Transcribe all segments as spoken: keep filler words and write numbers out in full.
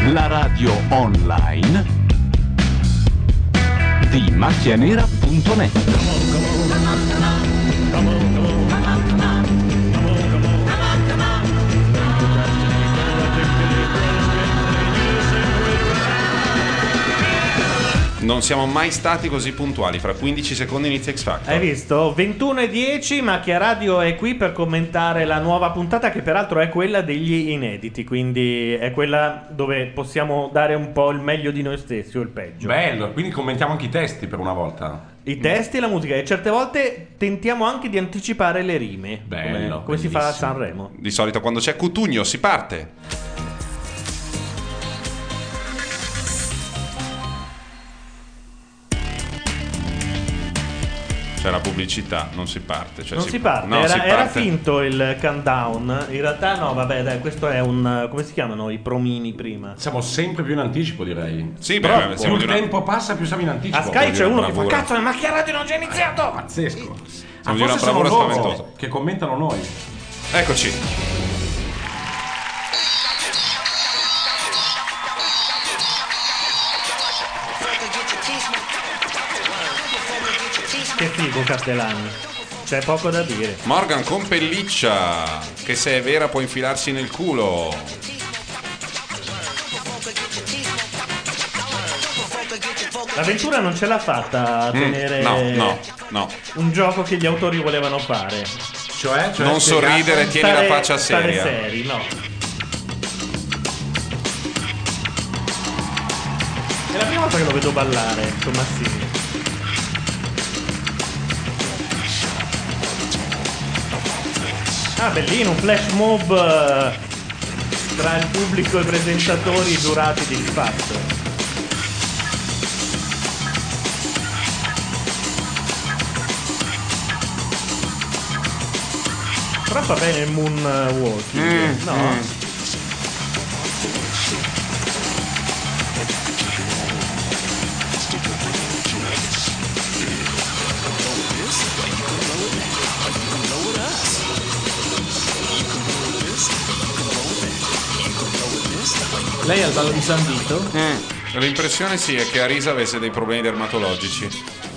la radio online di macchianera punto net. Non siamo mai stati così puntuali. Fra quindici secondi inizia X Factor. Hai visto? ventuno e dieci, Macchia Radio è qui per commentare la nuova puntata, che peraltro è quella degli inediti, quindi è quella dove possiamo dare un po' il meglio di noi stessi o il peggio. Bello, quindi commentiamo anche i testi per una volta. I testi e la musica, e certe volte tentiamo anche di anticipare le rime. Bello, come, come si fa a Sanremo. Di solito quando c'è Cutugno si parte. C'è la pubblicità, non si parte. Cioè non si, si parte, no, era, si era parte. finto il countdown. In realtà no, vabbè, dai, questo è un... come si chiamano i promini prima? Siamo sempre più in anticipo, direi. Sì, però beh, più il tempo passa, più siamo in anticipo. A Sky c'è uno che fa bravura. cazzo, ma Macchia Radio non c'è iniziato! Pazzesco. Siamo Ah, di una forse sono bravura loro spaventosa. che commentano noi. Eccoci. Che figo Castellani. C'è poco da dire. Morgan con pelliccia, che se è vera può infilarsi nel culo. L'avventura non ce l'ha fatta a tenere Mm, no, no, no. un gioco che gli autori volevano fare. Cioè, cioè Non sorridere, tieni Stare- la faccia stare seria. seri, no. È la prima volta che lo vedo ballare, Tommasini. Ah, bellino, un flash mob eh, tra il pubblico e i presentatori, i giurati di X Factor. Però fa bene il moonwalking, Mm, no? mm. Lei ha il ballo di San Vito? Mm. L'impressione sì è che Arisa avesse dei problemi dermatologici.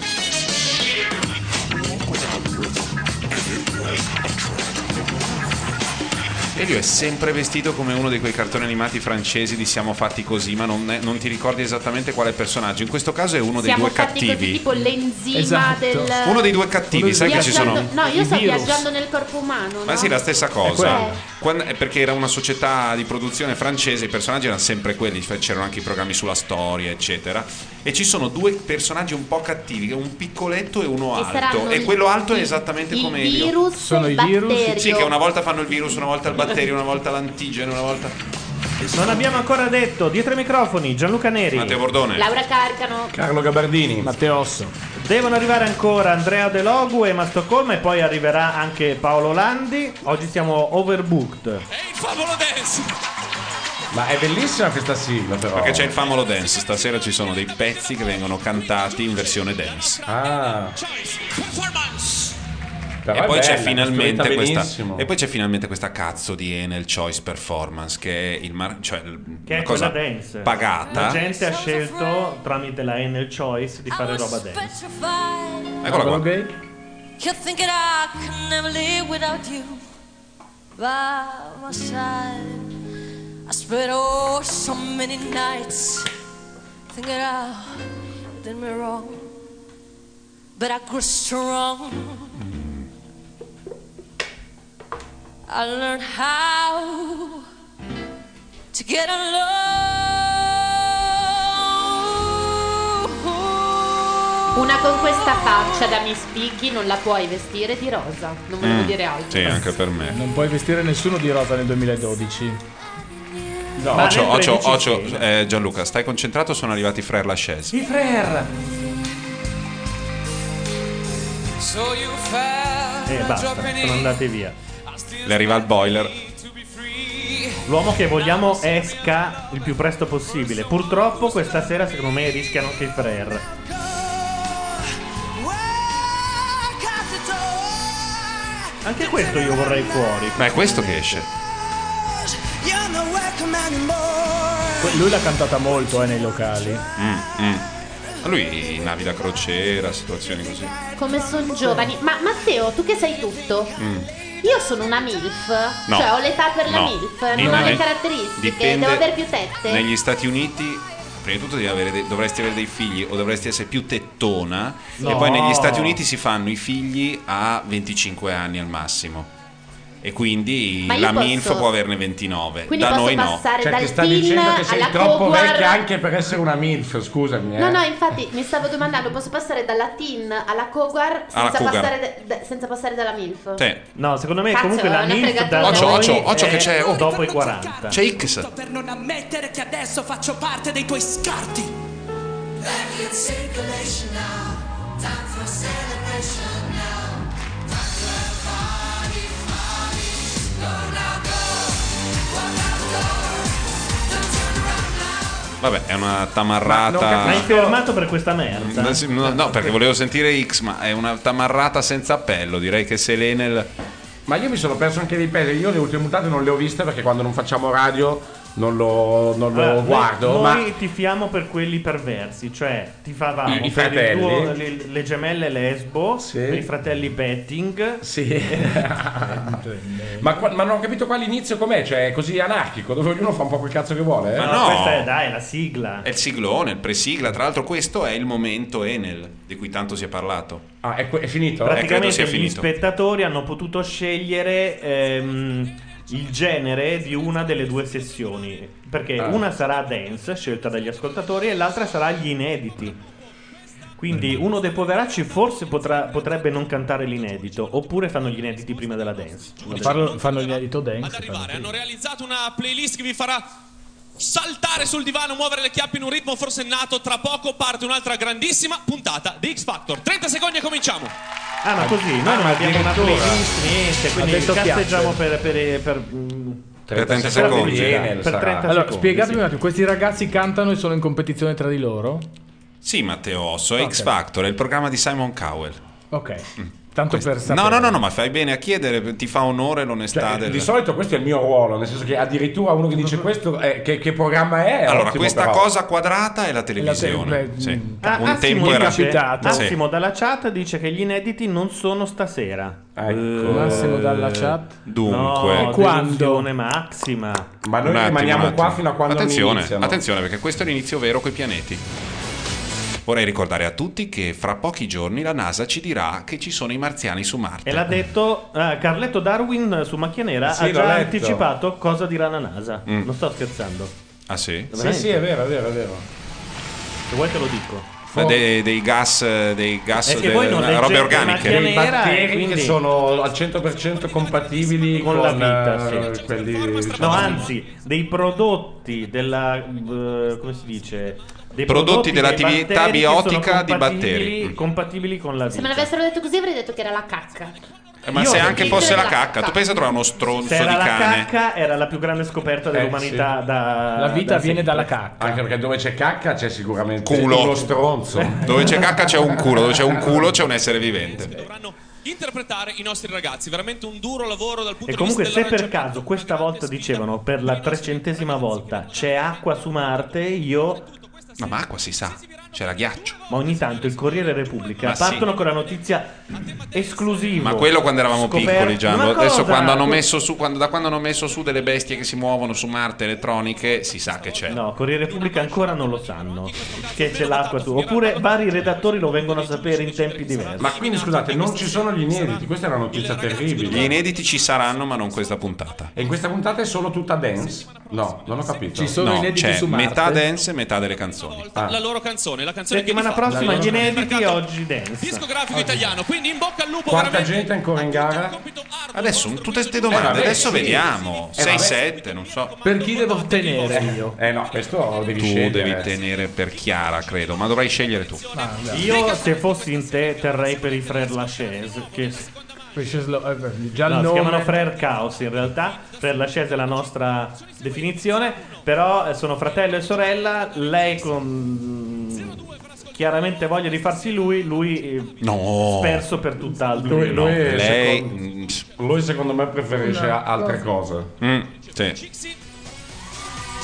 Elio è sempre vestito come uno di quei cartoni animati francesi di Siamo fatti così, ma non, è- non ti ricordi esattamente quale personaggio. In questo caso è uno dei Siamo due fatti così, cattivi. tipo l'enzima Esatto. del... Uno dei due cattivi, sai che ci sono. Viaggiando- No, io i sto virus. viaggiando nel corpo umano, no? Ma sì, la stessa cosa. quello. Quando- è perché era una società di produzione francese, i personaggi erano sempre quelli, cioè c'erano anche i programmi sulla storia, eccetera. E ci sono due personaggi un po' cattivi, un piccoletto e uno Che alto. saranno E il- quello alto è il- esattamente il come Elio. virus Sono e i il virus? batterio. Sì, che una volta fanno il virus, una volta il batterio, una volta l'antigene, una volta. Non abbiamo ancora detto, dietro i microfoni, Gianluca Neri. Matteo Bordone. Laura Carcano. Carlo Gabardini. Matteo Osso. Devono arrivare ancora Andrea De Logu e Emma Stoccolma, e poi arriverà anche Paolo Landi. Oggi siamo overbooked. Ma è bellissima questa sigla, però. Perché c'è il famolo dance, stasera ci sono dei pezzi che vengono cantati in versione dance. Ah. Però E è poi, c'è bella, finalmente costruita questa, benissimo. e poi c'è finalmente questa cazzo di Enel Choice Performance, che è il mar- cioè il- Che una è cosa quella dance. pagata. La gente ha scelto tramite la Enel Choice di fare roba dance. Eccola qua. Ok? Kept thinking I could never live without you by my side. I spent oh so many nights thinking I did me wrong, but I grew strong. I learned how to get along. Una con questa faccia da Miss Piggy non la puoi vestire di rosa. Non volevo dire altro. Sì, anche per me. Non puoi vestire nessuno di rosa nel duemiladodici. Ma Ocio, nel Ocio, tredici Ocio, sì. eh, Gianluca, stai concentrato, sono arrivati i Frère Lachaise. I Frère! E basta, sono andati via. Le arriva il boiler. L'uomo che vogliamo esca il più presto possibile. Purtroppo questa sera secondo me rischiano anche i Frère. Anche questo io vorrei fuori. Ma è questo che esce. lui l'ha cantata molto eh, nei locali. Mm, mm. Lui navi da crociera, situazioni così. Come sono giovani. Ma Matteo, tu che sai tutto? Mm. Io sono una MILF. No. Cioè ho l'età per la No. MILF. Nina, Non ho le ne- caratteristiche. dipende- Devo avere più tette. Negli Stati Uniti, prima di tutto devi avere dei- dovresti avere dei figli o dovresti essere più tettona. No. E poi negli Stati Uniti si fanno i figli a venticinque anni al massimo. E quindi Ma io la posso- MILF può averne ventinove. Quindi Da posso noi no. passare Cioè dal ti sta teen dicendo che sei alla troppo Coguar. vecchia anche per essere una MILF, scusami. Eh. No, no, infatti mi stavo domandando, posso passare dalla teen alla Coguar Alla senza, Cougar. passare, da- senza passare dalla MILF? Sì. No, secondo me Cazzo, comunque è la una MILF da fregatura. Occhio, noi occhio, occhio è che c'è, oh. dopo i quaranta. C'è X. Per non ammettere che adesso faccio parte dei tuoi scarti. Vabbè, è una Ma non tamarrata. capisco. Hai fermato per questa merda? No, sì, no, no, perché volevo sentire X, ma è una tamarrata senza appello. Direi che se l'Enel. Ma io mi sono perso anche dei pezzi. Io le ultime puntate non le ho viste perché quando non facciamo radio non lo, non lo Allora, noi- guardo. Noi ma tifiamo per quelli perversi, cioè tifavamo I- i per il fratelli? tuo- le, le gemelle lesbo, Sì. per i fratelli Betting. sì. ma, qua- ma non ho capito qua l'inizio com'è, cioè è così anarchico, dove ognuno fa un po' quel cazzo che vuole. Eh? Ma No, no. questa è, dai, è la sigla. È il siglone, il presigla. Tra l'altro, questo è il momento Enel di cui tanto si è parlato. Ah, è, que- è finito? credo Praticamente sia gli finito. spettatori hanno potuto scegliere ehm, il genere di una delle due sessioni, perché Ah. una sarà dance, scelta dagli ascoltatori, e l'altra sarà gli inediti. Quindi Mm. uno dei poveracci forse potrà- potrebbe non cantare l'inedito, oppure fanno gli inediti prima della dance. Fanno, fanno l'inedito ad dance. arrivare. Hanno realizzato una playlist che vi farà saltare sul divano, muovere le chiappe in un ritmo forsennato. Tra poco parte un'altra grandissima puntata di X Factor. trenta secondi e cominciamo. Ah, ma così, noi non ma abbiamo una addirittura. playlist, niente, quindi detto cazzeggiamo piace. per, per, per, mm, Per trenta secondi. di Enel per sarà. trenta Allora, secondi, spiegatemi sì. un attimo, questi ragazzi cantano e sono in competizione tra di loro? Sì, Matteo Osso, è Ok. X Factor, è il programma di Simon Cowell. Ok, tanto per No, sapere. no, no, no, ma fai bene a chiedere, ti fa onore l'onestà Cioè, del... di solito questo è il mio ruolo, nel senso che addirittura uno che dice questo è- che, che programma è, è Allora, ottimo, questa però. cosa quadrata è la televisione. beh, Sì. mm, Ah, Un Assimo tempo era... dice- capitato. Assimo dalla chat dice che gli inediti non sono stasera. Ecco. Massimo dalla chat. Dunque... No, quando? delusione massima. Ma noi Un attimo, rimaniamo un qua attimo. fino a quando attenzione, non iniziano. attenzione, perché questo è l'inizio vero coi pianeti. Vorrei ricordare a tutti che fra pochi giorni la NASA ci dirà che ci sono i marziani su Marte. E l'ha detto eh, Carletto Darwin su Macchia Nera, Sì, ha l'ho già letto. anticipato cosa dirà la NASA. Mm. Non sto scherzando. Ah sì? Sì, sì, è vero, è vero, è vero. Se vuoi te lo dico. Ma dei, dei gas, dei gas, È che delle voi non robe leggete organiche. Macchia Dei Nera, batteri e quindi- che sono al cento per cento compatibili Con con, la vita, eh, sì. quelli No, anzi, dei prodotti della eh, come si dice? Dei Prodotti dei dell'attività batteri che sono biotica di compatibili- batteri. compatibili con la Se me vita. l'avessero detto così avrei detto che era la cacca. Eh, ma Io- se anche Il fosse la della cacca, cacca. tu pensa a trovare uno stronzo Se di era la cane? cacca, era la più grande scoperta dell'umanità da La vita da viene sempre. dalla cacca. anche perché dove c'è cacca c'è sicuramente Culo. uno stronzo. Dove c'è cacca c'è un culo, dove c'è un culo c'è un essere vivente. Dovranno interpretare i nostri ragazzi. Veramente un duro lavoro dal punto E di comunque vista se per dell'arrangiamento. caso questa volta dicevano per la trecentesima volta c'è acqua su Marte, io No, ma acqua si sa, c'era ghiaccio. ma ogni tanto il Corriere Repubblica Ma sì. partono con la notizia esclusiva. Ma quello quando eravamo Scoperta- piccoli, Gianni. Ma Adesso cosa? quando hanno messo su, quando, da quando hanno messo su delle bestie che si muovono su Marte elettroniche, si sa che c'è. No, Corriere Repubblica ancora non lo sanno che c'è l'acqua su. Oppure vari redattori lo vengono a sapere in tempi diversi. Ma quindi scusate, non ci sono gli inediti, questa è una notizia Gli terribile. inediti ci saranno, ma non questa puntata. E in questa puntata è solo tutta dance? No, non ho capito. Ci sono No, inediti c'è su Marte. metà dance e metà delle canzoni. Ah. La loro canzone, la canzone Settimana che vi fa prossima gli il inediti, mercato oggi dance. discografico italiano. Quindi in bocca al lupo. Quanta veramente. gente è ancora in gara? Compito arduo, Adesso nostro tutte queste cliente. domande, Eh, vabbè, adesso sì. vediamo. Eh, sei vabbè. sette, non so. Per chi devo tenere io? Eh no, questo devi Tu scegliere. devi tenere per Chiara, credo, ma dovrai scegliere tu. Io se fossi in te terrei per i Frère Lachaise, che Precious Lo- eh, Già il no, si chiamano nome. Frère Chaos in realtà. Frère Lachaise è la nostra definizione, però eh, sono fratello e sorella, lei con chiaramente voglia di farsi lui, lui eh, No. sperso per tutt'altro. Lui, lui, è Lei... secondo, lui secondo me preferisce altre cose. Mm, sì.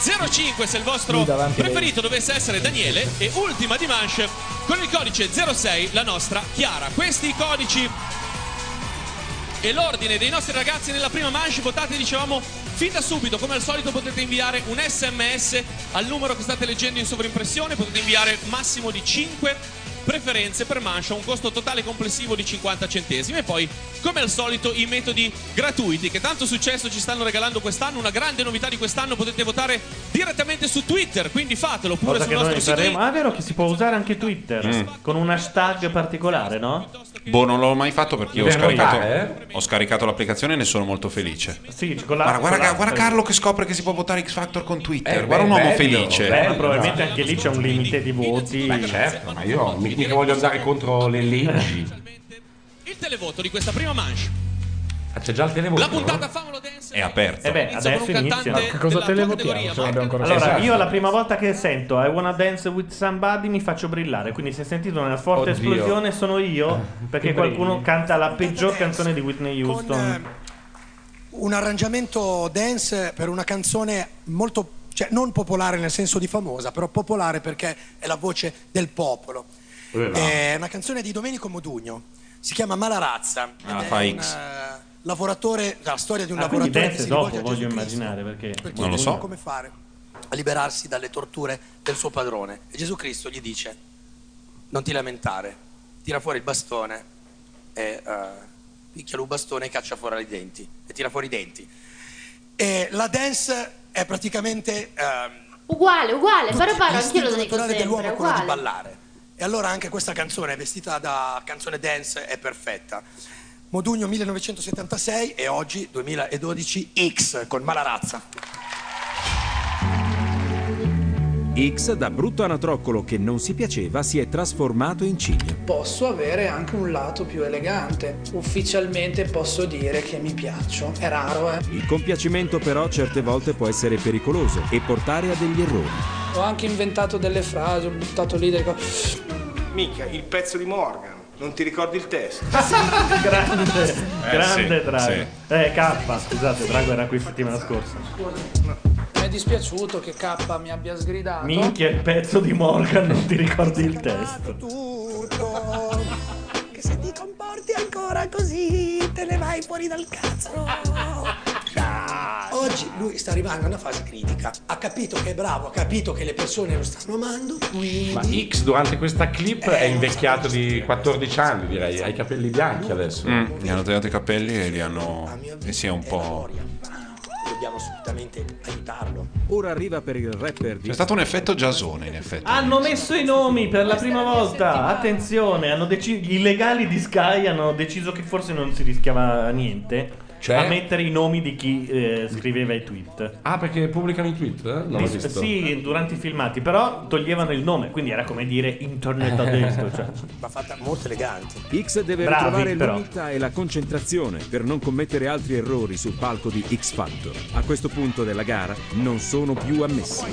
zero cinque se il vostro preferito dovesse essere Daniele, e ultima di manche con il codice zero sei la nostra Chiara. Questi i codici e l'ordine dei nostri ragazzi nella prima manche. Votate, dicevamo, fin da subito. Come al solito potete inviare un sms al numero che state leggendo in sovrimpressione. Potete inviare massimo di cinque preferenze per manche a un costo totale complessivo di cinquanta centesimi. E poi, come al solito, i metodi gratuiti che tanto successo ci stanno regalando quest'anno. Una grande novità di quest'anno: potete votare direttamente su Twitter, quindi fatelo, oppure Cosa sul che nostro noi sito. faremo. Ah, è vero che si può usare anche Twitter Mm. con un hashtag particolare, no? Boh, non l'ho mai fatto perché io ho Devi scaricato, votare, ho scaricato l'applicazione e ne sono molto felice. Sì, con la- guarda, guarda, con la- guarda Carlo che scopre che si può votare X Factor con Twitter. Eh, guarda beh, un uomo bello, felice. Beh, ma probabilmente anche lì c'è un limite di voti. Beh, certo, ma io mi- mica voglio andare contro le leggi. Il televoto di questa prima manche. Ah, c'è già il televoto? La puntata Famolo Dance è aperto. Eh beh, Inizia adesso con un inizia. cantante Che cosa della tua televotiamo? categoria, Se non abbiamo ancora Allora, Esatto. io la prima volta che sento I Wanna Dance with Somebody mi faccio brillare, quindi se sentite una forte Oddio. esplosione sono io, perché Che qualcuno brilli. canta la peggior canzone di Whitney Houston. Un arrangiamento dance per una canzone molto, cioè non popolare nel senso di famosa, però popolare perché è la voce del popolo. Eh, va. È una canzone di Domenico Modugno, si chiama Malarazza. Ah, ed fa è X. un eh, lavoratore, la storia di un Ah, quindi lavoratore che dance si dopo, rivolge a voglio Gesù Cristo, immaginare, perché perché Non lo non so. sa come fare a liberarsi dalle torture del suo padrone. E Gesù Cristo gli dice: non ti lamentare, tira fuori il bastone e uh, picchialo un bastone e caccia fuori i denti e tira fuori i denti. E la dance è praticamente ehm, Uguale, uguale, però paro, anch'io l'istinto lo dico naturale sempre, dell'uomo è quello di uguale. ballare. E allora anche questa canzone vestita da canzone dance è perfetta. Modugno millenovecentosettantasei e oggi duemiladodici X con Malarazza. X, da brutto anatroccolo che non si piaceva, si è trasformato in cigno. Posso avere anche un lato più elegante. Ufficialmente posso dire che mi piaccio. È raro, eh. Il compiacimento però certe volte può essere pericoloso e portare a degli errori. Ho anche inventato delle frasi, ho buttato lì delle cose. Mica, il pezzo di Morgan. Non ti ricordi il testo? grande, grande sì, Drago. sì. Eh, K, scusate, Drago era qui settimana scorsa. Mi è dispiaciuto che K mi abbia sgridato. Minchia, il pezzo di Morgan, non ti ricordi il testo. Che se ti comporti ancora così te ne vai fuori dal cazzo. Oggi lui sta arrivando a una fase critica. Ha capito che è bravo, ha capito che le persone lo stanno amando. Quindi Ma X durante questa clip è invecchiato di quattordici anni, direi. Ha i capelli bianchi adesso. Mm, gli hanno tagliato i capelli e li hanno. E si è un po'. dobbiamo assolutamente aiutarlo. Ora arriva per il rapper di... C'è stato un effetto Giasone, in effetti. Hanno messo i nomi per la prima volta. Attenzione, hanno deci- gli illegali di Sky hanno deciso che forse non si rischiava niente. Cioè? A mettere i nomi di chi eh, scriveva i tweet. Ah, perché pubblicano i tweet? Eh? Non l'ho Di- visto. sì, durante i filmati, però toglievano il nome, quindi era come dire internet adesso. Cioè. Va fatta molto elegante. X deve Bravi, ritrovare però. l'unità e la concentrazione per non commettere altri errori sul palco di X Factor. A questo punto della gara non sono più ammessi.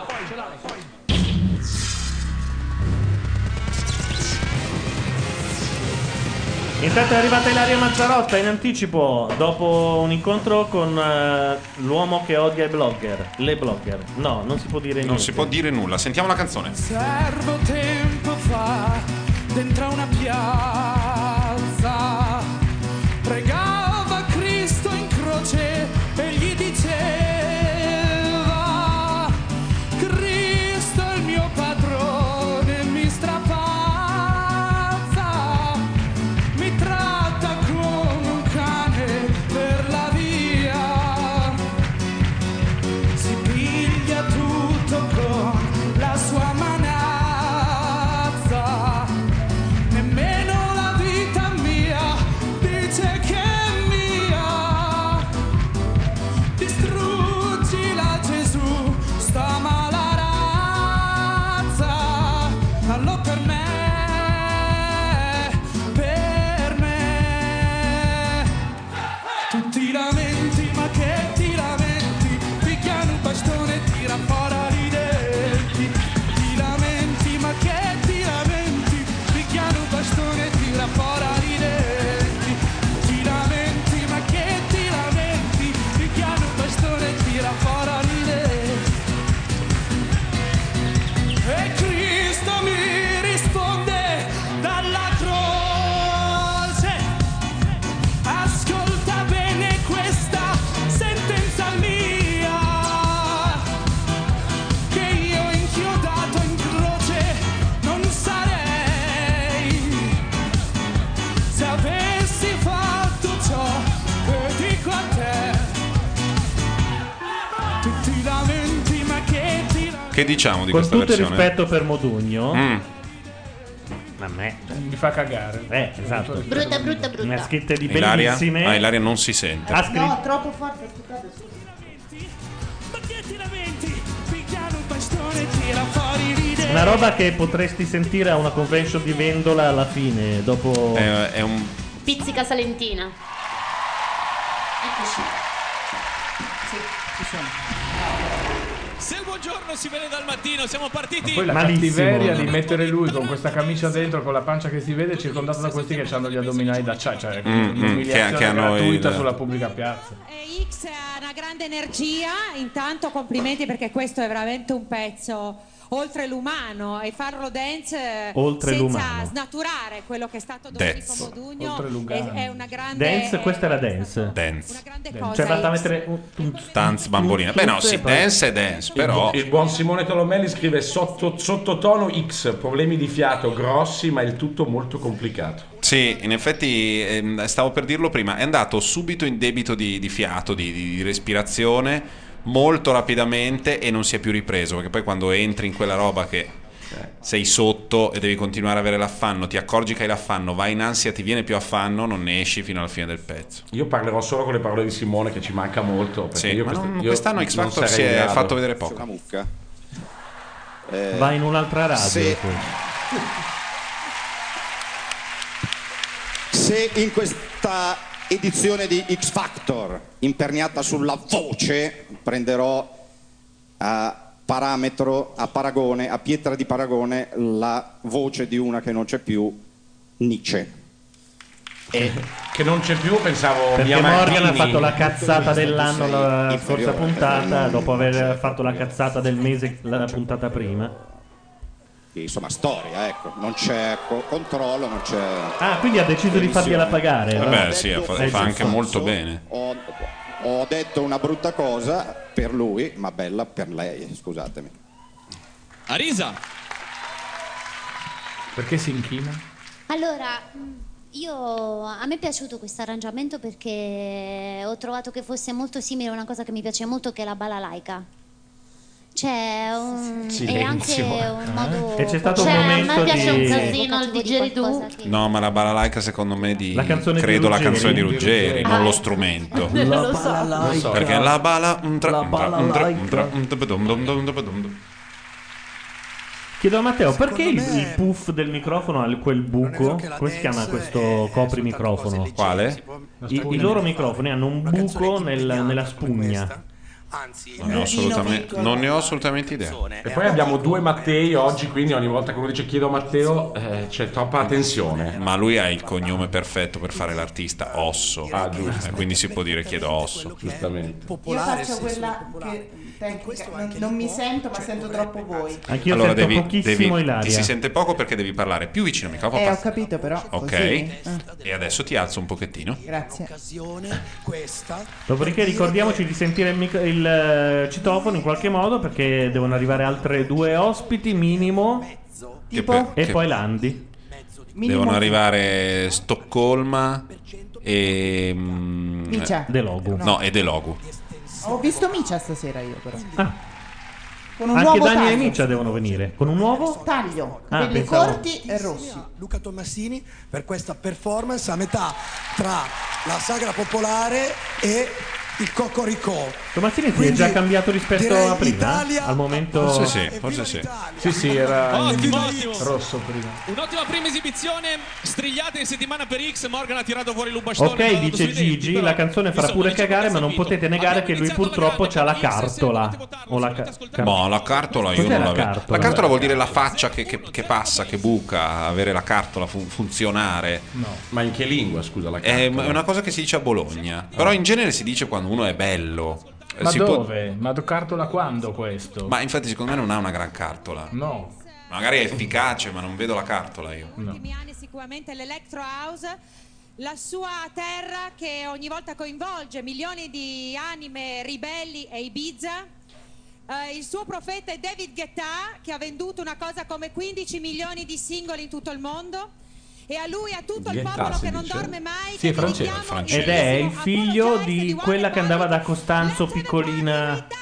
Intanto è arrivata Ilaria Mazzarotta in anticipo dopo un incontro con eh, l'uomo che odia i blogger. Le blogger. No, non si può dire niente. Non si può dire nulla. Sentiamo la canzone. Servo tempo fa, dentro una piazza, pregava Cristo in croce e gli diceva: Cristo è il mio padrone, mi strapazza, mi tratta come un cane per la via, si piglia tutto con la sua manazza, nemmeno la vita mia dice che Che diciamo di Con questa tutto il versione? rispetto per Modugno, Mm. a me mi fa cagare. Eh, esatto. Brutta, brutta, brutta. Ne ha scritte di Ilaria? bellissime. Ah, Ilaria non si sente. Ha scritto No, troppo forte, scusate, scusa. una roba che potresti sentire a una convention di Vendola alla fine, dopo È, è un Pizzica salentina. Eccoci. Sì, ci sono. Se il buongiorno si vede dal mattino, siamo partiti. Poi la Malissimo. cattiveria di mettere lui con questa camicia dentro, con la pancia che si vede, circondato da questi che hanno gli addominali d'acciaio, cioè Mm, mm, un'umiliazione che- che hanno gratuita il- sulla pubblica piazza. X ha una grande energia, intanto complimenti perché questo è veramente un pezzo oltre l'umano e farlo dance Oltre senza l'umano. snaturare quello che è stato Domenico Dance. Modugno Oltre è, l'Ugano. è una grande Dance, questa era dance. Dance. cosa. Cioè basta mettere un, un Tanz bambolina. Beh no, sì, dance è dance, però Il, il buon Simone Tolomelli scrive sotto, sottotono X, problemi di fiato grossi, ma il tutto molto complicato. sì, in effetti ehm, stavo per dirlo prima, è andato subito in debito di, di fiato, di, di respirazione, molto rapidamente e non si è più ripreso, perché poi quando entri in quella roba che sei sotto e devi continuare a avere l'affanno, ti accorgi che hai l'affanno, vai in ansia, ti viene più affanno, non ne esci fino alla fine del pezzo. Io parlerò solo con le parole di Simone che ci manca molto. perché Sì, io ma quest- non- io quest'anno X non Factor sarei si in è grado. fatto vedere poco. Una mucca. Va in un'altra radio. se- poi. Se in questa edizione di X Factor imperniata sulla voce prenderò a parametro, a paragone, a pietra di paragone la voce di una che non c'è più, Nietzsche. E che non c'è più, pensavo Perché Mia Morgan ha Martini. fatto la cazzata dell'anno la Sei scorsa inferiore. puntata, dopo aver fatto la cazzata del mese la puntata prima. Insomma, storia, ecco, non c'è co- controllo, non c'è. Ah, quindi ha deciso di fargliela pagare. Vabbè, no? sì, fa, Eh, fa sì. anche molto bene. Ho, ho detto una brutta cosa per lui, ma bella per lei, scusatemi. Arisa. Perché si inchina? Allora, io a me è piaciuto questo arrangiamento perché ho trovato che fosse molto simile a una cosa che mi piace molto, che è la balalaika. C'è un è anche un modo. E c'è stato un Cioè, a momento me piace di- un casino il didgeridoo. No, ma la balalaika secondo me di La canzone di credo la Ruggeri. canzone di Ruggeri, Ah, non lo ecco. strumento. La Lo so. balalaika. Perché la bala un tra- La un tra- un tra- un tra- balalaika. un tubadum dum dum dum dum. Chiedo a Matteo, perché il, il puff del microfono ha quel buco? Come si chiama questo coprimicrofono? Quale? I, I loro microfoni hanno un buco nel- nella spugna. Non ne ho assolutamente, non ne ho assolutamente idea. E poi abbiamo due Mattei oggi, quindi ogni volta che uno dice chiedo a Matteo eh, c'è troppa tensione. Ma lui ha il cognome perfetto per fare l'artista, Osso. Ah, giusto. Eh, quindi si può dire chiedo Osso. Giustamente. Io faccio quella che tecnica, non, non mi sento ma sento troppo voi. Anch'io Allora sento devi, pochissimo devi Ilaria. ti si sente poco perché devi parlare più vicino al microfono. Eh, ho capito però. Ok. Così. Eh, E adesso ti alzo un pochettino. grazie. Dopodiché ricordiamoci di sentire il, mic- il eh, citofono in qualche modo, perché devono arrivare altre due ospiti minimo. Che per- E che- poi Landi. Devono arrivare Stoccolma e mm, Micia. De Logu. No, e De Logu. Ho visto Micia stasera io però. Ah. Con un Anche nuovo Dani e taglio. Micia devono venire. Con un nuovo? Taglio, Ah, capelli pensavo- corti e rossi. Luca Tommasini per questa performance a metà tra la sagra popolare e il Cocorico. Tomassini si è Quindi già cambiato rispetto direi a prima? Italia- Al momento. Forse sì, forse sì. Sì, sì, era Ottimo, ottimo. rosso prima. Un'ottima prima esibizione, strigliata in settimana per X. Morgan ha tirato fuori l'ubastone. Ok, dice Gigi, la canzone farà pure cagare, ma non potete negare che lui purtroppo c'ha la cartola. O la ca- car- No, la cartola io Cos'è non la l'avevo. cartola? La cartola vuol dire la faccia che, che- che passa, che buca, avere la cartola, fun- funzionare. No. Ma in che lingua, scusa, la È cartola? è una cosa che si dice a Bologna. Però in genere si dice quando uno è bello. Eh, Ma si può- dove? Ma do- cartola quando questo? Ma infatti secondo me non ha una gran cartola. No. Magari è efficace, ma non vedo la cartola io. ultimi anni sicuramente l'Electro House, la sua terra che ogni volta coinvolge milioni di anime ribelli e Ibiza. Eh, il suo profeta è David Guetta, che ha venduto una cosa come quindici milioni di singoli in tutto il mondo. E a lui, a tutto il Guetta, popolo si che non dice? dorme mai, Sì, è che francese. dedichiamo Ed è il figlio di quella che andava da Costanzo piccolina.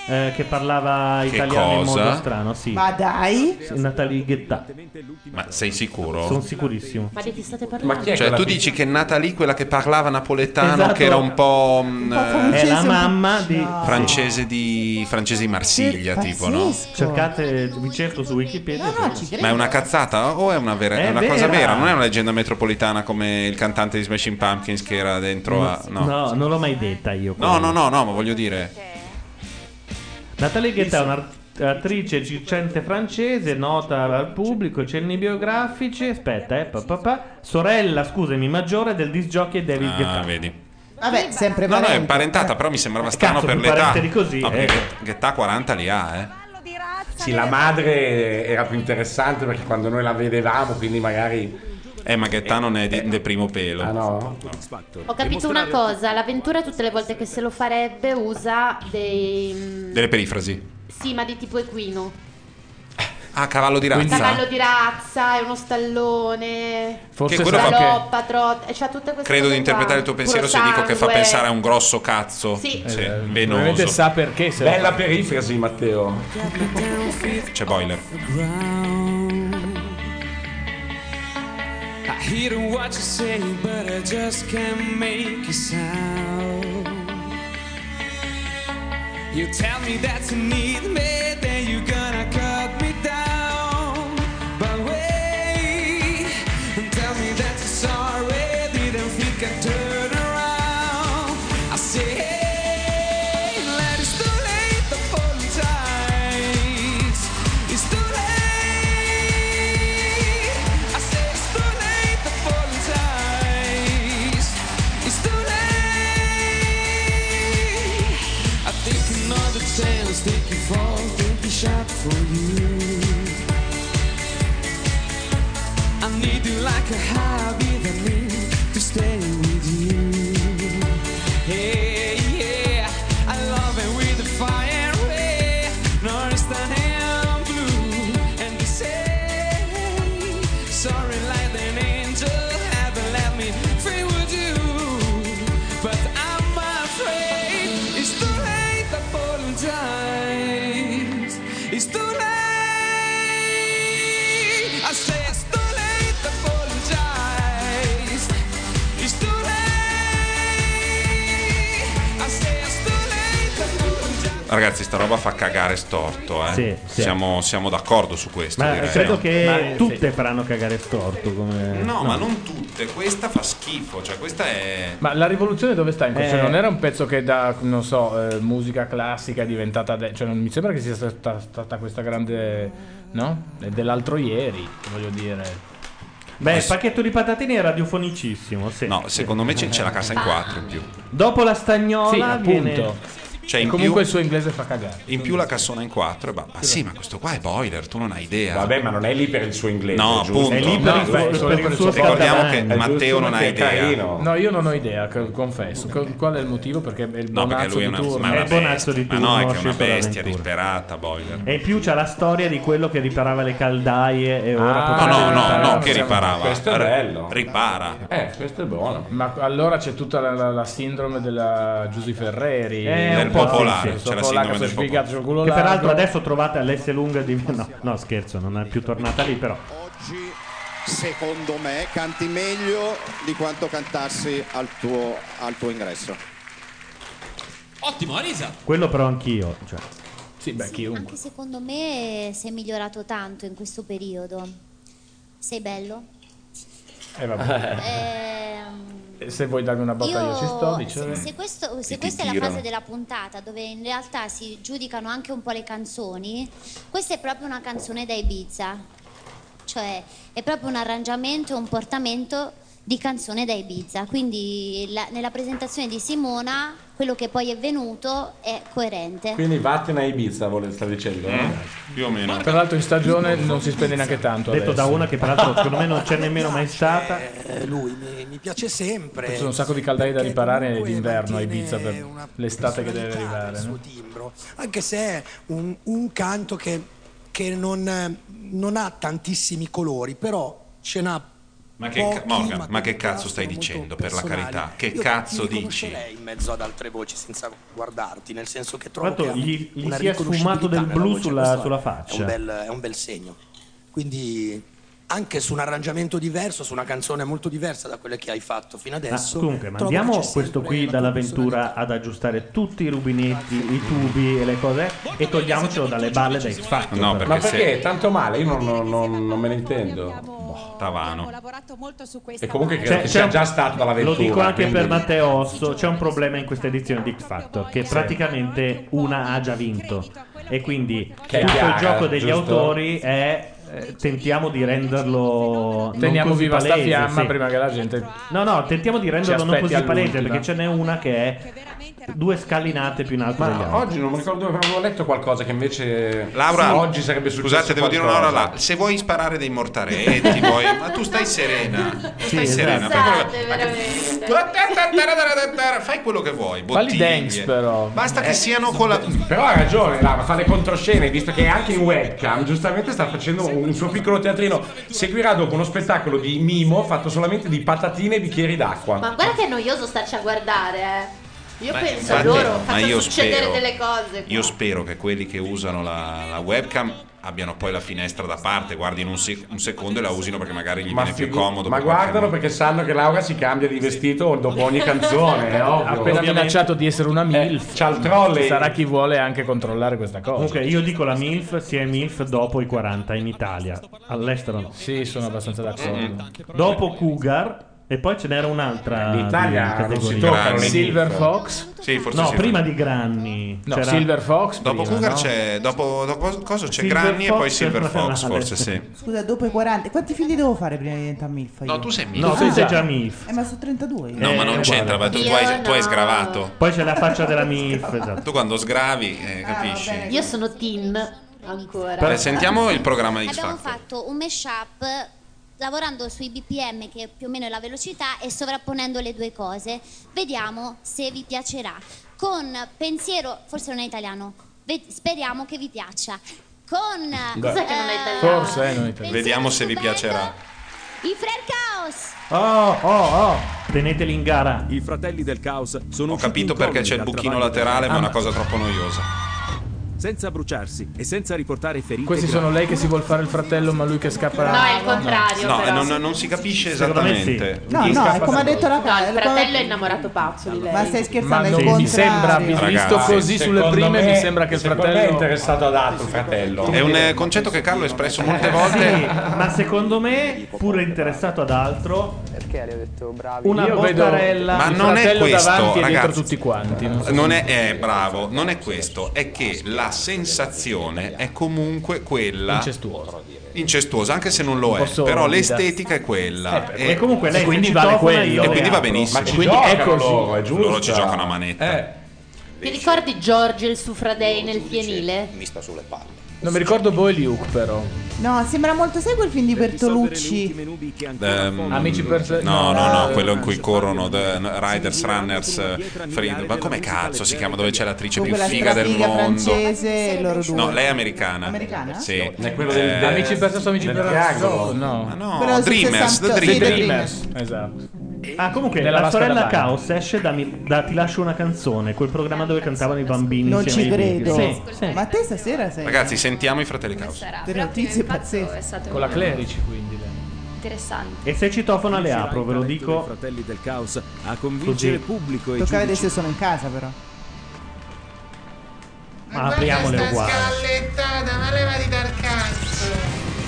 eh, che parlava Che italiano in cosa? modo strano, sì. Ma dai. Sì, Natalie Guetta. Ma sei sicuro? Sono sicurissimo. Ma di chi state parlando? Cioè, tu dici che Natalie, quella che parlava napoletano, Esatto. che era un po'. mh, eh, È la mamma di francese di francese di Marsiglia, tipo, no? Cercate, vi cerco su Wikipedia. Ma è una cazzata o è una, vera, è È una cosa vera. vera? Non è una leggenda metropolitana come il cantante di Smashing Pumpkins che era dentro a. No, No, no, non l'ho mai detta io. no, no, no, no, ma voglio dire. Natalie Guetta è un'attrice circense francese, nota al pubblico, cenni biografici. Aspetta, eh, pa, pa, pa. sorella, scusami, maggiore del disc jockey David Ah, Guetta. vedi. Vabbè, sempre No, no, è parente. parentata, però mi sembrava strano cazzo, per più l'età. parente di così, No, perché eh. Guetta quaranta li ha, eh. Sì, la madre era più interessante perché quando noi la vedevamo, quindi magari. Eh, ma Gaetano non è di, del primo pelo. Ah, no? Ho capito una cosa, l'avventura tutte le volte che se lo farebbe usa dei... Delle perifrasi. Sì, ma di tipo equino. Ah, cavallo di razza. Cavallo di razza, è uno stallone. Forse Che quello fa- galoppa, trotta, e c'ha tutte queste Credo cose di interpretare il qua. tuo pensiero Puro se dico che fa sangue. pensare a un grosso cazzo. Sì. Sì, Probabilmente venoso. sa perché. Se Bella perifrasi, Matteo. C'è Boiler. I hear what you say, but I just can't make a sound. You tell me that you need me, then you're gonna cut me down. But wait, and tell me that you're sorry, didn't think I'd turn around. I say, hey, let it's too late to apologize. It's too late. I say it's too late to apologize. It's too late. I think another chance, take it fall, take a shot for you. I need you like a hobby, I need to stay with you. Hey, yeah, I love it with the fire ray, north and blue, and they say, sorry like an angel, haven't let me free with you, but I'm afraid it's too late to apologize. It's too late. I say it's too late to apologize. It's too late. I say it's too late to apologize. Ragazzi, sta roba fa cagare storto, eh. Sì, sì. Siamo, siamo d'accordo su questo. Ma direi. credo che Ma- tutte faranno cagare storto. Come... No, ma non tutte. Questa fa schifo. Cioè, questa è. Ma la rivoluzione dove sta in questo? Eh. Non era un pezzo che da, non so, eh, musica classica è diventata... de- cioè non mi sembra che sia stata, stata questa grande... no? È dell'altro ieri, voglio dire. Beh, il pacchetto di patatine è radiofonicissimo. Sì. No, secondo me c'è, c'è la cassa in quattro in più. Dopo la stagnola Sì, viene... appunto. Cioè, in Comunque più, il suo inglese fa cagare. in più la cassona in quattro. E bah, ma sì, ma questo qua è Boiler, tu non hai idea. Vabbè, ma non è lì per il suo inglese. No, giusto? appunto. È lì per No, il- beh, per solo il per il suo suo Ricordiamo scaldavento. che È Matteo giusto non ha perché è idea. carino. No, io non ho idea, co- confesso. Co- Qual è il motivo? Perché è il No, perché bonazzo lui è di una, turno. ma è È una il bonazzo bestia. di Ma no, turno, è che è una uscito bestia dall'avventura. disperata, Boiler. E in più c'ha la storia di quello che riparava le caldaie e ora Ah, No, potrà no, no, riparare- no, che riparava. Questo è bello. Ripara. Eh, questo è buono. Ma allora c'è tutta la, la- la sindrome della Giusy Ferreri, Eh, Del un po' popolare, sì, sì. c'è la polacca sindrome del si è sfigato sul culo Che peraltro largo. adesso trovate all'S lunga di... No, no, scherzo, non è più tornata lì, però. Oggi, secondo me, canti meglio di quanto cantassi al tuo, al tuo ingresso. Ottimo, Arisa. Quello però anch'io. Cioè. Sì, beh, chiunque. Anche secondo me sei migliorato tanto in questo periodo. Sei bello. Eh, vabbè. Ehm, E se vuoi darmi una botta io, ci sto, se, dice. se questo- se ti questa è la tirano. fase della puntata dove in realtà si giudicano anche un po' le canzoni, questa è proprio una canzone da Ibiza, cioè è proprio un arrangiamento, un portamento di canzone da Ibiza, quindi la- nella presentazione di Simona quello che poi è venuto è coerente. Quindi vattene a Ibiza, vuole, sta dicendo. Mm, no? più o meno. Tra l'altro in stagione non si spende neanche tanto. Detto adesso. da una che peraltro secondo me non c'è nemmeno mai stata. Eh, lui mi, mi piace sempre. Ci sono un sacco di caldaie da riparare comunque d'inverno a mantiene Ibiza per una l'estate che deve personalità arrivare. nel suo no? timbro, anche se è un, un canto che, che non, non ha tantissimi colori, però ce n'ha Ma che, ca- Morgan, ma che cazzo stai dicendo, per la carità? Che Io cazzo ti dici? riconoscerei in mezzo ad altre voci senza guardarti, nel senso che trovo Quanto che gli, gli una sia sfumato del riconoscibilità nella blu voce, sulla, questo sulla è faccia. un bel, è un bel segno. Quindi anche su un arrangiamento diverso, su una canzone molto diversa da quelle che hai fatto fino Ah, adesso. comunque, trovo mandiamo che c'è questo qui dall'avventura ad aggiustare tutti i rubinetti, i tubi e le cose e togliamocelo dalle balle da X Factor. No, però. Ma perché? Tanto male? Io non, non- non- non me ne intendo. Boh, Tavano. E comunque credo C'è- che c'è sia un- già stato dall'avventura. Lo dico anche quindi- per Matteo Osso, c'è un problema in questa edizione di X Factor, che Sì. praticamente una ha già vinto. E quindi Che è tutto Chiara, il gioco degli giusto? autori è eh, tentiamo di renderlo non Teniamo così viva sta palese, fiamma sì. prima che la gente No, no, tentiamo di renderlo non aspetti così palese, all'ultima. perché ce n'è una che è due scalinate più in alto degli Ma altri. oggi non mi ricordo dove avevo letto qualcosa che invece Laura, sì, oggi sarebbe successo. scusate, devo dire una qualcosa. roba là. Se vuoi sparare dei mortaretti, vuoi, ma tu stai serena. Stai Sì, serena. esatto. Fai quello che- Fai quello che vuoi. Falli bottiglie. dance, però. Basta che Eh, siano con la. Però ha ragione, Laura, fa le controscene, visto che anche in webcam giustamente sta facendo un suo piccolo teatrino. Seguirà dopo uno spettacolo di mimo fatto solamente di patatine e bicchieri d'acqua. Ma guarda che è noioso starci a guardare, eh. Io Ma penso infatti- loro ma faccia io succedere spero- delle cose. Io spero che quelli che usano la, la webcam abbiano poi la finestra da parte, guardino un, sec- un secondo e la usino perché magari gli Ma, viene più figu- comodo. ma per qualche guardano perché sanno che Laura si cambia di vestito dopo ogni canzone, è ovvio. Ha appena minacciato di essere una MILF. c'ha il trolley. Ci sarà chi vuole anche controllare questa cosa. Comunque io dico la MILF si è MILF dopo i quaranta in Italia, all'estero no. Sì, sono abbastanza d'accordo. Dopo Cougar e poi ce n'era un'altra In Italia di non categoria. si toccano le Silver MILF. Fox? Sì, forse no, sì. prima di Granny. No, C'era- Silver Fox Dopo prima, Cougar no? c'è. Dopo, dopo cosa c'è Silver Granny e Fox poi Silver e Fox, Natale. forse sì. Scusa, dopo i quaranta, quanti figli devo fare prima di diventare MILF? Io? No, tu sei MILF. No, tu sei già MILF. Eh, ma sono trentadue. io. No, ma non Eh, c'entra, ma tu, tu hai, tu hai sgravato. Poi c'è la faccia della MILF, esatto. Tu quando sgravi, eh, capisci? Io sono teen ancora. Beh, sentiamo il programma X Abbiamo Factor. fatto un mashup lavorando sui B P M, che più o meno è la velocità, e sovrapponendo le due cose. Vediamo se vi piacerà. Con pensiero, forse non è italiano, Ve- speriamo che vi piaccia. Con Cos'è che non è italiano? Forse eh, non è italiano. Vediamo se vi piacerà. i Frer Chaos. Oh, oh, oh, teneteli in gara. I fratelli del caos sono Ho capito perché c'è il buchino laterale, ma è una cosa troppo noiosa. senza bruciarsi e senza riportare ferite. Questi sono lei che si vuol fare il fratello, ma lui che scappa. No, è il contrario. No, però. non, non si capisce Secondo me esattamente. No, no, è come ha detto la No, il come- fratello è innamorato pazzo di lei. Ma stai Ma scherzando? non è il mi sembra, contrario. vi- visto Ragazzi, così sulle Secondo prime, me- mi sembra che il secondo me è fratello. interessato ad altro il fratello. È un eh, concetto che Carlo ha espresso molte volte. Sì, ma secondo me, pure interessato ad altro, Perché le ho detto bravi? una Io vedo- bottarella. Ma il non è fratello questo, davanti e dietro ragazzi. tutti quanti. Non so. Non è, eh, bravo, non è questo, è che la sensazione è comunque quella Incestuoso. incestuosa, anche se non lo è, Un po' però solida. l'estetica è quella. Eh, e comunque lei e quindi se vale citofona, quello. io e le quindi va apro. benissimo. Ma ci Quindi è giocano così. loro, è giusto. Loro ci giocano a manetta. Eh. Ti ricordi George il Sufradei nel fienile? Mi sta sulle palle. Non mi ricordo Boy Luke, però. No, sembra molto, sai quel film di Bertolucci? Ehm, Amici per se- no, no, no, no, eh, quello in cui corrono the Riders, Runners, eh, Freedom. Ma come cazzo si chiama? Dove c'è l'attrice Con più quella figa del strafiga mondo? francese e loro due. No, lei è americana. Americana? Sì. È quello del- Eh, Amici per sesso, amici del per triangolo. No. Ma no, Quello sul Dreamers, sessanta The sì, The Dreamers. Dreamers. Esatto. Ah, comunque Nella la vasca sorella da bagno. Caos esce da, mi- da Ti lascio una canzone, quel programma dove cantavano i bambini. Non insieme ci ai credo. bimbi. Sì, sì. Ma te stasera sei Ragazzi, sentiamo i fratelli Caos. delle notizie pazzesche. È stato Con la Clerici, quindi. lei. interessante. E se citofona le apro, ve lo I dico. fratelli del caos a convincere Così. pubblico e Tocca vedere giudici. se sono in casa però. Ma apriamole uguali. scallettata, ma levati dal cazzo.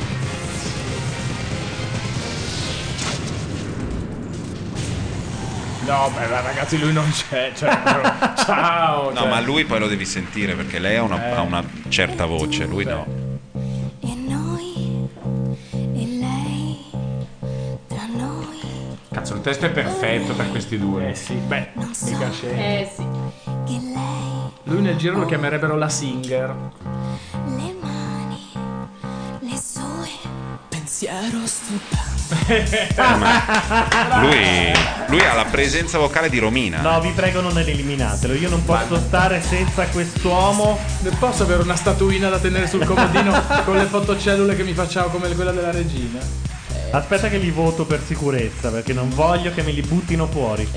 No, beh, ragazzi, lui non c'è. Cioè, proprio- ciao. No, cioè. ma lui poi lo devi sentire perché lei ha una, Eh. ha una certa voce, lui no. E noi e lei tra noi. Cazzo, il testo è perfetto per questi due. Eh sì, beh, mica scemo. Eh sì. Che lei Lui nel giro lo chiamerebbero la singer. le mani le sue. Pensiero stupendo. Eh, ma lui, lui ha la presenza vocale di Romina. No, vi prego, non eliminatelo. Io non posso stare senza quest'uomo. Ne posso avere una statuina da tenere sul comodino con le fotocellule che mi facciamo come quella della regina? Aspetta che li voto per sicurezza, perché non voglio che me li buttino fuori.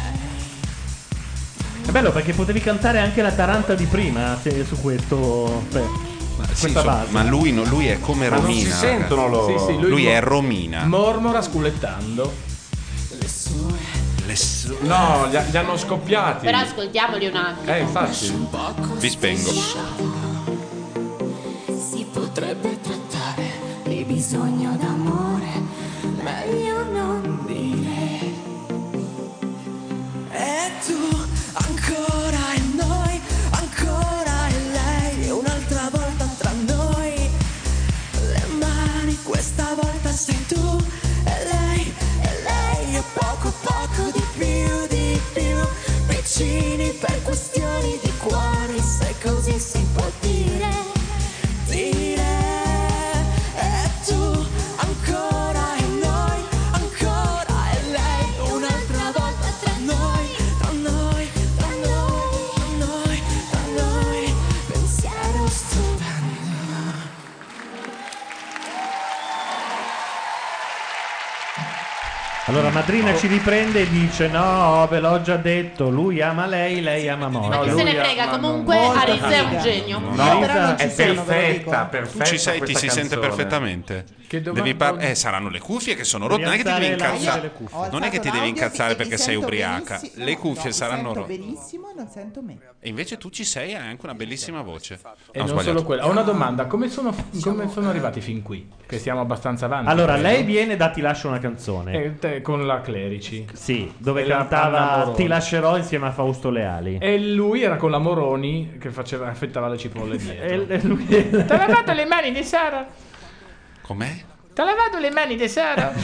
È bello perché potevi cantare anche la Taranta di prima se- su questo. Beh, Ma, sì, questa insomma, base. ma lui, no- lui è come Ma non Romina. si sentono loro. Sì, sì, lui lui mo- è Romina. Mormora sculettando. Le su- No, li, ha- li hanno scoppiati. Però ascoltiamoli un attimo. Eh, infatti. Vi spengo. Si potrebbe trattare di bisogno d'amore, meglio non dire. E tu ancora e noi, ancora e lei, un'altra volta tra noi. Le mani questa volta sei tu e lei, e lei e poco poco di più, di più. Vicini per questioni di cuori, se così si può dire. Dire, e tu ancora e noi, ancora e lei, un'altra volta tra noi, tra noi, tra noi, tra noi, tra noi, pensiero stupendo. Allora Madrina ci riprende e dice: no, ve l'ho già detto, lui ama lei, lei ama Morgan. Ma chi se ne frega, comunque Molto Arisa è un figa. genio. No, però non ci è sono, ve lo dico. perfetta, perfetta. Tu ci sei, ti questa si sente canzone. perfettamente. Che Devi domanda- par- eh, saranno le cuffie che sono Devi rotte. Non è che ti devi alzare l'audio incazzare. delle cuffie. Ho Non è che ti alzato devi l'audio incazzare e perché mi sei sento ubriaca. benissimo. Le No, cuffie mi saranno sento rotte. benissimo e non sento me. E invece tu ci sei e hai anche una bellissima voce. E No, ho non sbagliato. solo quello. Ho una domanda: come sono, come sono arrivati fin qui? Che siamo abbastanza avanti. Allora, credo. lei viene da Ti lascio una canzone. E te- con la Clerici. Sì, dove E la Anna cantava Moroni. Ti lascerò insieme a Fausto Leali. E lui era con la Moroni che faceva, affettava le cipolle dietro. E, e lui Ti ha lavato le mani di Sara? Com'è? Ti ha lavato le mani di Sara?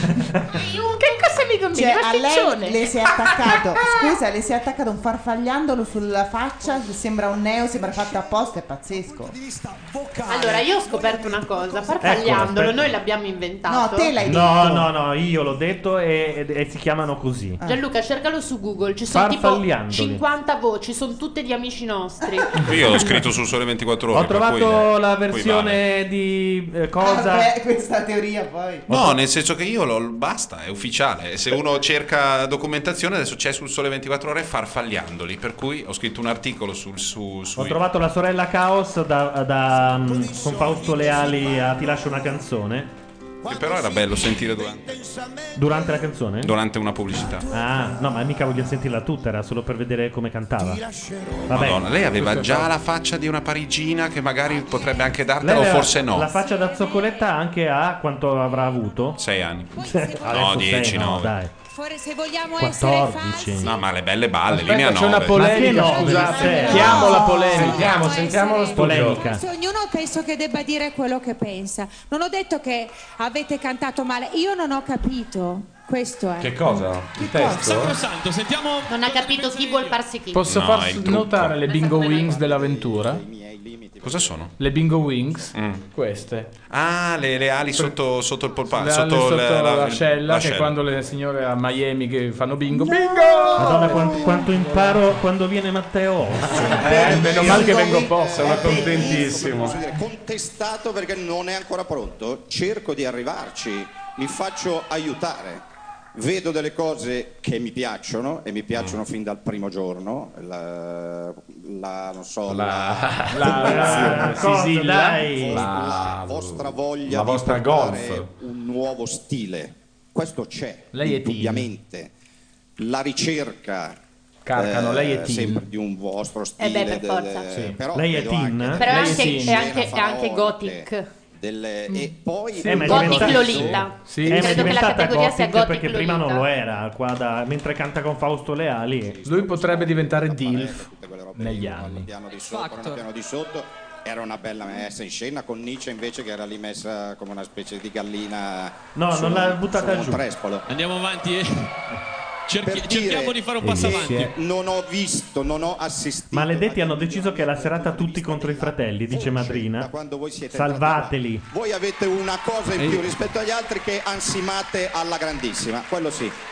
Che cosa mi combini? Cioè, a lei le si è attaccato, scusa, le si è attaccato un farfagliandolo sulla faccia, sembra un neo, sembra fatto apposta, è pazzesco. Allora, io ho scoperto una cosa, farfagliandolo, aspetta. noi l'abbiamo inventato. No, te l'hai No, detto. no, no, io l'ho detto e, e- e si chiamano così. Gianluca, cercalo su Google, ci sono tipo Farfagliandoli. cinquanta voci, sono tutte di amici nostri. Io ho scritto sul Sole ventiquattro ore. Ho per cui trovato le- la cui versione di eh, cosa. Vabbè, questa teoria poi. No, nel senso che io lo basta, è ufficiale. Se uno cerca documentazione, adesso c'è sul Sole ventiquattro ore farfagliandoli. Per cui ho scritto un articolo sul su, su Ho trovato la sorella Caos da, da, mm, con Fausto Leali a Ti lascio una canzone. che però era bello sentire durante, Durante la canzone? durante una pubblicità. Ah, no, ma mica voglio sentirla tutta, era solo per vedere come cantava. Vabbè. Madonna, lei aveva già la faccia di una parigina che magari potrebbe anche dartela, Lei o aveva forse no. La faccia da zoccoletta anche a quanto avrà avuto? Sei anni. Adesso No, dieci, sei, no, nove. dai. Fuori, se vogliamo essere quattordici. No, ma le belle balle, Aspetta, linea c'è una nove. polemica, Ma che nove? scusate. Sei. Chiamo la No, polemica. Sentiamo, sentiamo lo studio. Polemica. Se ognuno penso che debba dire quello che pensa. Non ho detto che avete cantato male, io non ho capito. Questo è. Che cosa? Il testo? Sacrosanto, sentiamo. Non ha capito chi vuol farsi chi. Posso No, far è il trucco. notare le bingo wings dell'avventura? Cosa sono? Le bingo wings? Mm. Queste. Ah, le, le ali sotto, sotto il polpaccio. Le ali Sotto, sotto il- la, il- scella, che scella. quando le signore a Miami che fanno bingo. Bingo! Madonna, quanto, quanto imparo quando viene Matteo. Eh, meno male che vengo posto. Sono contentissimo. Posso dire, contestato perché non è ancora pronto, cerco di arrivarci, mi faccio aiutare. Vedo delle cose che mi piacciono e mi piacciono fin dal primo giorno, la, la non so, La, la, la, la, Cosa, Sisilla. dai? la La- vostra voglia la di vostra portare golf. un nuovo stile. Questo c'è, Lei è teen. indubbiamente. La ricerca Carcano, lei è teen. sempre di un vostro stile. Eh beh, per de- forza. de- Sì. però Lei è vedo teen? anche Però è Lei anche, sì. è anche, è scena anche faraonica, gothic. delle- e poi Eh, ma è Gothic diventata- Lolita. Sì. Eh, ma è Credo che la diventata categoria sia gothic gothic perché prima non Lolita. lo era. Qua da- mentre canta con Fausto Leali. Lui potrebbe diventare DILF tutte quelle robe negli lì, anni. al piano di sopra, al piano di sotto. Era una bella messa in scena con Nietzsche invece che era lì messa come una specie di gallina. No, su- non l'ha su buttata un giù. trespolo. Andiamo avanti e cerchi- Per dire cerchiamo di fare un passo che avanti. Non ho visto, non ho assistito. Maledetti hanno deciso che è la serata tutti contro i fratelli, dice Da Madrina. quando voi siete Salvateli. entrati qua. Voi avete una cosa in Ehi. più rispetto agli altri che ansimate alla grandissima, quello sì.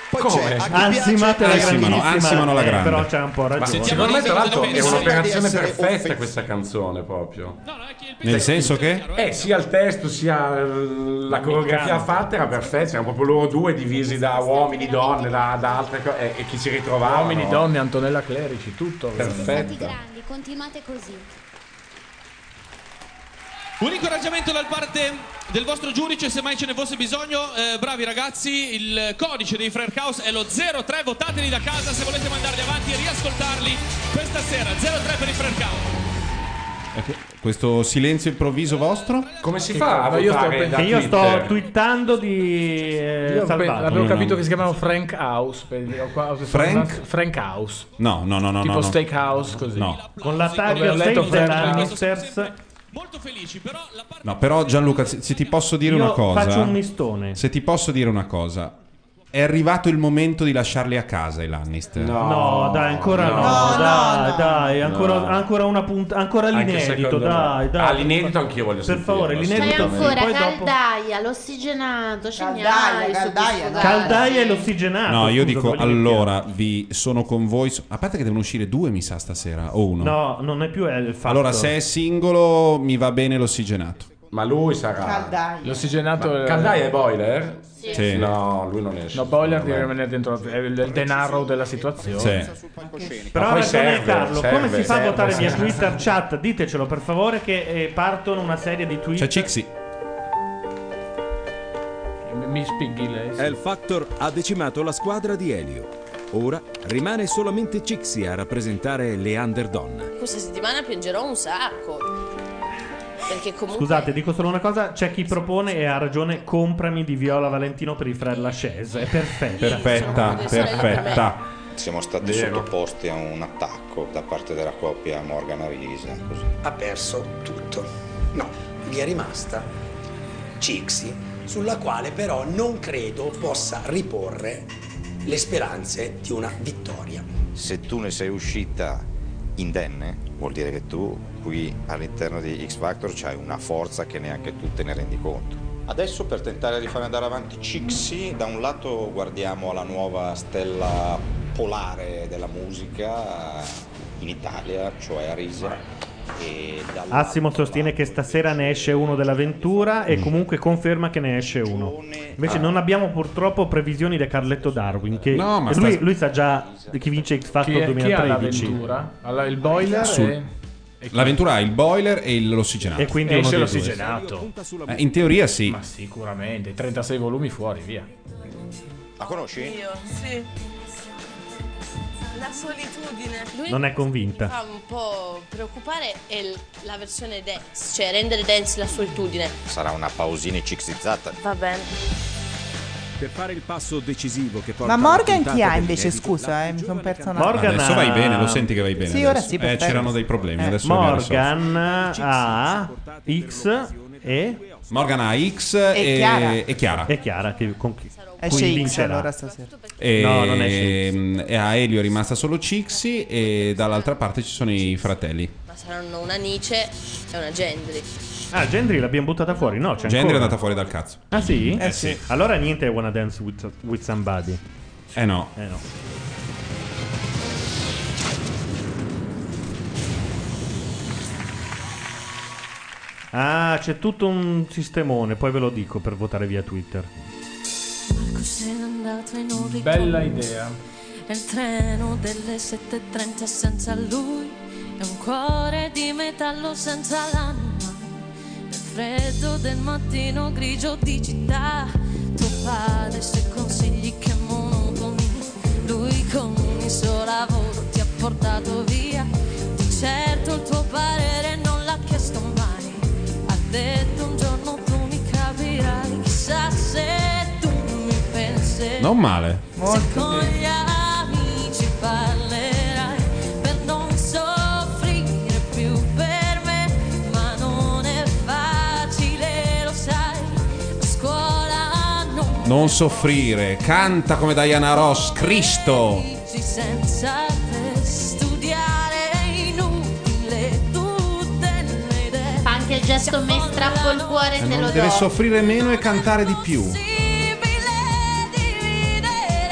Poi Come? c'è a chi Ansimate la piace- grandissima, Ansimano la eh, grande. però c'è un po' Ma ragione. secondo me tra l'altro è Sembra di un'operazione essere perfetta offensivo. questa canzone proprio. Nel senso che? Eh, sia il testo sia l- la coreografia fatta era perfetta, erano proprio loro due divisi da uomini, donne, da, da altre cose e, e chi si ritrovava. Uomini, donne, Antonella Clerici, tutto. Siete Perfetto. stati grandi, continuate così. Un incoraggiamento da parte del vostro giudice, se mai ce ne fosse bisogno. Eh, bravi ragazzi, il codice dei Frère Caos è lo zero tre, votateli da casa se volete mandarli avanti e riascoltarli questa sera. zero tre per i Frère Caos. Ecco, questo silenzio improvviso vostro? Come si fa a No, io sto votare pe- da Che io sto Twitter? twittando di eh, Io pe- Salvato. avevo No, capito no. che si chiamano Frank House. per- ho qua- ho- Frank? Frank House. No, no, no, no. Tipo no, no. Steakhouse, così. No. Con l'attacco Avevo letto Save the Frank- Lannisters. Molto felici, però la parte No, però Gianluca, se, se ti posso dire Io una cosa. faccio un mistone. Se ti posso dire una cosa. È arrivato il momento di lasciarli a casa i Lannister. No, dai, ancora no, no, dai, no, dai, ancora, no. ancora una punta, ancora Anche l'inedito, secondo me. dai, dai. Ah, l'inedito anch'io voglio Per sentirlo, favore, C'hai l'inedito. ancora poi dopo- caldaia, l'ossigenato, ce ne Caldaia, hai su caldaia, questo dai. Caldaia e l'ossigenato. No, io scusa, dico dove li allora, vi sono con voi. A parte che devono uscire due, mi sa, stasera. O uno. mettiamo? No, non è più il fatto. Allora, se è singolo, mi va bene l'ossigenato. Ma lui sarà. Caldaia. L'ossigenato Ma è- Caldaia è Boiler? Sì. Sì. No, lui non esce. No, Boiler Secondo deve me. rimanere dentro. È il il denaro della situazione. Sì. Però Ma ha poi ragione serve, Carlo, serve, come si fa a serve, votare via serve. Twitter chat? Ditecelo per favore che eh, partono una serie di tweet. C'è Cixi. Mi spieghi lei? L Factor ha decimato la squadra di Elio. Ora rimane solamente Cixi a rappresentare le underdonna. Questa settimana piangerò un sacco. Perché comunque. Scusate, dico solo una cosa, c'è chi propone e ha ragione, comprami di Viola Valentino per i Frère Lachaise. È perfetta. Perfetta, perfetta. Siamo stati Vero. sottoposti a un attacco da parte della coppia Morgan-Arisa. Così. Ha perso tutto. No, gli è rimasta Cixi, sulla quale però non credo possa riporre le speranze di una vittoria. Se tu ne sei uscita indenne, vuol dire che tu qui all'interno di X Factor c'hai una forza che neanche tu te ne rendi conto. Adesso per tentare di fare andare avanti Cixi, da un lato guardiamo alla nuova stella polare della musica in Italia, cioè Arisa. E dall'altro Assimo sostiene che stasera ne esce uno dell'avventura Mm. e comunque conferma che ne esce uno. Invece Ah. non abbiamo purtroppo previsioni da Carletto Darwin, che No, ma lui, sta- lui sa già chi vince X Chi, Factor è- chi ha duemilatredici. l'avventura? Alla- il boiler Sul- e, e chi- L'avventura ha il boiler e il- l'ossigenato. E quindi esce uno dei due. l'ossigenato. Eh, in teoria sì. Ma sicuramente, trentasei volumi fuori, via. La conosci? Io, sì. La solitudine. Lui Non è convinta. fa un po' preoccupare è l- la versione dance, cioè rendere dance la solitudine. Sarà una pausina cixizzata. Va bene. Per fare il passo decisivo che porta Ma alla Morgan puntata chi ha degli invece? inediti, Scusa, eh, mi sono persa una Morgan Adesso ha- vai bene, lo senti che vai bene. Sì, ora adesso. sì, Eh, perfetto. c'erano dei problemi. Eh. Adesso li abbiamo risolti. Morgan ha X e Morgan ha X E e, Chiara. e Chiara. è Chiara che con chi Esce X vincerà. allora stasera. E, No, non esce mm, e a Elio è rimasta solo Cixi e dall'altra parte ci sono i fratelli. Ma saranno una Nice e una Gendry. Ah, Gendry l'abbiamo buttata fuori, no? C'è Gendry è ancora. andata fuori dal cazzo. Ah sì? Eh sì. Allora niente I Wanna Dance with, with Somebody. Eh no. Eh no. Ah, c'è tutto un sistemone, poi ve lo dico per votare via Twitter. Marco se n'è andato in un ritorno. Bella idea. È il treno delle sette e trenta senza lui. È un cuore di metallo senza l'anima. Nel freddo del mattino grigio di città. Tuo padre se consigli che monotoni. Lui con il suo lavoro ti ha portato via. Di certo il tuo parere non l'ha chiesto mai. Ha detto un giorno tu mi capirai. Chissà se tu mi penserai. Non male. Se con gli amici parlerai per non soffrire più per me, ma non è facile, lo sai. A scuola non Non soffrire. Canta come Diana Ross. Cristo. dici senza te studiare è inutile, tutte le idee. Fa anche il gesto me strappo il cuore e te lo Deve do. soffrire meno e cantare di più.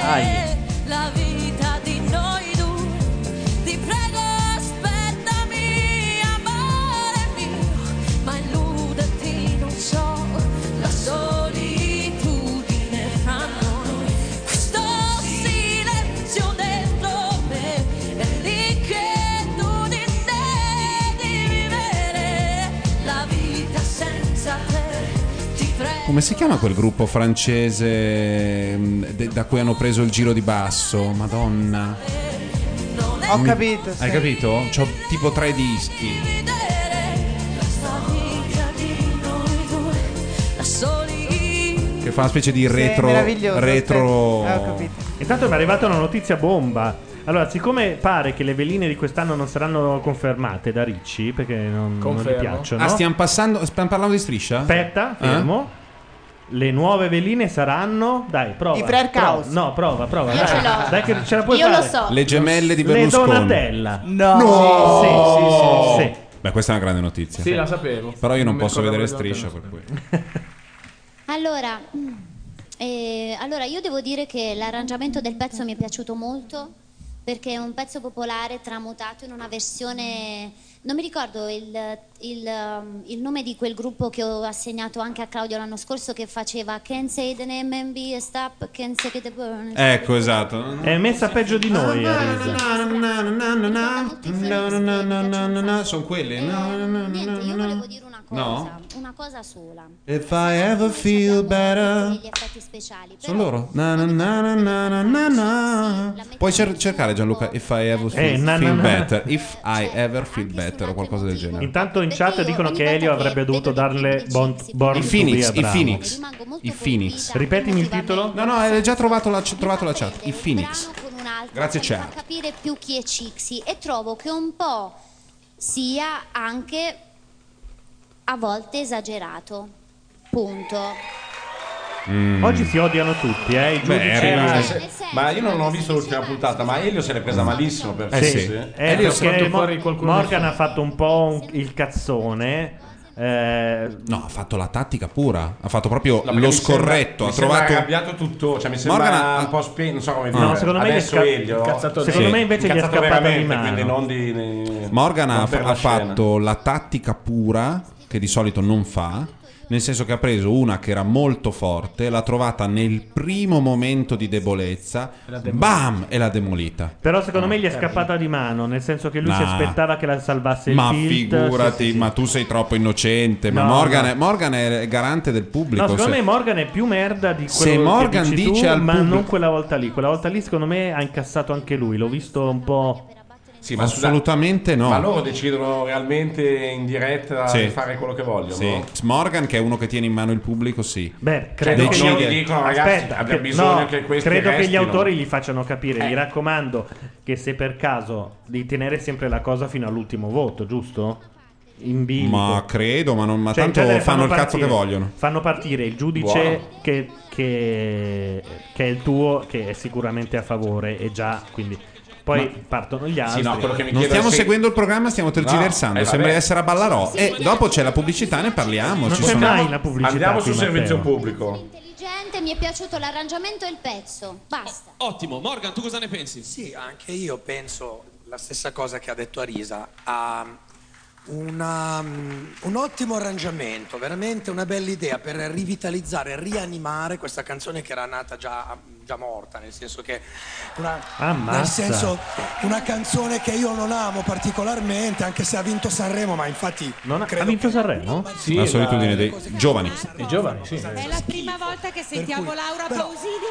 Ai. la vita di noi due. Ti prego aspettami, amore mio, ma illuditi non so, la solitudine fra noi, questo silenzio dentro me, è lì che tu di te di vivere la vita senza te. Ti prego. Come si chiama quel gruppo francese mh, de- da cui hanno preso il giro di basso? Madonna. Ho Mi- capito. sì. Hai capito? C'ho tipo tre dischi. Questa vita di noi due, la solitudine. Che fa una specie di Sì, retro. meraviglioso, retro. sì. Eh, ho capito. Intanto mi è arrivata una notizia bomba. Allora, siccome pare che le veline di quest'anno non saranno confermate da Ricci, perché non, non gli Confermo. piacciono. Ah, stiamo passando. Stiamo parlando di Striscia? Aspetta, fermo. Le nuove veline saranno. Dai, prova. I Frère prova. Caos. No, prova, prova. Io dai. ce l'ho. Dai, che ce la puoi Io fare. lo so. Le gemelle di Le Berlusconi. Donatella. No. No! Sì, sì, sì, sì. Beh, questa è una grande notizia. Sì, la sapevo. Però io non mi posso ricordavo vedere di Striscia, per cui. Allora, eh, allora, io devo dire che l'arrangiamento del pezzo mi è piaciuto molto perché è un pezzo popolare tramutato in una versione, non mi ricordo il, il, um, il nome di quel gruppo che ho assegnato anche a Claudio l'anno scorso che faceva Can't say the name and be a stop, can't say the burn. Ecco, esatto. È messa peggio di noi, Arisa. Sono quelle. Niente, io volevo dire una cosa, No? una cosa sola. If I ever feel better. Gli effetti speciali. Sono loro. Na, na, na, na, na, na, na, na. Puoi cer- cercare, Gianluca, If I ever feel, Eh, na, na, feel na. better. If I ever feel better o qualcosa del genere. Intanto in chat dicono che Elio avrebbe dovuto darle Bon- Born I to Phoenix, be a i Bravo. Phoenix. I Phoenix. Ripetimi il titolo. No, no, hai già trovato la, trovato la chat. I Phoenix. Con un altro Grazie, per far chat. capire più chi è Cixi e trovo che un po' sia anche a volte esagerato. Punto. Mm. Oggi si odiano tutti, eh? I Beh, giudici. arriva- se- ma io non ho visto l'ultima puntata, ma Elio se l'è presa malissimo per Eh sì, sì. Eh, Elio si è perché fatto Mo- fuori qualcuno Morgan di- ha fatto un po' un- il cazzone. eh, No, ha fatto la tattica pura. Ha fatto proprio No, perché lo mi sembra- scorretto. mi Ha sembra trovato. arrabbiato tutto, cioè mi sembra Morgan ha- un po' spento, non so come No, dire. secondo me gli è Adesso sca- Elio, incazzato secondo me invece gli è incazzato scappato di veramente, mano. quindi non di, di- Morgan non ha, per ha la scena. fatto la tattica pura, che di solito non fa, nel senso che ha preso una che era molto forte, l'ha trovata nel primo momento di debolezza, bam, e l'ha demolita. Però secondo me gli è scappata di mano, nel senso che lui si Nah. aspettava che la salvasse il Ma tilt. figurati, Sì, sì, sì. ma tu sei troppo innocente. Ma No, Morgan, no. È, Morgan è garante del pubblico. No, secondo se- me Morgan è più merda di quello Se Morgan che dici dice tu, al ma pubblico- non quella volta lì. Quella volta lì secondo me ha incassato anche lui, l'ho visto un po'. Sì, ma scusa, assolutamente no. Ma loro decidono realmente in diretta Sì. di fare quello che vogliono? Sì. Morgan, che è uno che tiene in mano il pubblico, sì. Beh, credo Cioè, che decide- gli autori dicono, ragazzi, Aspetta, abbiamo che- bisogno no, che questi credo che gli restino. autori gli facciano capire. Eh. Mi raccomando che se per caso di tenere sempre la cosa fino all'ultimo voto, giusto? In bilico. Ma credo, ma, non, ma Cioè, in tanto genere fanno il cazzo partire- che vogliono. Fanno partire il giudice Buono. che, che, che è il tuo, che è sicuramente a favore, e già, quindi poi Ma- partono gli altri. no, quello che mi Non chiedo stiamo è se- seguendo il programma, stiamo tergiversando. No, eh, Sembra di vabbè. essere a Ballarò. E dopo c'è la pubblicità, ne parliamo. Non Ci c'è sono- mai la pubblicità. Andiamo qui, sul servizio Matteo. pubblico. Intelligente, mi è piaciuto l'arrangiamento e il pezzo. Basta. Ottimo, Morgan, tu cosa ne pensi? Sì, anche io penso la stessa cosa che ha detto Arisa. Ha una, um, un ottimo arrangiamento, veramente una bella idea per rivitalizzare, rianimare questa canzone che era nata già, già morta, nel senso che una, Ammazza. Nel senso, una canzone che io non amo particolarmente, anche se ha vinto Sanremo, ma infatti Non ha, credo ha vinto Sanremo? Sì, la la- solitudine dei giovani. I giovani, sì. È la prima volta che sentiamo Laura Pausini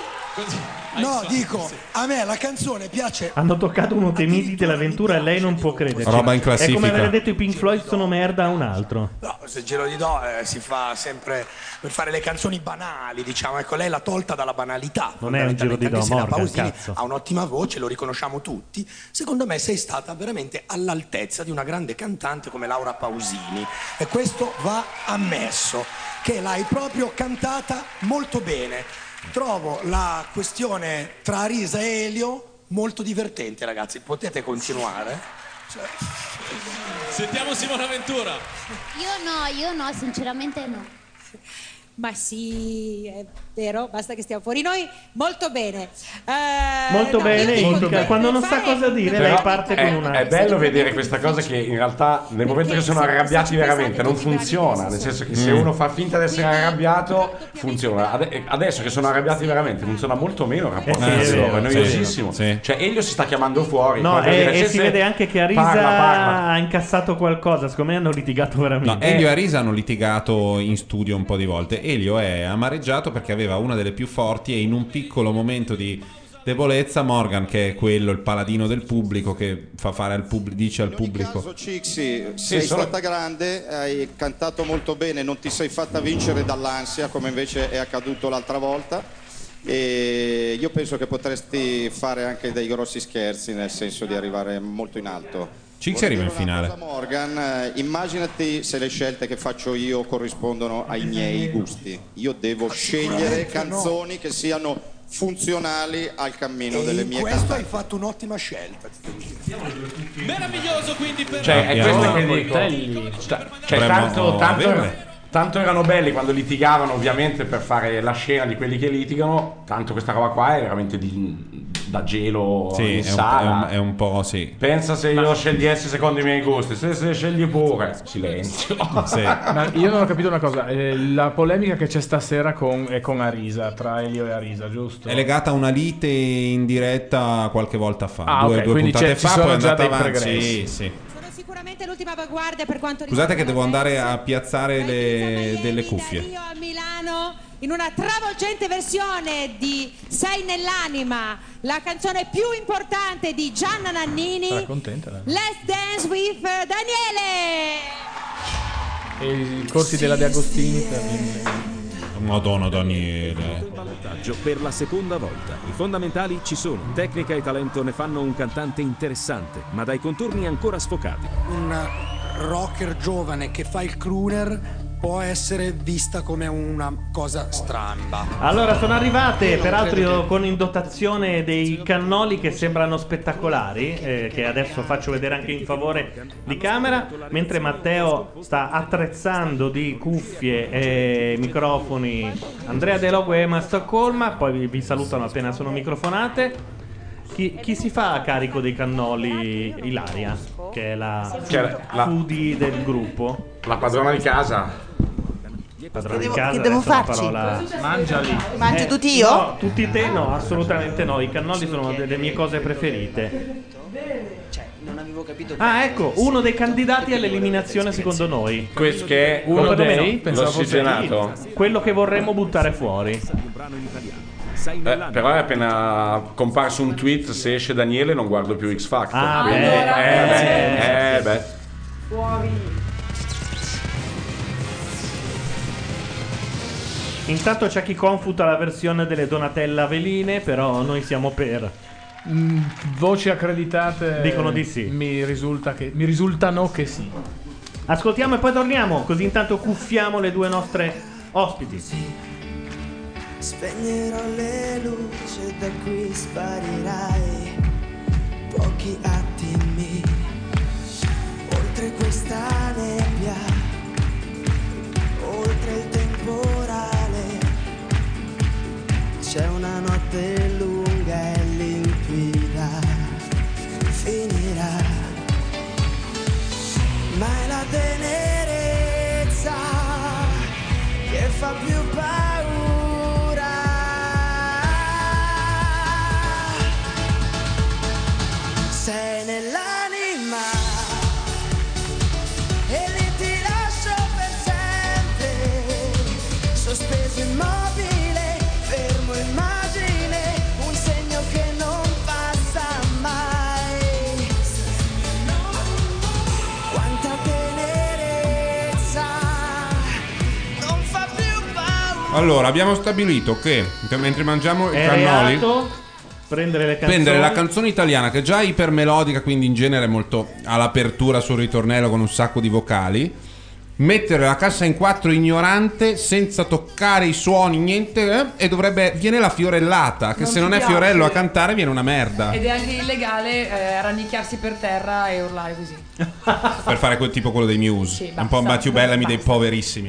qui. No, dico, a me la canzone piace. Hanno toccato uno dei miti dell'avventura e lei non può crederci. Roba in È come classifica. aver detto i Pink Floyd sono merda a un altro. No, se Giro di Do eh, si fa sempre per fare le canzoni banali, diciamo, ecco, lei l'ha tolta dalla banalità. Non è un Giro di Do, Anche se la Morgan, Pausini cazzo. ha un'ottima voce, lo riconosciamo tutti. Secondo me sei stata veramente all'altezza di una grande cantante come Laura Pausini, e questo va ammesso, che l'hai proprio cantata molto bene. Trovo la questione tra Arisa e Elio molto divertente, ragazzi, potete continuare? Cioè... Sentiamo Simona Ventura. Io no, io no, sinceramente no. Ma sì, è vero, basta che stiamo fuori noi. Molto bene. Eh, Molto no, bene, io dico Inca. che Quando non fare sa cosa dire, Però lei parte è, con una. è bello vedere questa cosa che in realtà nel momento che sono arrabbiati veramente non funziona, nel senso che se Mm. uno fa finta di essere arrabbiato funziona. Ade- adesso che sono arrabbiati veramente funziona molto meno il rapporto Eh sì, tra è di loro, vero, è noiosissimo. sì. Cioè Elio si sta chiamando fuori. No, come per e, dire, e se- si se- vede anche che Arisa parla, parla. ha incassato qualcosa. Secondo me hanno litigato veramente. No, Elio e Arisa hanno litigato in studio un po' di volte. Elio è amareggiato perché aveva una delle più forti e in un piccolo momento di debolezza Morgan, che è quello, il paladino del pubblico, che fa fare al pubblico, dice al pubblico: Cixi, sei sono- stata grande, hai cantato molto bene, non ti sei fatta vincere dall'ansia come invece è accaduto l'altra volta, e io penso che potresti fare anche dei grossi scherzi, nel senso di arrivare molto in alto. Cixi arriva in finale. Morgan, eh, immaginati se le scelte che faccio io corrispondono ai miei gusti. Io devo scegliere canzoni che siano funzionali al cammino E delle in mie questo cantanti. hai fatto un'ottima scelta, ti devo dire. Meraviglioso quindi per Cioè, è Abbiamo questo che dico. coltelli. Cioè, cioè, Dovremmo tanto, tanto, averne. tanto erano belli quando litigavano, ovviamente, per fare la scena di quelli che litigano. Tanto questa roba qua è veramente di, da gelo Sì, in è un, è, sala. un, è un po' sì. Pensa se io scegliessi secondo i miei gusti, se, se scegli pure. Silenzio. Sì. Ma io non ho capito una cosa, eh, la polemica che c'è stasera con, è con Arisa, tra Elio e Arisa, giusto? È legata a una lite in diretta qualche volta fa, Ah, due, ok, due quindi puntate c'è- ci fa, sono poi è già andata dei avanti. progressi. Sì, sì. Sono sicuramente l'ultima avanguardia per quanto Scusate riguarda che devo andare a piazzare le, delle cuffie. Io a Milano in una travolgente versione di Sei nell'anima, la canzone più importante di Gianna Nannini. Sarà contenta lei. Let's Dance with Daniele. E i corsi della De Agostini per... Madonna Daniele. Ballottaggio per la seconda volta. I fondamentali ci sono. Tecnica e talento ne fanno un cantante interessante, ma dai contorni ancora sfocati. Un rocker giovane che fa il crooner può essere vista come una cosa stramba. Allora sono arrivate Io non peraltro credo che- con in dotazione dei cannoli che sembrano spettacolari, eh, che adesso faccio vedere anche in favore di camera, mentre Matteo sta attrezzando di cuffie e microfoni Andrea De Logo e Emma Stoccolma. Poi vi, vi salutano appena sono microfonate. Chi, chi si fa a carico dei cannoli? Ilaria, che è la, Che è la- foodie del gruppo. La padrona di casa. Padrona Che di devo- casa, che devo adesso è una farci? parola- Mangiali. Mangi Eh, tutti io? No, tutti te no, assolutamente no. I cannoli sono delle mie cose preferite. Non avevo capito. Ah, ecco, uno dei candidati all'eliminazione secondo noi. Questo che è Uno uno dei, dei pensavo fosse l'ossigenato. quello che vorremmo buttare fuori. Eh, però è appena comparso un tweet: se esce Daniele non guardo più X Factor. Ah, Quindi- beh, eh, eh, beh, eh, sì. beh. Intanto c'è chi confuta la versione delle Donatella Veline, però noi siamo per. Mm, voci accreditate Dicono di sì. Mi risulta che mi risultano che sì. Ascoltiamo e poi torniamo, così intanto cuffiamo le due nostre ospiti. Spegnerò le luci e da qui sparirai pochi attimi oltre questa nebbia, oltre il temporale. C'è una notte lunga e limpida, finirà, ma è la tenerezza che fa più paura. Sei nell'anima e lì ti lascio per sempre, sospeso immobile, fermo immagine, un segno che non passa mai. Quanta tenerezza, non fa più paura. Allora, abbiamo stabilito che mentre mangiamo i È cannoli, reato prendere le canzoni. prendere la canzone italiana, che è già ipermelodica, quindi in genere molto all'apertura sul ritornello con un sacco di vocali, mettere la cassa in quattro ignorante senza toccare i suoni, niente, eh, e dovrebbe viene la fiorellata, che Non se ti non è piace. Fiorello a cantare viene una merda. Ed è anche illegale eh, rannicchiarsi per terra e urlare così. Per fare quel tipo quello dei Muse, Sì, un po' basta. Matthew Bellamy dei Basta. poverissimi.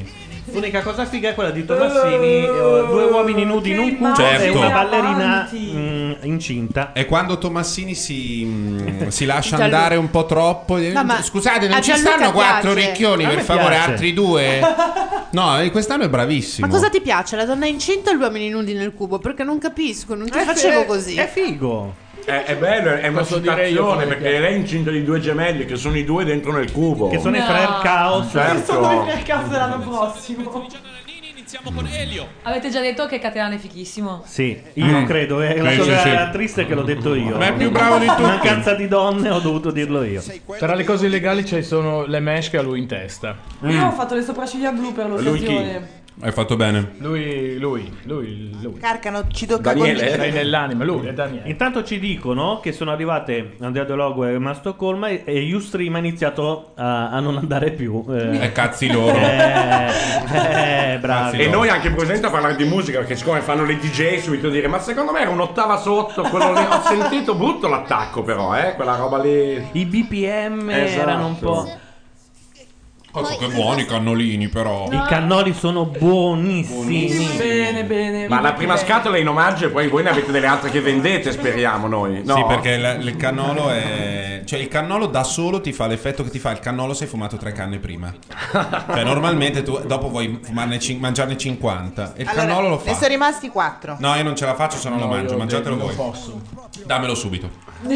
L'unica cosa figa è quella di Tomassini, eh, due uomini nudi in un cubo Certo. e una ballerina mm, incinta. E quando Tomassini si, mm, si lascia Gianluca. andare un po' troppo, eh, No, ma scusate, non a ci Gianluca stanno quattro piace. ricchioni, A per me favore, piace. altri due? No, eh, quest'anno è bravissimo. Ma cosa ti piace? La donna incinta o gli uomini nudi nel cubo? Perché non capisco, non ti Eh, facevo è- così. È figo. È, è bello, è una Posso dire io citazione come perché piace. lei è incinta di due gemelli che sono i due dentro nel cubo. Che sono i No. Frère Chaos. Certo. Che cazzo dell'anno prossimo? Iniziamo con Elio. Avete già detto che Caterano è fighissimo? Sì, io Mm. credo, è la Sì, cosa sì, sì. triste che l'ho detto io. Ma è più bravo di tutti. Mancanza di donne, ho dovuto dirlo io. Tra le cose illegali ci sono le mesh che ha lui in testa. Io ho fatto le sopracciglia blu per l'occasione. Hai fatto bene. Lui, lui, lui, lui. Carcano, ci tocca Daniele, condividere. sei nell'anima, lui è Daniele. Intanto ci dicono che sono arrivate Andrea De Logo e Emma Stoccolma e, e Ustream ha iniziato a, a non andare più. Eh, E cazzi loro. Eh, eh, bravi. E noi anche presenti a parlare di musica perché siccome fanno le D J subito dire ma secondo me era un'ottava sotto quello lì ho sentito brutto l'attacco però eh quella roba lì I B P M Esatto. erano un po'. Cazzo, che buoni i cannolini, però. I cannoli sono buonissimi. Bene, bene. ma la prima scatola è in omaggio e poi voi ne avete delle altre che vendete speriamo noi no? Sì, perché il, il cannolo è. Cioè, il cannolo da solo ti fa l'effetto che ti fa il cannolo se hai fumato tre canne prima. Cioè, normalmente tu dopo vuoi fumarne cin- mangiarne cinquanta. E il Allora, cannolo lo ne fa. sono rimasti quattro. No, io non ce la faccio se non lo No, mangio. io Mangiatelo non voi. posso. Dammelo subito. di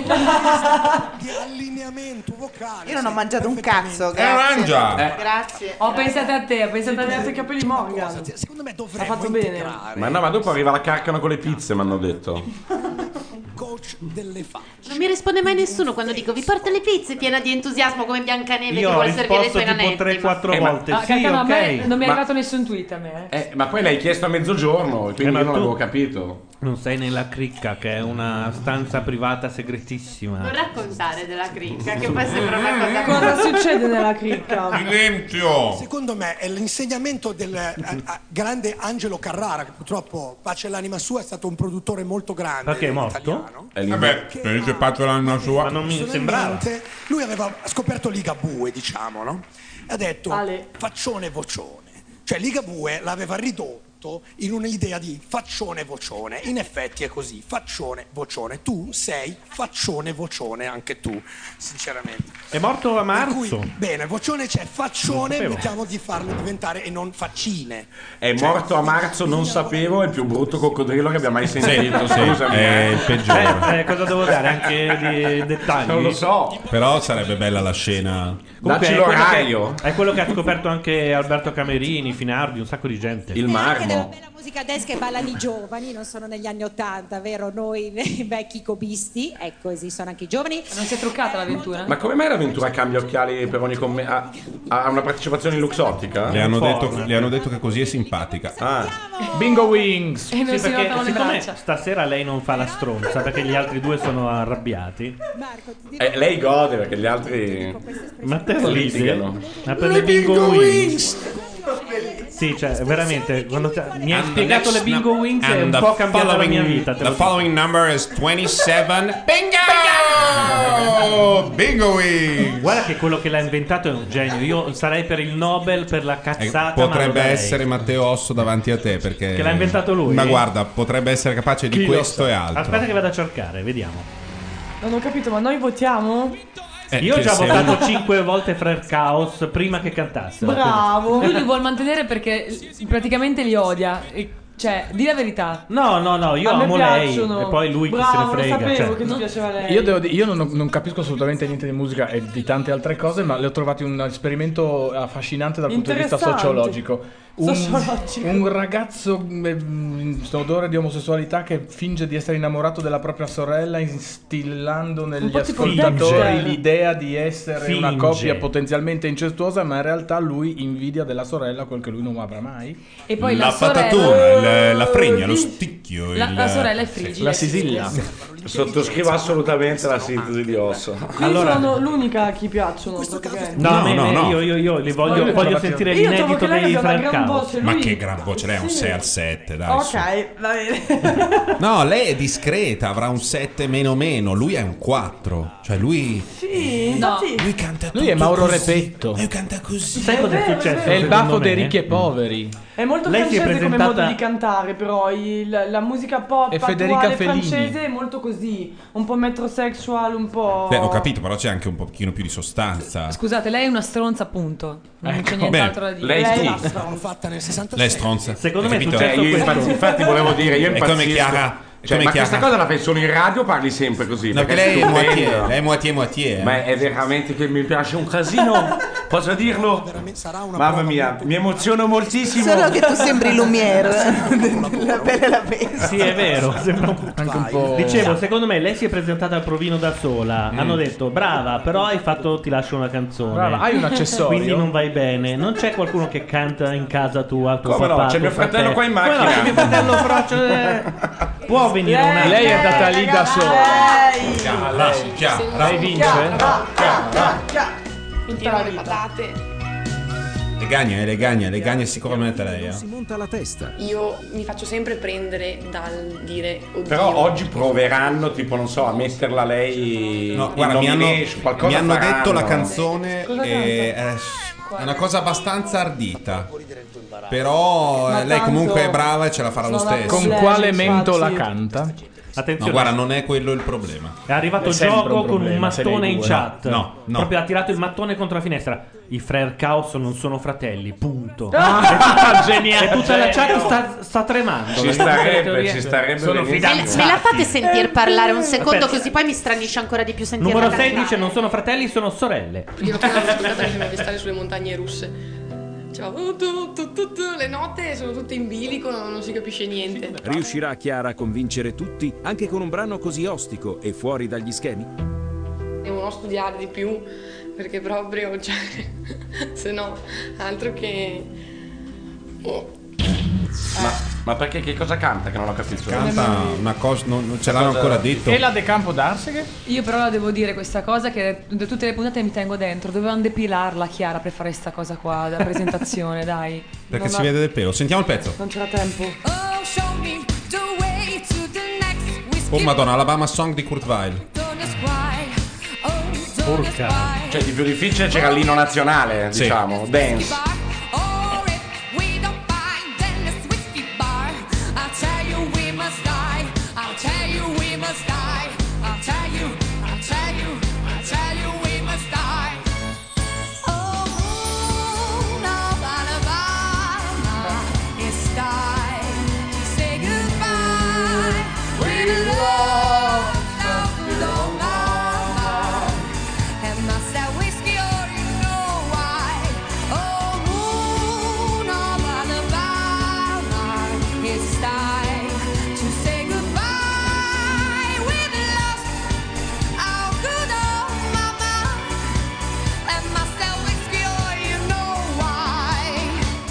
allineamento vocale. Io non ho mangiato un cazzo, Eh, grazie. mangia. Eh. Grazie. Ho pensato a te, ho pensato a te i capelli Morgan. Secondo me Ha dovremmo fatto bene. integrare ma no ma dopo arriva la carcano con le pizze mi hanno detto coach delle facce. Non mi risponde mai nessuno quando dico vi porto le pizze piena di entusiasmo come Biancaneve Io che ho vuole servire i risposto suoi tipo nanetti. tre quattro Eh, ma- volte. Ah, Sì, Caterano, a me ok. non mi è Ma- arrivato nessun tweet a me. eh. eh, ma poi l'hai chiesto a mezzogiorno quindi Eh, ma io non tu- avevo capito Non sei nella cricca, che è una stanza privata segretissima. Non raccontare della cricca, che poi sembra una cosa. Cosa succede nella cricca? Silenzio. Secondo me è l'insegnamento del eh, eh, grande Angelo Carrara, che purtroppo, pace all'anima sua, è stato un produttore molto grande. Perché è morto? italiano. È lì- Vabbè, se dice fatto l'anima sua. Ma non mi sembrava. Personalmente, lui aveva scoperto Ligabue, diciamo, no? E ha detto Ale. faccione vocione. Cioè Ligabue l'aveva ridotto in un'idea di faccione vocione. In effetti è così, faccione vocione. Tu sei faccione vocione, anche tu, sinceramente. È morto a Per cui, marzo. bene, vocione c'è, Non faccione, sapevo. mettiamo di farlo diventare e non faccine. è morto a marzo non sapevo è il più brutto coccodrillo che abbia mai sentito scusami È il peggiore. Eh, eh, cosa devo dare? Anche di dettagli? non lo so Però sarebbe bella la scena. Comunque dacci è quello, l'orario che, è quello che ha scoperto anche Alberto Camerini, Finardi, un sacco di gente. il Anche della marmo bella musica dance che ballano i giovani, non sono negli anni ottanta, vero? Noi i vecchi cobisti, ecco, esistono anche i giovani. Non si è truccata l'avventura? ma come mai l'avventura cambia occhiali per ogni commento ha, ha una partecipazione in Luxottica? Le hanno, Forza. detto, le hanno detto che così è simpatica. ah. Bingo Wings. E non Sì, si perché notano le siccome braccia. stasera lei non fa la stronza perché gli altri due sono arrabbiati. Marco, ti dico Eh, lei gode perché gli altri Matteo ride, litigano. ma per le Bingo Wings. Sì, cioè, veramente, quando ti- mi hai And the spiegato next le Bingo num- Wings è and un the po' cambiata la following- mia vita. te The lo dico. following number is twenty-seven. Bingo! Bingo Wings! Guarda che quello che l'ha inventato è un genio. Io sarei per il Nobel per la Eh, cazzata. ma lo potrebbe darei. essere Matteo Osso davanti a te perché Che l'ha inventato lui? Ma guarda, potrebbe essere capace di Chi lo questo sa? e altro. Aspetta che vado a cercare, vediamo. Non ho capito, ma noi votiamo? Eh, Io ho che già se votato uno- cinque volte Frère Chaos prima che cantassero. Bravo. Lui li vuole mantenere perché praticamente li odia. E- Cioè, di la verità. No, no, no, io A me amo lei piacciono. e poi lui chi Bravo, se ne lo frega. sapevo cioè. che ti piaceva lei. Io, devo di- io non, non capisco assolutamente niente di musica e di tante altre cose, ma le ho trovati un esperimento affascinante dal punto di vista Interessante. sociologico. Un, Sociologico. un ragazzo mm, in odore di omosessualità che finge di essere innamorato della propria sorella, instillando Un negli po' tipo ascoltatori Dexter. l'idea di essere una Finge. coppia potenzialmente incestuosa, ma in realtà lui invidia della sorella quel che lui non avrà mai. E poi la la sorella- patatona, il- la fregna, lo sticchio. La, il- la sorella è sì. frigida. La sisilla. Sottoscrivo assolutamente la sintesi di Osso. Io sono l'unica a chi piacciono praticamente. No, me- no, me- no. Io, io, io li voglio, Io voglio trovo- sentire io trovo l'inedito che lei dei abbia una Fred gran Chaos. voce, Ma lui- che gran voce, lei ha un Sì. sei al sette, dai. su. Ok, va bene. No, lei è discreta, avrà un sette meno meno, lui è un quattro. Cioè lui Sì, infatti. lui canta Lui è tutto Mauro così. Repetto. Lui canta così. Sai cosa è vero, è successo? È il secondo baffo me? dei ricchi e poveri. È molto Lei si è francese come presentata- modo di cantare, però il- la musica pop È Federica attuale Fellini. francese è molto così, un po' metrosexual, un po'. Beh, ho capito, però c'è anche un pochino più di sostanza. Scusate, lei è una stronza, appunto. Non c'è nient'altro da dire. lei Lei sì. basta. L'hanno fatta nel sessantasei. Lei è stronza. Secondo Hai me è capito? successo Eh, io questo. infatti, infatti volevo dire, io È come impazzisco. Chiara. è Cioè, come ma Chiara. questa cosa la fai solo in radio o parli sempre così? No, Perché che lei è stupendo. moitié, lei è moitié moitié. eh. Ma è veramente che mi piace un casino. Posso dirlo? Mamma mia, mi emoziono moltissimo. Solo che tu sembri Lumière. La bella e la bestia. Sì, è vero, sembra un... Anche un po'. Dicevo, secondo me lei si è presentata al provino da sola. Mm. Hanno detto brava, però hai fatto ti lascio una canzone. Brava, hai un accessorio? Quindi non vai bene. Non c'è qualcuno che canta in casa tua, tuo Come no? papà, C'è tuo mio fratello fratello. qua in Come no, macchina. c'è mio fratello però c'è- può venire Lei- una Lei è andata lì da sola. Chiara, Chiara. Lei vince? Tutta la vita. Le gagne, le gagne, le gagne sicuramente lei. eh. Si monta la testa. Io mi faccio sempre prendere dal dire oddio. Però oggi proveranno, tipo, non so, a metterla lei No, in guarda, mi hanno, nomination, qualcosa mi hanno faranno. detto la canzone Cosa è, è una cosa abbastanza ardita. Però Ma eh, lei comunque tanto è brava e ce la farà lo sono la stesso. Con Lei, quale infatti. mento la canta? Attenzione. No, guarda, non è quello il problema. È arrivato È il sempre gioco un con un problema, se mattone lei in due. chat. No, no. Proprio ha tirato il mattone contro la finestra. I Frère Chaos non sono fratelli, punto. Ah, geniale. E tutta la chat sta, sta tremando. Ci perché tutte le starebbe, teorie- ci starebbe Sono benissimo. fidanzati. Me la fate sentir parlare un secondo, Aspetta. così poi mi stranisce ancora di più sentirla Numero sei cantare. dice non sono fratelli, sono sorelle. Io ho ascoltato che mi stare sulle montagne russe. Cioè, tu, tu, tu, tu, tu, le note sono tutte in bilico, non, non si capisce niente. Riuscirà Chiara a convincere tutti anche con un brano così ostico e fuori dagli schemi? Devono studiare di più perché proprio, cioè, se no, altro che. Oh. Ma, ma perché che cosa canta che non ho capito? Canta una cosa, non, non ce l'hanno ancora detto. E la De Campo d'Arseghe? Io però la devo dire questa cosa che da tutte le puntate mi tengo dentro. Dovevano depilarla Chiara per fare sta cosa qua, la presentazione, dai. Perché Non si ha- vede del pelo. Sentiamo il pezzo. Non c'era tempo. Oh, show me the way to the next whiskey. Oh madonna, Alabama Song di Kurt Weill. Don't ask why. Oh, don't ask Porca. why. Cioè, di più difficile c'era l'inno nazionale, Sì. diciamo, dance. Or if we don't find Dennis whiskey bar, I'll tell you we must die. I'll tell you we must die. I'll tell you, I'll tell you, I'll tell you we must die. Oh, moon of Alabama, it's time to say goodbye. With the love of Long Island. And must that whiskey or you know why? Oh, moon of Alabama, it's time to say goodbye. We've lost our good old mama. And must that whiskey or you know why?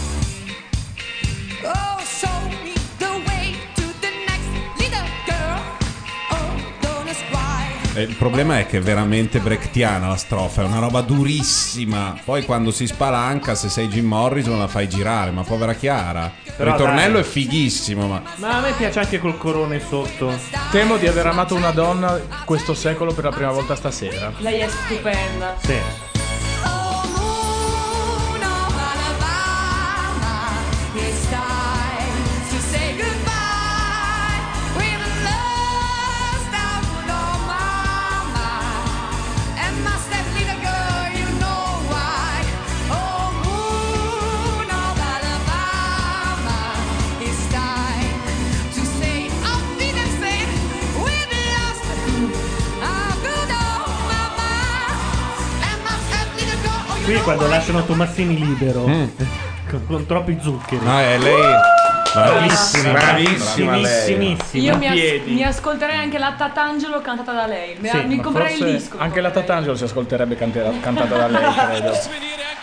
Oh, show me the way to the next little girl. Oh, don't ask why. Eh, il problema è che è veramente brechtiana la strofa, è una roba durissima. Poi quando si spalanca, se sei Jim Morrison la fai girare, ma povera Chiara. Il Però ritornello dai. è fighissimo, ma Ma a me piace anche col corone sotto. Temo di aver amato una donna questo secolo per la prima volta stasera. Lei è stupenda. Sì. It's time to say goodbye. We've lost our good old mama. And my step little girl, you know why. Oh, moon of Alabama. It's time to say, I'll be the same. We've lost our good old mama. And my step little girl, oh, you Qui know quando why. lasciano Tomassini libero con, con troppi zuccheri. no, è lei bravissima, Bravissima lei. Finissimissima. Io mi, as- piedi. mi ascolterei anche la Tatangelo cantata da lei. Mi, Sì, mi ma comprerei il forse disco. anche la Tatangelo si ascolterebbe cantera- cantata da lei, credo. Posso venire anche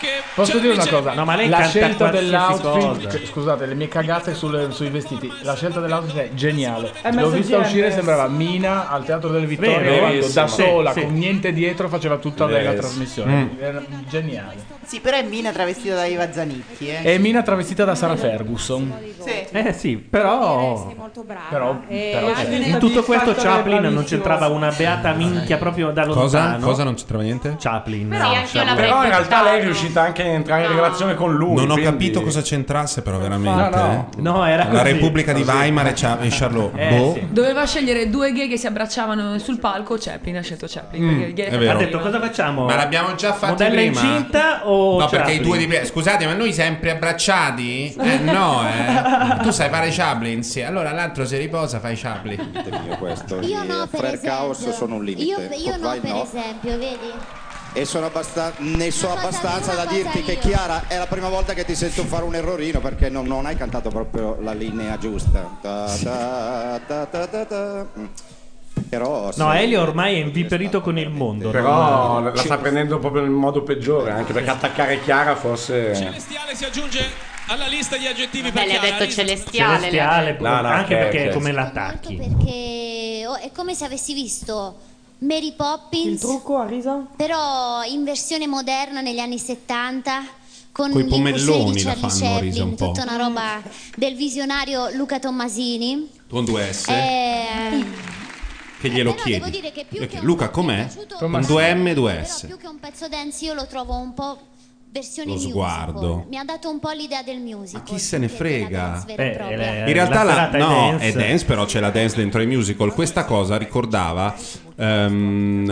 che Posso ci dire una dice- cosa? No, ma lei la canta scelta qualsiasi dell'outfit, cosa. che- scusate, le mie cagate sulle- sui vestiti. La scelta dell'outfit è geniale. È L'ho messa vista G M S. uscire, sembrava Mina al Teatro delle Vittorie, Vero, quando verissimo. da sola, Sì, sì. con niente dietro, faceva tutta lei la Yes. trasmissione. Mm. Era geniale. Sì, però è Mina travestita da Iva Zanicchi, eh. E Mina travestita da Sarah Ferguson. Sì. Eh sì, però. molto brava. Però, E però anche c'è. nella In tutto questo Factor è Chaplin non bravissimo. c'entrava una beata minchia proprio da Cosa? lontano. Cosa non c'entrava niente? Chaplin. Però sì, anche io l'avrei Però in realtà buttato. lei è riuscita anche a entrare in relazione con lui. Non ho quindi- capito cosa c'entrasse, però veramente. No, no. eh. No, era La così. Repubblica di Weimar e, Cha- e Charlot. Eh, boh. sì. Doveva scegliere due gay che si abbracciavano sul palco. Chaplin ha scelto Chaplin. Mm, perché il gay è vero. Ha detto cosa facciamo? Ma l'abbiamo già fatto Modella prima. incinta o No, perché i Chaplin? due di prima. Scusate, ma noi sempre abbracciati? Eh, no, eh. Tu sai fare Chaplin, sì. Allora l'altro si riposa, fai Chaplin. Mio questo. Io I no, per Flair esempio. Caos sono un limite. Io, io no, Vai per no. esempio, vedi? E sono abbastan- ne so Una cosa- abbastanza una da cosa dirti che io. Chiara è la prima volta che ti sento fare un errorino perché non, non hai cantato proprio la linea giusta. Ta, ta, ta, ta, ta, ta. Mm. Però No, sì. Elio ormai è inviperito con il mondo. Però non- la sta prendendo proprio nel modo peggiore, anche perché attaccare Chiara forse... Celestiale si aggiunge alla lista di aggettivi Beh, per le ha Chiara. detto Lista- celestiale. Celestiale, No, no, anche ok, perché ok. come l'attacchi. Perché oh, è come se avessi visto Mary Poppins. Il trucco a risa? Però in versione moderna negli anni settanta con Coi l'incursione pomelloni di la Charlie fanno, Risa, Chaplin, un po'. tutta una roba del visionario Luca Tommasini. Con due S. Eh, Che glielo però devo chiedi. dire che più Eh, che un Luca, po' com'è? piaciuto- Con due M e due però S. più che un pezzo dance io lo trovo un po' versione Lo musical. sguardo. Mi ha dato un po' l'idea del musical. Chi se ne frega? vera e propria. In realtà la, serata è no, dance. è dance, però c'è la dance dentro i musical. Questa cosa ricordava ehm,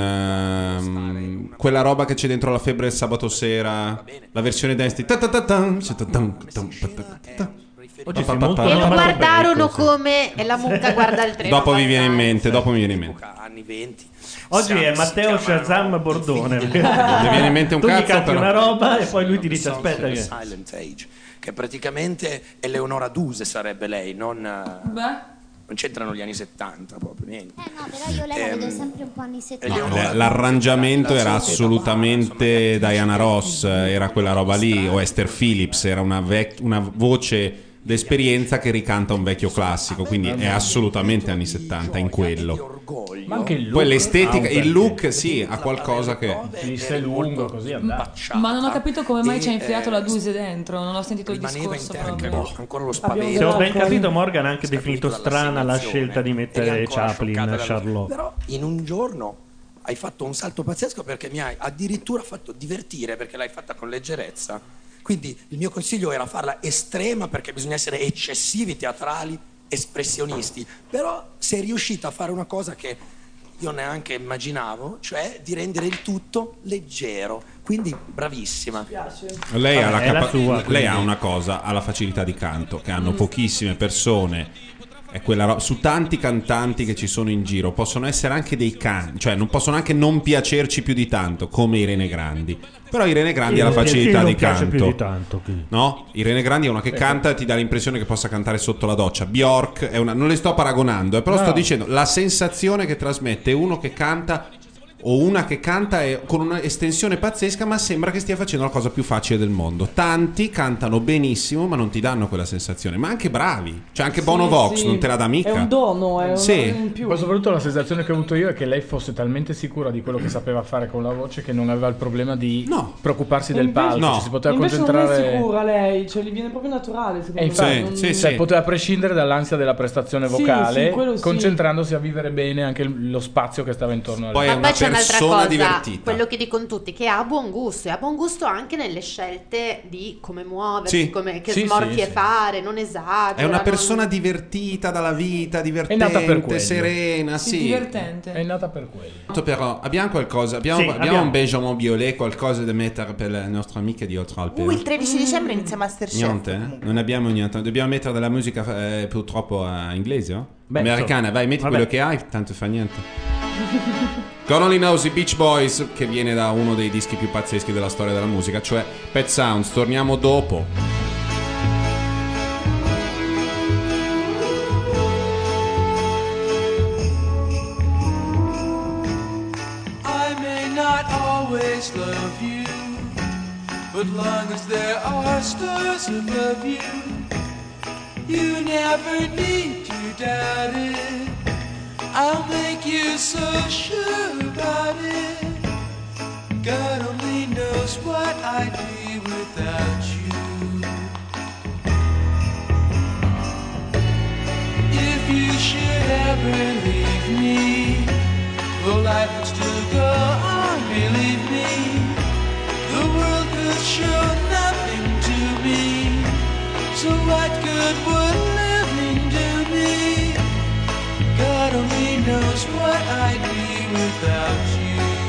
ehm, quella roba che c'è dentro la febbre del sabato sera, la versione dance di ta ta ta tam, ta tam, tam, ta ta ta. Oggi Pa, sei pa, molto pa, E lo pa, pa, guardarono così. come e la mucca guarda il treno. Dopo vi viene in mente, dopo mi viene in mente. Anni venti. Oggi è Matteo Shazam Bordone. Mi viene in mente un tu gli cazzo, canti però. una roba e poi lui ti dice Songs aspetta of the che... Silent Age, che praticamente Eleonora Duse sarebbe lei, non, eh, Beh. non c'entrano gli anni settanta proprio niente. Eh no, però io lei la vedo Ehm, sempre un po' anni L- settanta. L'arrangiamento era assolutamente Diana Ross, era quella roba lì, o Esther Phillips, era una, vec- una voce d'esperienza che ricanta un vecchio classico, quindi è assolutamente anni settanta in quello. Ma anche il look. Poi l'estetica, Ah, ok. il look sì, ha qualcosa che... Lisse lungo, così andava. Ma non ho capito come mai E, ci ha infilato eh, la Duse dentro. Non ho sentito il rimaneva discorso in terra, proprio. ancora lo Se spavento. ho ben capito, Morgan ha anche definito strana la scelta di mettere Chaplin, Charlot. Però in un giorno hai fatto un salto pazzesco perché mi hai addirittura fatto divertire perché l'hai fatta con leggerezza. Quindi il mio consiglio era farla estrema perché bisogna essere eccessivi, teatrali, espressionisti. Però sei riuscita a fare una cosa che io neanche immaginavo, cioè di rendere il tutto leggero. Quindi bravissima. Lei, ha, la Vabbè, è la capa- sua, lei quindi. ha una cosa, ha la facilità di canto che hanno pochissime persone. È quella ro- su tanti cantanti che ci sono in giro possono essere anche dei can, cioè non possono anche non piacerci più di tanto, come Irene Grandi. Però Irene Grandi ha la Chi- chi facilità non di piace canto. più di tanto, chi? No? Irene Grandi è una che canta e ti dà l'impressione che possa cantare sotto la doccia. Bjork è una, non le sto paragonando, eh, però No. sto dicendo la sensazione che trasmette uno che canta o una che canta è con un'estensione pazzesca, ma sembra che stia facendo la cosa più facile del mondo. Tanti cantano benissimo, ma non ti danno quella sensazione. Ma anche bravi, cioè anche Bono Sì, Vox sì. non te la dà mica. È un dono, è un Sì. in più. Poi soprattutto la sensazione che ho avuto io è che lei fosse talmente sicura di quello che sapeva fare con la voce che non aveva il problema di preoccuparsi del Invece- palco, No. ci si poteva Invece non concentrare. è sicura lei, cioè gli viene proprio naturale secondo E infatti, me. non- cioè, poteva prescindere dall'ansia della prestazione Sì, vocale, sì, quello sì. concentrandosi a vivere bene anche il- lo spazio che stava intorno a lei. Poi è Ma una poi c'è un'altra persona cosa, divertita. quello che dicono tutti, che ha buon gusto e ha buon gusto anche nelle scelte di come muoversi, Sì. come, che Sì, smorfie sì, sì. fare, non esagera. È una non- persona divertita dalla vita, È nata per divertente, quello. serena, Sì, sì. divertente. È nata per quello. Però abbiamo qualcosa, abbiamo, Sì, abbiamo, abbiamo. un Benjamin Biolay, qualcosa da mettere per le nostre amiche di Oltralpe. Uh, il tredici dicembre inizia Masterchef. Niente, eh? Non abbiamo niente. Dobbiamo mettere della musica eh, purtroppo eh, inglese, oh? Beh, americana. so- Vai, metti vabbè. quello che hai, tanto fa niente. God Only Knows i Beach Boys, che viene da uno dei dischi più pazzeschi della storia della musica, cioè Pet Sounds. Torniamo dopo. I may not always love you, But long as there are stars above you, you never need to doubt it. I'll make you so sure about it. God only knows what I'd be without you. If you should ever leave me, well, life would still go on, believe me. The world could show nothing to me, so what good would living do me? God only knows what I'd be without you.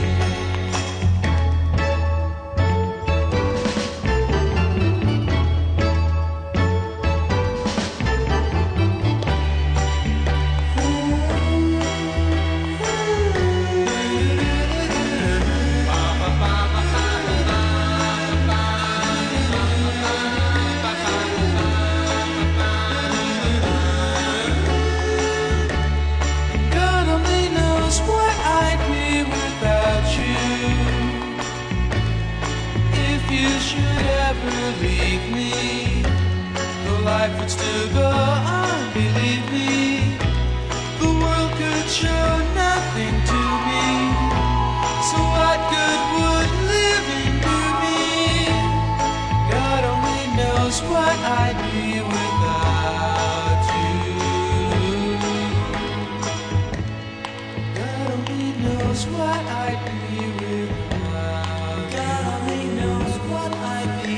Leave me, the life would still go on, believe me. The world could show nothing to me, so what good would living do me? God only knows what I'd be without you. God only knows what I'd be without. God only knows what I'd be.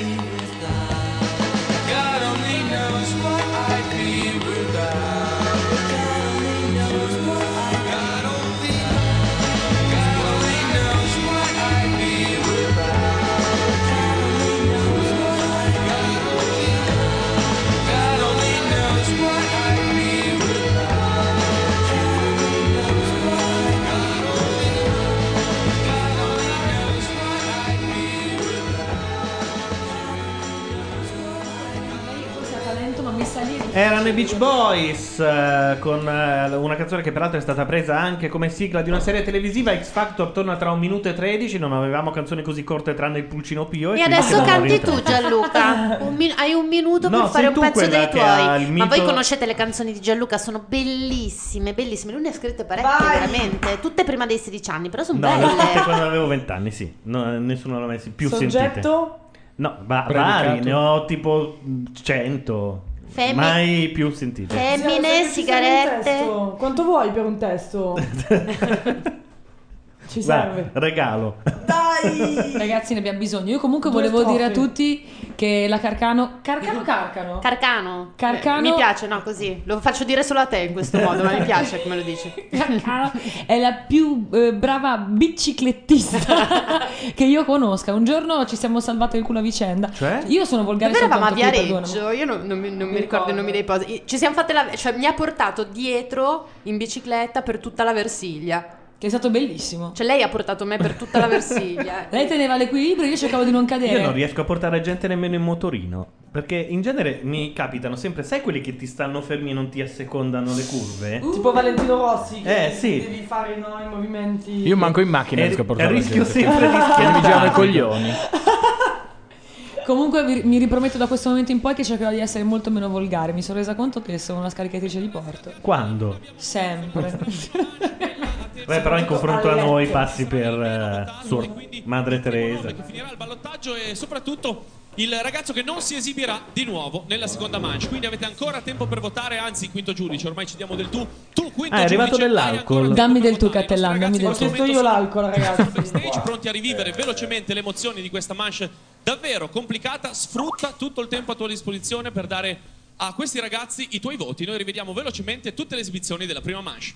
God only knows what I'd be without. God only knows what I'd be. God only, God only knows what I'd be without. God only knows what I'd be. God only knows what I'd be without. God only knows what I'd be. God only, God only knows what I'd be Talento, ma mi sa lì. Erano i Beach Boys eh, con eh, una canzone che peraltro è stata presa anche come sigla di una serie televisiva. X Factor torna tra un minuto e tredici. Non avevamo canzoni così corte tranne il Pulcino Pio. E quindi adesso siamo canti rientrati. tu, Gianluca. Un min- hai un minuto No, per fare sei un tu pezzo quella dei che ha tuoi. il Ma mito- voi conoscete le canzoni di Gianluca? Sono bellissime, bellissime. Lui ne ha scritte parecchie, Vai. veramente. Tutte prima dei sedici anni, però sono No, le ho fatte belle. quando avevo venti anni, sì. No, nessuno l'ha messi più sentite. Soggetto? No, va- Predicato. vari, ne ho tipo cento. Femmi- Mai più sentite. Femmine, Sì, se ci serve un sigarette. testo. Quanto vuoi per un testo? Ci Guarda, serve. regalo. Dai! Ragazzi, ne abbiamo bisogno. Io comunque Due volevo strofe. dire a tutti che la Carcano. Carcano Carcano? Carcano. Carcano- Mi piace, no, così. Lo faccio dire solo a te in questo modo, ma mi piace come lo dici. Carcano è la più eh, brava biciclettista che io conosca. Un giorno ci siamo salvate il culo a vicenda. Cioè? Io sono volgare Dove eravamo a soltanto qui, perdonami. Viareggio? Io non, non mi, non mi ricordo i nomi dei posti. Ci siamo fatte la. Cioè, mi ha portato dietro in bicicletta per tutta la Versiglia. Che è stato bellissimo. Cioè, lei ha portato me per tutta la Versiglia. Lei teneva l'equilibrio, io cercavo di non cadere. Io non riesco a portare gente nemmeno in motorino. Perché in genere mi capitano sempre, sai quelli che ti stanno fermi e non ti assecondano le curve? Tipo Valentino Rossi. Che Eh, sì. Devi fare no, i movimenti. Io manco in macchina E- riesco a portare e la rischio gente. sempre di Che mi schiantarmi. girano i coglioni. Comunque vi- mi riprometto da questo momento in poi che cercherò di essere molto meno volgare. Mi sono resa conto che sono una scaricatrice di porto. Quando? Sempre. Beh, però in confronto a noi passi per eh, Suor Madre Teresa. Finirà il ballottaggio e soprattutto il ragazzo che non si esibirà di nuovo nella seconda manche. Quindi avete ancora tempo per votare, anzi quinto giudice, ormai ci diamo del tu. Tu quinto Ah, è arrivato giudice, dell'alcol. Dammi del tu, Cattellan, dammi del Ho tu. chiesto io l'alcol, ragazzi. Stage, pronti a rivivere velocemente le emozioni di questa manche davvero complicata. Sfrutta tutto il tempo a tua disposizione per dare a questi ragazzi i tuoi voti. Noi rivediamo velocemente tutte le esibizioni della prima manche.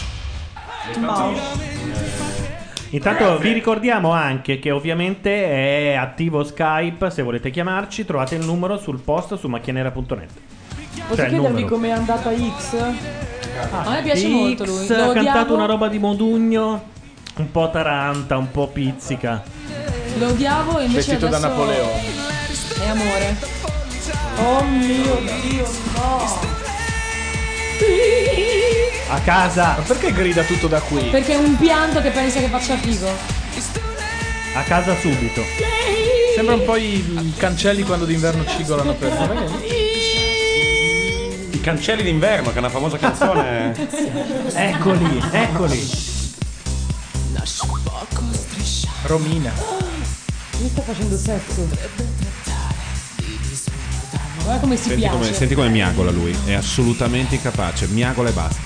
Intanto vi ricordiamo anche che ovviamente è attivo Skype, se volete chiamarci trovate il numero sul post su macchianera punto net. Posso Cioè, il chiedervi numero. com'è andata X? A me piace molto lui. X Lo ha odiavo, cantato una roba di Modugno, un po' taranta, un po' pizzica. lo odiavo e invece Vestito da adesso Napoleone. è amore. Oh mio Dio, no! A casa, Ma perché grida tutto da qui? Perché è un pianto che pensa che faccia figo. a casa subito. Lei Sembra un po' i i cancelli quando d'inverno cigolano per I cancelli d'inverno, che è una famosa canzone. Eccoli, eccoli. Romina. Mi sta facendo sesso. Guarda come si Senti piace. come, senti come miagola lui, è assolutamente incapace, miagola e basta.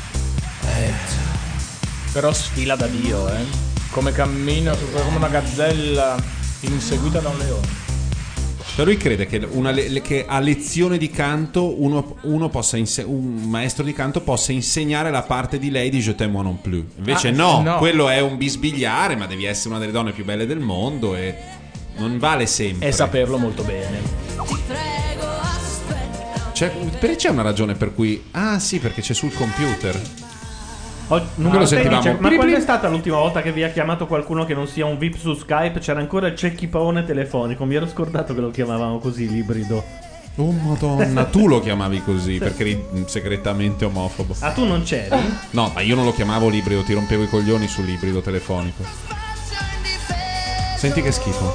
Però sfila da Dio, eh. Come cammina come una gazzella inseguita da un leone. Cioè lui crede che, una le- le- che a lezione di canto uno, uno possa inse- un maestro di canto possa insegnare la parte di lei di Je t'aime moi non plus. Invece Ah, no, no. quello è un bisbigliare, ma devi essere una delle donne più belle del mondo e non vale sempre. E saperlo molto bene. C'è, perché c'è una ragione per cui... Ah sì, perché c'è sul computer. Oh, Noi lo sentivamo. dice, ma quando è stata l'ultima volta che vi ha chiamato qualcuno che non sia un V I P su Skype? C'era ancora il cecchipone telefonico. Mi ero scordato che lo chiamavamo così, l'ibrido. Oh madonna, tu lo chiamavi così perché eri segretamente omofobo. Ah, tu non c'eri? No, ma io non lo chiamavo l'ibrido, ti rompevo i coglioni sull'ibrido telefonico. Senti che schifo.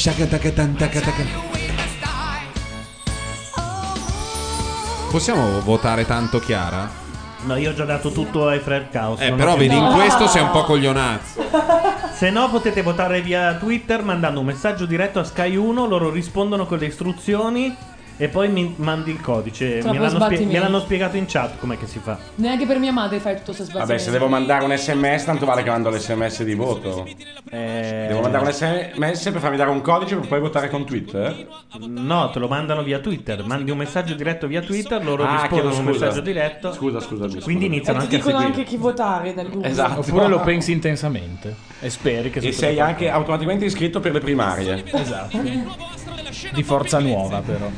Possiamo votare tanto Chiara? No, io ho già dato tutto ai Fred Chaos. Eh, non però ho più- vedi, in questo sei un po' coglionazzo. Se no potete votare via Twitter mandando un messaggio diretto a Sky uno, loro rispondono con le istruzioni e poi mi mandi il codice. Tra Me poi l'hanno, sbatti spie- i me miei. l'hanno spiegato in chat com'è che si fa. Neanche per mia madre fai tutto questo Vabbè, se devo mandare un sms, tanto vale che mando l'esse emme esse di voto. Devo mandare un esse emme esse per farmi dare un codice per poi votare con Twitter? No, te lo mandano via Twitter. Mandi un messaggio diretto via Twitter, loro Ah, rispondono chiedo un scusa. messaggio diretto. Scusa, scusa. Quindi E iniziano ti anche a dicono seguire. anche chi votare dal gruppo. Esatto. Oppure lo pensi intensamente e speri che E succeda sei qualcosa. anche automaticamente iscritto per le primarie. Esatto. Di forza nuova però.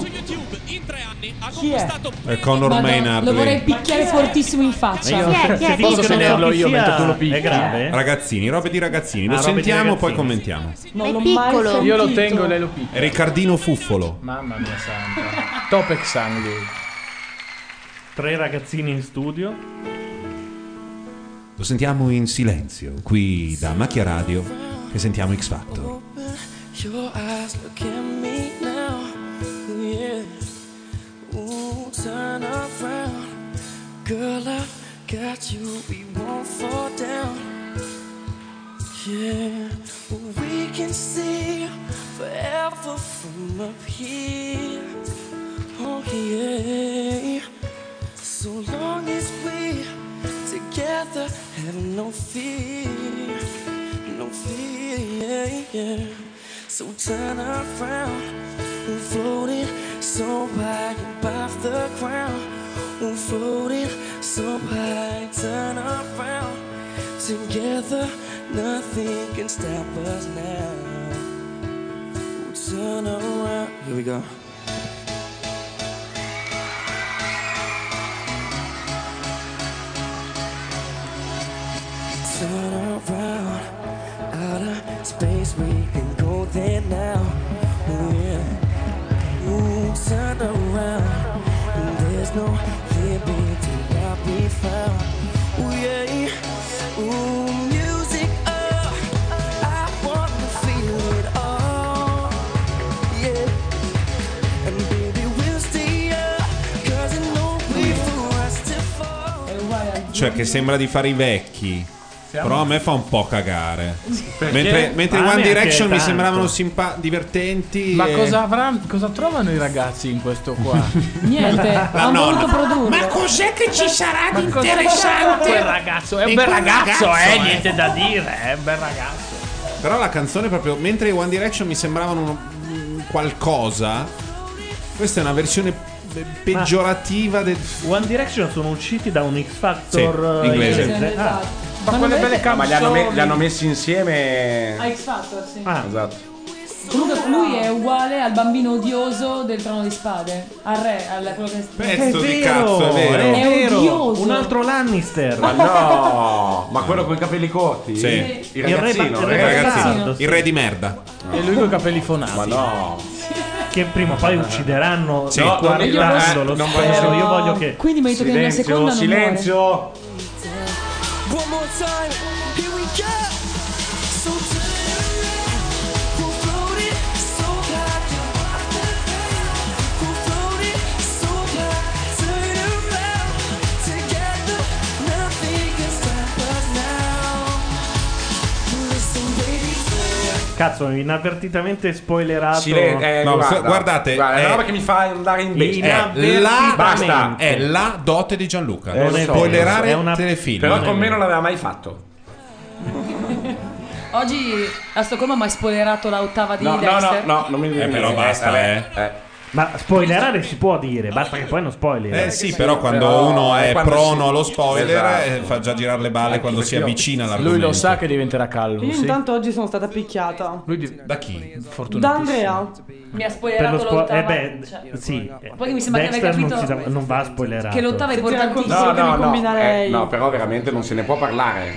Chi è? È Conor Madonna, Maynard. lo vorrei lì. picchiare fortissimo in faccia. Ma io- se- se dico Posso che non tenerlo so chi io sia, mentre tu lo picchi? È grave? Ragazzini, robe di ragazzini. Lo Ah, robe di sentiamo, ragazzini. poi commentiamo. Non È l'ho mai piccolo. sentito. Io lo tengo e lei lo picchia. Riccardino Fuffolo. Mamma mia santa. Topek Sang lui. Tre ragazzini in studio. Lo sentiamo in silenzio, qui da Macchia Radio, e sentiamo X Factor. Your eyes look at me now, yeah. Ooh, turn around, girl. I got you. We won't fall down, yeah. We can see forever from up here, oh yeah. So long as we together, have no fear, no fear, yeah. So turn around, we're floating so high above the ground. We're floating so high, turn around. Together, nothing can stop us now. We'll turn around. Here we go. Turn around, out of space, we can go there now. Ooh, yeah. Ooh, turn around, and there's no limit to what we found. Ooh, yeah. Ooh, music up, I wanna feel it all. Yeah. And baby, we'll stay up, 'cause I know we for us to fall. Cioè, che sembra di fare i vecchi. Però a me fa un po' cagare. Perché? Mentre, mentre i Ma a One me Direction anche mi tanto. sembravano simpa- divertenti. Ma e- cosa avranno, cosa trovano i ragazzi in questo qua? Niente, La hanno nonna. voluto produrlo. Ma cos'è che ci sarà Ma cosa sarà quel ragazzo? È un E bel quel ragazzo, ragazzo, eh, eh. niente da dire, è un bel ragazzo. Però la canzone proprio. Mentre i One Direction mi sembravano uno- un qualcosa. Questa è una versione pe- peggiorativa del. One Direction sono usciti da un X Factor Sì, eh, inglese. Ah. Ma, Ma quelle non belle è- canzoni. Ma li hanno, me- li hanno messi insieme. A X Factor, sì. Ah. Esatto. Comunque lui è uguale al bambino odioso del Trono di Spade. Al re, al quello che Pezzo È di vero, cazzo, è vero. è vero. odioso. Un altro Lannister. Ma no, ma quello con i capelli corti? Sì. Il Il re ragazzino. ba- Il ragazzino. bastardo, sì. Il re di merda. E lui con i capelli fonati. Ma no. Che prima o poi uccideranno Sì. no, No, io guardando, posso- lo non spero. posso- Io voglio che Quindi merito che nella Silenzio, seconda non silenzio. One more time, here we go. So turn around, we're floating Cazzo, inavvertitamente spoilerato. Silen- eh, No, guarda, se- guardate, guarda, è una è- roba che mi fa andare in bestia. È la, Basta. è la dote di Gianluca. Eh, lo so, spoilerare è una- telefilm. Però con me non l'aveva mai fatto. Oggi a Stoccolma mi hai spoilerato la ottava di No, no, Dexter. no, no, non mi Eh, però basta, vabbè, eh. Ma spoilerare si può dire, basta che poi non spoileri. Eh sì, però quando Però, uno è quando prono si- allo spoiler Esatto. eh, fa già girare le balle quando si perché io- avvicina all'argomento. Lui lo sa che diventerà calvo. Io sì. intanto oggi sono stata picchiata. Lui di- Da chi? Da Andrea. Mi ha Per spoilerato lo spo- l'ottava. eh beh, cioè, sì. Poi mi sembra che Dexter abbia non, capito si da- non va spoilerato. che l'ottava è importantissima. No, che no, mi no, combina eh, lei. no, però veramente non se ne può parlare.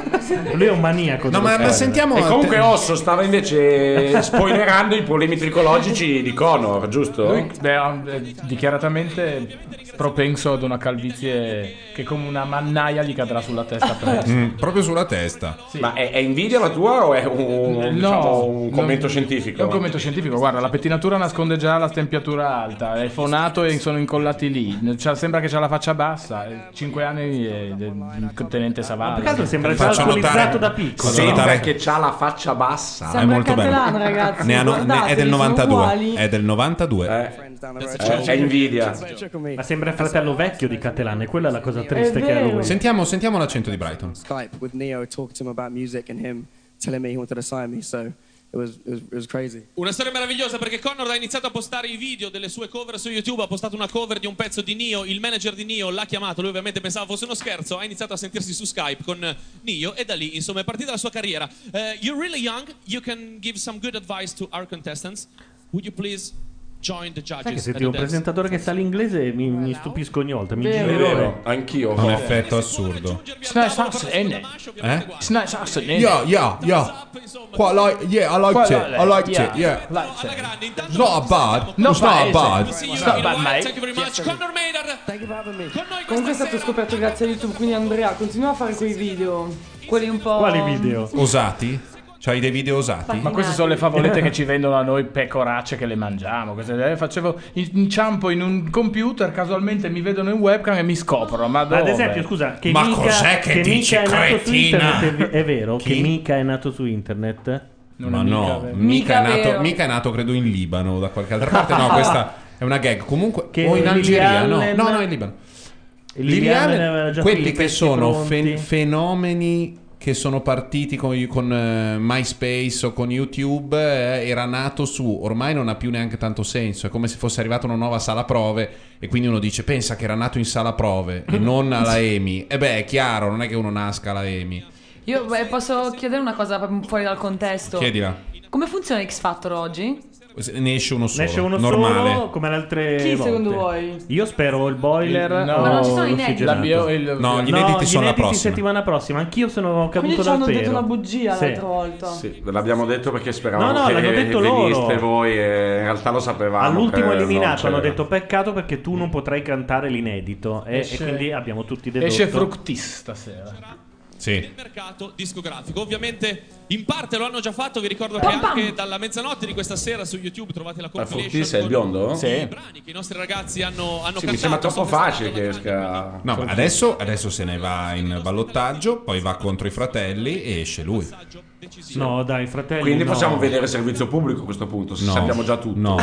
Lui è un maniaco. No, dello ma, ma spoiler. sentiamo. E comunque Osso stava invece spoilerando i problemi tricologici di Conor, giusto? Lui è è dichiaratamente propenso ad una calvizie che come una mannaia gli cadrà sulla testa presto. Mm, proprio sulla testa. Ma è, è invidia la tua o è un, diciamo, un commento non- scientifico? È un commento scientifico, guarda, la pettinatura nasconde già la stempiatura alta, è fonato e sono incollati lì. C'ha- sembra che c'ha la faccia bassa, è cinque anni è del tenente Savalla. Per caso sembra già Faccio alcolizzato notare- da piccolo. Faccio Sembra notare- che c'ha la faccia bassa. Sembra è molto Catalan, bello. ragazzi, Ne hanno- ne- è guardateli, del sono novantadue. uguali. È del novantadue. Eh, eh, c'è invidia. Ma sembra il fratello vecchio di Catalan, e quella è la cosa triste È che ha vero. lui. Sentiamo, sentiamo l'accento di Brighton. Skype with Neo, talking to him about music and him telling me he wanted to sign me. So it was it was, it was crazy. Una storia meravigliosa perché Connor ha iniziato a postare i video delle sue cover su YouTube, ha postato una cover di un pezzo di Nio, il manager di Nio l'ha chiamato, lui ovviamente pensava fosse uno scherzo, ha iniziato a sentirsi su Skype con Nio e da lì insomma è partita la sua carriera. Uh, you're really young, you can give some good advice to our contestants. Would you please join the judges? Sai che se at ti ho un the dance? presentatore che sa l'inglese mi, mi stupisco ogni volta, mi Vero. giro. Vero, anch'io. Un effetto assurdo. It's nice accent, Eh? It's nice accent, innit? Yeah, yeah, yeah. Quite like, yeah, I liked Quite it. like I liked that, it, yeah. Liked it. It's not a bad. Not It's not bad, a is bad. it? See you It's not in bad, a while. mate. Thank you very much. Connor Maynard. Thank you for having me. Con noi Comunque è questa stato sera. scoperto grazie a YouTube, quindi Andrea continua a fare quei video. Quelli un po'. Quali video? Osati? C'hai dei video osati? Ma queste sono le favolette che ci vendono a noi pecoracce che le mangiamo. Queste- eh, facevo inciampo in un computer, casualmente mi vedono in webcam e mi scoprono. Ma, Ma dove? ad esempio, scusa, che Ma mica, cos'è che dici, mica è nato su cretina? internet, è, è vero? Chi? Che mica è nato su internet? Non Ma è mica no, vero. mica, Mica è nato, vero. mica è nato credo in Libano o da qualche altra parte. No, questa è una gag. Comunque, Che o in Lily Algeria, no. Allen- No, no, in Libano. Il Lily Liliane Allen, aveva già quelli i che pezzi sono pronti. fe- fenomeni che sono partiti con, con eh, MySpace o con YouTube, eh, era nato su, ormai non ha più neanche tanto senso, è come se fosse arrivata una nuova sala prove e quindi uno dice pensa che era nato in sala prove e non alla EMI. E beh, è chiaro, non è che uno nasca alla EMI. Io beh, posso chiedere una cosa fuori dal contesto. Chiedila. Come funziona X Factor oggi? Ne esce uno solo, Ne esce uno normale. solo come le altre Chi volte. secondo voi? Io spero il boiler Il- no. o Ma non ci sono inediti. l'ossigenato. La bio- il- No, gli No, inediti gli sono la inediti prossima. settimana prossima. Anch'io sono caduto Quindi ci dal hanno pero. detto una bugia Sì. l'altra volta. Sì, l'abbiamo detto perché speravamo No, no, che l'hanno detto loro. veniste voi e in realtà lo sapevamo. All'ultimo che eliminato non hanno c'era. detto peccato perché tu non potrai cantare l'inedito e, Esce- e quindi abbiamo tutti dedotto. Esce Fructis stasera. Sì. Il mercato discografico. Ovviamente in parte lo hanno già fatto, vi ricordo che anche dalla mezzanotte di questa sera su YouTube trovate la Ma compilation Fructis è il con biondo? i Sì. brani che i nostri ragazzi hanno, hanno Sì, cantato. mi sembra troppo Sono facile che esca. No, ma adesso, adesso se ne va in ballottaggio, poi va contro i fratelli e esce lui. No, dai, fratelli. Quindi no. possiamo vedere servizio pubblico a questo punto, se No. sappiamo già tutto. No.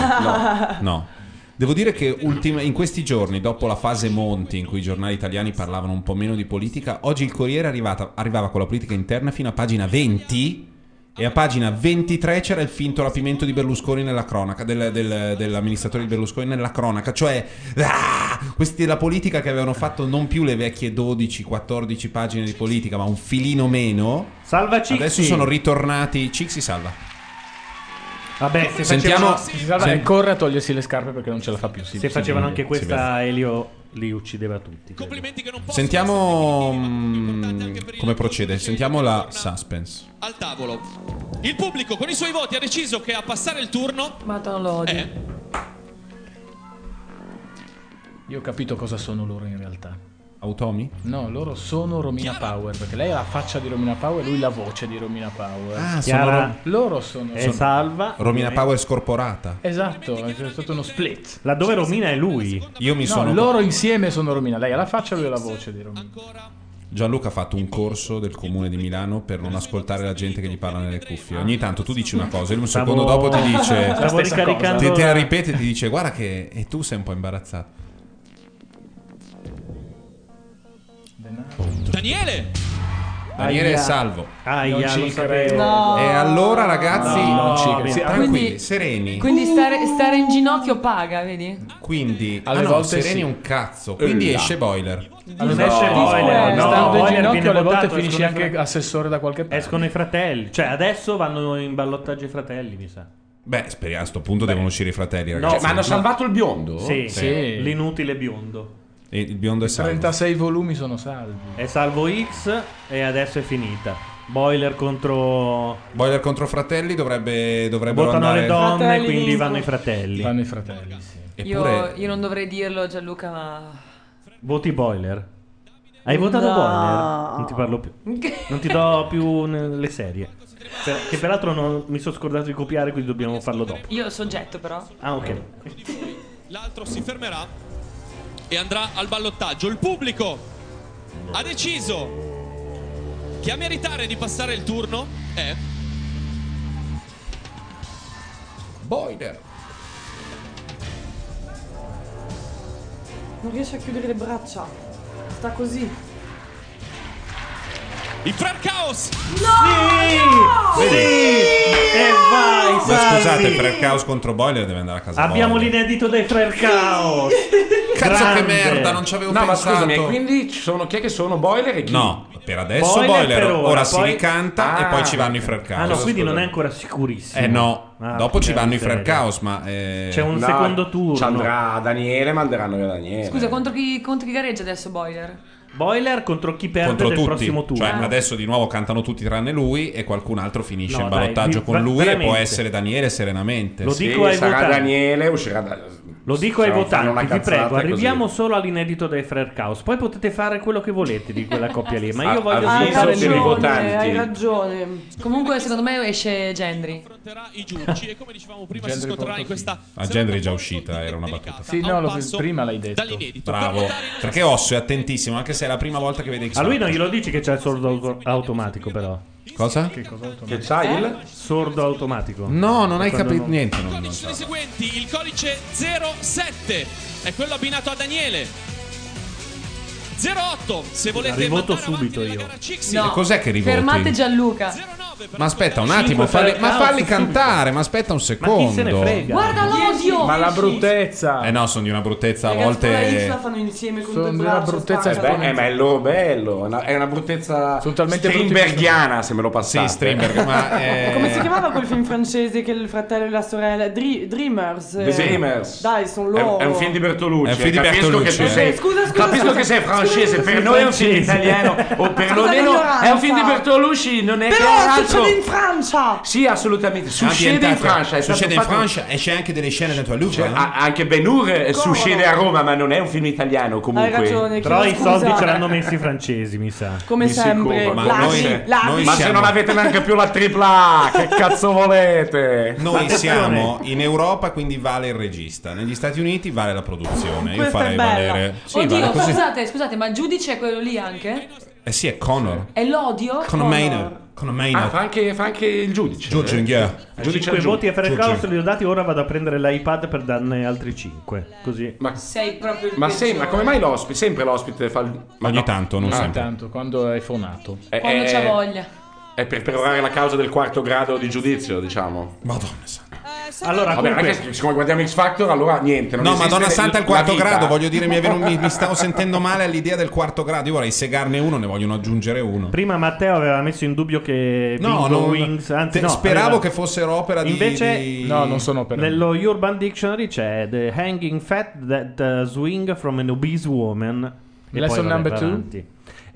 No. Devo dire che ultima- in questi giorni, dopo la fase Monti, in cui i giornali italiani parlavano un po' meno di politica, oggi il Corriere è arrivata- arrivava con la politica interna fino a pagina venti e a pagina ventitré c'era il finto rapimento di Berlusconi nella cronaca, del- del- dell'amministratore di Berlusconi nella cronaca, cioè ah, questi della politica che avevano fatto non più le vecchie dodici quattordici pagine di politica, ma un filino meno. Salva Cixi. Adesso sono ritornati. Cixi salva. Vabbè, se Sentiamo- facevano, Vabbè, corre a togliersi le scarpe perché non ce la fa più. Si- se si facevano vede. anche questa, Elio li uccideva tutti. Sentiamo mm, come procede. Sentiamo la suspense. al tavolo. Il pubblico con i suoi voti ha deciso che a passare il turno Madonna lo odio. è Io ho capito cosa sono loro in realtà. Automi? No, loro sono Romina Power, perché lei ha la faccia di Romina Power e lui la voce di Romina Power. Ah, sono Chiara Ro- loro sono... è sono- salva. Romina Power scorporata. Esatto, è stato uno split. Laddove Romina è lui. Io mi No, sono loro insieme sono Romina. Lei ha la faccia e lui ha la voce di Romina. Gianluca ha fatto un corso del comune di Milano per non ascoltare la gente che gli parla nelle cuffie. Ogni tanto tu dici una cosa e lui un Stavo- secondo dopo ti dice stavo ricaricando ti, te la la- ripete e ti dice guarda che e tu sei un po' imbarazzato. Daniele! Daniele Aia. è salvo. Aia, Non lo ci sapevo. credo. No. E allora ragazzi No, non ci no, credo. Sì, no. tranquilli, Quindi- sereni. Quindi stare, stare in ginocchio paga, vedi? Quindi Alle ah no, volte sereni sì. un cazzo. Quindi Ulla. esce Boiler. Non No, esce Boiler, no, stando in Boiler ginocchio viene alle volte votato, finisci escono i anche fra- assessore da qualche parte. Escono i fratelli. Cioè, adesso vanno in ballottaggio i fratelli, mi sa. Beh, speriamo a sto punto devono uscire i fratelli, No, ragazzi. ma hanno salvato il biondo? Sì, Sì. l'inutile biondo. E il biondo è salvo. trentasei volumi sono salvi. È salvo X e adesso è finita. Boiler contro. Boiler contro fratelli dovrebbe dovrebbero Votano andare le donne, Fratelli quindi vincono. vanno i fratelli. Vanno i fratelli, sì. Io, io non dovrei dirlo, Gianluca, ma. Voti Boiler. Hai votato No. Boiler? Non ti parlo più. Non ti do più n- le serie. Per- che peraltro non, mi sono scordato di copiare, quindi dobbiamo farlo dopo. Io soggetto, però. Ah, ok. L'altro si fermerà e andrà al ballottaggio. Il pubblico ha deciso che a meritare di passare il turno è Boiler. Non riesce a chiudere le braccia. Sta così. il Frer Chaos. Sì! Sì! E vai, Ma Salvi! scusate, Fred Chaos contro Boiler deve andare a casa. Abbiamo Boiler. l'inedito dei Frer Chaos. Cazzo che Grande. merda, non ci avevo No, ma pensato. scusami, e quindi ci sono chi è che sono Boiler e chi? No, per adesso Boiler Boiler, per ora, ora, si poi- ricanta Ah, e poi ci vanno i ok. Fred Chaos. Ah no, quindi non è ancora sicurissimo. Eh no, Ah, dopo ci porca vanno i Fred miseria. Chaos, ma eh... C'è un No, secondo turno. Ci andrà Daniele, manderanno via Daniele. Scusa, contro chi, contro chi gareggia adesso Boiler? Boiler contro chi perde contro del tutti. prossimo turno. Cioè, adesso di nuovo cantano tutti tranne lui e qualcun altro finisce No, il dai, ballottaggio vi- con lui veramente. e può essere Daniele serenamente. Lo Sì. dico ai sarà votanti. Daniele, uscirà da... Lo dico se ai non fanno una votanti, vi cazzata prego, così. arriviamo solo all'inedito dei Frer Chaos. Poi potete fare quello che volete di quella coppia lì. Ma io Ah, voglio ah, Hai solo per i ragione, votanti. hai ragione. Comunque, secondo me esce Gendry. I giudici e come dicevamo prima si scontrerà in questa Ah, Gendry è già uscita, era una battuta. Sì, no, lo- prima l'hai detto. Bravo, perché Osso è attentissimo, anche se è la prima volta che vede X A lui non Factor. glielo dici che c'è il sordo auto- automatico, però. Cosa? Che cosa automatico? Che c'hai il? Sordo automatico. No, non hai Quando capito non- niente. Non, I non codici so. sono i seguenti: il codice zero sette è quello abbinato a Daniele. zero otto se volete Rivoto mandare avanti subito nella io. gara Cixi. No, E cos'è che rivoti? fermate Gianluca. Ma aspetta un attimo, Cinque falli- Fred ma Chaos falli subito. cantare, ma aspetta un secondo. Ma chi se ne frega? Guarda l'odio! Ma la bruttezza. Eh no, sono di una bruttezza a Le Gasparola X la volte. fanno insieme con Sono due di una braccia. bruttezza Eh spaccano. beh, eh, ma è il loro bello, è una, è una bruttezza Sono talmente brutti Strindberghiana, se me lo passate. Sì, Strindberg, ma eh, Come si chiamava quel film francese che il fratello e la sorella? Dri- Dreamers. The eh. Dreamers. Dai, sono È, loro. è un film di Bertolucci. È un film di Capisco Bertolucci, che tu eh. sei, Scusa, scusa, capisco scusa. che sei francese, Scusa, per scusa, noi è un film francese. italiano. O perlomeno l'ignoranza. è un film di Bertolucci, non è che è Però un altro. succede in Francia. Sì, assolutamente. Succede in ambientato- Francia. È stato Succede in fatto- Francia e c'è anche delle scene dentro al Louvre. Cioè, eh? a- anche Ben Hur eh, succede a Roma, ma non è un film italiano comunque. Hai ragione. Però chiedo i soldi scusa. ce l'hanno messi i francesi, mi sa. Come Di sempre. sicuro, ma Lasci, noi- lasci. noi Ma se siamo- non avete neanche più la tripla A, che cazzo volete? Noi Attenzione. siamo in Europa, quindi vale il regista. Negli Stati Uniti vale la produzione. Io Questa è farei bella. valere. Sì, Oddio, vale così. scusate, scusate, ma il giudice è quello lì anche? Eh sì, è Connor. È l'odio? Conor Maynard. Conor Ah, Maynard. fa anche, fa anche il giudice. Giudice, yeah. Giudice cinque al giu- voti a Fred giù, Chaos giù. li ho dati, ora vado a prendere l'iPad per darne altri cinque. Così. Ma, Sei proprio il ma, peggiore. sem- ma come mai l'ospite? Sempre l'ospite fa il. Ma Ogni no. tanto, non Ah, sempre. Tanto, quando è fonato. È, Quando è- c'ha voglia. È per perorare la causa del quarto grado di giudizio, diciamo. Madonna santa. Allora, Vabbè, comunque, anche siccome guardiamo X Factor, allora niente. Non No, esiste Madonna il- Santa, il la quarto vita. grado. Voglio dire, mi, è venuto- mi, mi stavo sentendo male all'idea del quarto grado. Io vorrei segarne uno, ne vogliono aggiungere uno. prima Matteo aveva messo in dubbio che No, Bingo non- Wings, anzi te- no, speravo aveva- che fossero opera di. Invece di- No, non sono per nello Urban Dictionary c'è The hanging fat that uh, swing from an obese woman. E Lesson poi, vabbè, number va two? avanti.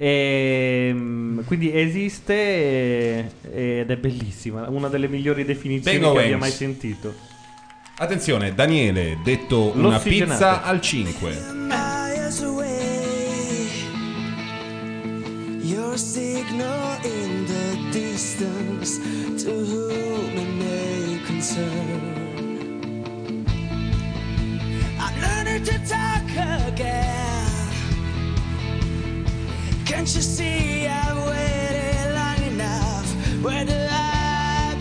E, quindi esiste e- ed è bellissima, una delle migliori definizioni Bingo che abbia Wings. mai sentito. Attenzione, Daniele, detto una L'ossigenato. pizza al cinque. miles away. Your signal in the distance, to whom it may concern. I'm learning to talk again. Can't you see I've waited long enough? Where do I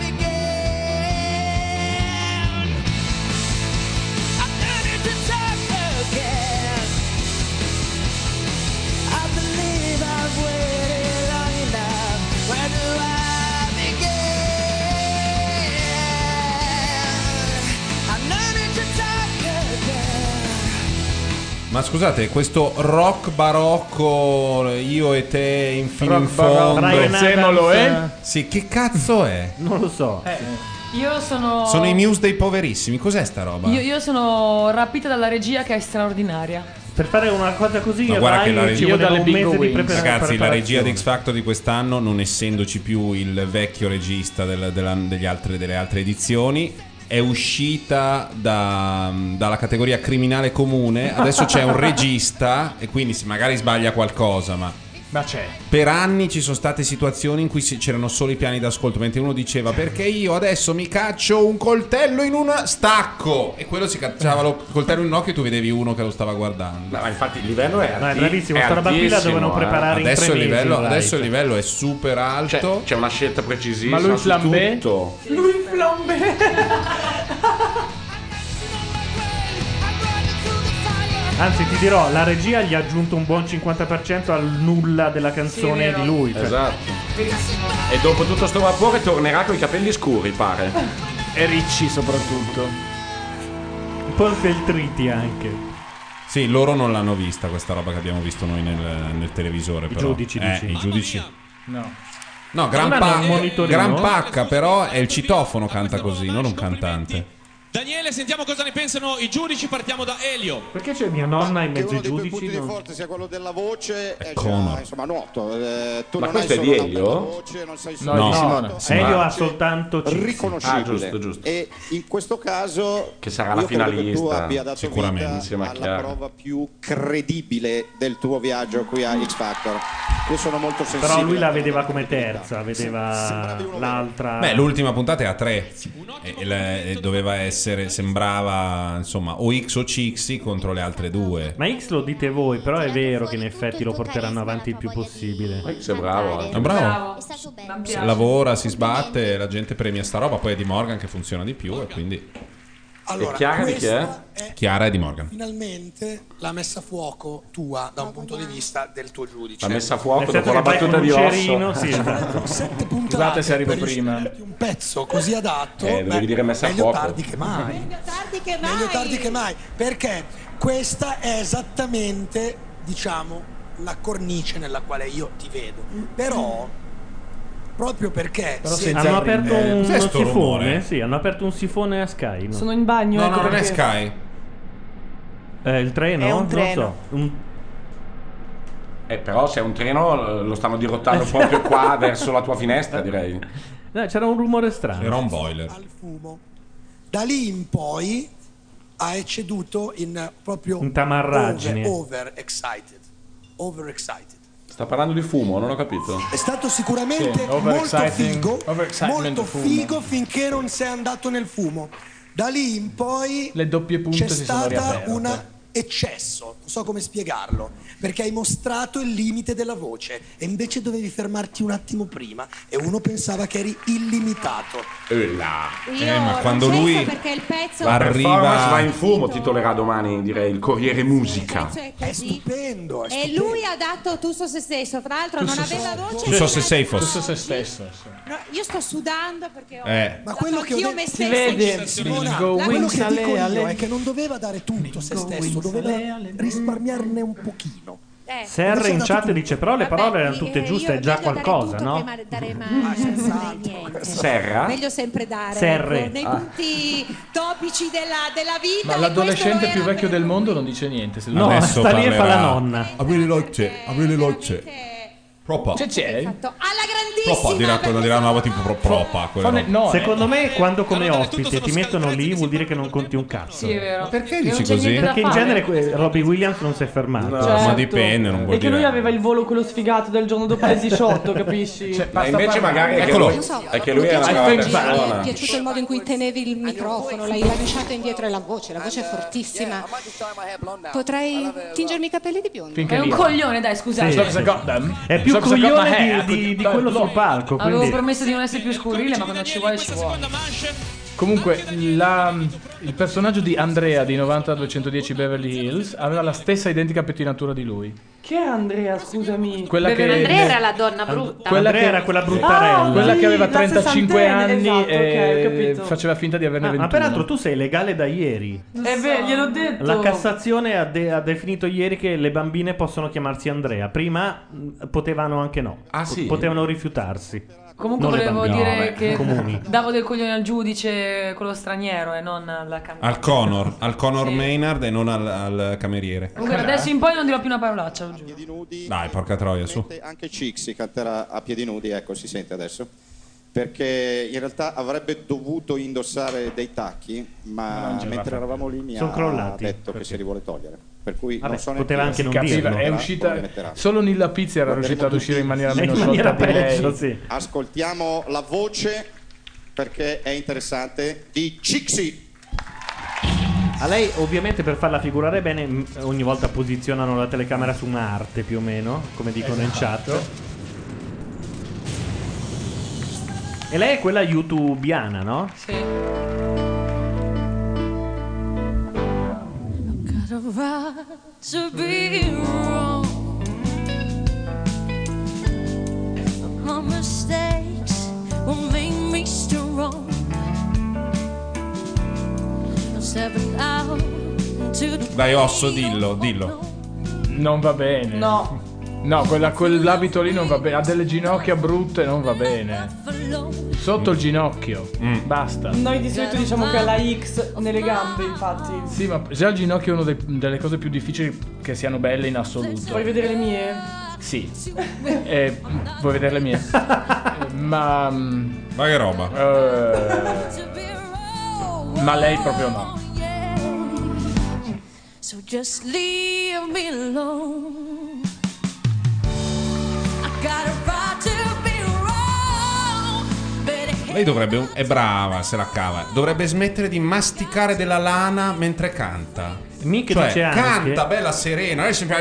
begin? I don't need to talk again. I believe I've waited long enough. Where do I begin? I don't need to talk again. Ma scusate, questo rock barocco, io e te in fino in fondo, Prezzemolo, eh? Sì, che cazzo è? Non lo so. Io sono. Sono i Muse dei poverissimi, cos'è sta roba? Io, io sono rapita dalla regia che è straordinaria. Per fare una cosa così, Ma guarda che la Rai ci regia voleva un mese di prepar- Ragazzi, la regia di preparazione. X Factor di quest'anno, non essendoci più il vecchio regista del- della- degli altre- delle altre edizioni, è uscita da- dalla categoria criminale comune. Adesso c'è un regista e quindi se magari sbaglia qualcosa, ma Ma c'è. per anni ci sono state situazioni in cui si- c'erano solo i piani d'ascolto, mentre uno diceva perché io adesso mi caccio un coltello in un stacco, e quello si cacciava lo coltello in un occhio e tu vedevi uno che lo stava guardando. Ma infatti il livello è, No, è alti- bravissimo, è sta roba qui la altissimo, dovevano eh. preparare in Adesso tre il mesi, livello, in live. adesso il livello è super alto. C'è, c'è una scelta precisissima. Ma lui su flambé? tutto. Lui flambé. Anzi, ti dirò, la regia gli ha aggiunto un buon cinquanta per cento al nulla della canzone vero. di lui. cioè. Esatto. E dopo tutto sto vapore tornerà con i capelli scuri, pare. E ricci soprattutto. Un po' feltriti anche. Sì, loro non l'hanno vista questa roba che abbiamo visto noi nel, nel televisore. I però. giudici, eh, dici? i giudici. No. No, Gran, Non hanno Pa- un monitorino? Gran Pacca però è il citofono, canta così, non un cantante. Daniele, sentiamo cosa ne pensano i giudici. Partiamo da Elio. Perché c'è mia nonna in Che mezzo uno ai dei tuoi giudici? punti di non- forza sia quello della voce è già, Conor. insomma, nuoto. Eh, tu Ma non questo hai è solo di una bella Elio? voce, non sei No, solo di nuoto, Simone. sei Elio ha anche soltanto C. riconoscibile. Ah, giusto, giusto. E in questo caso Che sarà la io credo che tu finalista, abbia dato sicuramente, vita insieme a alla Chiara. prova più credibile del tuo viaggio qui a X Factor. Io sono molto sensibile. Però lui la a vedeva quella come credibilità. terza, vedeva l'altra. Beh, l'ultima puntata è a tre e, e le- e doveva essere, sembrava insomma o X o Cixi contro le altre due. Ma X lo dite voi, però è vero che in effetti lo porteranno avanti il più possibile. Ma X è bravo. eh. È bravo. È stato bello. Mi piace. Lavora, si sbatte, la gente premia sta roba. Poi è di Morgan che funziona di più e quindi Allora, E Chiara di chi è? questa è Chiara è di Morgan. finalmente la messa a fuoco tua da un punto di vista del tuo giudice. La messa a fuoco Nel senso dopo la che vai battuta con di un cerino, Osso. sì, esatto. Sette puntate Scusate se arrivo per prima. riuscire un pezzo così adatto. Eh, dovevi beh, dire messa a meglio fuoco. tardi che mai. Meglio tardi che mai. Meglio tardi che mai, perché questa è esattamente, diciamo, la cornice nella quale io ti vedo. Però proprio perché Però se- senza Hanno aperto rimere. un Cos'è sto sifone? rumore? Sì, hanno aperto un sifone a Sky. No? Sono in bagno. No, ecco no, non è perché- Sky. Eh, il treno? È un Non treno. so. Un- Eh, però se è un treno lo stanno dirottando proprio qua verso la tua finestra, direi. No, c'era un rumore strano. Era un boiler. al fumo. Da lì in poi ha ecceduto in proprio In tamarragine. over, over excited. Over excited. Sta parlando di fumo, non ho capito. È stato sicuramente Sì, molto overexciting- figo, overexcitement molto fumo. figo finché non sei andato nel fumo. Da lì in poi Le doppie punte c'è si sono stata riaperte. un eccesso, non so come spiegarlo, perché hai mostrato il limite della voce e invece dovevi fermarti un attimo prima e uno pensava che eri illimitato. Eh là. Io Eh, ma non quando c'entro lui perché il pezzo La arriva- performance va in fumo, titolerà domani, direi, il Corriere Musica. il pezzo è È così. stupendo, è E stupendo. lui ha dato tu su se stesso, fra l'altro non aveva voce. Tu so se sei Tutto fosse. se stesso. sì. No, io sto sudando perché ho Eh. Ma quello che ho io detto- me Si stessa vede, in- Simona, Go quello wings che ale, dico io ale. è che non doveva dare tutto se stesso, doveva risparmiarne un pochino. Eh, Serre in chat dice però le parole erano tutte eh, giuste, io è già meglio dare qualcosa, tutto no? che ma- dare mai, mai niente. Serra? Meglio sempre dare. Serre. ecco, nei Ah. punti topici della, della vita. Ma e l'adolescente questo più era vecchio per del lui. mondo non dice niente. Se No, lui- Adesso sta lì e fa la parlerà. nonna. Aprire l'occhio, aprire l'occhio. Veramente Propa. C'è c'è? Esatto. Alla grandissima. Propa, dirà, non dirà una roba tipo pro- propa. quella Fone- roba. no, Secondo eh. me, quando come ospite ti mettono lì, vuol dire che non conti un cazzo. Sì, è vero. Ma perché Che dici non c'è così? niente da Perché in fare. genere que- Robbie Williams non si è fermato. No, Certo. ma dipende, non vuol E che lui dire. aveva il volo quello sfigato del giorno dopo le diciotto, capisci? Cioè, Ma basta invece parlare. magari è che, Eccolo. lui, Non so, è che lui è una mi è brava piaciuto- Mi è persona. piaciuto il modo in cui tenevi il microfono, l'hai lanciato indietro e la voce, la voce è fortissima. Potrei tingermi i capelli di biondo. Finché È un lì. coglione, dai, scusate. Sì. So cosa got them. È più So cosa got my coglione hair. di, di- di quello sul palco. Avevo Quindi... promesso di non essere più scurrile, ma quando ci vuole ci vuole. Comunque, la- il personaggio di Andrea di novanta duecentodieci Beverly Hills aveva la stessa identica pettinatura di lui. Chi è Andrea, scusami? Quella che Andrea era la donna brutta. quella Andrea che era quella bruttarella. Ah, quella sì, che aveva la trentacinque sessantenne, anni esatto, ok, ho e capito. faceva finta di averne Ah, ventuno. ma peraltro tu sei legale da ieri. È vero, gliel'ho detto. La Cassazione ha, de- ha definito ieri che le bambine possono chiamarsi Andrea. Prima mh, potevano anche no. Ah, sì? Potevano rifiutarsi. Comunque Non le volevo bambine. dire No, che comuni. davo del coglione al giudice, quello straniero, e non alla cantante. Al Conor, al Conor Sì. Maynard e non al, al cameriere. Comunque da adesso in poi non dirò più una parolaccia, lo giuro. Dai, porca troia, su. Anche Cixi canterà a piedi nudi, ecco, si sente adesso. Perché in realtà avrebbe dovuto indossare dei tacchi, ma Non ce l'ha mentre fatta. eravamo lì mi Sono ha crollati. detto che se li vuole togliere. Per cui Vabbè, non so poteva neanche anche non io se dirlo. li È metterà uscita o li metterà. solo Nilla Pizzi era Guarderemo riuscita ad uscire in maniera In meno maniera sciolta di peggio, lei. sì. Ascoltiamo la voce perché è interessante di Cixi. A lei ovviamente per farla figurare bene mh, ogni volta posizionano la telecamera su un'arte più o meno, come dicono in chat. E lei è quella youtubiana, no? Sì. Got a right to be wrong. My mistakes will make me strong. I'm stepping out into the Dai, Osso, dillo, dillo. Non va bene. No. No, quella- quell'abito lì non va bene. Ha delle ginocchia brutte, non va bene. Sotto il ginocchio. Mm. Basta. Noi di solito diciamo che ha la X nelle gambe, infatti. Sì, ma già il ginocchio è una delle cose più difficili che siano belle in assoluto. Vuoi vedere le mie? Sì. Eh, vuoi vedere le mie? Eh, ma. mm, Ma che roba. eh, ma lei proprio no. So just leave me alone. I got a right to be wrong. But Lei dovrebbe, è brava, se la cava. Dovrebbe smettere di masticare della lana mentre canta. Mick Cioè, dice anche- canta bella serena. Lei sembra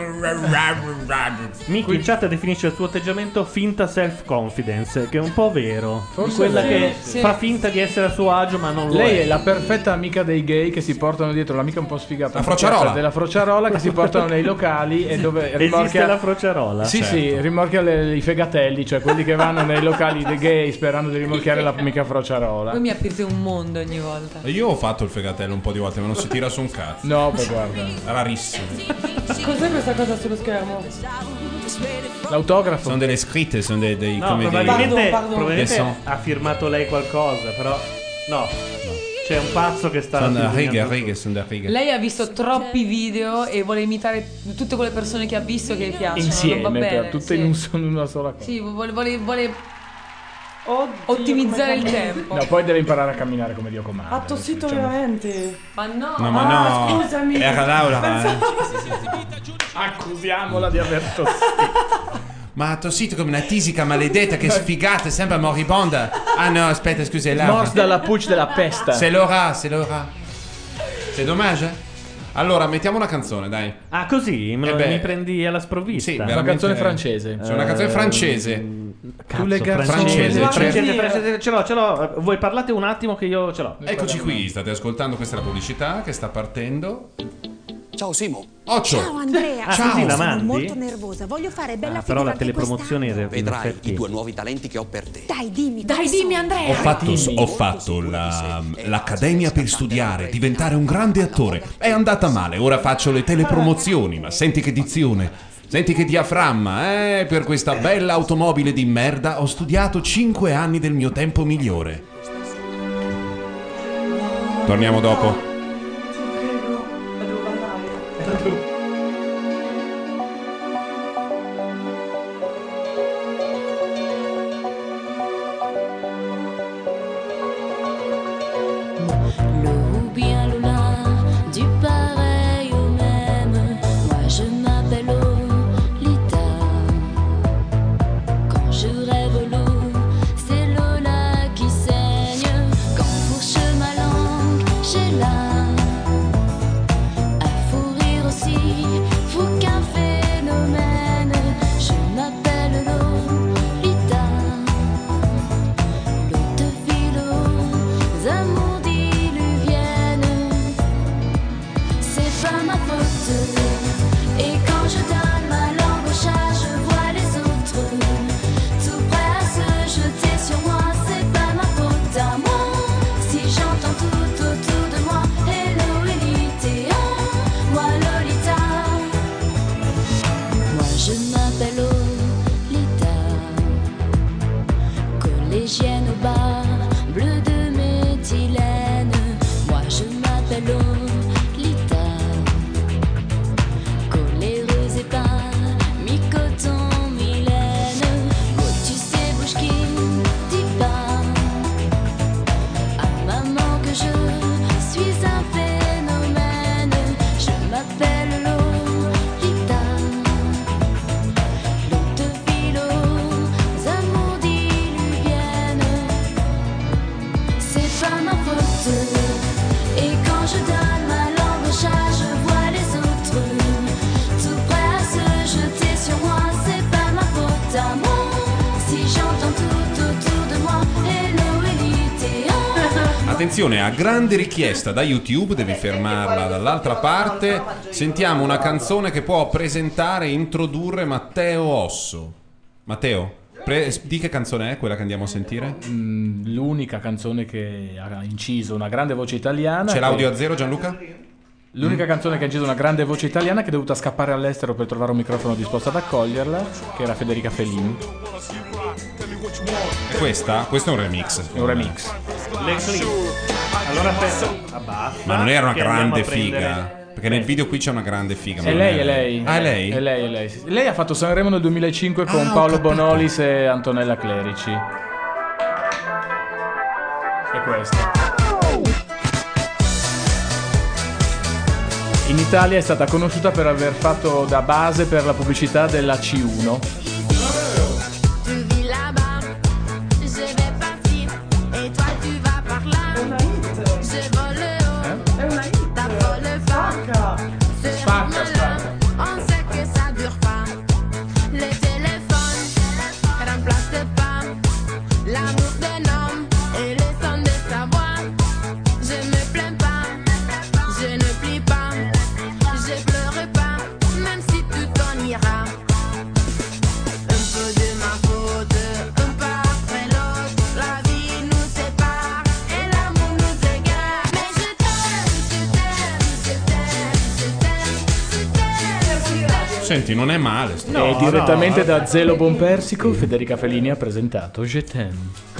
Mick in chat definisce il suo atteggiamento finta self-confidence, che è un po' vero. Forse quella sì, che sì. fa finta di essere a suo agio, ma non lo Lei è. è la perfetta amica dei gay che si portano dietro, l'amica un po' sfigata. La Frociarola. Della Frociarola che si portano nei locali e dove Esiste rimorchia la Frociarola? Sì, Certo. sì, rimorchia le- i fegatelli, cioè quelli che vanno nei locali dei gay sperando di rimorchiare l'amica Frociarola. Voi mi aprite un mondo ogni volta. Io ho fatto il fegatello un po' di volte, ma non si tira su un cazzo. No, beh, guarda. Rarissimo. Cos'è questa cosa sullo schermo? L'autografo. Sono delle scritte, sono dei, dei No, come dei- probabilmente, Pardon, pardon. probabilmente Che sono? ha firmato lei qualcosa, però no. C'è un pazzo che sta sono da righe, disegnando righe, tutto. sono da righe. Lei ha visto troppi video e vuole imitare tutte quelle persone che ha visto che gli piacciono. non va Insieme, bene. per, tutte sì. in, un so- in una sola cosa. Sì, vuole, vuole- vuole Oddio, ottimizzare il come- tempo. No, poi deve imparare a camminare come Dio comanda. Ha tossito diciamo. veramente. Ma no. No, ma Ah, no. scusami. Era Laura. Pensavo- Accusiamola di aver tossito. Ma ha tossito come una tisica maledetta che sfigata, sempre moribonda. Ah no, aspetta, scusa, è Laura. Morse dalla puce della pesta. C'est Laura, c'est Laura. C'est dommage, eh? Allora, mettiamo una canzone, dai. Ah, così? Me lo- Eh beh. mi prendi alla sprovvista? Sì, Una veramente- canzone francese. C'è una canzone francese. Cazzo, Tu le gar- francese, francese, francese, certo. francese, ce l'ho, ce l'ho. Voi parlate un attimo che io ce l'ho. Eccoci qui, state ascoltando, questa è la pubblicità che sta partendo. Ciao Simo. Occhio. Ciao Andrea, Ah, così la sono mandi? molto nervosa, voglio fare bella Ah, però la figura anche telepromozione in Vedrai effetti- i due nuovi talenti che ho per te. quest'anno. Dai, dimmi, Dai, dove dimmi sono? Andrea. Ho fatto, ho fatto la- l'accademia per studiare, diventare un grande attore. È andata male, ora faccio le telepromozioni, ma senti che dizione, senti che diaframma, eh? Per questa bella automobile di merda ho studiato cinque anni del mio tempo migliore. Torniamo dopo. attenzione, a grande richiesta da YouTube, devi fermarla dall'altra parte. Sentiamo una canzone che può presentare e introdurre Matteo Osso. Matteo, pre- di che canzone è quella che andiamo a sentire? Mm, l'unica canzone che ha inciso una grande voce italiana. C'è l'audio che- a zero, Gianluca? L'unica canzone che ha inciso una grande voce italiana che è dovuta scappare all'estero per trovare un microfono disposto ad accoglierla, che era Federica Fellini. E questa? Questo è un remix. È un remix. Allora aspetta, abbassa, Ma non era una che andiamo grande a prendere- figa. Perché nel video qui c'è una grande figa. ma È non lei, era- è lei. Ah, è lei? È lei, è lei. sì. Lei ha fatto Sanremo nel duemilacinque con Ah, ho Paolo capito. Bonolis e Antonella Clerici. È questa. In Italia è stata conosciuta per aver fatto da base per la pubblicità della C uno. Tu vis là-bas, je vais partir, et toi tu vas par là. Je vole haut, t'affole pas. Ce rythme-là, on sait que ça dure pas. Le téléphone remplace pas l'amour d'un homme et le son de sa voix. Je me plains pas, je ne plie pas, je pleure pas, même si tout en ira. Un peu de ma faute, un pas après l'autre, la vie nous sépare et l'amour nous égare. Mais je t'aime, je t'aime, je t'aime, je t'aime, je t'aime, je t'aime. Senti, non è male. sto- e direttamente da Zelo Bonpersico, Federica Fellini ha presentato Je t'aime.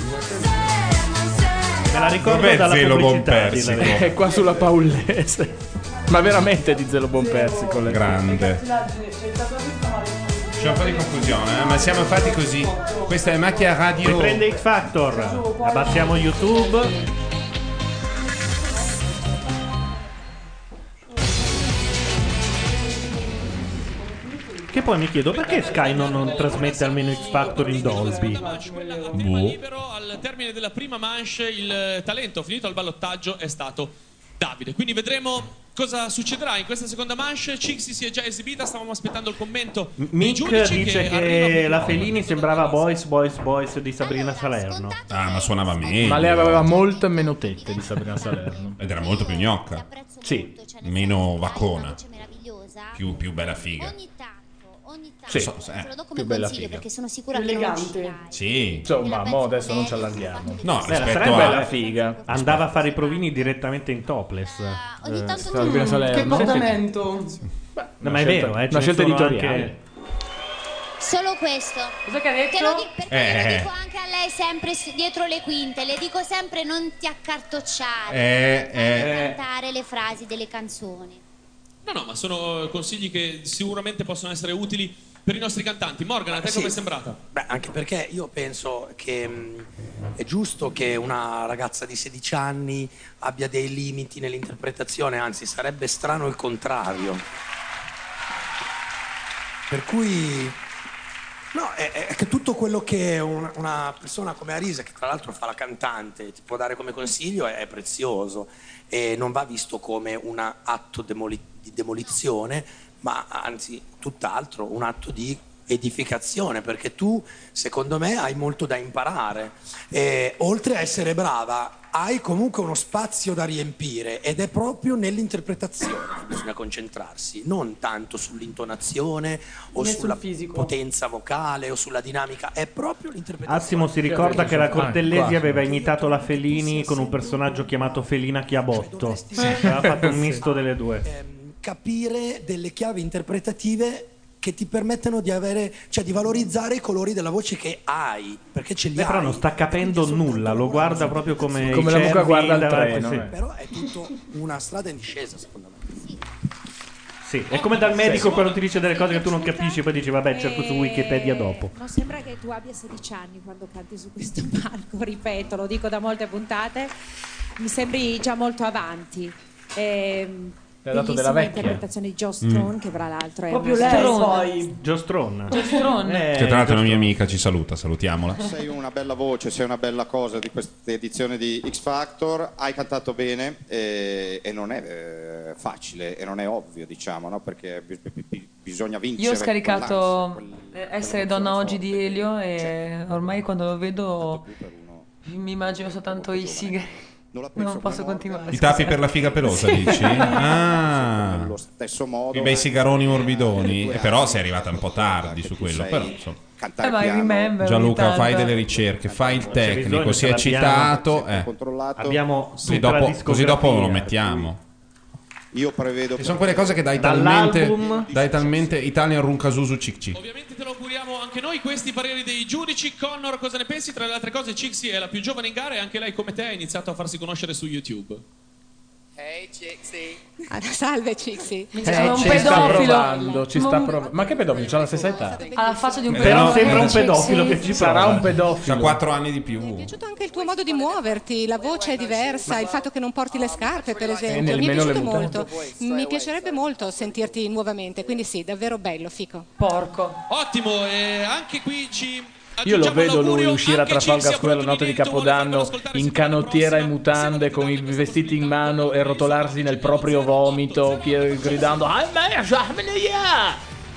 Me la ricordo Dov'è dalla Zelo pubblicità, Bonpersico? di la- È qua sulla Paullese. Ma veramente di Zelo Bonpersico. lei. Grande. C'è un po' di confusione, eh, ma siamo fatti così. Questa è Macchia Radio. Riprende X Factor. Abbassiamo YouTube. Che poi mi chiedo perché Sky non, non trasmette almeno X Factor in Dolby. Tema libero, al termine della prima manche il talento finito al ballottaggio è stato Davide. Quindi vedremo cosa succederà in questa seconda manche. Cixi si è già esibita, stavamo aspettando il commento dei Mick giudici dice che, arriva- la Fellini sembrava Boys, Boys, Boys di Sabrina Salerno. Ah, ma suonava meglio. Ma lei aveva molte meno tette di Sabrina Salerno. Ed era molto più gnocca. Sì. Meno vaccona. Più, più bella figa. Sì, So- eh, Te lo do come più bella consiglio figa. perché sono sicura che non uscirai. Sì. Insomma, mo adesso non ci allarghiamo. No, Beh, la rispetto sarebbe a... bella figa. Andava a fare i provini direttamente in topless. Ogni Eh, tanto Sabrina Salerno. Che portamento. No, ma è vero, eh, ce una ne scelta sono editoriale. anche- Solo questo. Cosa che ha detto? Te lo dico perché Eh. lo dico anche a lei sempre s- dietro le quinte. Le dico sempre non ti accartocciare. Eh, eh. Cantare le frasi delle canzoni. No, no, ma sono consigli che sicuramente possono essere utili per i nostri cantanti. Morgan, a te Sì. come è sembrata? Beh, anche perché io penso che mh, è giusto che una ragazza di sedici anni abbia dei limiti nell'interpretazione, anzi sarebbe strano il contrario. Per cui no, è, è che tutto quello che un- una persona come Arisa, che tra l'altro fa la cantante, ti può dare come consiglio è, è prezioso e non va visto come un atto demoli- di demolizione, ma anzi tutt'altro, un atto di edificazione, perché tu secondo me hai molto da imparare e oltre a essere brava hai comunque uno spazio da riempire ed è proprio nell'interpretazione che bisogna concentrarsi, non tanto sull'intonazione o Né sul sulla fisico. potenza vocale o sulla dinamica, è proprio l'interpretazione. Assimo si ricorda che la Cortellesi aveva imitato la Fellini con un personaggio chiamato Felina Chiabotto. Aveva fatto un misto delle due. Capire delle chiavi interpretative che ti permettono di avere, cioè di valorizzare i colori della voce che hai, perché ce li Beh, hai. però non sta capendo nulla, lo guarda proprio come, Come i la mucca cervi guarda il davanti, treno, sì. eh. Però è tutto una strada in discesa, secondo me. Sì, è come dal medico quando ti dice delle cose che tu non capisci e poi dici vabbè cerco su Wikipedia dopo. Non sembra che tu abbia sedici anni quando canti su questo palco, ripeto, lo dico da molte puntate, mi sembri già molto avanti. Ehm, Le ha dato della bellissima vecchia. interpretazione di Joe Strone, Mm. che tra l'altro è Proprio una lei strona. poi. Giostron. Giostron. Eh, Che tra l'altro è una mia amica, ci saluta, salutiamola. Sei una bella voce, sei una bella cosa di questa edizione di X Factor, hai cantato bene e, e non è eh, facile e non è ovvio, diciamo, no? Perché bi- bi- bi- bisogna vincere. Io ho scaricato quell'ansia, eh, Essere donna oggi di Elio e ormai quando lo vedo mi immagino soltanto i sigari. Non posso continuare. I tappi per la figa pelosa, dici? Ah, nello stesso modo. i bei sigaroni morbidoni. E però sei arrivata un po' tardi su quello. Però, insomma. Eh, ma remember Gianluca, ogni fai tanto. delle ricerche, fai il tecnico, bisogno, si è ce l'abbiamo. citato. Eh. Abbiamo Così tutta la dopo, così dopo lo discografia. mettiamo. Io prevedo Che sono quelle cose che dai talmente, Dall'album- dai talmente Italian Runcasusu Cic Cic. Ovviamente te lo auguriamo anche noi. Questi i pareri dei giudici. Connor, cosa ne pensi? Tra le altre cose, Cixi è la più giovane in gara e anche lei, come te, ha iniziato a farsi conoscere su YouTube. Hey Cixi. Ah, salve Cixi. Eh, Sono un ci sta pedofilo. provando, ci sta Ma- provando. Ma che pedofilo? C'ha la stessa età. Ha la faccia di un Però pedofilo. sembra un Cixi. pedofilo che ci Sarà prova. un pedofilo. C'ha quattro anni di più. Mi è piaciuto anche il tuo modo di muoverti, la voce è diversa, il fatto che non porti le scarpe, per esempio. Mi è nemmeno le piaciuto mutande. molto. Mi piacerebbe molto sentirti nuovamente, quindi sì, davvero bello, fico. Porco. Ottimo, e anche qui ci Io lo aggiungiamo vedo lui l'augurio uscire a anche Cixi Trafalgar a Square la notte di Capodanno in canottiera e mutande con i vestiti in mano e rotolarsi nel proprio vomito chie- gridando "Ah, ma- yeah!"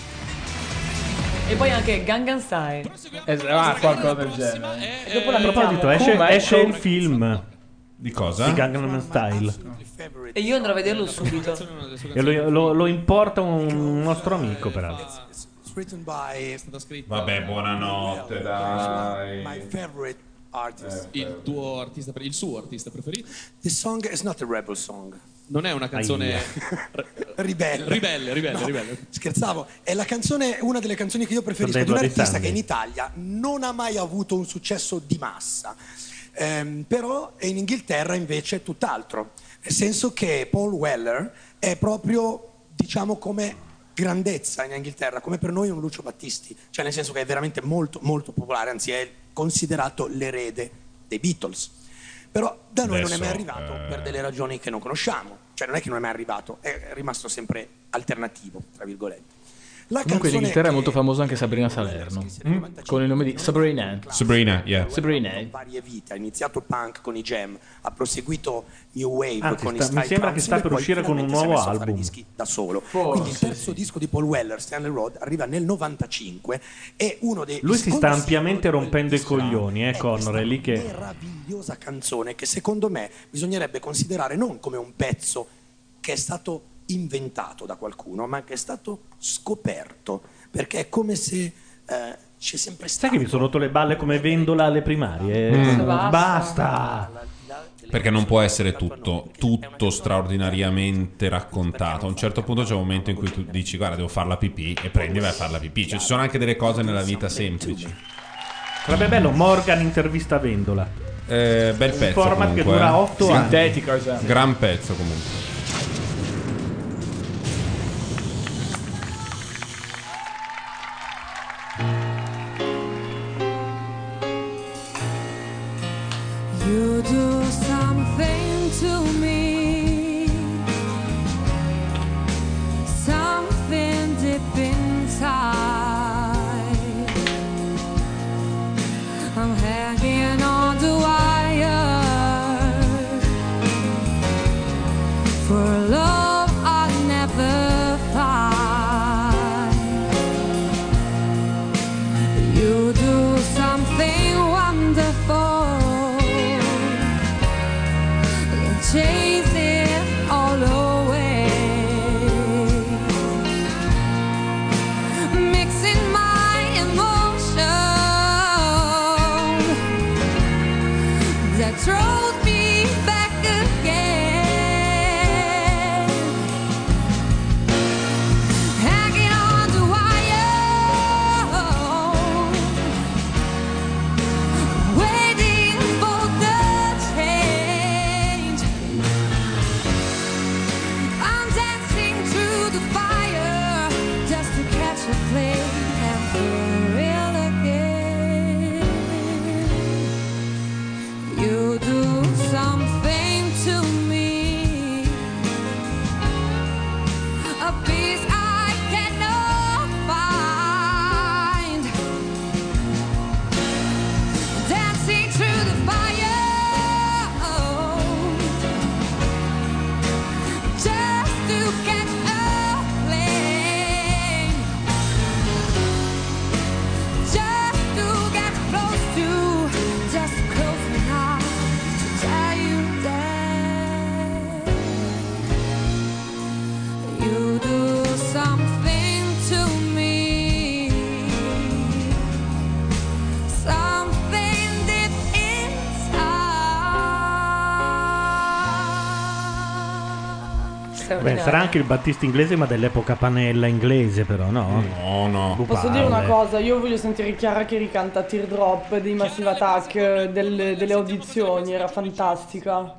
E poi anche Gangnam Style. Es- ah, qualcosa del genere. E dopo la A proposito, mettiamo. esce, Come- esce il film Di cosa? di Gangnam Style E io andrò a vederlo subito. e lo, lo- lo importa un nostro amico, peraltro. Written by Vabbè, buonanotte, dai. my favorite artist. il tuo artista, pre- il suo artista preferito. This song is not a rebel song. Non è una canzone Ribelle. ribelle, ribelle, No, ribelle. Scherzavo, è la canzone, una delle canzoni che io preferisco Con di un Edward artista Isandi. che in Italia non ha mai avuto un successo di massa. Ehm, però in Inghilterra invece è tutt'altro. Nel senso che Paul Weller è proprio, diciamo, come grandezza in Inghilterra, come per noi un Lucio Battisti, cioè nel senso che è veramente molto molto popolare, anzi è considerato l'erede dei Beatles. Però da noi non è mai Adesso, arrivato eh, per delle ragioni che non conosciamo, cioè non è che non è mai arrivato, è rimasto sempre alternativo, tra virgolette. La Comunque in canzone Inghilterra è che- molto famosa anche Sabrina Salerno con il nome di Sabrina. Sabrina, yeah. Sabrina. varie vite, ha iniziato punk con i Jam, ha proseguito New Wave Anzi, con i sta- Style mi sembra che Council sta e per poi uscire con un finalmente si è nuovo messo a fare album. dischi da solo. Forse, Quindi il terzo disco di Paul Weller, Stanley Road, arriva nel novantacinque, è uno dei Lui si sta secondo ampiamente rompendo i coglioni, eh, Connor, è lì che... meravigliosa canzone che secondo me bisognerebbe considerare non come un pezzo che è stato inventato da qualcuno, ma che è stato scoperto, perché è come se eh, c'è sempre Sai stato. che mi sono rotto le balle come Vendola alle primarie? Mm. Basta! Perché non può essere tutto, tutto straordinariamente raccontato. A un certo punto c'è un momento in cui tu dici guarda devo fare la pipì e prendi e vai a fare la pipì. Cioè, ci sono anche delle cose nella vita semplici. Sarebbe bello Morgan intervista Vendola. Eh, bel Un pezzo format che comunque, dura eh. otto anni. Sintetico, esatto. Gran pezzo comunque. You do something to me, something deep inside. I'm hanging on the wire for a love I'll never find. You do something wonderful, chase it all away, mixing my emotion that throws me back again, hanging on the wire, waiting Beh, sarà anche il Battisti inglese, ma dell'epoca Panella inglese, però, no? No, no. Posso dire una cosa? Io voglio sentire Chiara che ricanta Teardrop dei Massive Attack, del- delle audizioni, era fantastica.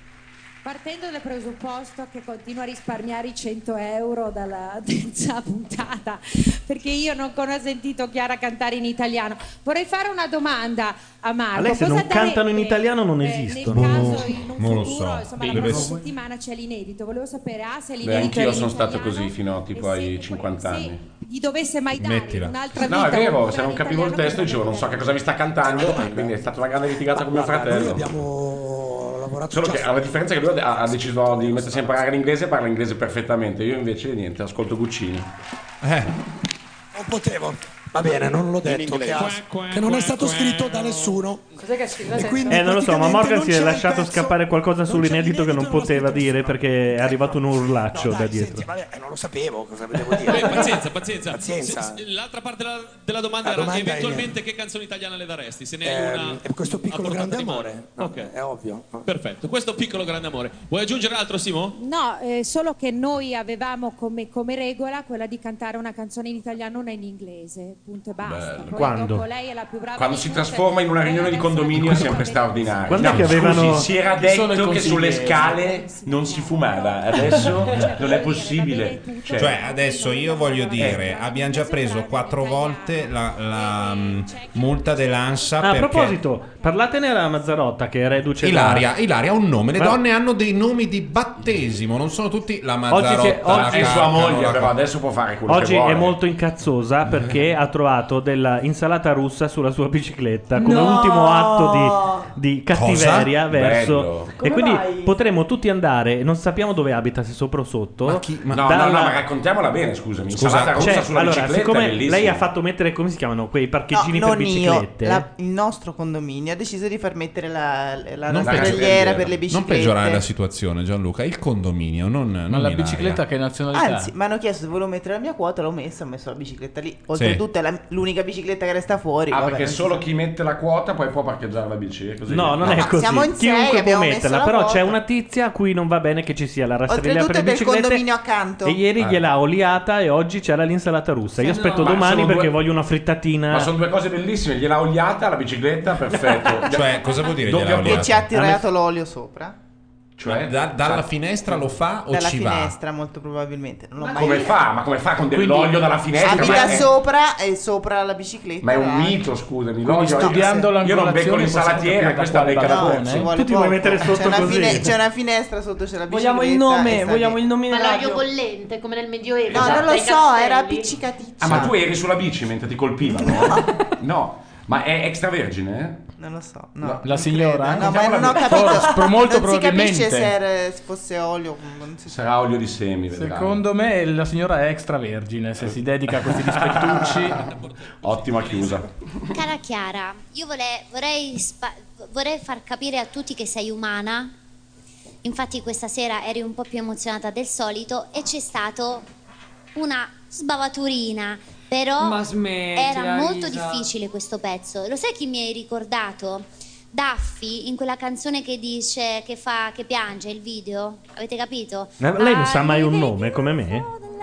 Partendo dal presupposto che continuo a risparmiare i cento euro dalla terza puntata, perché io non ho sentito Chiara cantare in italiano, vorrei fare una domanda a Marco. A lei se Cosa non cantano in darebbe, italiano non eh, esistono. Nel caso in un Non lo futuro, so. insomma, la Deve- prossima settimana c'è l'inedito. Volevo sapere ah, se Beh, l'inedito anch'io è sono in stato italiano, così fino a tipo ai cinquanta anni. gli dovesse mai dare Mettila. un'altra vita. No, è vero, un se non brano capivo il italiano testo dicevo non so che cosa mi sta cantando, e quindi è stata una grande litigata con mio Guarda, noi fratello. abbiamo lavorato Solo già che su- ha la differenza è che lui ha, ha deciso di mettersi a imparare l'inglese e parla inglese perfettamente. Io invece niente, ascolto Guccini. Eh. Non potevo. Va bene, non l'ho detto che, ha- che non è stato scritto da nessuno. Cos'è che ha scritto? E quindi Eh, non lo so, ma praticamente Morgan non si è c'era il lasciato pezzo, scappare qualcosa sull'inedito che non poteva dire perché è arrivato un urlaccio No, da dai, dietro. senti, vabbè, eh, non lo sapevo cosa devo dire. Beh, pazienza, pazienza. Pazienza. Se- se- l'altra parte della, della domanda La era domanda è- eventualmente che canzone italiana le daresti? Se ne hai Ehm, una. è questo piccolo a portata grande di mano. amore. No, Ok. È ovvio. Perfetto, questo piccolo grande amore. Vuoi aggiungere altro, Simo? No, eh, solo che noi avevamo come, come regola quella di cantare una canzone in italiano, una in inglese, punto e basta. Bello. Poi Quando? dopo lei è la più brava Quando di si tutte. trasforma in una riunione di condominio è sempre straordinario. Quando è No, che avevano- scusi, si era Chi sono i detto che sulle consiglieri? scale non si fumava, adesso non è possibile. Cioè, Cioè, adesso io voglio dire, abbiamo già preso quattro volte la, la, mm, multa dell'ANSA Ah, a perché... proposito, parlatene alla Mazzarotta che è reduce da- Ilaria, Ilaria ha un nome, le Ma- donne hanno dei nomi di battesimo, non sono tutti la Oggi Mazzarotta, c'è- la oggi- è sua Carcano, moglie, la- però adesso può fare quello che Oggi vuole. è molto incazzosa perché ha trovato della insalata russa sulla sua bicicletta come No! ultimo atto di, di cattiveria Cosa? verso Bello. e Come quindi mai? potremmo tutti andare, non sappiamo dove abita, se sopra o sotto. No, no, no, ma raccontiamola bene, scusami. Insalata russa cioè, sulla allora, bicicletta siccome è bellissimo. lei ha fatto mettere, come si chiamano, quei parcheggini No, per non io, biciclette. la- il nostro condominio ha deciso di far mettere la, la Non rastrelliera per le Non biciclette. peggiorare la situazione, Gianluca, il condominio, non, non Ma la Ilaria. bicicletta che nazionalità? Anzi, mi hanno chiesto se volevo mettere la mia quota, l'ho messa, ho messo la bicicletta lì. Oltretutto è la- l'unica bicicletta che resta fuori. Ah, vabbè, perché non si solo sa. chi mette la quota poi può parcheggiare la bici. è così? No, non è ma così. siamo in sei, Chiunque può abbiamo messo metterla, la però quota. c'è una tizia a cui non va bene che ci sia la rastrelliera per Oltretutto le è del biciclette. condominio accanto. E ieri Eh. gliel'ha oliata e oggi c'era l'insalata russa. Io Sì, aspetto no. Ma domani sono perché due- voglio una frittatina. Ma sono due cose bellissime. Gliel'ha oliata la bicicletta, perfetto. Cioè, cosa vuol dire Doppia gliel'ha Che oliata? ci ha tirato l'olio sopra. Cioè, Da- dalla cioè- finestra lo fa o Dalla ci va? finestra, molto probabilmente. Non l'ho mai Come visto. fa? Ma come fa con Quindi dell'olio dalla finestra? Abita Ma è- sopra e sopra la bicicletta. Ma è un va. mito, scusami. Quindi l'olio- studiando Io non becco l'angolazione l'insalatiera, possiamo questa capire becca da da quale No, pezzo. ci vuole Tu ti poco. vuoi mettere sotto c'è una, così. fine- c'è una finestra sotto, c'è la bicicletta. Vogliamo il nome, e sta vogliamo lì. il nome in Ma l'olio radio. bollente, come nel Medioevo. No, non lo dai so, castelli. era appiccicaticcia. Ah, ma tu eri sulla bici mentre ti colpivano? No. Ma è extravergine? eh? Non lo so. No, La signora? No, ma non ho capito. Forse, molto non si capisce probabilmente. se, era- se fosse olio. Non si sa. Sarà olio di semi, vedrai. Secondo me la signora è extravergine se si dedica a questi dispettucci. Ottima chiusa. Cara Chiara, io vole- vorrei, spa- vorrei far capire a tutti che sei umana. Infatti questa sera eri un po' più emozionata del solito e c'è stato una sbavaturina. Però Ma smettila, era molto Isa. difficile questo pezzo. Lo sai chi mi hai ricordato? Daffy in quella canzone che dice che fa che piange il video. Avete capito? Ma lei non sa mai un nome come me?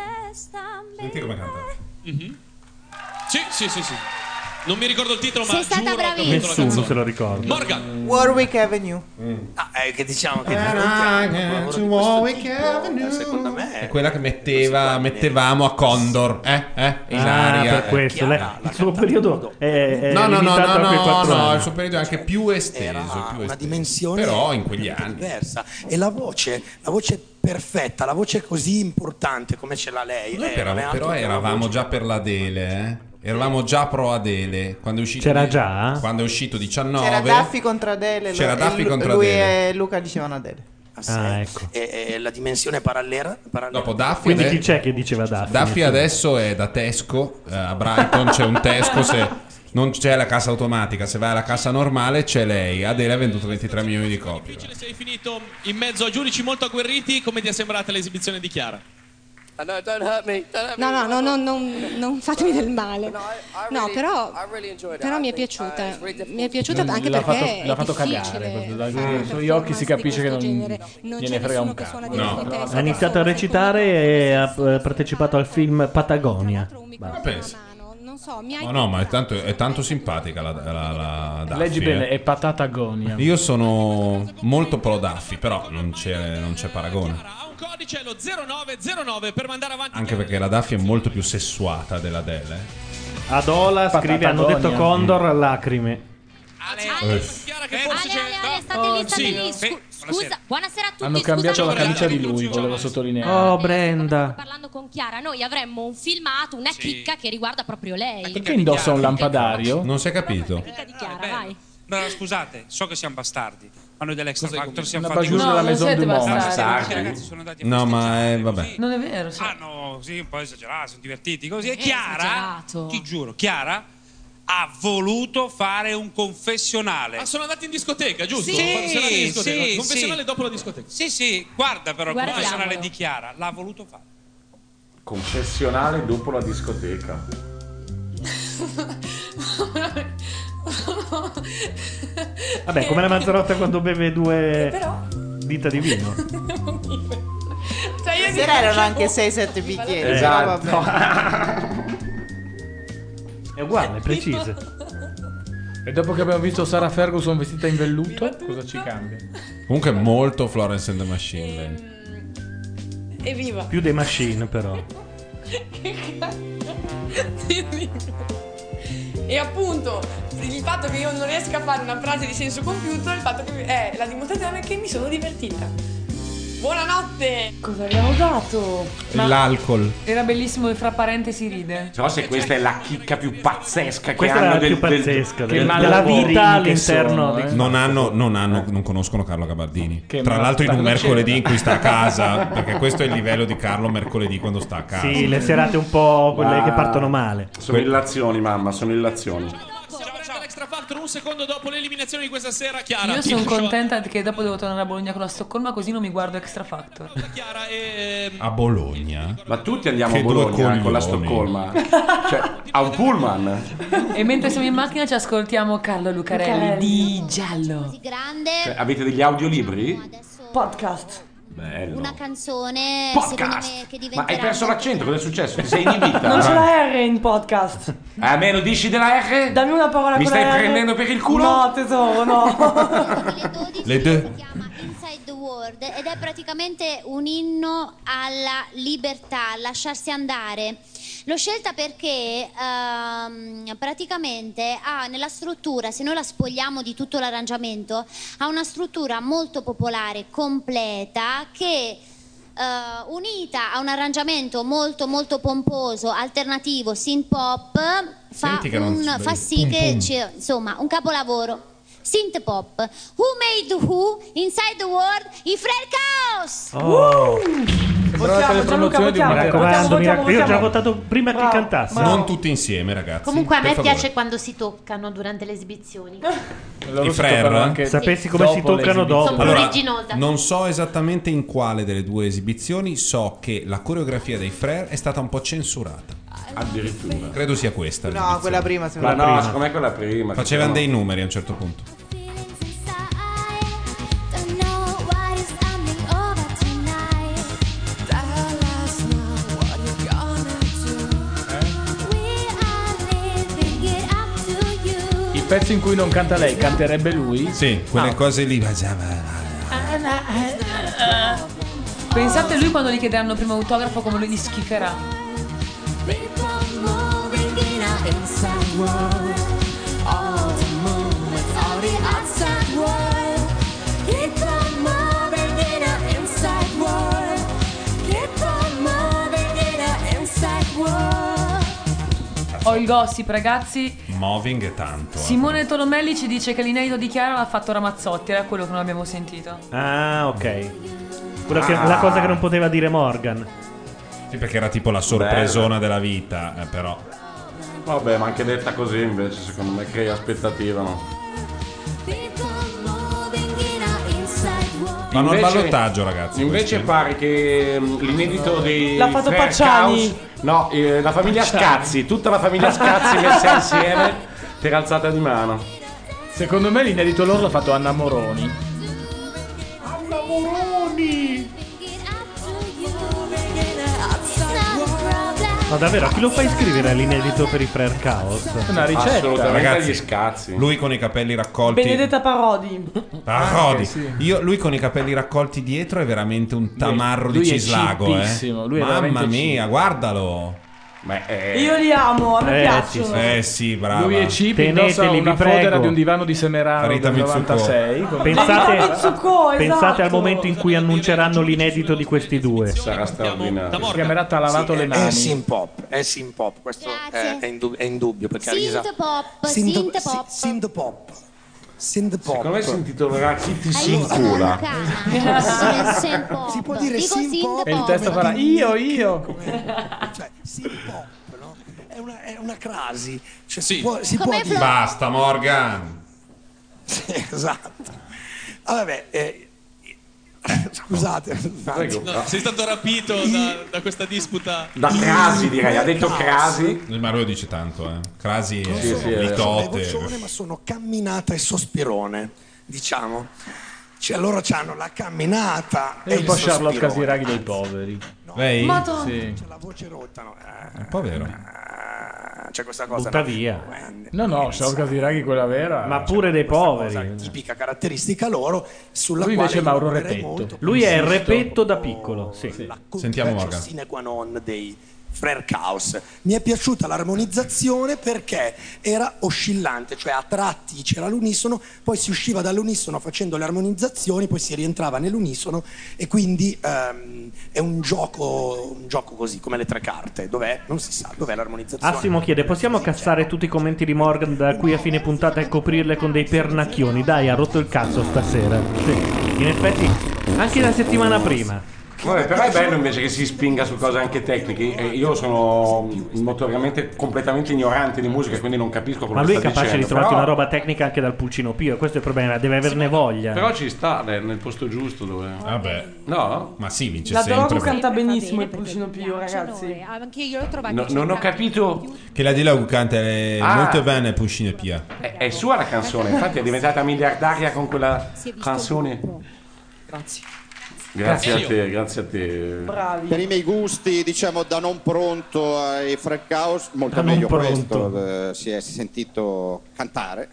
Senti come canta. Mhm. Sì, sì, sì, sì. Non mi ricordo il titolo, ma Sei stata giuro che ho bravissima. capito la Nessuno canzone. se lo ricorda. Morgan. Warwick Avenue. Ah, eh, che diciamo che And non I chiamo, get un lavoro to di questo Warwick tipo, Avenue. secondo me È quella che metteva, mettevamo a Condor, eh? Eh? Ilaria. Ah, per questo. Lei- il suo periodo è, è No, no, no, limitato no, a quei no, quattro no, anni. il suo periodo è anche più esteso, era più una esteso. dimensione Però in quegli anni. diversa e la voce, la voce perfetta, la voce così importante come ce l'ha lei. Noi eh, però, non è altro però che una eravamo voce- già per l'Adele, eh? Eravamo già pro Adele. Quando è uscito C'era di- già? Quando è uscito diciannove. C'era Daffy contro Adele. C'era e Daffy lu- contro lui Adele. e Luca dicevano Adele. Ah, sì. Ah, ecco. e, e la dimensione parallela, parallela. Dopo Daffy, Quindi ade- chi c'è che diceva Daffy? Daffy Nessuno. adesso è da Tesco, eh, a Brighton c'è un Tesco, se non c'è la cassa automatica, se vai alla cassa normale c'è lei. Adele ha venduto ventitré milioni di copie. Sei finito in mezzo a giudici molto agguerriti. Come ti è sembrata l'esibizione di Chiara? I know, don't hurt me. Don't hurt me. No, no, no, no, non, non fatemi del male. No, però, però mi è piaciuta. Mi è piaciuta anche l'ha perché fatto, è l'ha fatto difficile. cagare. Dai suoi occhi si capisce che non gliene frega un cazzo. No. Ha iniziato a recitare e ha eh, partecipato al film Patagonia. Ma pensi? Non so, mi hai No, no, ma è tanto, è tanto simpatica la, la, la Daffy. Leggi bene, eh. è Patatagonia. Io sono molto pro Daffy, però non c'è, non c'è paragone. Codice è lo zero nove zero nove per mandare avanti. Anche perché la Daffy è molto più sessuata della Adele. Adola scrive: hanno detto Patagonia. Condor, lacrime. Eh. State lì, state sì. lì. Scu- scusa, buonasera a tutti. Hanno cambiato la camicia di lui, volevo sottolineare. Oh, Brenda. Parlando con Chiara, noi avremmo un filmato, una chicca che riguarda proprio lei. Perché indossa un lampadario? Non si è capito. Chicca di Chiara, vai. No, no, scusate, so che siamo bastardi, ma noi dell'Extra Factor siamo Una fatti bagiura della No, Maison non du siete Monde. bastardi. I ragazzi sono andati a No, ma è, vabbè. Non è vero. sì. Ah no, sì, un po' esagerato, sono divertiti così. E È Chiara, esagerato. ti giuro, Chiara ha voluto fare un confessionale. Ah, sono andati in discoteca, giusto? Sì, Sono andati in discoteca. sì, Confessionale sì. dopo la discoteca. Sì, sì, guarda però il Guardiamolo. confessionale di Chiara, l'ha voluto fare. Confessionale dopo la discoteca. Vabbè, come la Mazzarotta quando beve due Però- dita di vino. Cioè, io Stasera dico- erano anche sei sette bicchieri. Esatto. però vabbè. È uguale, precise. E dopo che abbiamo visto Sarah Ferguson vestita in velluto, cosa ci cambia? Comunque è molto Florence and the Machine lei. Evviva. Più dei machine, però. Che cazzo? E appunto il fatto che io non riesca a fare una frase di senso compiuto è il fatto che è la dimostrazione che mi sono divertita. Buonanotte! Cosa abbiamo dato? Ma L'alcol. era bellissimo e fra parentesi ride. So se questa è la chicca più pazzesca che Questa è hanno la del, più del- pazzesca che del- male della lavoro. vita all'interno sono, di- eh. Non hanno, non hanno, non conoscono Carlo Gabardini. Che Tra ma- l'altro in un cosa mercoledì c'era? in cui sta a casa, perché questo è il livello di Carlo mercoledì quando sta a casa. Sì, le serate un po' quelle Ma- che partono male. Sono illazioni, mamma, sono illazioni. Extra Factor un secondo dopo l'eliminazione di questa sera. Chiara, Io sono Pippo Show. contenta che dopo devo tornare a Bologna con la Stoccolma, così non mi guardo Extra Factor. Chiara e A Bologna? Ma tutti andiamo Che a due Bologna con la coglioni. Stoccolma. Cioè, a un pullman. E mentre siamo in macchina ci ascoltiamo Carlo Lucarelli di Giallo. Grande. Cioè, avete degli audiolibri? Podcast. Bello. Una canzone secondo Podcast. me che Ma diventerà hai perso l'accento, cosa è successo? Ti sei inibita? Non c'è la R in podcast. A meno dici della R? Dammi una parola Mi con stai la R. prendendo per il culo? No, tesoro, no. Le due. Inside the World ed è praticamente un inno alla libertà, a lasciarsi andare. L'ho scelta perché ehm, praticamente ha nella struttura, se noi la spogliamo di tutto l'arrangiamento, ha una struttura molto popolare, completa, che Uh, unita a un arrangiamento molto molto pomposo, alternativo, synth pop, fa, Senti che non- un, fa sì pum, che pum. ci- insomma un capolavoro. Synth pop. Who made who? Inside the world? I Fred Chaos! Oh. Sembrava Votiamo, le promozioni Gianluca, di un votiamo. Mi raccomando, Votiamo, mi raccomando. Io ho già votiamo. votato prima che Bravo, cantasse. bravo. Non tutti insieme, ragazzi. Comunque a per me favore. piace quando si toccano durante le esibizioni. Loro I si Frère? toccano anche Sapessi come si dopo le toccano dopo. Sono Allora, pruriginosa. non so esattamente in quale delle due esibizioni, so che la coreografia dei Frère è stata un po' censurata. Addirittura. Credo sia questa. No, l'esibizione. quella prima Ma sembra. no, prima. secondo me quella prima. Facevano secondo dei me. numeri a un certo punto. Don't know what is coming over tonight. Tell us now what you're gonna do. We are leaving it up to you. Il pezzo in cui non canta lei, canterebbe lui? Sì, quelle Ah. cose lì. Pensate lui quando gli chiederanno prima autografo come lui gli schiferà. Keep on moving in our inside world. All the movements, all the outside world. Keep on moving in our inside world. Keep on moving in our inside world. Ho il gossip, ragazzi. Moving è tanto. eh. Simone Tolomelli ci dice che l'inedito di Chiara l'ha fatto Ramazzotti, era quello che non abbiamo sentito. Ah, ok. Quello che- Ah. la cosa che non poteva dire Morgan. Sì, perché era tipo la sorpresona della vita, eh, però. Vabbè, ma anche detta così invece, secondo me crea aspettativa, no? Keep on moving in our inside world. Vanno al Invece- ballottaggio, ragazzi. Invece questi. pare che mm, l'inedito dei L'ha fatto Fair Pacciani. House- no, eh, la famiglia Scazzi, tutta la famiglia Scazzi messa insieme per alzata di mano. Secondo me l'inedito loro l'ha fatto Anna Moroni. Anna Moroni! Ma davvero, a chi lo fai scrivere l'inedito per i Prayer Chaos? Una ricetta. Assolutamente Ragazzi, agli scazzi. Lui con i capelli raccolti. Benedetta Parodi. Parodi. Ah, sì. Io, lui con i capelli raccolti dietro è veramente un tamarro lui di è Cislago, eh. cheapissimo, lui è Mamma veramente mia, cheap. guardalo. Beh, Io li amo, a me Eh, piacciono. sì, Eh sì, brava. Lui è cheap, indossa Teneteli, una vi prego. fodera di un divano di Semeraro Rita del Mitsuko. novantasei. con- Pensate, Mitsuko, pensate al esatto. momento in cui annunceranno l'inedito di questi due. Sarà straordinario. Si chiamerà T'ha lavato Sì, le è- mani. È synth pop, è synth pop, questo è, è, indub- è indubbio perché Arisa Synth pop, Synth- synth sì, pop. synth pop. Synth pop. Secondo me si intitolerà Chi ti Hai si visto incula. Si può dire Dico synth synth pop E il testo farà io, io. cioè synth pop, no? È una, è una crasi, cioè Sì. si può, si può Come dire. Basta, Morgan. Sì, esatto. Ah, vabbè, eh, scusate, Prego. No, sei stato rapito da, da questa disputa. Da Crasi direi, ha detto Crasi. Il Mario dice tanto, eh. Crasi non è sono sì, è vero. litote. vocione, ma sono camminata e sospirone, diciamo. Cioè loro hanno la camminata È e un il po' Charlotte sospirone. Casiraghi dei poveri. Lei? Madonna. Sì. C'è la voce rotta, no? Eh, Un po' vero. eh, c'è questa cosa. Butta no? via. No, no, Charlotte Casiraghi quella vera. Ma pure dei Cosa poveri. tipica caratteristica loro sulla Lui quale invece è Mauro io lavorerei Repetto. molto. Lui è il Insisto. repetto da piccolo, sì. La Sentiamo convergence Morgan. sine qua non dei Frere Chaos. Mi è piaciuta l'armonizzazione perché era oscillante, cioè a tratti c'era l'unisono, poi si usciva dall'unisono facendo le armonizzazioni, poi si rientrava nell'unisono e quindi ehm, è un gioco, un gioco così, come le tre carte. Dov'è? Non si sa, dov'è l'armonizzazione? Assimo chiede, possiamo cassare tutti i commenti di Morgan da qui a fine puntata e coprirle con dei pernacchioni? Dai, ha rotto il cazzo stasera. Sì. In effetti, anche la settimana prima. Vabbè, però è bello invece che si spinga su cose anche tecniche. Eh, io sono notoriamente completamente ignorante di musica, quindi non capisco quello Ma lui è che sta capace di dicendo. trovarti però, una roba tecnica anche dal Pulcino Pio, questo è il problema, deve averne voglia. però ci sta nel, nel posto giusto dove. Vabbè. No? Ma sì, vince La sempre. Drogo canta Va benissimo bene, il Pulcino perché Pio, piacciono, ragazzi. e Anche io l'ho trovato. No, non ho capito. Che la di là canta è Ah. molto bene Pushine Pia. È, è sua la canzone, infatti è diventata miliardaria con quella canzone. Grazie. Grazie a Elio. te, grazie a te. Bravi. Per i miei gusti, diciamo da non pronto ai Frere Chaos, molto Da non meglio pronto. questo, eh, si è sentito cantare.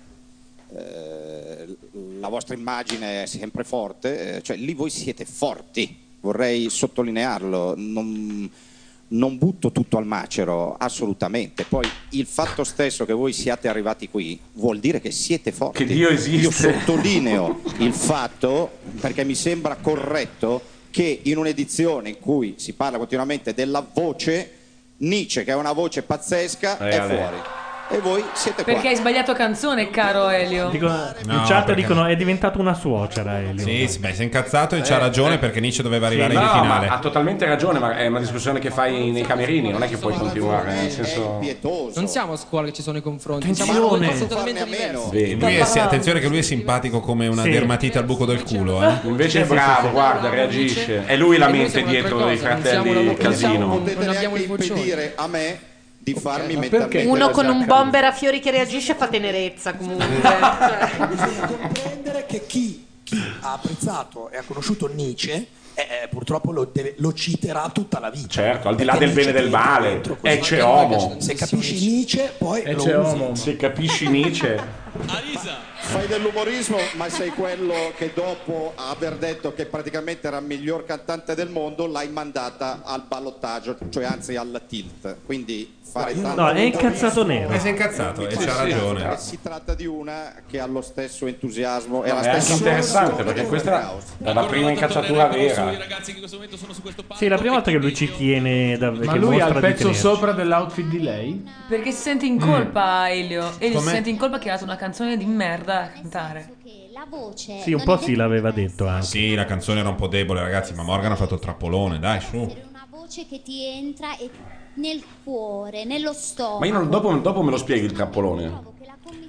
Eh, la vostra immagine è sempre forte, eh, cioè lì voi siete forti, vorrei sottolinearlo, non, non butto tutto al macero, assolutamente. Poi il fatto stesso che voi siate arrivati qui vuol dire che siete forti. Che Dio esiste. Io sottolineo il fatto, perché mi sembra corretto, che in un'edizione in cui si parla continuamente della voce, Nietzsche, che è una voce pazzesca, Eh, è vabbè. fuori. E voi siete qua. Perché hai sbagliato canzone, caro Elio. Dicono, No, in chat perché- dicono è diventato una suocera Elio. Sì, sì, beh, si è incazzato e c'ha Eh, ragione eh. perché Nietzsche doveva arrivare No, in finale. ma ha totalmente ragione, ma è una discussione che fai nei camerini, non è che puoi continuare, nel senso. Pietoso. Non siamo a scuola che ci sono i confronti, Attenzione. siamo a due Ma cose non totalmente farne a meno. diverse. Lui è, attenzione che lui è simpatico come una Sì. dermatite al buco del culo, eh. Invece è Sì, sì, bravo, sì, sì. guarda, reagisce. È lui la E noi mente siamo dietro un'altra i cosa, non fratelli siamo la- Casino. non Potete abbiamo neanche il vocione. impedire a me di farmi ma mentalmente perché? Uno la con un giacca. bomber a fiori che reagisce fa tenerezza comunque. Cioè. Bisogna comprendere che chi, chi ha apprezzato e ha conosciuto Nietzsche eh, eh, purtroppo lo, deve- lo citerà tutta la vita. Certo, al di là Perché del bene e del Nietzsche male. dentro così. E c'è Homo. Se capisci Nietzsche, poi E lo c'è usi. Homo. Se capisci Nietzsche. Arisa. Fai dell'umorismo, ma sei quello che dopo aver detto che praticamente era il miglior cantante del mondo l'hai mandata al ballottaggio, cioè anzi al tilt. Quindi fare tanto No, è incazzato nero. E si è incazzato e c'ha ragione. E si tratta di una che ha lo stesso entusiasmo e ha No, la è anche stessa interessante perché questa è la prima incazzatura vera. I ragazzi che in questo momento sono su questo palco. Sì, è la prima volta che lui ci tiene da, Ma che lui ha mostra il di pezzo tenerci. sopra dell'outfit di lei? Perché si sente in colpa, Elio. Elio si Com'è? sente in colpa che ha dato una canzone di merda da cantare. Che la voce Sì, un non po' è sì l'aveva detto anche. Sì, la canzone era un po' debole, ragazzi, ma Morgan ha fatto il trappolone, dai, su. una voce che ti entra e nel cuore, nello stomaco. Ma io non- dopo, dopo me lo spieghi il trappolone. Che la commistione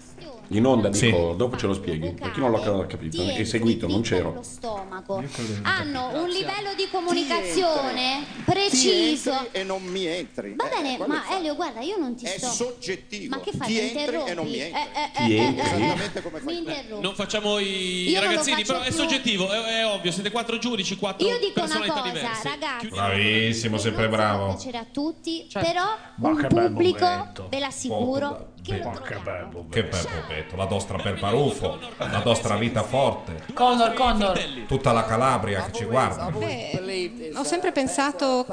In onda dico, Sì. dopo ce lo spieghi, per chi non l'ha capito e seguito, non c'ero. Stomaco. Hanno un livello di comunicazione preciso. Ti entri e non mi entri. Va Eh, bene, quello ma è fatto. Elio, guarda, io non ti È sto. soggettivo. Ma che fai? Ti Mi entri interrompi? e non mi entri. Eh, eh, Ti eh, entri. eh, eh, Esattamente come fai Mi te. interrompi. Non facciamo i Io non lo ragazzini, faccio però è più. soggettivo, è, è ovvio, siete quattro giudici, quattro Io dico una personalità cosa, diverse. ragazzi. Bravissimo, sempre bravo. Piacere a tutti, Certo. però Ma un che bel pubblico, momento. ve l'assicuro, che lo Che bello, che bello momento. La nostra per Parufo, la nostra Rita Forte, Condor, Condor. tutta la Calabria che ci guarda. Beh, ho sempre pensato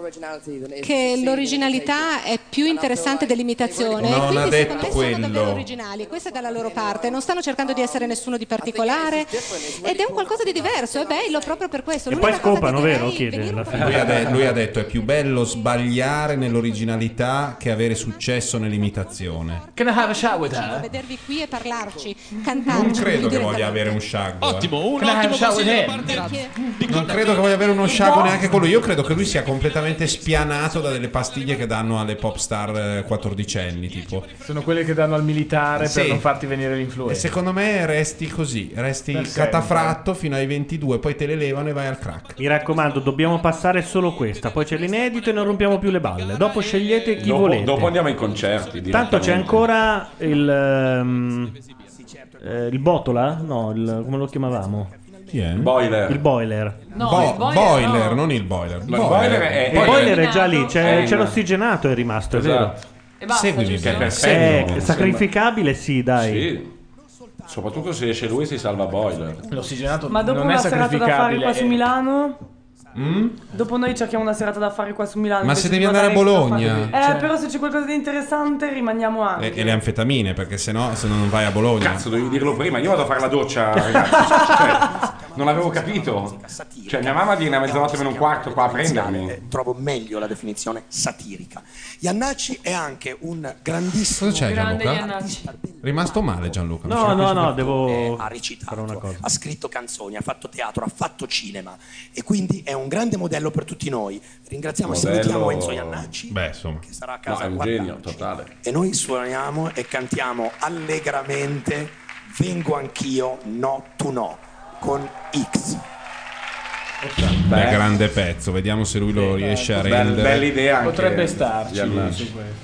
che l'originalità è più interessante dell'imitazione. Non e quindi ha secondo detto me sono quello. davvero originali. Questa è dalla loro parte. Non stanno cercando di essere nessuno di particolare ed è un qualcosa di diverso. È bello proprio per questo. E L'unica poi cosa scopano, che vero? direi- Chiede alla fine. Lui ha, de- lui ha detto è più bello sbagliare nell'originalità che avere successo nell'imitazione. Can I have a shot with a her? vedervi qui e parlarci, cantarci. Non credo che direttamente. voglia avere un sciago. Ottimo, un Can I have ottimo a shot with consiglio da him? parte Perché? Non credo che voglia avere uno sciago neanche con lui. Io credo che lui sia completamente spianato da delle pastiglie che danno alle pop star eh, quattordicenni, tipo. Sono quelle che danno al militare per Sì. non farti venire E l'influenza. secondo me resti così, resti Per sempre. catafratto fino ai ventidue, poi te le levano e vai al crack. Mi raccomando, dobbiamo passare solo questa, poi c'è l'inedito e non rompiamo più le balle. Dopo scegliete chi Dopo, volete. dopo andiamo ai concerti. Tanto c'è direttamente. ancora il ehm, eh, il Botola? No, il, come lo chiamavamo? Chi è? Boiler. Il boiler. No, Bo- il boiler, boiler, no. non il boiler. No, il boiler è- Il boiler è già lì, c'è, È- c'è l'ossigenato, è rimasto, è vero? Esatto. E basta, Seguimi, giusto? che è perfetto. Eh, sacrificabile, sì, dai. Sì. Soprattutto se esce lui si salva Boiler. L'ossigenato Ma dopo non è una serata da fare sacrificabile. qua su è- Milano? Mm? Dopo noi cerchiamo una serata da fare qua su Milano. Ma invece se devi di andare a guardare che Bologna? sto fa- Eh, Cioè- però se c'è qualcosa di interessante rimaniamo anche. E, e le anfetamine, perché sennò se non vai a Bologna. Cazzo, dovevi dirlo prima. Io vado a fare la doccia, ragazzi. Cioè, non l'avevo capito. Cioè, mia mamma viene a mezzanotte meno un quarto qua a prendermi. Eh, trovo meglio la definizione satirica. Iannacci è anche un grandissimo Cosa c'è, Grande Gianluca? Iannacci. Rimasto male Gianluca. non No, ci no, capisci no, perché. devo ha recitato, fare una cosa. ha scritto canzoni, ha fatto teatro, ha fatto cinema e quindi è un grande modello per tutti noi. Ringraziamo e Modello- salutiamo Enzo Iannacci Beh, insomma. che sarà a No, casa è a un guardarci. genio totale. E noi suoniamo e cantiamo allegramente Vengo anch'io, no tu no, con X. Beh, grande pezzo, vediamo se lui lo riesce a Bel- rendere. bella idea anche. Potrebbe starci Iannacci. su questo.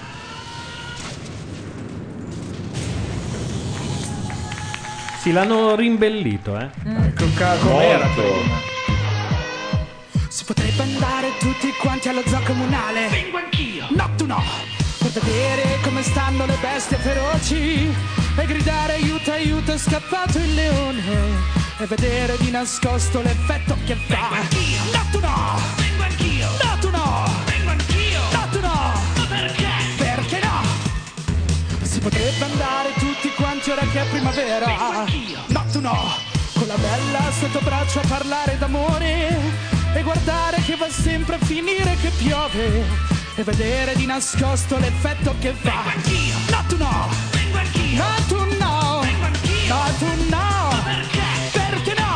Sì, l'hanno rimbellito, eh. Ecco ca- com'era prima. Si potrebbe andare tutti quanti allo zoo comunale. Vengo anch'io. No, tu no. Per vedere come stanno le bestie feroci e gridare aiuto, aiuto, è scappato il leone. E vedere di nascosto l'effetto che fa. Vengo anch'io. No, tu no. Vengo anch'io. No, tu no. Vengo anch'io. No, tu no. Ma perché? Perché no? Si potrebbe andare tutti quanti ora che è primavera. No, tu no. Con la bella sotto braccio a parlare d'amore e guardare che va sempre a finire che piove e vedere di nascosto l'effetto che fa. Vengo anch'io. No, tu no. Vengo anch'io. No, tu no. Vengo anch'io. No, tu no. Ma perché? Perché no?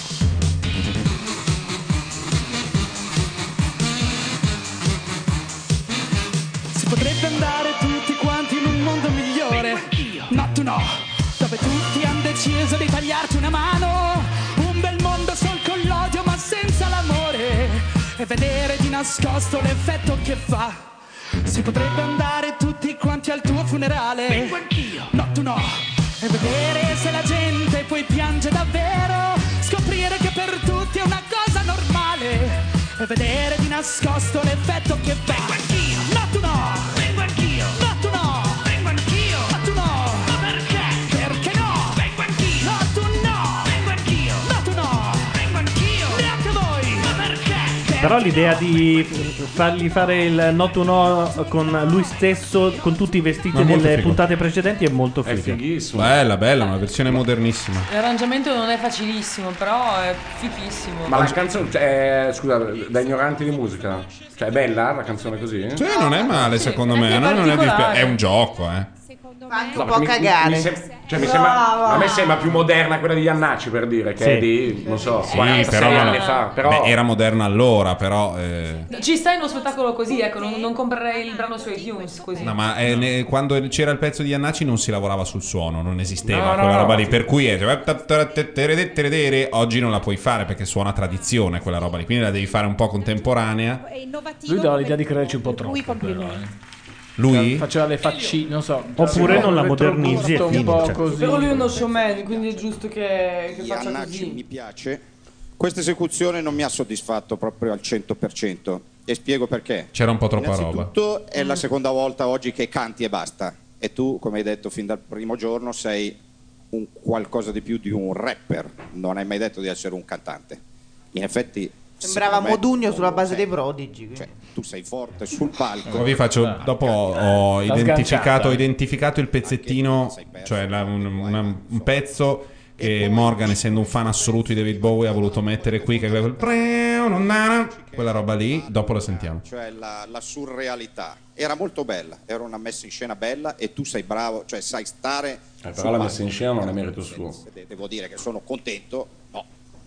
Si potrebbe andare tutti quanti in un mondo migliore. No, tu no. Dove tutti hanno deciso di tagliarti una mano. Un bel mondo sol con l'odio ma senza l'amore. E vedere di nascosto l'effetto che fa. Si potrebbe andare tutti quanti al tuo funerale. Vengo anch'io. No, tu no. E vedere se la gente poi piange davvero. Scoprire che per tutti è una cosa normale. E vedere di nascosto l'effetto che fa. Vengo anch'io. No, tu no. Vengo anch'io. No, tu no. Vengo anch'io. No, tu no. Ma perché? Perché no? Vengo anch'io. No, tu no. Vengo anch'io. No, tu no. Vengo anch'io. Neanche voi. Ma perché? Però l'idea di fargli fare il no to no con lui stesso, con tutti i vestiti Ma molto delle figo. puntate precedenti, è molto È figo. fighissimo. Bella, bella, una versione modernissima. L'arrangiamento non è facilissimo, però è fichissimo. Ma la canzone, cioè, eh, scusa, da ignoranti di musica, cioè è bella la canzone così? Sì, non è male secondo me, Anche no, non è, dispi- particolare. è un gioco, eh. Secondo anche No, un po' mi- cagare. Mi, mi sem- cioè, mi sembra, a me sembra più moderna quella di Iannacci, per dire, che Sì. è di, non so, Sì, quarantasei però, anni fa. Però beh, era moderna allora, però. eh, Ci sta in uno spettacolo così, ecco, non, non comprerei il brano su iTunes così. No, ma eh, ne- quando c'era il pezzo di Iannacci non si lavorava sul suono, non esisteva No, no, quella no, roba ma lì. ti- Per cui è, oggi non la puoi fare perché suona tradizione quella roba lì. Quindi la devi fare un po' contemporanea. Lui dava l'idea di crederci un po' troppo. Lui però, complimenti. eh. Lui? Faceva le faccine, non so. Oppure non la retro- modernizzi e un fine, po' cioè. così. Però lui è uno showman, quindi è giusto che, che faccia Iannacci così. mi piace. Questa esecuzione non mi ha soddisfatto proprio al cento per cento e spiego perché. C'era un po' troppa roba. Innanzitutto è la seconda volta oggi che canti e basta. E tu, come hai detto fin dal primo giorno, sei un qualcosa di più di un rapper. Non hai mai detto di essere un cantante. In effetti Sembrava secondo me, Modugno tu sulla non base sei. dei prodigi. quindi. Cioè, tu sei forte sul palco. Poi vi faccio, dopo ho L'ha identificato, sganciata. ho identificato il pezzettino, cioè la- un, una- un pezzo che Morgan, essendo un fan assoluto di David Bowie, ha voluto mettere qui, che è quel quella roba lì. Dopo la sentiamo. Cioè la, la surrealità era molto bella, era una messa in scena bella e tu sei bravo, cioè sai stare. Eh, però sul la palco. messa in scena non è merito suo. De- Devo dire che sono contento, no,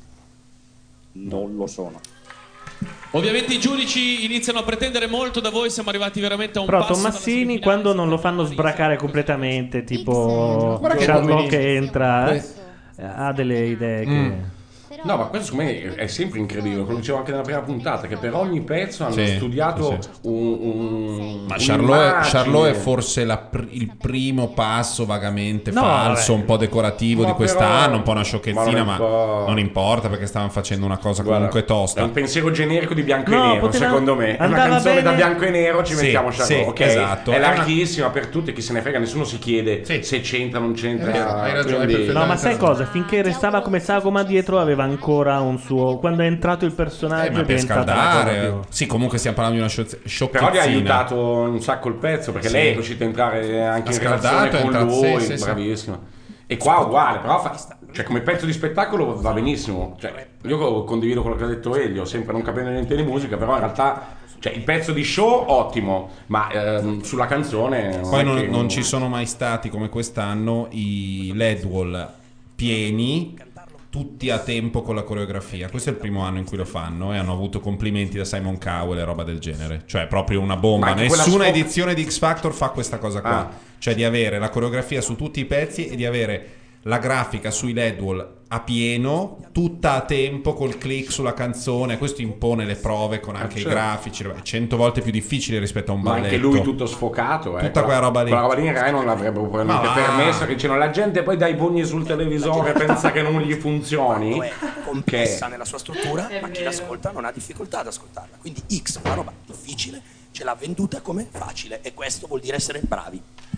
non lo sono. Ovviamente i giudici iniziano a pretendere molto da voi, siamo arrivati veramente a un Però passo Tommassini quando non lo fanno sbracare completamente, tipo Guarda che Charlot poverino. che entra, eh, Questo. ha delle idee che... Mm. No, ma questo secondo me è sempre incredibile, quello che dicevo anche nella prima puntata, che per ogni pezzo hanno Sì, studiato sì. un, un Ma Charlot è, un'immagine. Charlot è forse la pr- il primo passo vagamente No, falso, vabbè. un po' decorativo Ma di quest'anno, però- un po' una ma sciocchezzina, non ma importa. non importa perché stavano facendo una cosa Guarda, comunque è tosta. un pensiero generico di bianco No, e nero, poteva- secondo me. È una andava canzone bene- da bianco e nero, ci Sì, mettiamo Charlot, sì, ok? esatto. È È una- larghissima per tutti, chi se ne frega, nessuno si chiede se c'entra o non c'entra. È vero, hai ragione, quindi- No, ma sai cosa? Finché restava come sagoma dietro aveva ancora un suo... Quando è entrato il personaggio Eh, ma è per diventata una scaldare, cosa più... sì, comunque stiamo parlando di una sciocche- sciocchezzina. Però gli ha aiutato un sacco il pezzo, perché Sì. lei è riuscita a entrare anche Ha in scaldato, relazione è con entrato- lui, sì, sì, sì. bravissima. E qua uguale, però fa- cioè, come pezzo di spettacolo va benissimo. Cioè, io condivido quello che ha detto Elio, sempre non capendo niente di musica, però in realtà cioè, il pezzo di show ottimo, ma ehm, sulla canzone... Poi è non, che- non ci sono mai stati come quest'anno i L E D wall pieni, tutti a tempo con la coreografia. Questo è il primo anno in cui lo fanno e hanno avuto complimenti da Simon Cowell e roba del genere. Cioè proprio una Ma bomba. anche quella Nessuna scop- edizione di X Factor fa questa cosa qua. Ah. Cioè di avere la coreografia su tutti i pezzi e di avere la grafica sui L E D wall a pieno, tutta a tempo col click sulla canzone. Questo impone le prove con anche certo. i grafici. È cento volte più difficile rispetto a un Ma balletto. anche lui tutto sfocato, eh. Tutta quella roba lì. Quella roba lì in Rai non l'avrebbero probabilmente Ma va. permesso, che dicevano la gente poi dà i pugni sul televisore e pensa che non gli funzioni. è complessa nella sua struttura, ma chi l'ascolta non ha difficoltà ad ascoltarla. Quindi X, una roba difficile, ce l'ha venduta come facile e questo vuol dire essere bravi.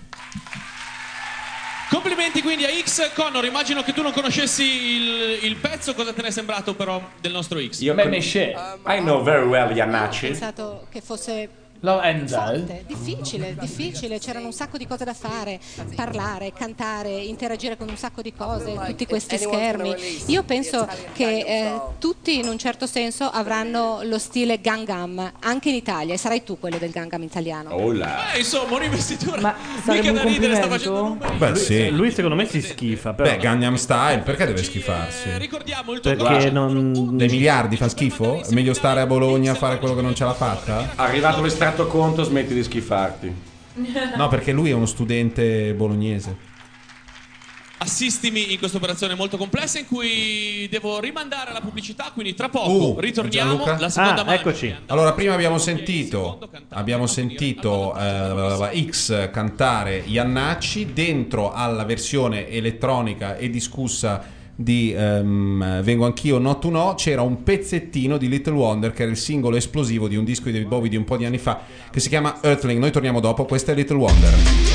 Complimenti quindi a X. Connor, immagino che tu non conoscessi il, il pezzo, cosa te ne è sembrato però del nostro X? Io con- I know very well Ho Iannacci. pensato che fosse Love and forte, difficile, difficile, c'erano un sacco di cose da fare, parlare, cantare, interagire con un sacco di cose, tutti questi schermi. Io penso che eh, tutti in un certo senso avranno lo stile Gangnam, anche in Italia, e sarai tu quello del Gangnam italiano. Eh, insomma, un'investitura. Ma sarebbe mica da un ridere, sta complimento? facendo numeri. Beh, lui, sì. lui secondo me si schifa però. Beh, Gangnam Style, perché deve schifarsi? Perché non... Dei miliardi fa schifo? È meglio stare a Bologna a fare quello che non ce l'ha fatta? Arrivato l'estratto conto, smetti di schifarti. No, perché lui è uno studente bolognese. Assistimi in questa operazione molto complessa in cui devo rimandare la pubblicità, quindi tra poco Uh, ritorniamo. Gianluca? La seconda Ah, mancia. eccoci. Allora, prima abbiamo sentito abbiamo sentito eh, X cantare Iannacci dentro alla versione elettronica e discussa di ehm, Vengo Anch'io No To No. C'era un pezzettino di Little Wonder che era il singolo esplosivo di un disco di David Bowie di un po' di anni fa che si chiama Earthling. Noi torniamo dopo, questa è Little Wonder.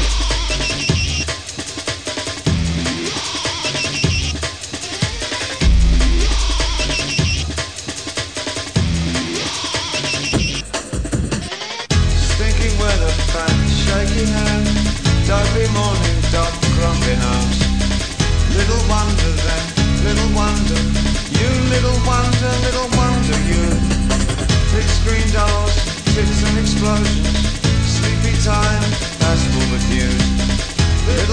Stinking weather, fat, shaky hand, dopey morning, dog, grumpy house. Little wonder then, little wonder, you little wonder, little wonder you. Big screen dolls, tits and explosions, sleepy time, that's full of news. Little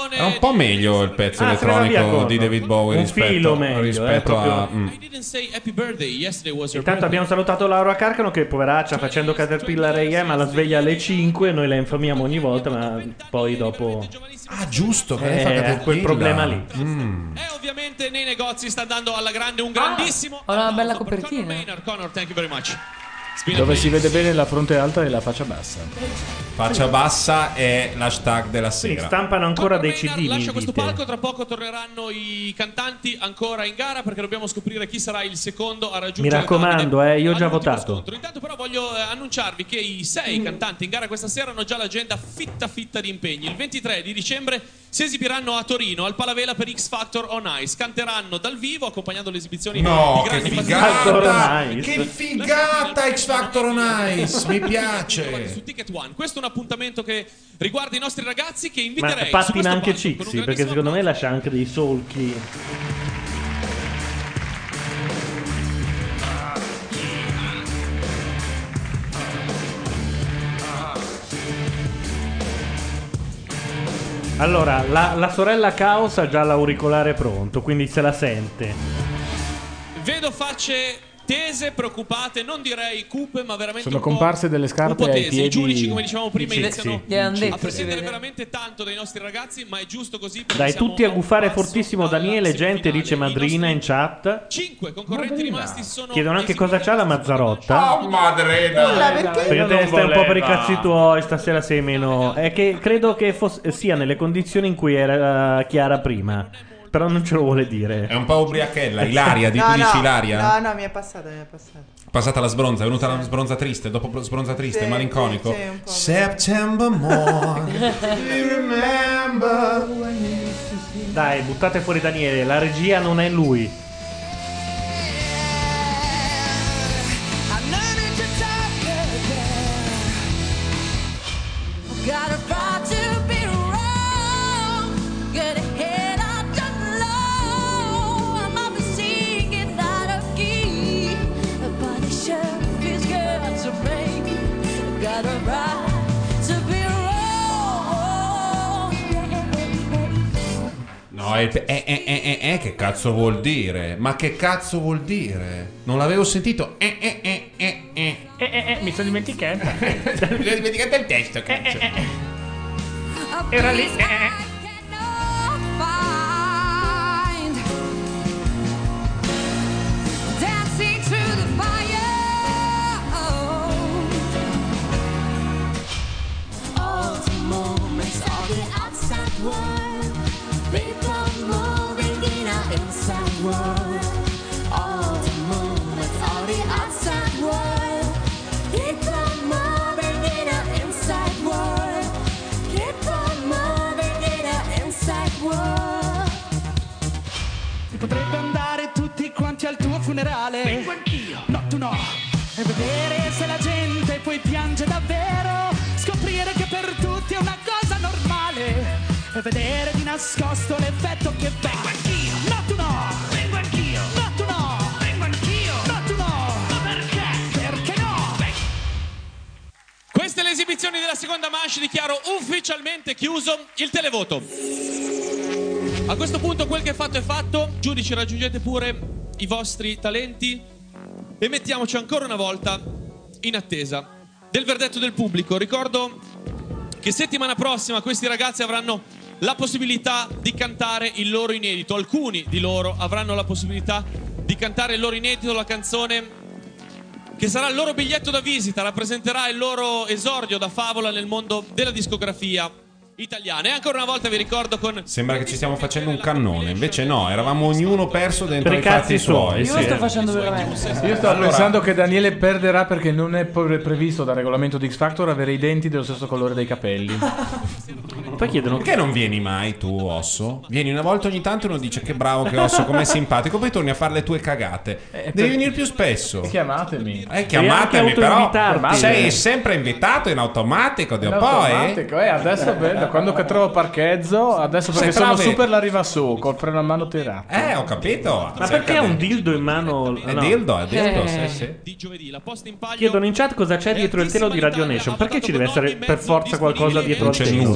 canzone. È un po' meglio il pezzo Ah, se ne va via elettronico con- di David Bowie un rispetto, filo meglio, rispetto eh, proprio- a. mm. I didn't say happy birthday. Yesterday was your Intanto birthday. abbiamo salutato Laura Carcano che poveraccia facendo Caterpillar A M alla sveglia alle cinque, noi la infamiamo ogni volta ma poi dopo Ah giusto, che Eh, lei fa Caterpillar. quel problema lì. Mm. E ovviamente nei negozi sta andando alla grande un grandissimo Ho una bella copertina. Connor, thank you very much. Dove si vede bene la fronte alta e la faccia bassa. Faccia bassa è l'hashtag della Sì, sera. stampano ancora dei C D. mi Lascia questo dite. palco, tra poco torneranno i cantanti ancora in gara perché dobbiamo scoprire chi sarà il secondo a Mi raggiungere raccomando, eh, io ho già votato. Intanto però voglio eh, annunciarvi che i sei cantanti in gara questa sera hanno già l'agenda fitta fitta di impegni. Il ventitré di dicembre si esibiranno a Torino al Palavela per X Factor on Ice. Canteranno dal vivo accompagnando le esibizioni No, di che grandi figata! passioni. Che figata X Factor on Ice! Mi piace! Su Ticket One. Questo è un appuntamento che riguarda i nostri ragazzi che Ma inviterei su pattina questo anche palco con un Cixi, perché secondo me lascia anche dei solchi. Allora, la, la sorella Caos ha già l'auricolare pronto, quindi se la sente. Vedo facce tese, preoccupate, non direi cupe, ma veramente Sono un po', comparse delle un scarpe po' ai tese. piedi. I giudici, come dicevamo prima, Sì, iniziano sì. Gliel'han a detto, presentare si vede. veramente tanto dei nostri ragazzi, ma è giusto così perché Dai siamo tutti a un gufare passo fortissimo Daniele, gente dice madrina in chat. Cinque concorrenti rimasti sono Chiedono anche cosa c'ha la Mazzarotta. Oh madrena! Nulla, perché? Perché Io te non stai un po' per i voleva. cazzi tuoi, stasera sei meno. È che credo che fosse- sia nelle condizioni in cui era eh, Chiara prima. Però non ce lo vuole dire. È un po' ubriachella, Ilaria, di No, tu no, dici Ilaria? No, no, mi è passata, mi è passata. Passata la sbronza, è venuta la sbronza triste, dopo sbronza triste, Sì, malinconico. sì, sì, un po'. September morning, you remember. Dai, buttate fuori Daniele, la regia non è lui. Got a right to be wrong. Get ahead, I don't know. I might be singing out of key, but it sure feels good to me. Got a right to be wrong. No, è, è, è, è, è, è, che cazzo vuol dire? Ma che cazzo vuol dire? Non l'avevo sentito. Eh, eh, eh, eh, eh. Eh, eh, eh, mi sono dimenticata. Mi sono dimenticato il testo, cazzo. Era lì. Find dancing through the fire. All the moments of the outside world, people moving in our inside world. All the moments of the outside world, people moving in our inside world. Keep on moving in our inside world. Si potrebbe andare tutti quanti al tuo funerale. Vengo anch'io. No, tu no. E vedere se la gente poi piange davvero. Scoprire che per tutti è una cosa normale. E vedere di nascosto l'effetto che fa. Vengo anch'io. No, tu no. Vengo anch'io. No, tu no. Vengo anch'io. No, tu no. Ma perché? Perché no? Queste le esibizioni della seconda manche, dichiaro ufficialmente chiuso il televoto. A questo punto quel che è fatto è fatto. Giudici, raggiungete pure i vostri talenti e mettiamoci ancora una volta in attesa del verdetto del pubblico. Ricordo che settimana prossima questi ragazzi avranno la possibilità di cantare il loro inedito. Alcuni di loro avranno la possibilità di cantare il loro inedito, la canzone che sarà il loro biglietto da visita, rappresenterà il loro esordio da favola nel mondo della discografia italiana. E ancora una volta vi ricordo con... Sembra che ci stiamo facendo un cannone, invece no, eravamo ognuno perso dentro Per i i cazzi fatti suoi. Io sì. lo sto facendo veramente. Io sto Allora- pensando che Daniele perderà perché non è pre- previsto dal regolamento di X Factor avere i denti dello stesso colore dei capelli. Poi chiedono Perché non vieni mai tu, Osso? Vieni una volta ogni tanto e uno dice che bravo che Osso, com'è simpatico, poi torni a fare le tue cagate. Devi per- venire più spesso. Chiamatemi. Eh, chiamatemi, anche però autoinvitarti. sei sempre invitato in automatico, Dio, poi. Automatico, eh, adesso per- da quando che trovo parcheggio, adesso perché Sei sono brave. super la riva su, col freno a mano tirato. Eh, ho capito. Ma perché ha un dildo in mano? È No. dildo, è dildo, Eh. sì, sì. di giovedì. La posta in Chiedono in chat cosa c'è dietro il telo di Radio Nation. Perché ci deve essere per forza qualcosa dietro Non al c'è telo? nulla, non c'è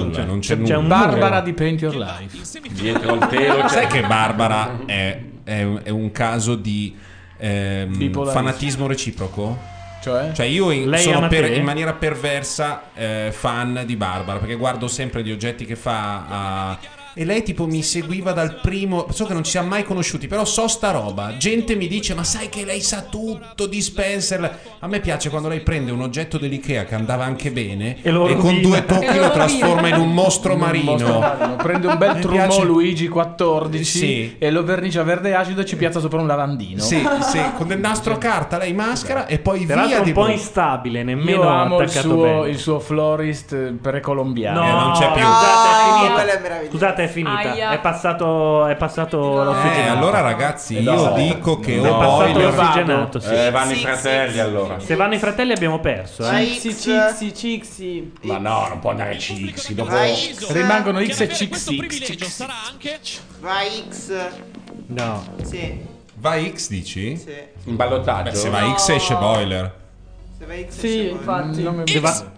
c'è C'è nulla. un Barbara muro. di Paint Your Life. Dietro al telo c'è- Sai che Barbara è, è un- è un caso di ehm, Bipolarismo. fanatismo reciproco? Cioè? Cioè io in- Lei sono ama per- te? in maniera perversa eh, fan di Barbara, perché guardo sempre gli oggetti che fa a- e lei tipo mi seguiva dal primo, so che non ci siamo mai conosciuti, però so sta roba. Gente mi dice "Ma sai che lei sa tutto di Spencer?" A me piace quando lei prende un oggetto dell'Ikea che andava anche bene E lo e con rovina. due tocchi E lo lo trasforma rovina. in un mostro Un marino. mostro marino. Prende un bel Mi Trumò piace- Luigi quattordici Sì. e lo vernicia verde acido e ci piazza sopra un lavandino. Sì, sì, con del nastro carta lei maschera e poi Peraltro via un di po' boh. instabile, nemmeno Io amo il attaccato suo, bene. il suo florist precolombiano. No, non c'è più. Scusate, è No, finita. quello è meraviglioso. Scusate, è finita. Aia. È passato, è passato Eh, l'ossigenato. allora ragazzi, No. io dico che è ho passato Boiler. l'ossigenato, sì. Eh, vanno i Sì, fratelli sì, allora. Se vanno i fratelli abbiamo perso, eh. Vai Cixi, X. Cixi, Cixi. Ma no, non può andare Cixi dopo. Vai X. Rimangono X e Avere Cix questo X. privilegio sarà anche Vai X. No. Sì, Vai X dici? sì. In ballottaggio? Beh, se va X esce Boiler. Se vai X. Sì, esce infatti. Non mi- Se va-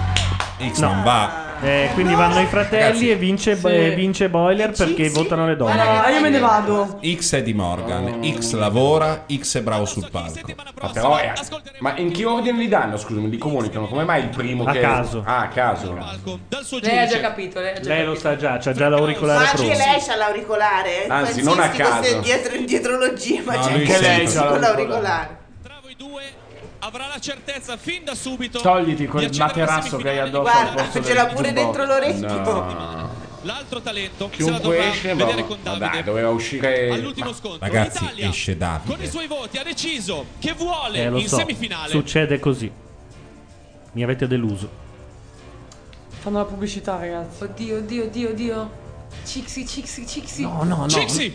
X No. non va. Eh, quindi vanno i fratelli Ragazzi. e vince, Sì. e vince Boiler perché votano le donne. No, io me ne vado. X è di Morgan, X lavora, X è bravo sul palco. Ma però è... Ma in che ordine li danno? Scusami, li comunicano? Come mai il primo A che... caso. Ah, a caso. dal suo Lei ha già giudice. capito, lei ha già Lei lo capito. sa già, c'ha già Ma l'auricolare anche pronto. lei c'ha l'auricolare. Anzi, non a Qualsiasi fosse caso. dietro in dietrologia, ma No, c'è lui anche sì. lei C'ha con l'auricolare. l'auricolare. Tra voi due avrà la certezza fin da subito Togliti di quel accedere alla materasso che hai semifinale. addosso al Guarda, posto ce l'ha del pure giubbotto. dentro l'orecchio. No. L'altro talento se la Chiunque dovrà esce, vedere ma, con ma Davide. dai, doveva uscire... All'ultimo scontro Ragazzi, l'Italia esce Davide. con i suoi voti ha deciso che vuole Eh, lo in so. semifinale Succede così. Mi avete deluso. Fanno la pubblicità, ragazzi. Oddio, oddio, oddio, oddio. Cixi, Cixi, Cixi. No, no, no. Cixi!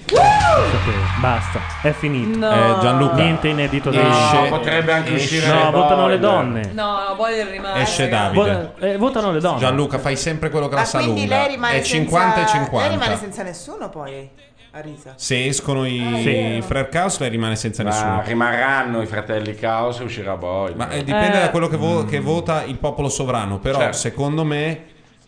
Basta, è finito. No. Eh, Gianluca. Niente inedito da Esce- dire. potrebbe anche esce- uscire... No, votano le Boiler. donne. No, no, Boiler rimane. Esce ragazzi. Davide. Vo- eh, votano le donne. Gianluca, fai sempre quello che la Ma sa quindi lunga. lei rimane È cinquanta senza... e cinquanta. Lei rimane senza nessuno poi, Arisa. Se escono i Sì. Frere Caos, lei rimane senza Ma nessuno. rimarranno i fratelli Caos e uscirà Boiler. Ma eh, dipende Eh. da quello che, vo- che vota il popolo sovrano. Però, Certo. secondo me.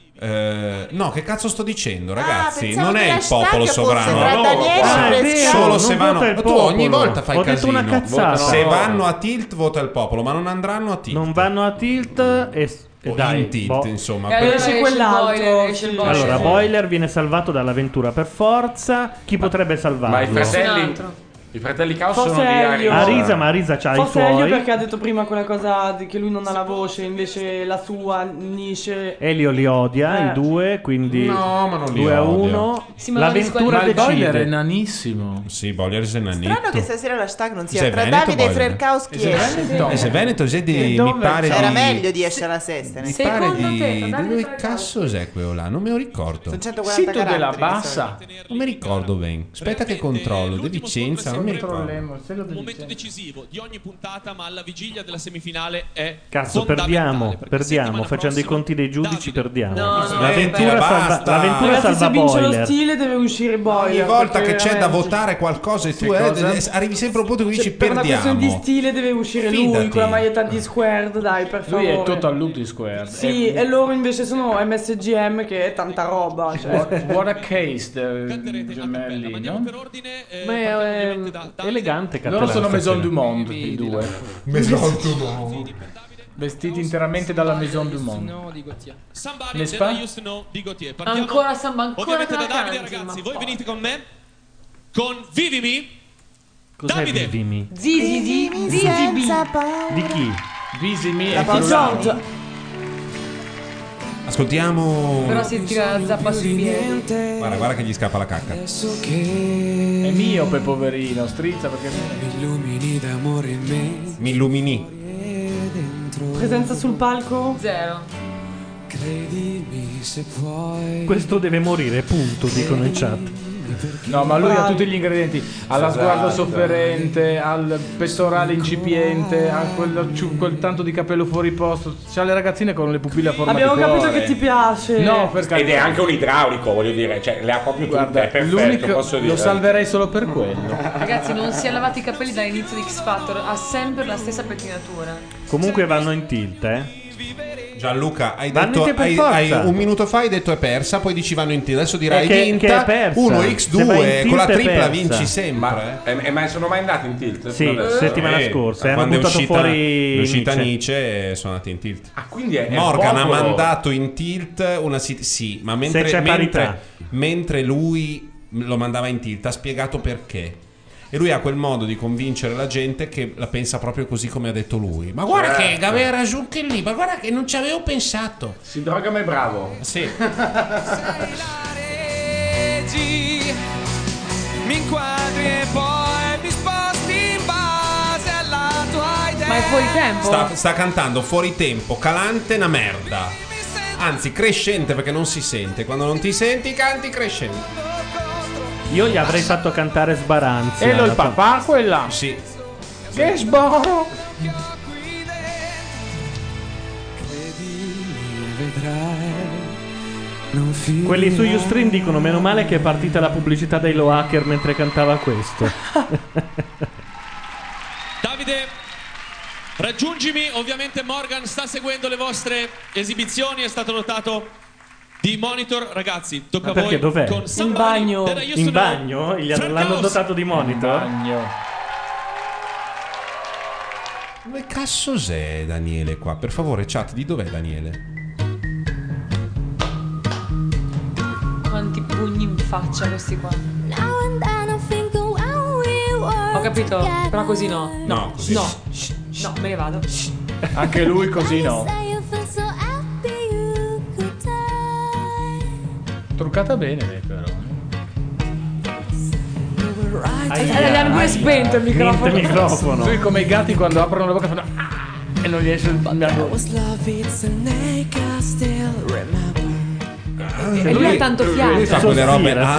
eh, no, che cazzo sto dicendo, ragazzi? pensavo non che è il l'hashtag popolo fosse sovrano. tra No, Daniele no, e Fresca. solo non se vota vanno. il Tu ogni popolo. volta fai Ho detto casino. una cazzata. Se No. vanno a tilt, vota il popolo, ma non andranno a tilt. Non vanno a tilt e, e O dai, in tilt, boh. insomma. E allora per- esce esce quell'altro, Boiler, esce il sì. Boiler. Allora, Boiler viene salvato dall'avventura per forza. Chi potrebbe salvarlo? Ma i fratelli... altro. I fratelli Caos Forse sono di Elio. Arisa. Arisa, ma Arisa c'ha i Forse Elio suoi. perché ha detto prima quella cosa di che lui non ha la voce, invece la sua Nisce. Elio li odia, Eh. i due, quindi No, ma non li due a odia. uno. Sì, ma non L'avventura Ma il Boiler è decide. nanissimo. Sì, Boiler è Strano che nanetto. stasera l'hashtag non sia Sei tra Veneto, Davide e Boiler? Frere Caos chi esce. E se Veneto sei di, E mi dove pare Era di... meglio di esce alla sesta. Mi ne- pare Secondo di... te, di Davide dove Frere cazzo è quello là? Non me lo ricordo. Sono centoquaranta Sito della caratteri, bassa. Non mi ricordo bene. Aspetta che controllo. De Vicenza, non mi ricordo. Controlliamo, se lo Un momento dice. decisivo di ogni puntata, ma alla vigilia della semifinale è Cazzo, fondamentale, perdiamo, perché perdiamo. settimana Facendo i prossima conti dei giudici, Davide. perdiamo. No, no, l'avventura no, salva, basta. l'avventura Ragazzi, salva se vince lo Boiler. stile deve uscire Boiler. Ogni volta perché che c'è da veramente- votare qualcosa e tu Che eh, cosa? eh, arrivi sempre a un punto in cui Cioè, dici per una questione di perdiamo. stile deve uscire lui Fidati. con la maglietta di Squared, dai, per Lui favore. è Total Lutti Squared. Sì, È- e loro invece sono M S G M che è tanta roba. Cioè. What, what a case, the gemelli, no? per ordine. eh, Ma è, partiamo eh, ovviamente da Davide. Elegante Loro Cattelan sono Maison stasera. du Monde, i due. Maison du Monde. Vestiti interamente dalla Maison du Monde. No, di Gautier. Somebody N'est-ce that pas? I used to know di Gautier. Partiamo Ancora Samba, ancora ovviamente te da la Davide, canti, ragazzi. ma Voi poi. venite con me con Vivimi. Cos'è Davide. Vivimi? Zizi di Zizi senza B. paura. Di chi? Visimi La e Paul Fiorani. Giorgio. Ascoltiamo. Però si tira la zappa sui piedi. Guarda, guarda che gli scappa la cacca. Adesso che È miope, poverino, strizza perché... mi illumini d'amore in me Mi illumini. dentro. Presenza sul palco? Zero. Credimi se puoi. Questo deve morire, punto, dicono in chat. No, ma lui ha tutti gli ingredienti. Ha lo Esatto. sguardo sofferente, ha il pettorale incipiente, ha quel, ciu- quel tanto di capello fuori posto. C'ha le ragazzine con le pupille a forma Abbiamo di capito cuore. che ti piace. No, per Ed carità. è anche un idraulico, voglio dire, cioè le ha proprio tutte, Guarda, è perfetto, l'unico posso dire. lo salverei solo per quello. Ragazzi, non si è lavati i capelli dall'inizio di X Factor, ha sempre la stessa pettinatura. Comunque vanno in tilt, eh. Gianluca, hai Vanno in detto tilt per hai, forza. hai- un minuto fa hai detto è persa, poi dici vanno in tilt. Adesso dirai Eh, che- vinta. che è persa. uno Se a vai in due tilt con la è tripla persa. vinci sempre. Ma, eh, eh, ma sono mai andati in tilt? Sì, Fino adesso? settimana Eh, scorsa, da hanno quando è buttato uscita, fuori è uscita Nietzsche. Nietzsche e sono andati in tilt. Ah, quindi è, è Morgan ha popolo. mandato in tilt una sit- sì, ma mentre, c'è mentre, parità. mentre lui lo mandava in tilt ha spiegato perché. E lui ha quel modo di convincere la gente che la pensa proprio così come ha detto lui. Ma guarda Certo. che aveva ragione che lì, ma guarda che non ci avevo pensato. Si droga ma è bravo. Sì. Mi inquadri e poi mi sposti in base alla tua idea. Ma è fuori tempo? Sta, sta cantando fuori tempo, calante una merda. Anzi, crescente perché non si sente. Quando non ti senti, canti crescente. Io gli avrei fatto cantare Sbaranzia. E lo il papà quella? Sì. Che sboro! Quelli su Ustream dicono meno male che è partita la pubblicità dei Low Hacker mentre cantava questo. Davide, raggiungimi. Ovviamente Morgan sta seguendo le vostre esibizioni. È stato dotato di monitor. Ragazzi, tocca Ma a perché voi. dov'è? Con In Somebody bagno. that I used In to know. bagno? Gli hanno- Frank l'hanno House. dotato di monitor? Dove cazzo sei Daniele qua? Per favore, chat, di dov'è Daniele? Quanti pugni in faccia questi qua. Ho capito, però così no. No, così. No, no, me ne vado. Anche lui così no. Truccata bene lei però. Eh, gli hanno pure spento il microfono. Niente microfono. Lui come i gatti quando aprono la bocca fanno "Ah!" e non riesce a E lui ha tanto fiato. Lui fa quelle robe. Ma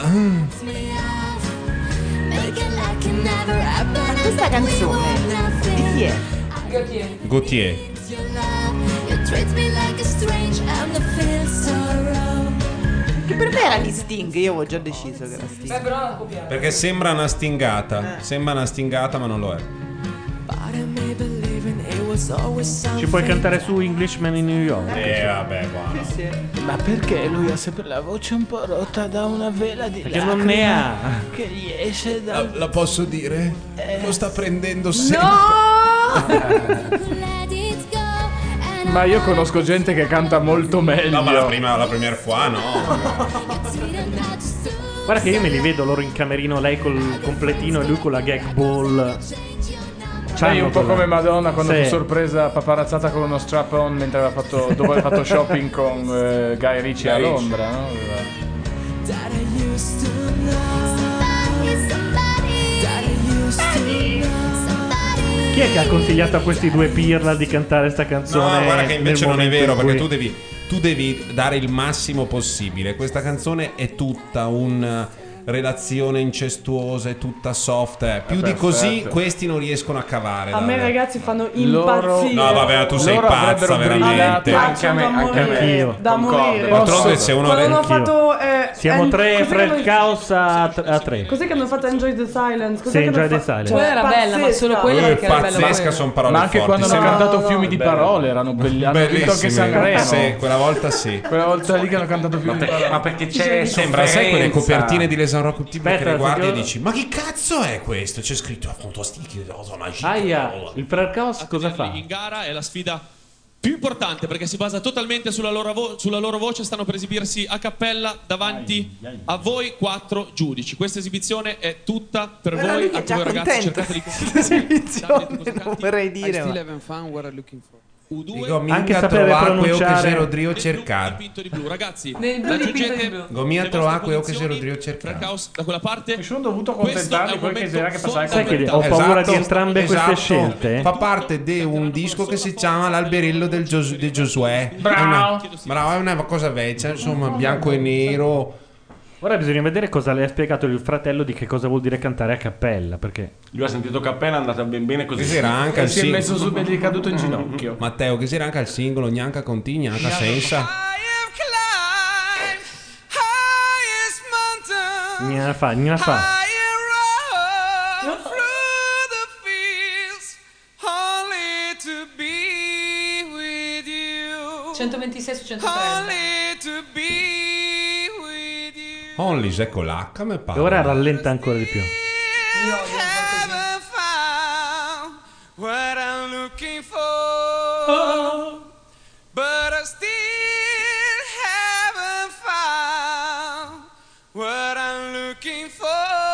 questa canzone di chi è? Gautier. Che per me era di Sting, io avevo già deciso che era Sting. Beh, però la copiare. Perché sembra una stingata. Sembra una stingata, ma non lo è. Ci puoi cantare su Englishman in New York? Eh, vabbè, buono. Ma perché lui ha sempre la voce un po' rotta da una vela di Perché non ne ha. che gli esce La, da la posso dire? Lo sta prendendo sempre. Ma io conosco gente che canta molto meglio. No, ma la prima, la premiere qua, no. Guarda che io me li vedo loro in camerino, lei col completino e lui con la gag ball. Sai, un po' quella- come Madonna quando Sì. fu sorpresa paparazzata con uno strap-on mentre aveva fatto, dopo aver fatto shopping con eh, Guy Ritchie a Guy Londra, no? Aveva- Chi è che ha consigliato a questi due pirla di cantare sta canzone? No, guarda che invece nel non è momento vero, in perché cui- tu devi, tu devi dare il massimo possibile. Questa canzone è tutta una relazione incestuosa, è tutta soft. eh. Più È di così perfetto. questi non riescono a cavare. A me dal- ragazzi fanno Loro- impazzire. No, vabbè, tu sei Loro pazza, avrebbero veramente. brillato. Anche a me, anche a me. Anch'io. Da morire. D'altronde se uno Quando hanno anch'io. fatto eh, Siamo eh, tre, cos'è Fred che- Chaos a, a tre. Cos'è che hanno fatto Enjoy the Silence? Cos'è Sì, che Enjoy hanno the fa- Silence. Cioè, Quella era bella, ma solo quella Eh, perché era bella pazzesca, quella. sono parole Ma anche forti. quando hanno Sembra- cantato Fiumi di parole erano belli. Hanno vinto anche Bellissime. Sanremo. Sì, quella volta sì. Quella volta lì che hanno cantato Fiumi di parole. Ma perché c'è Sembra, sai, quelle sofferenza. copertine di Les Rock tipo che Aspetta, le guardi e perché- dici: ma che cazzo è questo? C'è scritto appunto sticky rosa magica. Aia, il Fred Chaos cosa fa? In gara è la sfida più importante perché si basa totalmente sulla loro, vo- sulla loro voce. Stanno per esibirsi a cappella davanti a voi quattro giudici. Questa esibizione è tutta per Era voi. lui che Anche già voi ragazzi contento. cercate di Esibizione, non vorrei I dire. still ma- having fun. What are you looking for? Dico, Anche minchia sapere trovare quello che pronunciare- se Rodrigo cercare. dipinto di blu. Ragazzi, Nel blu raggiungete dipinto di blu. Gomia le trovare vostre quello che se posizioni. Rodrigo Frank cercare. House da quella parte. Mi sono dovuto Questo accontentarmi è un quel che momento era che passava Sai che ho Esatto, paura di entrambe queste esatto. scelte? Fa parte di un disco che si chiama L'alberello del Gios- di Giosuè. Bravo. È una, bravo, è una cosa vecchia, insomma, bianco e nero. Ora bisogna vedere cosa le ha spiegato il fratello di che cosa vuol dire cantare a cappella, perché Lui ha sentito cappella, è andata ben bene così. Che si era anche E al si è singolo. messo su ed è caduto in ginocchio. Matteo, che si era anche al singolo, neanche conti, neanche senza. gnela fa, gnela fa. Only to be with you. centoventisei su centotrenta. Only, ecco l'H come E parla. ora rallenta ancora di più. Io odio così. What I'm looking for, but I still haven't found what I'm looking for.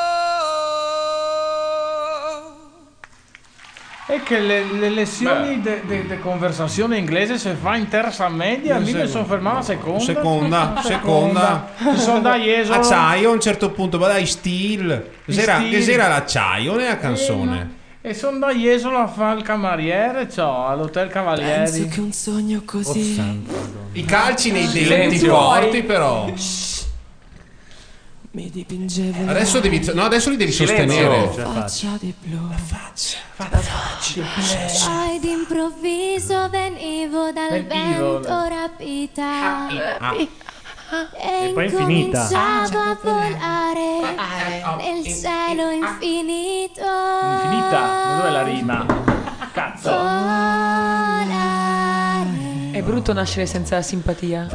E che le, le lezioni di conversazione inglese se fa in terza media, Non mi seguo. sono fermato alla seconda. Seconda, seconda. Sono da Jesolo. Acciaio a un certo punto, ma dai, stile. Cos'era, Stile. cos'era l'acciaio nella canzone? E sono da Jesolo a fare il cameriere, ciao, all'Hotel Cavalieri. Penso che un sogno così I calci nei denti Silenzio. forti, però. mi dipingevo. Adesso devi, no, adesso li devi Silenzio. sostenere. La faccia di blu. La faccia. Poi d'improvviso venivo dal Venivo. vento rapita Ah. e E poi è infinita. incominciavo a volare nel cielo infinito. Infinita, dov'è la rima? Cazzo. È brutto nascere senza simpatia.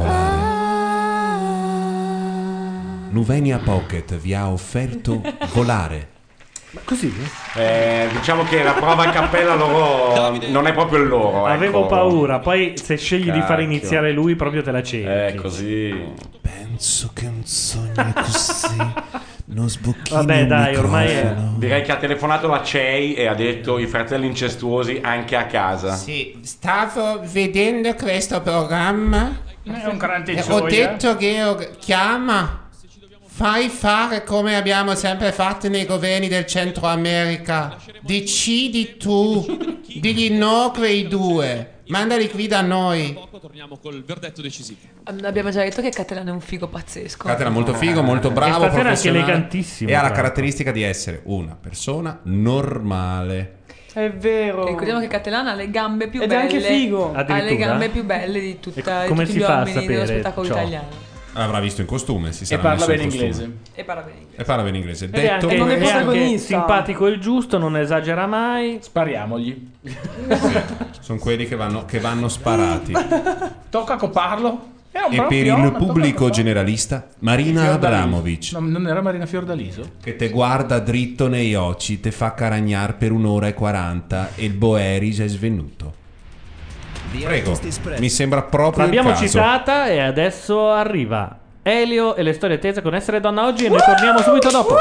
Nuvenia Pocket vi ha offerto volare. Ma così? Eh, diciamo che la prova a cappella loro non è proprio il loro. Avevo ecco. paura, poi se scegli di far Cacchio. iniziare lui proprio te la cerchi. Eh, così. Penso che un sogno così non sbocchino Vabbè, il dai, ormai è- microfono. Direi che ha telefonato la C E I e ha detto i fratelli incestuosi anche a casa. Sì, stavo vedendo questo programma È un grande e ho gioia. detto che io chiama. Fai fare come abbiamo sempre fatto nei governi del Centro America. Decidi tu. Digli no quei due. Mandali qui da noi. Poco torniamo col verdetto decisivo. Abbiamo già detto che Catalano è un figo pazzesco. Catena molto figo, molto bravo, E stasera anche professionale. elegantissimo, E ha la tra l'altro. caratteristica di essere una persona normale. È vero. Ricordiamo che Catalano ha le gambe più Ed è belle. anche figo. Ha le Addirittura? gambe più belle di, tutta, E di come tutti si gli fa a uomini dello sapere spettacolo ciò? italiano. Avrà visto in costume, si sarà parla messo in bene costume. inglese. E parla bene inglese. E parla bene inglese. Ed è Detto anche, come è anche protagonista. simpatico il giusto, non esagera mai. Spariamogli. sono quelli che vanno, che vanno sparati. Tocca coparlo. È un E bravo per piano, il tocca pubblico coparlo. generalista, Marina Fiordaliso. Abramovic, No, non era Marina Fiordaliso? che te guarda dritto nei occhi, te fa caragnar per un'ora e quaranta e il Boeris è svenuto. Prego, mi sembra proprio L'abbiamo il caso. citata e adesso arriva Elio e le storie tese con Essere Donna Oggi e noi torniamo subito dopo.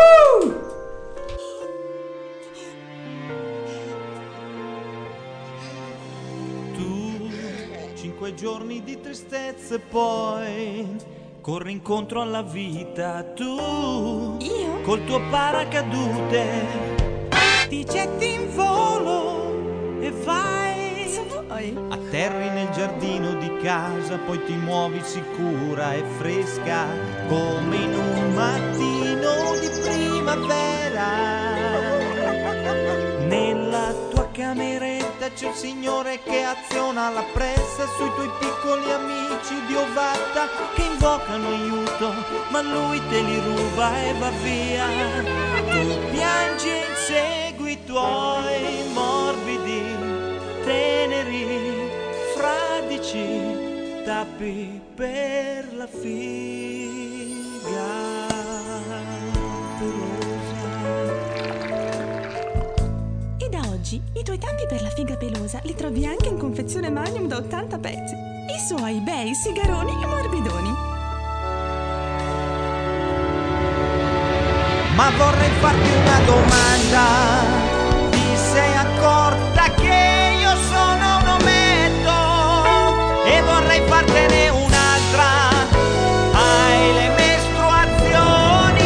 Cinque giorni di tristezza e poi corri incontro alla vita. Tu, io, col tuo paracadute, ti getti in volo e vai. Atterri nel giardino di casa, poi ti muovi sicura e fresca come in un mattino di primavera. Nella tua cameretta c'è il signore che aziona la pressa sui tuoi piccoli amici di ovatta che invocano aiuto, ma lui te li ruba e va via. Tu piangi e insegui i tuoi morbidi, teneri, fradici, tappi per la figa. E da oggi i tuoi tappi per la figa pelosa li trovi anche in confezione Magnum da ottanta pezzi. I suoi bei sigaroni e morbidoni. Ma vorrei farti una domanda. Ti sei accorta che io sono un ometto? E vorrei fartene un'altra. Hai le mestruazioni.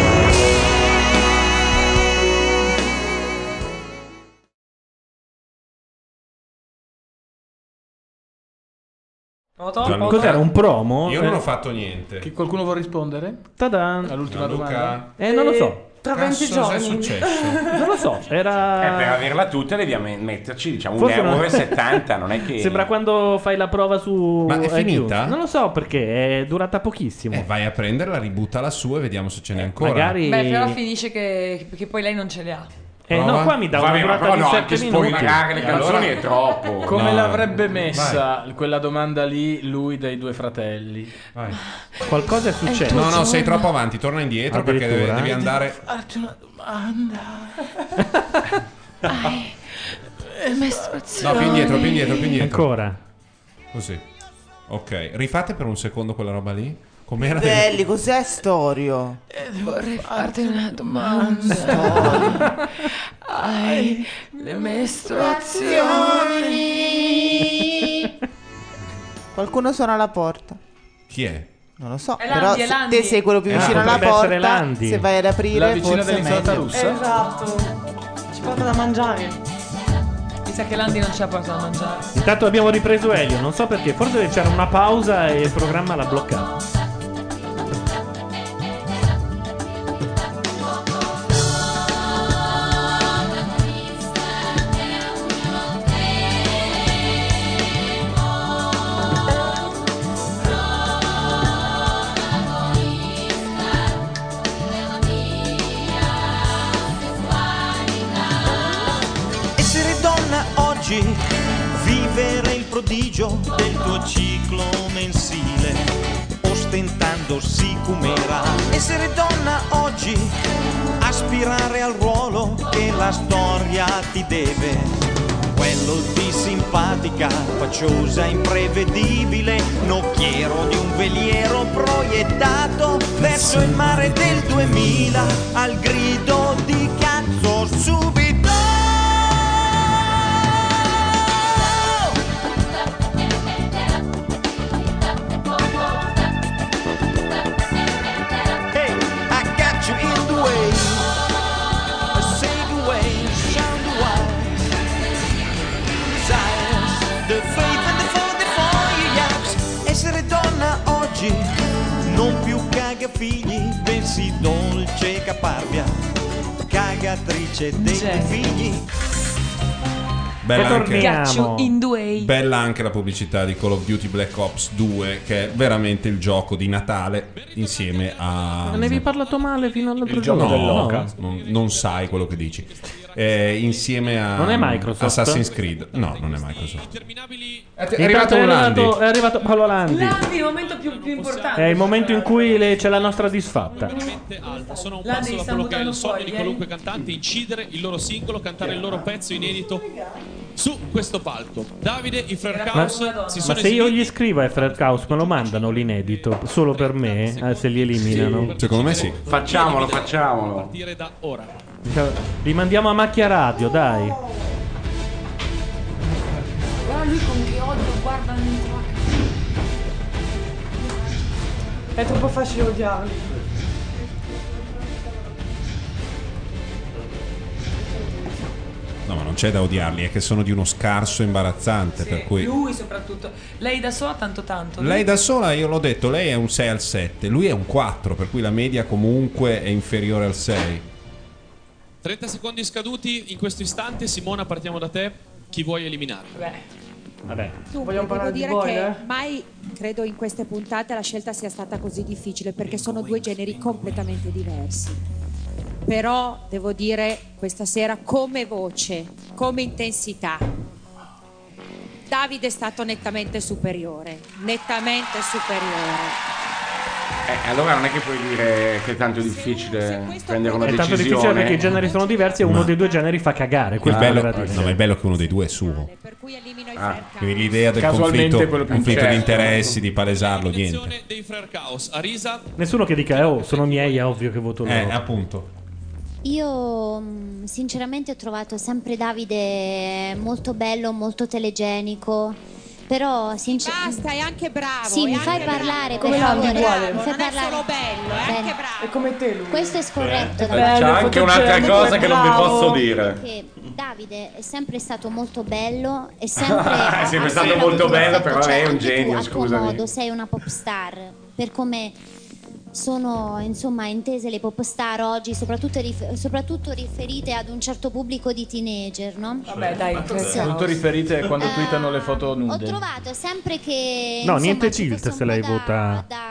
Gianluca? Cos'era un promo? Io non Eh, ho fatto niente. Che qualcuno vuole rispondere? Ta-dan. All'ultima Gianluca? domanda? Eh, non lo so. Tra venti Cazzo, cos'è giorni. successo? Non lo so, era... Eh, per averla tutta devi am- metterci diciamo Forse un euro non- e settanta, non è che... Sembra quando fai la prova su Ma è iTunes. finita? Non lo so perché è durata pochissimo. Eh, vai a prenderla, ributtala su e vediamo se ce n'è ancora. magari- Beh, però finisce che, che poi lei non ce le ha. Eh no, qua mi dà una Vabbè, ma durata però di no, sette anche minuti. spoilerare le canzoni Allora, è troppo. Come No. l'avrebbe messa quella domanda lì lui dei due fratelli? Qualcosa è successo. No, no, sei troppo avanti, torna indietro perché devi, Addirittura? devi andare. Farti una domanda. Ai, le mestruazioni. No, più indietro, più indietro, più indietro. Ancora. Così. Ok, rifate per un secondo quella roba lì. Com'era? Belli, cos'è Storio? Vorrei farti una domanda. Hai le mestruazioni. Qualcuno suona alla porta. Chi è? Non lo so, È però Landi, è se Landi. te sei quello più Eh, vicino alla potrebbe essere porta, Landi. se vai ad aprire La vicina forse è dell'insalata meglio. russa? Esatto. Ci porta da mangiare. Mi sa che Landi non ci ha portato da mangiare. Intanto abbiamo ripreso Elio, non so perché, forse c'era una pausa e il programma l'ha bloccato. Essere donna oggi, vivere il prodigio del tuo ciclo mensile, ostentando sicumera. Essere donna oggi, aspirare al ruolo che la storia ti deve, quello di simpatica, facciosa, imprevedibile, nocchiero di un veliero proiettato verso il mare del duemila, al grido di cazzo subito. Hey, I got you in the way. Say the way, sound the wise. Desires, the faith and the food, the four essere donna oggi, non più caga figli, bensì dolce caparbia, cagatrice dei tuoi figli. Bella anche, Caccio in due. bella anche la pubblicità di Call of Duty Black Ops due, che è veramente il gioco di Natale insieme a. Non avevi parlato male fino all'altro Il giorno? gioco No, dell'oca. Non, non sai quello che dici. Eh, insieme a Non è Microsoft? Assassin's Creed. No, non è Microsoft. È arrivato, è arrivato, è arrivato Paolo Landi. Landi, il momento più, più importante. È il momento in cui le- c'è la nostra disfatta. Alta. Sono un Landi, passo da sta quello che è il buttando sogno fuori, di eh. qualunque cantante, incidere il loro singolo, cantare il loro pezzo inedito su questo palco. Davide, i Flair Ma, Chaos si ma sono se io esibiti. gli scrivo a Fred Chaos me lo mandano l'inedito solo per me, eh, se li eliminano. Secondo me sì. Facciamolo, facciamolo. Partire da ora. Li mandiamo a macchia radio, dai. Guarda lui con che odio guarda dentro. È troppo facile odiarli. No, ma non c'è da odiarli, è che sono di uno scarso imbarazzante. Per cui. Lui soprattutto. Lei da sola tanto tanto. Lei da sola, io l'ho detto, lei è un sei al sette, lui è un quattro, per cui la media comunque è inferiore al sei. trenta secondi scaduti in questo istante. Simona, partiamo da te. Chi vuoi eliminare? Beh. Vabbè. Dunque, Vogliamo devo parlare di dire voi, che eh? mai credo in queste puntate la scelta sia stata così difficile perché sono due generi completamente diversi. Però devo dire questa sera come voce, come intensità, Davide è stato nettamente superiore, nettamente superiore. Eh, allora non è che puoi dire che è tanto difficile prendere una È tanto decisione. difficile perché i generi sono diversi e uno Ma- dei due generi fa cagare. Il Questo bello, voleva dire. no, ma è bello che uno dei due è suo. Ah. Quindi l'idea del Casualmente conflitto, quello più conflitto di incerto. interessi, di palesarlo, niente. Dei Flair Chaos. Arisa. Nessuno che dica, oh, sono miei, è ovvio che voto loro. Eh, appunto. Io mh, sinceramente ho trovato sempre Davide molto bello, molto telegenico. Però sinceramente. Basta, è anche bravo. Sì, è mi anche fai bravo. parlare Come per Landi favore. uguale. Mi fai Non è parlare. solo bello, è Bene. anche bravo. È come te lui. Questo è scorretto. Eh, da c'è Bello, anche un'altra fotogenico, cosa che non vi bravo. posso dire. Perché Davide è sempre stato molto bello, è sempre, È sempre ha stato sempre molto avuto bello, questo- però lei è un anche tu, genio, a tuo scusami. modo sei una pop star, per come sono insomma intese le pop star oggi, soprattutto, rif- soprattutto riferite ad un certo pubblico di teenager, no? Vabbè, dai. Soprattutto riferite a quando Eh, twittano le foto Ho nude. trovato sempre che No, insomma, niente ci tilt fosse un se lei po' da- vota. da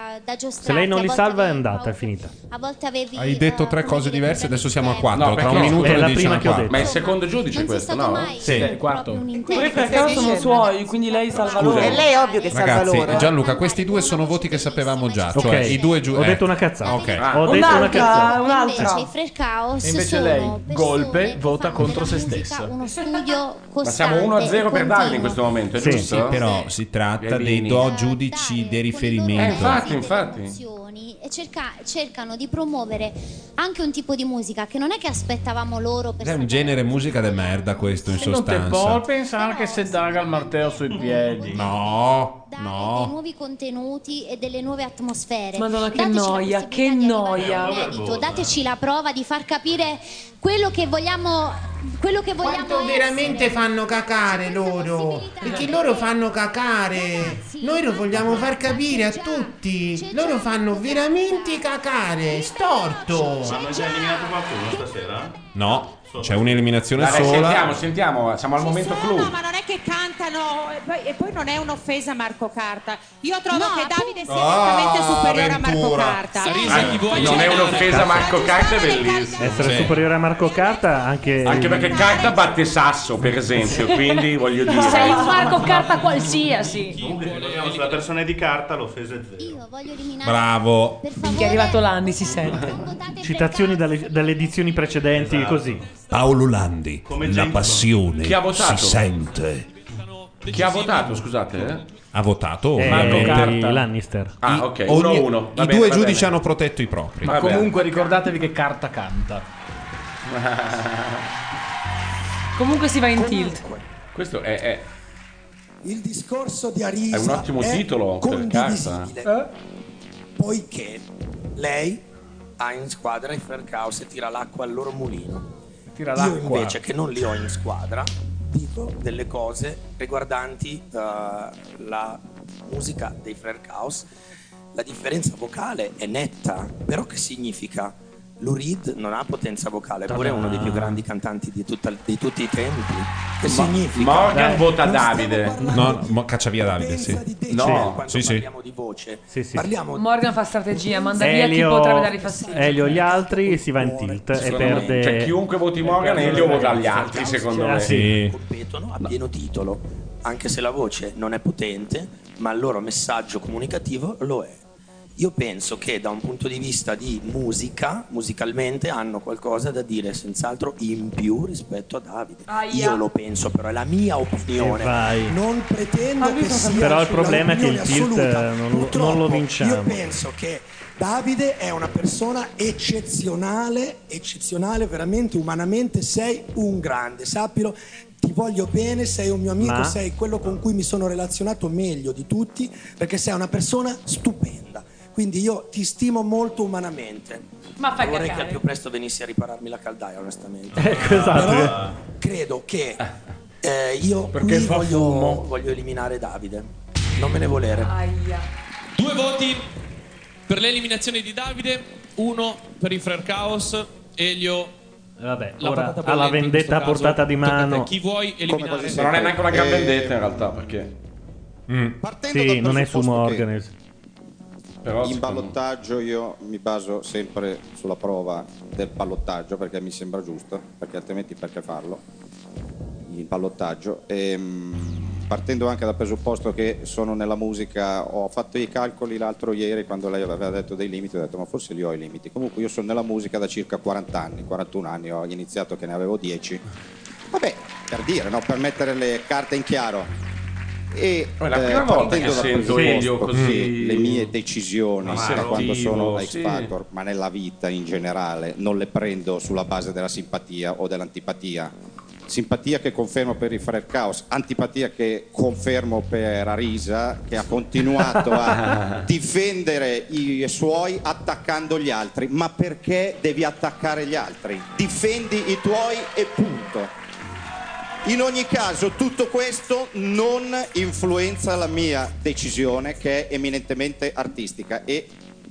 da giostrati. Se lei non a li volte salva è avevi andata, è paura- finita. A volte avevi. Hai detto eh, tre come cose dire, diverse, adesso siamo a problemi quattro. No, Tra un perché- minuto è ne la dice prima una che ho quarta. Ma è il secondo giudice Non sei questo, stato no? mai Sì. proprio quarto. un Poi intento. per caso sono suoi, quindi lei salva loro. E lei è ovvio che salva Ragazzi, loro. Gianluca, questi due sono voti che sapevamo già. Ok. Cioè, i due giu- Ho eh. detto una cazzata. Ok. Ah. Ho detto una Un'altra, cazzata. un'altra. Invece i Fred Chaos E invece sono lei, persone golpe, che vota fanno contro della se musica stessa. uno studio costante. Ma siamo uno a zero e per Davide in continuo. questo momento, è Sì, giusto? Sì, però si tratta dei Bielini. do giudici di Eh, riferimento. infatti, infatti. Emozioni, e cerca- cercano di promuovere anche un tipo di musica che non è che aspettavamo loro per È un genere musica de merda questo in E non te può sostanza. pensare che se daga il martello sui piedi. No, dare dei no. nuovi contenuti e delle nuove atmosfere. Madonna, che Dateci la noia, che possibilità di arrivare noia. a un inedito, dateci la prova di far capire quello che vogliamo, quello che vogliamo Quanto veramente essere. fanno cacare loro? Perché loro fanno cacare. Noi lo vogliamo far capire a tutti. Loro fanno veramente cacare. Storto. Ma hanno già eliminato qualcuno stasera? No, c'è un'eliminazione Dai, sola. sentiamo, sentiamo, siamo al momento Sono, clou. ma non è che cantano e poi, e poi non è un'offesa a Marco Carta. Io trovo No, che appunto. Davide sia nettamente Ah, superiore a Marco Ventura. Carta. Ah, non è un'offesa a Marco Carta, è bellissimo. Essere Sì. superiore a Marco Carta anche. Anche perché Carta batte Sasso, per esempio, quindi voglio dire. Sei un Marco Carta qualsiasi. Comunque, rimaniamo sulla persona di carta, l'offesa è zero. Io voglio eliminare. Bravo. Per Che è favore, arrivato Landi, si sente. votate Citazioni dalle, dalle edizioni precedenti, Esatto. così. Paolo Landi, Come la James passione Chi ha votato? si sente. Chi ha votato, scusate? eh? Ha votato Eh, ovviamente. i Lannister. Ah, I- ok, ogni- uno a uno. Va I bene, due va giudici bene. hanno protetto i propri. Ma Va bene. comunque ricordatevi che carta canta. Comunque si va in tilt. Questo è, è- Il discorso di Arisa è un ottimo titolo per Carta. condivisibile, poiché lei ha in squadra i Fairhouse e tira l'acqua al loro mulino. Tira Io l'acqua. invece, che non li ho in squadra, dico delle cose riguardanti eh, la musica dei Fairhouse. La differenza vocale è netta, però che significa? Lou Reed non ha potenza vocale, eppure è uno dei più grandi cantanti di, tutta- di tutti i tempi. Che significa? Morgan vota Non stiamo Davide. parlando No, mo- caccia via Davide, sì. di decibel No. quando Sì, sì. parliamo di voce. Sì, sì. Parliamo Morgan fa strategia, manda via chi Elio, potrebbe dargli fastidio. Elio gli altri si va in tilt e Secondo me, perde. cioè, chiunque voti Morgan, Elio vota gli altri, secondo Ah, me. sì. competono a pieno titolo, anche se la voce non è potente, ma il loro messaggio comunicativo lo è. Io penso che da un punto di vista di musica, musicalmente hanno qualcosa da dire senz'altro in più rispetto a Davide. Aia. Io lo penso, però è la mia opinione. E vai. Non pretendo Ah, lui che non sia Però il problema è che il l'opinione tilt assoluta. eh, non, lo- Purtroppo, non lo vinciamo. Io penso che Davide è una persona eccezionale, eccezionale veramente, umanamente sei un grande, sappilo. Ti voglio bene, sei un mio amico, Ma- sei quello con cui mi sono relazionato meglio di tutti, perché sei una persona stupenda. Quindi io ti stimo molto umanamente. Ma fai Vorrei che cacare. al più presto venissi a ripararmi la caldaia, onestamente. Ecco, esatto. Però credo che eh, io Perché qui fa voglio, fumo. voglio eliminare Davide. Non me ne volere. Aia. Due voti per l'eliminazione di Davide, uno per il Frere Chaos. Elio, Vabbè, la ora patata ha la bollente in vendetta a questo caso, portata di tocca a te. mano. Chi vuoi eliminare? Ma non è neanche una gran Eh, vendetta in realtà, perché Partendo Sì, dal non è su presupposto Morgan. però che in secondo- ballottaggio io mi baso sempre sulla prova del ballottaggio perché mi sembra giusto, perché altrimenti perché farlo? Il ballottaggio. Ehm, partendo anche dal presupposto che sono nella musica, ho fatto i calcoli l'altro ieri quando lei aveva detto dei limiti, ho detto ma forse li ho i limiti. Comunque io sono nella musica da circa quaranta anni, quarantuno anni, ho iniziato che ne avevo dieci. Vabbè, per dire, no? Per mettere le carte in chiaro. E È la prima volta partendo che dal sento presupposto Elio così- che le mie decisioni Assertivo, da quando sono a X sì. Factor, ma nella vita in generale, non le prendo sulla base della simpatia o dell'antipatia. Simpatia che confermo per il Frere Chaos, antipatia che confermo per Arisa, che ha continuato a difendere i suoi attaccando gli altri. Ma perché devi attaccare gli altri? Difendi i tuoi e punto. In ogni caso tutto questo non influenza la mia decisione, che è eminentemente artistica, e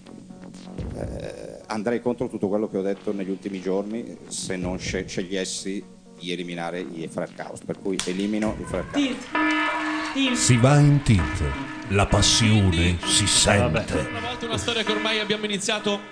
eh, andrei contro tutto quello che ho detto negli ultimi giorni se non sce- scegliessi di eliminare i Frere Chaos, per cui elimino i Frere Chaos. Si va in tilt, la passione si sente. Una volta una storia che ormai abbiamo iniziato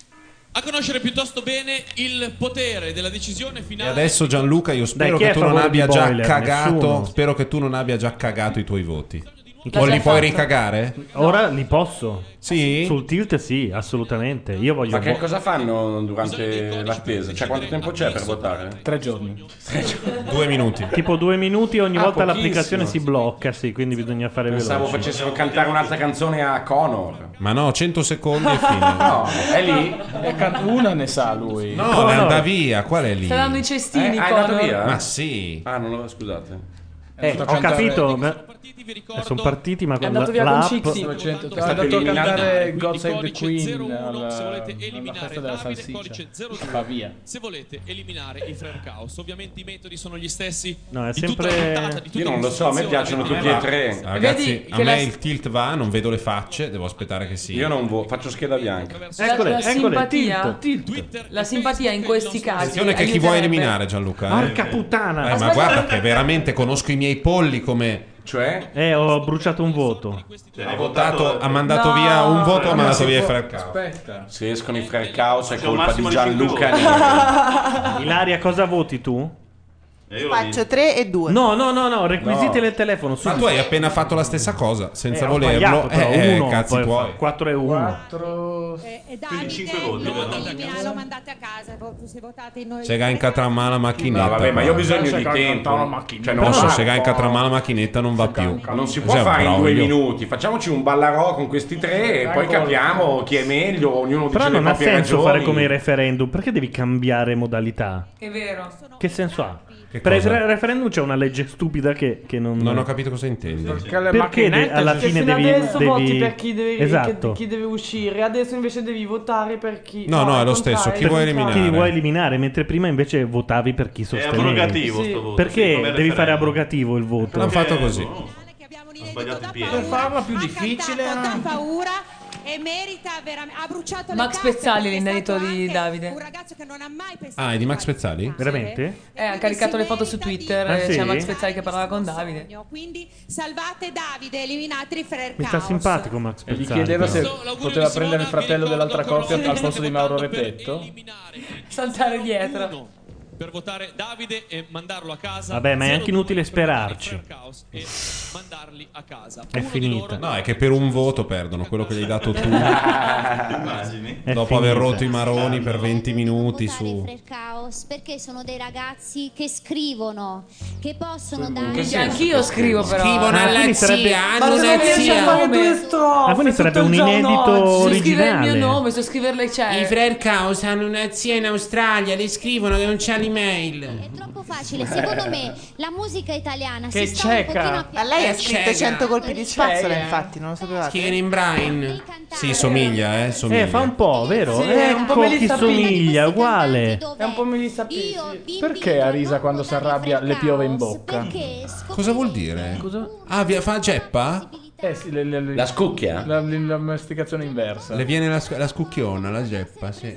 a conoscere piuttosto bene il potere della decisione E finale. adesso Gianluca, io spero Dai, chi che è tu a non favore abbia di già Boiler? cagato. Nessuno. Spero che tu non abbia già cagato i tuoi voti. L'ha O già li puoi fatto. ricagare? Ora li posso. Sì? Sul tilt sì, assolutamente. Io voglio Ma che vo- cosa fanno durante l'attesa? Cioè, quanto tempo c'è per votare? Tre giorni. Due minuti. Tipo due minuti ogni Ah, volta pochissimo. l'applicazione si blocca, sì, quindi bisogna fare Pensavo veloce. facessero cantare un'altra canzone a Conor. Ma no, cento secondi e fine. No, è lì. E can- una ne sa lui. No, No, ne no. andà via. Qual è lì? Sta dando i cestini, Eh, hai dato Conor. via? Ma sì. Ah, non lo scusate. Eh, ho capito, ma... sono partiti, ma È con andato la, via con l'app... Cixi. novecento È è stato andato a eliminato. cantare God Quindi Save the codice Queen zero uno alla, se volete alla eliminare festa della Davide, salsiccia. codice zero due Va via. se volete eliminare i Frere Caos. Ovviamente i metodi sono gli stessi. No, è di tutta la sempre- puntata, di tutta Io non lo so, a me piacciono tutti e tre. Ragazzi, Vedi a che me la- il tilt va, non vedo le facce, devo aspettare che sia. Io non vo- faccio scheda bianca. Eccole, la eccole, simpatia, tilt, la simpatia in questi casi. Attenzione che chi vuoi aiuterebbe. eliminare, Gianluca. eh. Porca puttana! Eh, ma guarda che veramente conosco i miei polli come... Cioè? Eh, ho bruciato un voto. Ha votato, ha mandato No. via un voto, ha Ma mandato si via i può- Frere Caos. Aspetta. Se escono i Frere Caos è C'è un colpa di massimo di cinque Gianluca voti. Neri. Ilaria, cosa voti tu? E io Faccio tre e due. No, no, no, no, requisiti No. del telefono. Ma tu hai appena fatto la stessa cosa, senza Eh, ho volerlo. sbagliato, però, Eh, uno, cazzi poi tuoi. quattro e uno. quattro E, e Quindi cinque voti, lo, vero? elimina- lo mandate a casa, se votate noi. Se ga in catramà la macchinetta. No, vabbè, ma io ho bisogno Pensa di che tempo. cantava la macchina. Cioè, non Non so, va- se ga in catramà la macchinetta non va più. non si può Cos'è, fare in bravo due io? minuti. Facciamoci un ballarò con questi tre e poi capiamo chi è meglio. Ognuno dice Però le non ha proprie senso ragioni. fare come i referendum. Perché devi cambiare modalità? È vero. Che senso ha? Che Per il cosa? re- referendum c'è una legge stupida che, che non... Non ho capito cosa intendi. Perché le Perché de- macchinette alla si- fine Fino devi... adesso devi- voti per chi deve, Esatto. che- chi deve uscire, adesso invece devi votare per chi. No, no, al è lo stesso, contrario, chi vuoi al contrario. eliminare? Chi vuoi eliminare, mentre prima invece votavi per chi È sostenevi. abrogativo Sì. sto voto. Perché sì, come devi fare referendum. abrogativo il voto? L'hanno fatto così. Ho sbagliato il piede. Per farla più difficile, Da eh. paura e merita veramente. Ha bruciato Max le tappe Pezzali, perché è l'inedito stato di anche Davide. Un ragazzo che non ha mai pensato. Ah, è di Max Pezzali? Veramente? Eh, ha caricato le foto su Twitter. Ah, e sì? C'è Max Pezzali che parlava con Davide. Quindi salvate Davide, eliminate i Frere Mi sta Caos. simpatico Max E gli Pezzali. chiedeva se però. poteva prendere il fratello dell'altra coppia al posto di Mauro Repetto. Saltare dietro. Per votare Davide e mandarlo a casa. Vabbè, ma è zero anche inutile due per votare sperarci. Frere Caos e mandarli a casa. È Uno di finita. loro- No, è che per un voto perdono quello che gli hai dato tu. Immagini? È Dopo aver finita. rotto i maroni per venti minuti votare su. Frere Caos perché sono dei ragazzi che scrivono, che possono dare che Sì, senso? anch'io scrivo però. Scrivono Ah, alla quindi sarebbe- zia, Ma hanno se una non riesci a zia. fare Come? due strofe Ah, quindi sarebbe tutto un il giorno inedito oggi. So scrivere il mio originale. nome, so scriverle cioè. I Frere Caos hanno una zia in Australia, le scrivono che non c'ha l'email. È troppo facile. Secondo me la musica italiana Che si sta un cieca. pochino A lei ha È scritto cieca. cento colpi di spazzola, Cieca. infatti, non lo sapevate. Scrivono in Brain. Sì, somiglia, eh, somiglia. Eh, fa un po', vero? Sì, è un po' Ecco chi Melissa somiglia, uguale. È un po' Melissa P, sì. Perché a Risa quando si arrabbia le piove in bocca? Cosa vuol dire? Ah, via- fa geppa? Eh sì, le- le- le- La scucchia? la, la masticazione inversa. Le viene la, sc- la scucchiona, la geppa, sì.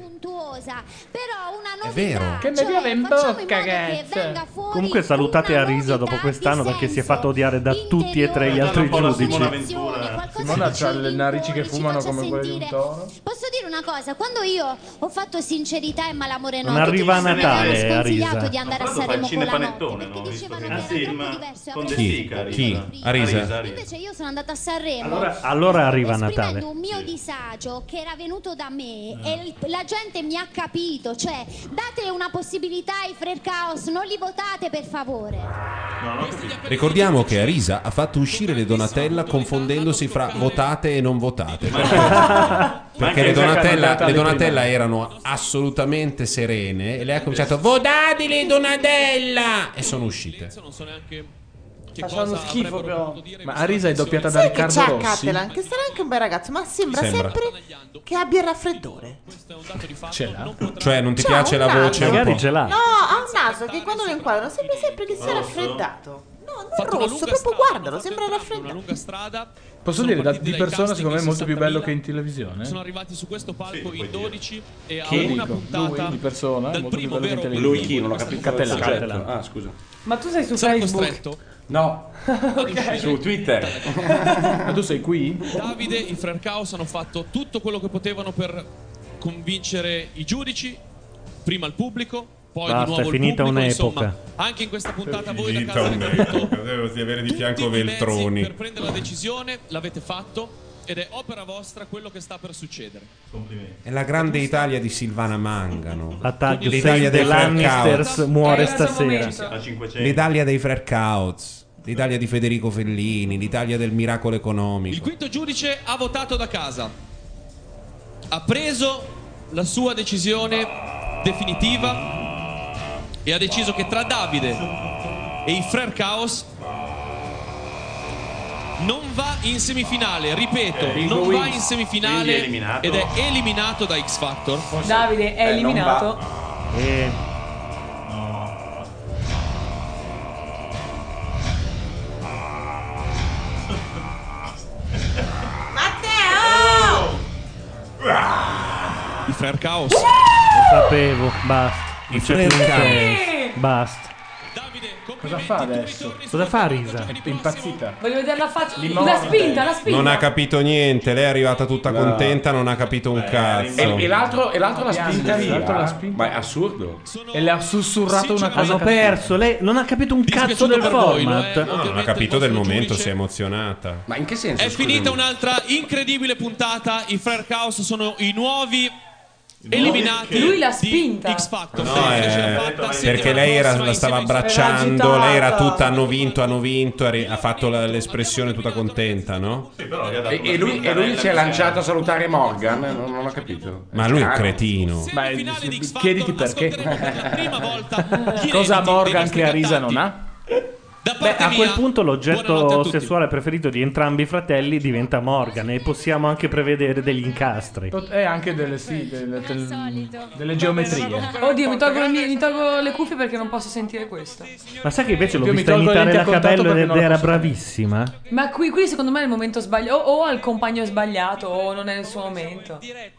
Però una È vero. Che mi piove in bocca, cazzo. Comunque salutate a Risa dopo quest'anno perché si è fatto odiare da tutti e tre gli altri giudici. Simona c'ha le narici che fumano come quelle di un toro. Posso dire una cosa? Quando io ho fatto sincerità e malamore Non notte, arriva a tutti mi Natale, avevano a sconsigliato Risa. di andare a Tra l'altro fa il Sanremo con la notte cinepanettone, perché no? Visto dicevano che- che Ah, era sì, troppo ma diverso. con Avevo De Chi? Sica, Chi? Risa. A Risa? Risa, Risa. Invece io sono andata a Sanremo Allora, allora arriva Natale. esprimendo un mio disagio che era venuto da me e il- la gente mi ha capito, cioè date una possibilità ai Frere Caos, non li votate per favore. Ricordiamo che Arisa ha fatto uscire le Donatella confondendosi fra votate e non votate. Perché, perché le, Donatella, le Donatella erano assolutamente serene e lei ha cominciato votate le Donatella e sono uscite. Non so neanche che Facevano cosa schifo, avrebbero però. potuto dire Ma queste Arisa è doppiata da Sai che Riccardo c'ha Rossi. Catalan, che sarà anche un bel ragazzo, ma sembra, Sembra. sempre che abbia il raffreddore. Ce l'ha. Cioè non ti C'ha piace un la naso. voce? un Magari po'? ce l'ha. No, ha un naso che quando lo inquadrano sembra sempre che si è raffreddato. No, non rosso, proprio guardalo, sembra raffreddato. una lunga strada. Posso Sono dire, da, partiti di dai persona casting secondo me è in molto più bello sessantamila. che in televisione. Sono arrivati su questo palco in dodici e a Chi? una Dico, puntata lui di persona è dal molto più primo bello che in vero televisione. Lui chi? Non ho capito. Cattelan. il soggetto. Cattelan. Ah, scusa. Ma tu sei su sarà Facebook. costretto No. Okay. Su Twitter. Ma tu sei qui? Davide, i Frère Chaos hanno fatto tutto quello che potevano per convincere i giudici, prima il pubblico, poi Basta, di nuovo è finita il pubblico. un'epoca. Insomma, anche in questa puntata voi da Finita casa avete avuto un'epoca, devo avere di fianco tutti i Veltroni. mezzi per prendere la decisione, l'avete fatto ed è opera vostra quello che sta per succedere. Complimenti. È la grande Italia di Silvana Mangano. La tag L'Italia dei Frère Lannisters Chaos. muore stasera. L'Italia dei Frère Chaos. L'Italia di Federico Fellini. L'Italia del miracolo economico. Il quinto giudice ha votato da casa, ha preso la sua decisione definitiva e ha deciso che tra Davide e i Frère Chaos non va in semifinale, ripeto, Bingo non va wins. in semifinale Quindi è eliminato. ed è eliminato da X Factor. Davide è Eh, non eliminato. E... Matteo! I Frère Chaos. Lo sapevo, basta. I Non c'è Frère più un Chaos. senso. Basta. Cosa fa adesso? Cosa fa Risa? È impazzita. Voglio vedere la faccia. Li La morde. spinta, la spinta. Non ha capito niente, lei è arrivata tutta No. contenta, non ha capito un cazzo. E, e l'altro, e l'altro l'ha Piange, spinta via. l'altro l'ha spinta. Ma è assurdo. E le ha sussurrato una cosa. Hanno cattiva. perso, lei non ha capito un cazzo del per voi, lo è, format. No, non ha capito del momento, si è emozionata. Ma in che senso? È scusami? finita un'altra incredibile puntata. I Frère Chaos sono i nuovi eliminati Lui l'ha di spinta. X Factor. No, Davide ce l'ha eh, fatta, siete perché la lei era- prossima la stava insieme ai- abbracciando, Era lei era agitata. tutta hanno vinto, hanno vinto, eri- ha fatto la- l'espressione tutta contenta, no? Sì, però gli ha dato E, una e lui, spinta e lui nella si è miseria. lanciato a salutare Morgan? Non, non ho capito. Ma lui è un Ah, cretino. Ma eh, Finale di X Factor, chiediti perché. ascolteremo per la prima volta gli Cosa inediti Morgan dei nostri che a Risa cantanti. non ha? Da Beh, parte a quel mia, punto buonanotte a l'oggetto tutti. sessuale preferito di entrambi i fratelli diventa Morgan e possiamo anche prevedere degli incastri. E anche delle, sì, delle, del- delle geometrie. Oddio, mi tolgo, le mie- mi tolgo le cuffie perché non posso sentire questo. Ma sai che invece l'ho Io mi vista tolgo le imitare lenti la a contatto Cabello perché ed non la era posso sentire. bravissima. Ma qui, qui secondo me è il momento sbagliato. O, o ha il compagno sbagliato o non è il suo momento.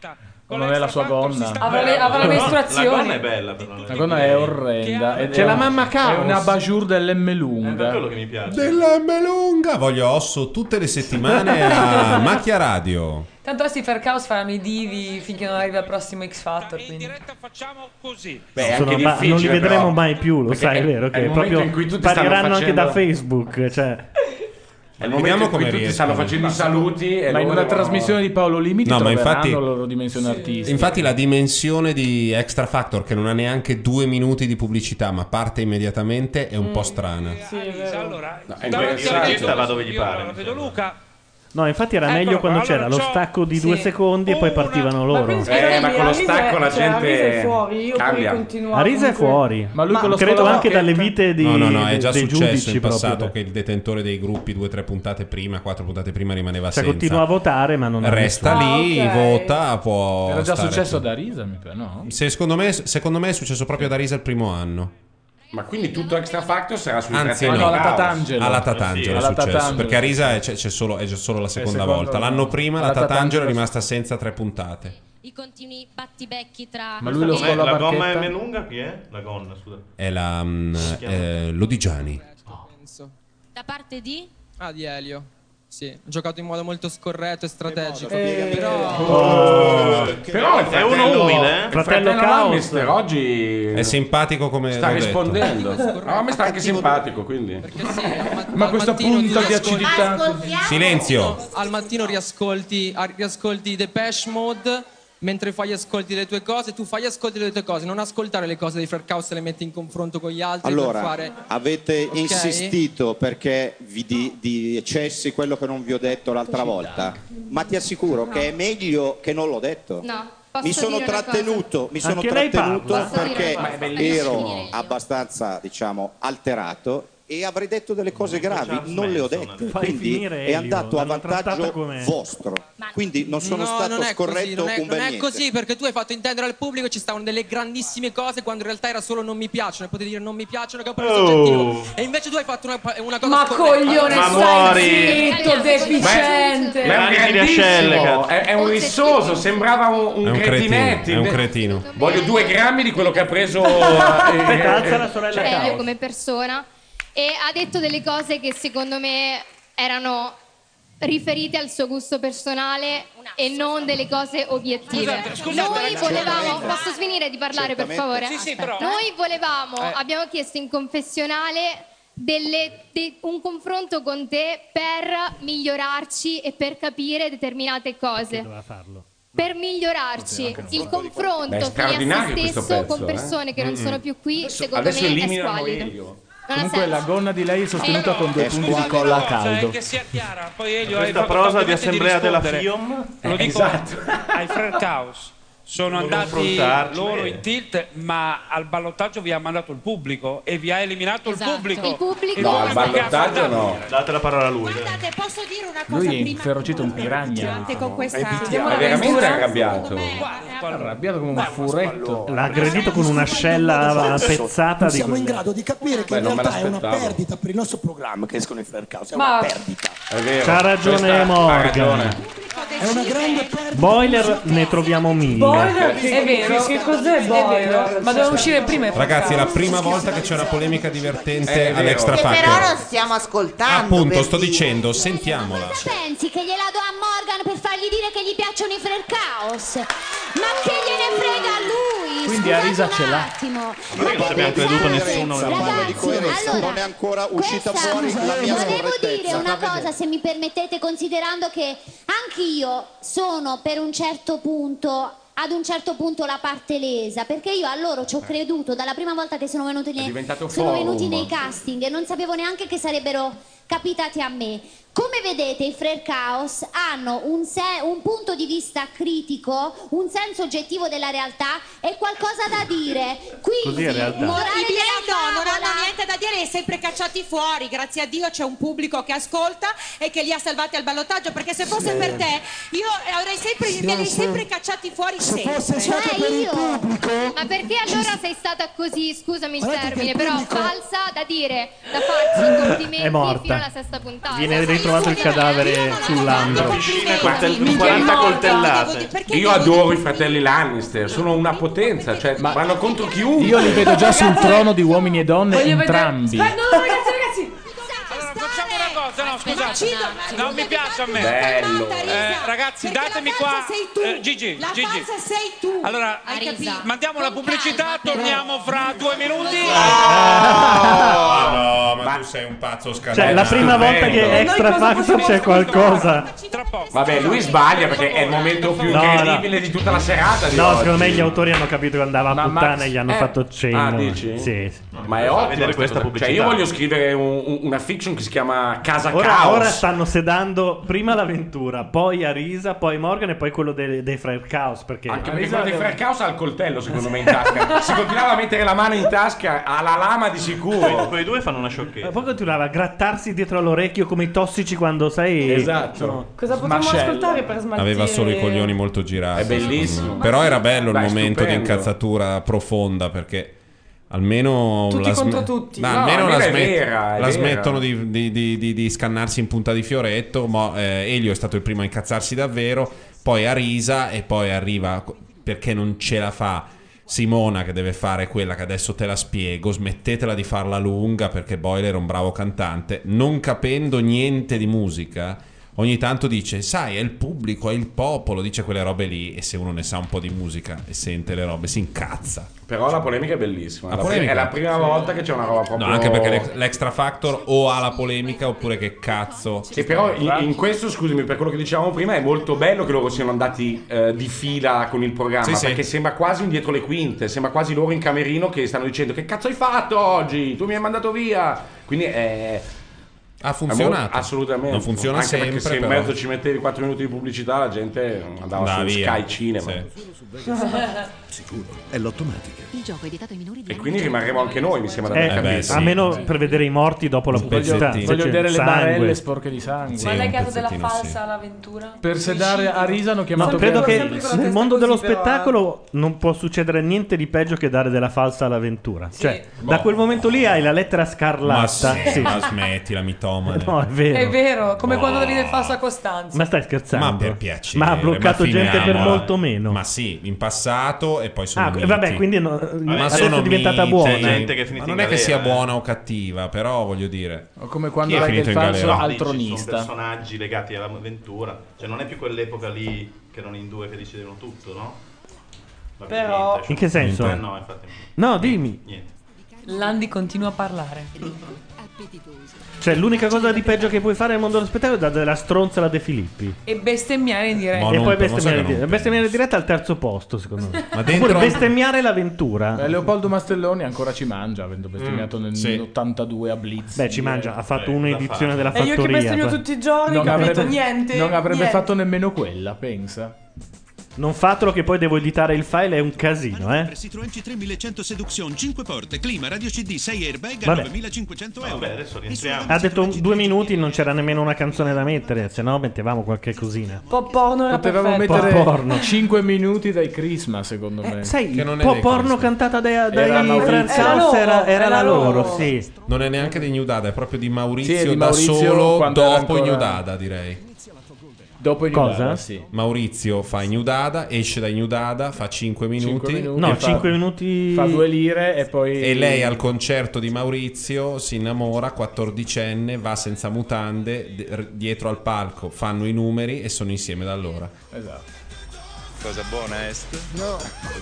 O non è la sua gonna. Avrà le, avrà le La mestruazioni. gonna è bella, però. La gonna è orrenda. ed C'è è la un- mamma Caos. È una bajour dell'M È per lunga. quello che mi piace. Della melunga, voglio Osso tutte le settimane a Macchia Radio. Tanto questi Frère Chaos faranno i divi finché non arriva il prossimo X Factor. Quindi. Beh, è Sono anche ba- non li difficile, vedremo però, mai più, lo perché sai, è vero? è Che il momento proprio in cui tutti stanno spariranno anche facendo- da Facebook. Cioè. È il momento in cui come tutti riescono. stanno facendo i saluti e Ma in loro una devono- trasmissione di Paolo Limiti No, ma troveranno infatti- la loro dimensione artistica. Infatti la dimensione di Extra Factor, che non ha neanche due minuti di pubblicità ma parte immediatamente, è un po' strana. Sì, è vero. No, è La interessante. gente va dove gli pare. mi sembra. No, infatti era meglio quando c'era lo stacco di due Sì. secondi e poi partivano loro. quindi, Eh, ma con lo Arisa è- stacco la cioè, Arisa gente è fuori, io cambia. poi continuo Arisa è comunque- fuori. Ma lui con lo credo scuola anche bacchetta? dalle vite di, No, no, no, è già dei successo giudici in passato proprio. che il detentore dei gruppi due o tre puntate prima, quattro puntate prima rimaneva Cioè senza. continua a votare ma non ha Resta nessuno. lì, Ah, ok. vota, può Era già stare successo più. ad Arisa, mi pare, no? Se- secondo, me, secondo me è successo proprio ad Arisa il primo anno. Ma quindi tutto Extra Factor sarà sui Anzi, fratelli no, alla Chaos. Tatangelo. Alla Eh Tatangelo sì, è alla successo. Tatangelo. Perché Arisa è, c'è, c'è solo, è già solo la seconda secondo- volta. L'anno prima alla la Tatangelo è Tatangelo- rimasta senza tre puntate. I continui battibecchi tra... Ma lui lo Com'è? scuola La gomma bacchetta? è lunga? Chi è? La gonna, scusa. È la mm, eh, Lodigiani. Da parte di... Ah, di Elio. Sì, ha giocato in modo molto scorretto e strategico. Eh, Però... Oh. Però il È uno fratello- umile, eh? il Fratello fratello Chaos. Lannister oggi È simpatico come sta l'ho detto. rispondendo. No, a me sta anche simpatico, quindi. Perché sì, al ma- Ma al questa mattino punta ti di riascolti- acidità. Silenzio. Al mattino riascolti, a- riascolti Depeche Mode mentre fai ascolti delle tue cose, tu fai ascolti delle tue cose, non ascoltare le cose dei Frère Chaos e le metti in confronto con gli altri Allora, per fare... avete Ok? insistito perché vi di, di cessi quello che non vi ho detto l'altra volta, ma ti assicuro che è meglio che non l'ho detto. No, posso Mi sono dire una trattenuto, mi sono Anche lei trattenuto parla. Posso dire perché una cosa? ero Lasciami finire io. abbastanza, diciamo, alterato e avrei detto delle cose gravi, non le ho dette, Fai quindi finire è Elio, andato a l'hanno trattata vantaggio come- vostro. Quindi non sono no, stato non è scorretto così, non è, un bel non è niente. così perché tu hai fatto intendere al pubblico che ci stavano delle grandissime cose quando in realtà era solo non mi piacciono e potevi dire non mi piacciono che è un po' soggettivo e invece tu hai fatto una, una cosa Ma scorretta. coglione, Ma stai muori. zitto, deficiente. Ma è un Anche di ascelle, grandissimo, cazzo. è, è un rissoso, sembrava un, un, È un cretinetti. cretino, è un cretino. Voglio due grammi di quello che ha preso. eh, Aspetta, alza la sorella Elio Chaos. come persona e ha detto delle cose che secondo me erano riferite al suo gusto personale e non delle cose obiettive. Scusate, scusate, Noi ragazzi, volevamo, eh, posso finire di parlare per favore? Sì, sì, però. Noi volevamo, Eh. abbiamo chiesto in confessionale delle- de- un confronto con te per migliorarci e per capire determinate cose. Doveva farlo. Per migliorarci, il confronto Beh, è fine a straordinario se questo stesso pezzo, con persone eh. che non Mm-mm. sono più qui, secondo Adesso me è eliminano squallido. Elio. Non ha Comunque la senso. gonna di lei è sostenuta Eh, con due è punti di squallido. colla a Cioè, caldo. che sia chiara, poi Elio Questa hai prosa di ovviamente assemblea della rispondere. FIOM? Lo Eh, dico esatto. ai Fred Caos. Sono Non andati confrontarci, loro eh. in tilt, ma al ballottaggio vi ha mandato il pubblico e vi ha eliminato Esatto. il pubblico. Il pubblico- No, al pubblico che ha ballottaggio fatto- no. Date la parola a lui. Guardate, posso dire una cosa Lui è prima? inferocito un piranha. Con questa... È veramente arrabbiato. È arrabbiato come un furetto. L'ha aggredito con un'ascella pezzata di siamo in quelle. grado di capire che Beh, in non me realtà è una l'aspettavo. perdita per il nostro programma che escono i Flair House, è Ma- una perdita. È vero. C'ha ragione Questa- ha Morgan. ragione. È una grande perdita. Boiler ne troviamo mille. Boiler, è vero, che cos'è Boiler? Ma doveva uscire prima e Ragazzi, è la Fred prima House. volta che c'è una polemica divertente È vero. all'Extra Che però Factor. non stiamo ascoltando. Appunto, per sto dire. dicendo, sentiamola. Cosa pensi? Che gliela do a Morgan per fargli dire che gli piacciono i Flair Chaos? Ma che gliene frega a lui? Quindi Scusate Arisa un ce l'ha. attimo. Ma noi non abbiamo creduto nessuno. Se parla di coerenza, allora, non è ancora uscita questa- fuori la mia volevo dire scorrettezza. una cosa, se mi permettete, considerando che anch'io sono per un certo punto, ad un certo punto la parte lesa, perché io a loro ci ho creduto dalla prima volta che sono venuti, nei, diventato sono forum. venuti nei casting e non sapevo neanche che sarebbero capitati a me. Come vedete, i Flair Chaos hanno un, se- un punto di vista critico, un senso oggettivo della realtà e qualcosa da dire. Quindi, Così è realtà. morale I miei della no, non favola- hanno niente da dire, li hai sempre cacciati fuori. Grazie a Dio c'è un pubblico che ascolta e che li ha salvati al ballottaggio. Perché se fosse per te, io avrei sempre, li avrei sempre cacciati fuori sempre. Cioè io? Ma perché allora sei stata così, scusami il termine, però falsa da dire, da farci i complimenti È morta. fino alla sesta puntata? Viene ritrovato il cadavere sull'ambro. Piscina Ma- con quaranta coltellate. Io adoro i fratelli Lannister, sono una potenza, cioè vanno contro chiunque. Io li vedo già sul trono di uomini e donne Voglio vedere- entrambi. Aspetta, no, no, ragazzi, ragazzi. Allora, facciamo una cosa, no, scusate. Non mi piace a me. Bello. Eh, ragazzi, Perché datemi la qua. falsa sei tu. Eh, Gigi, La Gigi. falsa sei tu. Allora, Hai capito? mandiamo la pubblicità, torniamo fra due minuti. Ah, no, ma tu sei un pazzo scatenato. Cioè, la prima volta che Noi Extra cosa Factor possiamo c'è qualcosa. Tra poco. Vabbè, lui sbaglia perché è il momento più No, incredibile di tutta la serata di No, oggi. secondo me gli autori hanno capito che andava a Ma puttana Max- e gli hanno eh. fatto cenno. Ah, dici? Sì, sì. Ma è Fa ottimo vedere questa Cioè, pubblicità. io voglio scrivere un- un- una fiction che si chiama Casa Ora, Caos. ora stanno sedando prima l'avventura, poi Arisa, poi Morgan e poi quello dei, dei Flair Chaos. Perché Anche perché Arisa quello dei Flair Chaos ha il coltello, secondo me, in tasca. Se continuava a mettere la mano in tasca, ha la lama di sicuro. Quei due fanno una E sciocchezza. poi continuava a grattarsi dietro all'orecchio come i tossici quando sei. Esatto. Cosa potremmo Smascello. ascoltare per smaltire? Aveva solo i coglioni molto girati. È bellissimo. Però era bello il Dai, momento di stupendo. incazzatura profonda perché almeno Tutti la contro tutti. Ma No, almeno almeno la, è smet- vera, è la vera. smettono di, di- di- di- di scannarsi in punta di fioretto. Ma eh, Elio è stato il primo a incazzarsi davvero, poi Arisa e poi arriva perché non ce la fa Simona che deve fare quella che adesso te la spiego. Smettetela di farla lunga perché Boiler è un bravo cantante, non capendo niente di musica. Ogni tanto dice, sai, è il pubblico, è il popolo, dice quelle robe lì. E se uno ne sa un po' di musica e sente le robe, si incazza. Però la polemica è bellissima. La La polemica? È la prima volta che c'è una roba proprio. No, anche perché l'ex- l'Extra Factor o ha la polemica oppure che cazzo. Sì, però in, in questo, scusami, per quello che dicevamo prima, è molto bello che loro siano andati eh, di fila con il programma. Sì, sì. Perché sembra quasi un dietro le quinte. Sembra quasi loro in camerino che stanno dicendo: che cazzo hai fatto oggi? Tu mi hai mandato via. Quindi è. Ha funzionato. È mo- assolutamente. Non funziona Anche sempre, perché se in però. mezzo ci mettevi quattro minuti di pubblicità, la gente andava Andava su via. Sky Cinema. Sicuro, è l'ottomatica. Il gioco è vietato ai minori di E quindi rimarremo anche noi, mi sembra da Eh, aver beh, capito. sì. almeno per vedere i morti dopo la pubblicità. Voglio, voglio C'è vedere le sangue. barelle sporche di sangue. Sì, Ma lei un che ha dato della pezzettino, falsa sì. all'avventura? Per sedare Arisa hanno No, chiamato credo che sempre con la nel testa mondo dello così, però, spettacolo non può succedere niente di peggio che dare della falsa all'avventura. Cioè, da quel momento lì hai la lettera Ma scarlatta. sì, Sì. ma smettila, mi mitomane. No, è vero. È vero, come No. quando Davide il Falso a Costanzo. Ma stai scherzando? Ma per piacere. Ma ha bloccato gente per finiamola. molto meno. Ma sì, in passato e poi sono Ah, miti. vabbè, quindi no- ma adesso sono è diventata miti. buona. Gente che è ma finita non in è che sia galera, eh. buona o cattiva, però voglio dire. O come quando Chi è vai finito del in falso galera? al Dici, sono tronista. personaggi legati all'avventura, cioè non è più quell'epoca lì che erano in due che decidevano tutto, no? Vabbè, Però- niente, In che senso? Eh, no, infatti. No, dimmi. Niente. Landi continua a parlare. Cioè, l'unica cosa di peggio che puoi fare nel mondo dello spettacolo è dare della stronza alla De Filippi. E bestemmiare in diretta. e poi non- bestemmiare non in diretta. Bestemmiare in diretta al terzo posto, secondo me. Ma dentro- Oppure bestemmiare l'avventura. Eh, Leopoldo Mastelloni ancora ci mangia, avendo bestemmiato nel sì. ottantadue a Blitz. Beh, ci mangia, ha fatto un'edizione della E io che fattoria. bestemmio tutti i giorni, Non capito? avrebbe, niente. non avrebbe niente. fatto nemmeno quella, pensa. Non fatelo che poi devo editare il file, è un casino, eh. Citroen C tre millecento Seduction, cinque porte, clima, radio C D, sei airbag a Vabbè. novemilacinquecento euro. Vabbè, adesso rientriamo. Ha detto due minuti, non c'era nemmeno una canzone da mettere, se no mettevamo qualche cosina. Pop porno era Potevamo perfetto. mettere Po' porno. cinque minuti dai Christmas, secondo me. Eh, sai, Che non un è po' dei porno Christmas. cantata dai, dai Era Maurizio. Friends Era House, loro, era, era la era loro, loro. sì. Non è neanche di New Dada, è proprio di Maurizio, Sì, è di da Maurizio solo quando era dopo ancora- New Dada, direi. Dopo il Cosa? Nudada, sì. Maurizio fa i New Dada, esce dai New Dada, fa cinque minuti. Cinque minuti. No, E fa- cinque minuti. Fa due lire e poi. E lei al concerto di Maurizio si innamora, quattordicenne, va senza mutande, d- dietro al palco, fanno i numeri e sono insieme da allora. Esatto. Cosa buona est? No.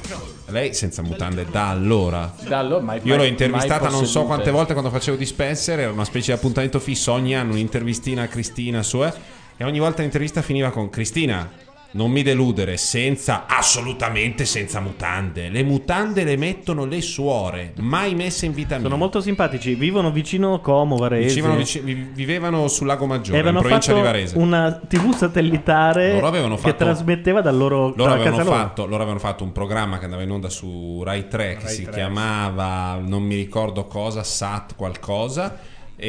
Lei senza mutande da allora. Da allora, mai- Io l'ho mai- intervistata mai non so possedute. quante volte quando facevo Dispenser, era una specie di appuntamento fisso ogni anno, un'intervistina a Cristina su eh, e ogni volta l'intervista finiva con: Cristina, non mi deludere, senza, assolutamente senza mutande. Le mutande le mettono le suore, mai messe in vita mia. Sono molto simpatici, vivono vicino Como, Varese. Vicino- vici- vi- vivevano sul Lago Maggiore, Avevano in provincia fatto di Varese. una tivù satellitare Loro avevano che fatto- trasmetteva dal loro, Loro da avevano, casa loro. fatto, loro avevano fatto un programma che andava in onda su Rai tre che Rai si tre. chiamava, non mi ricordo cosa, Sat qualcosa,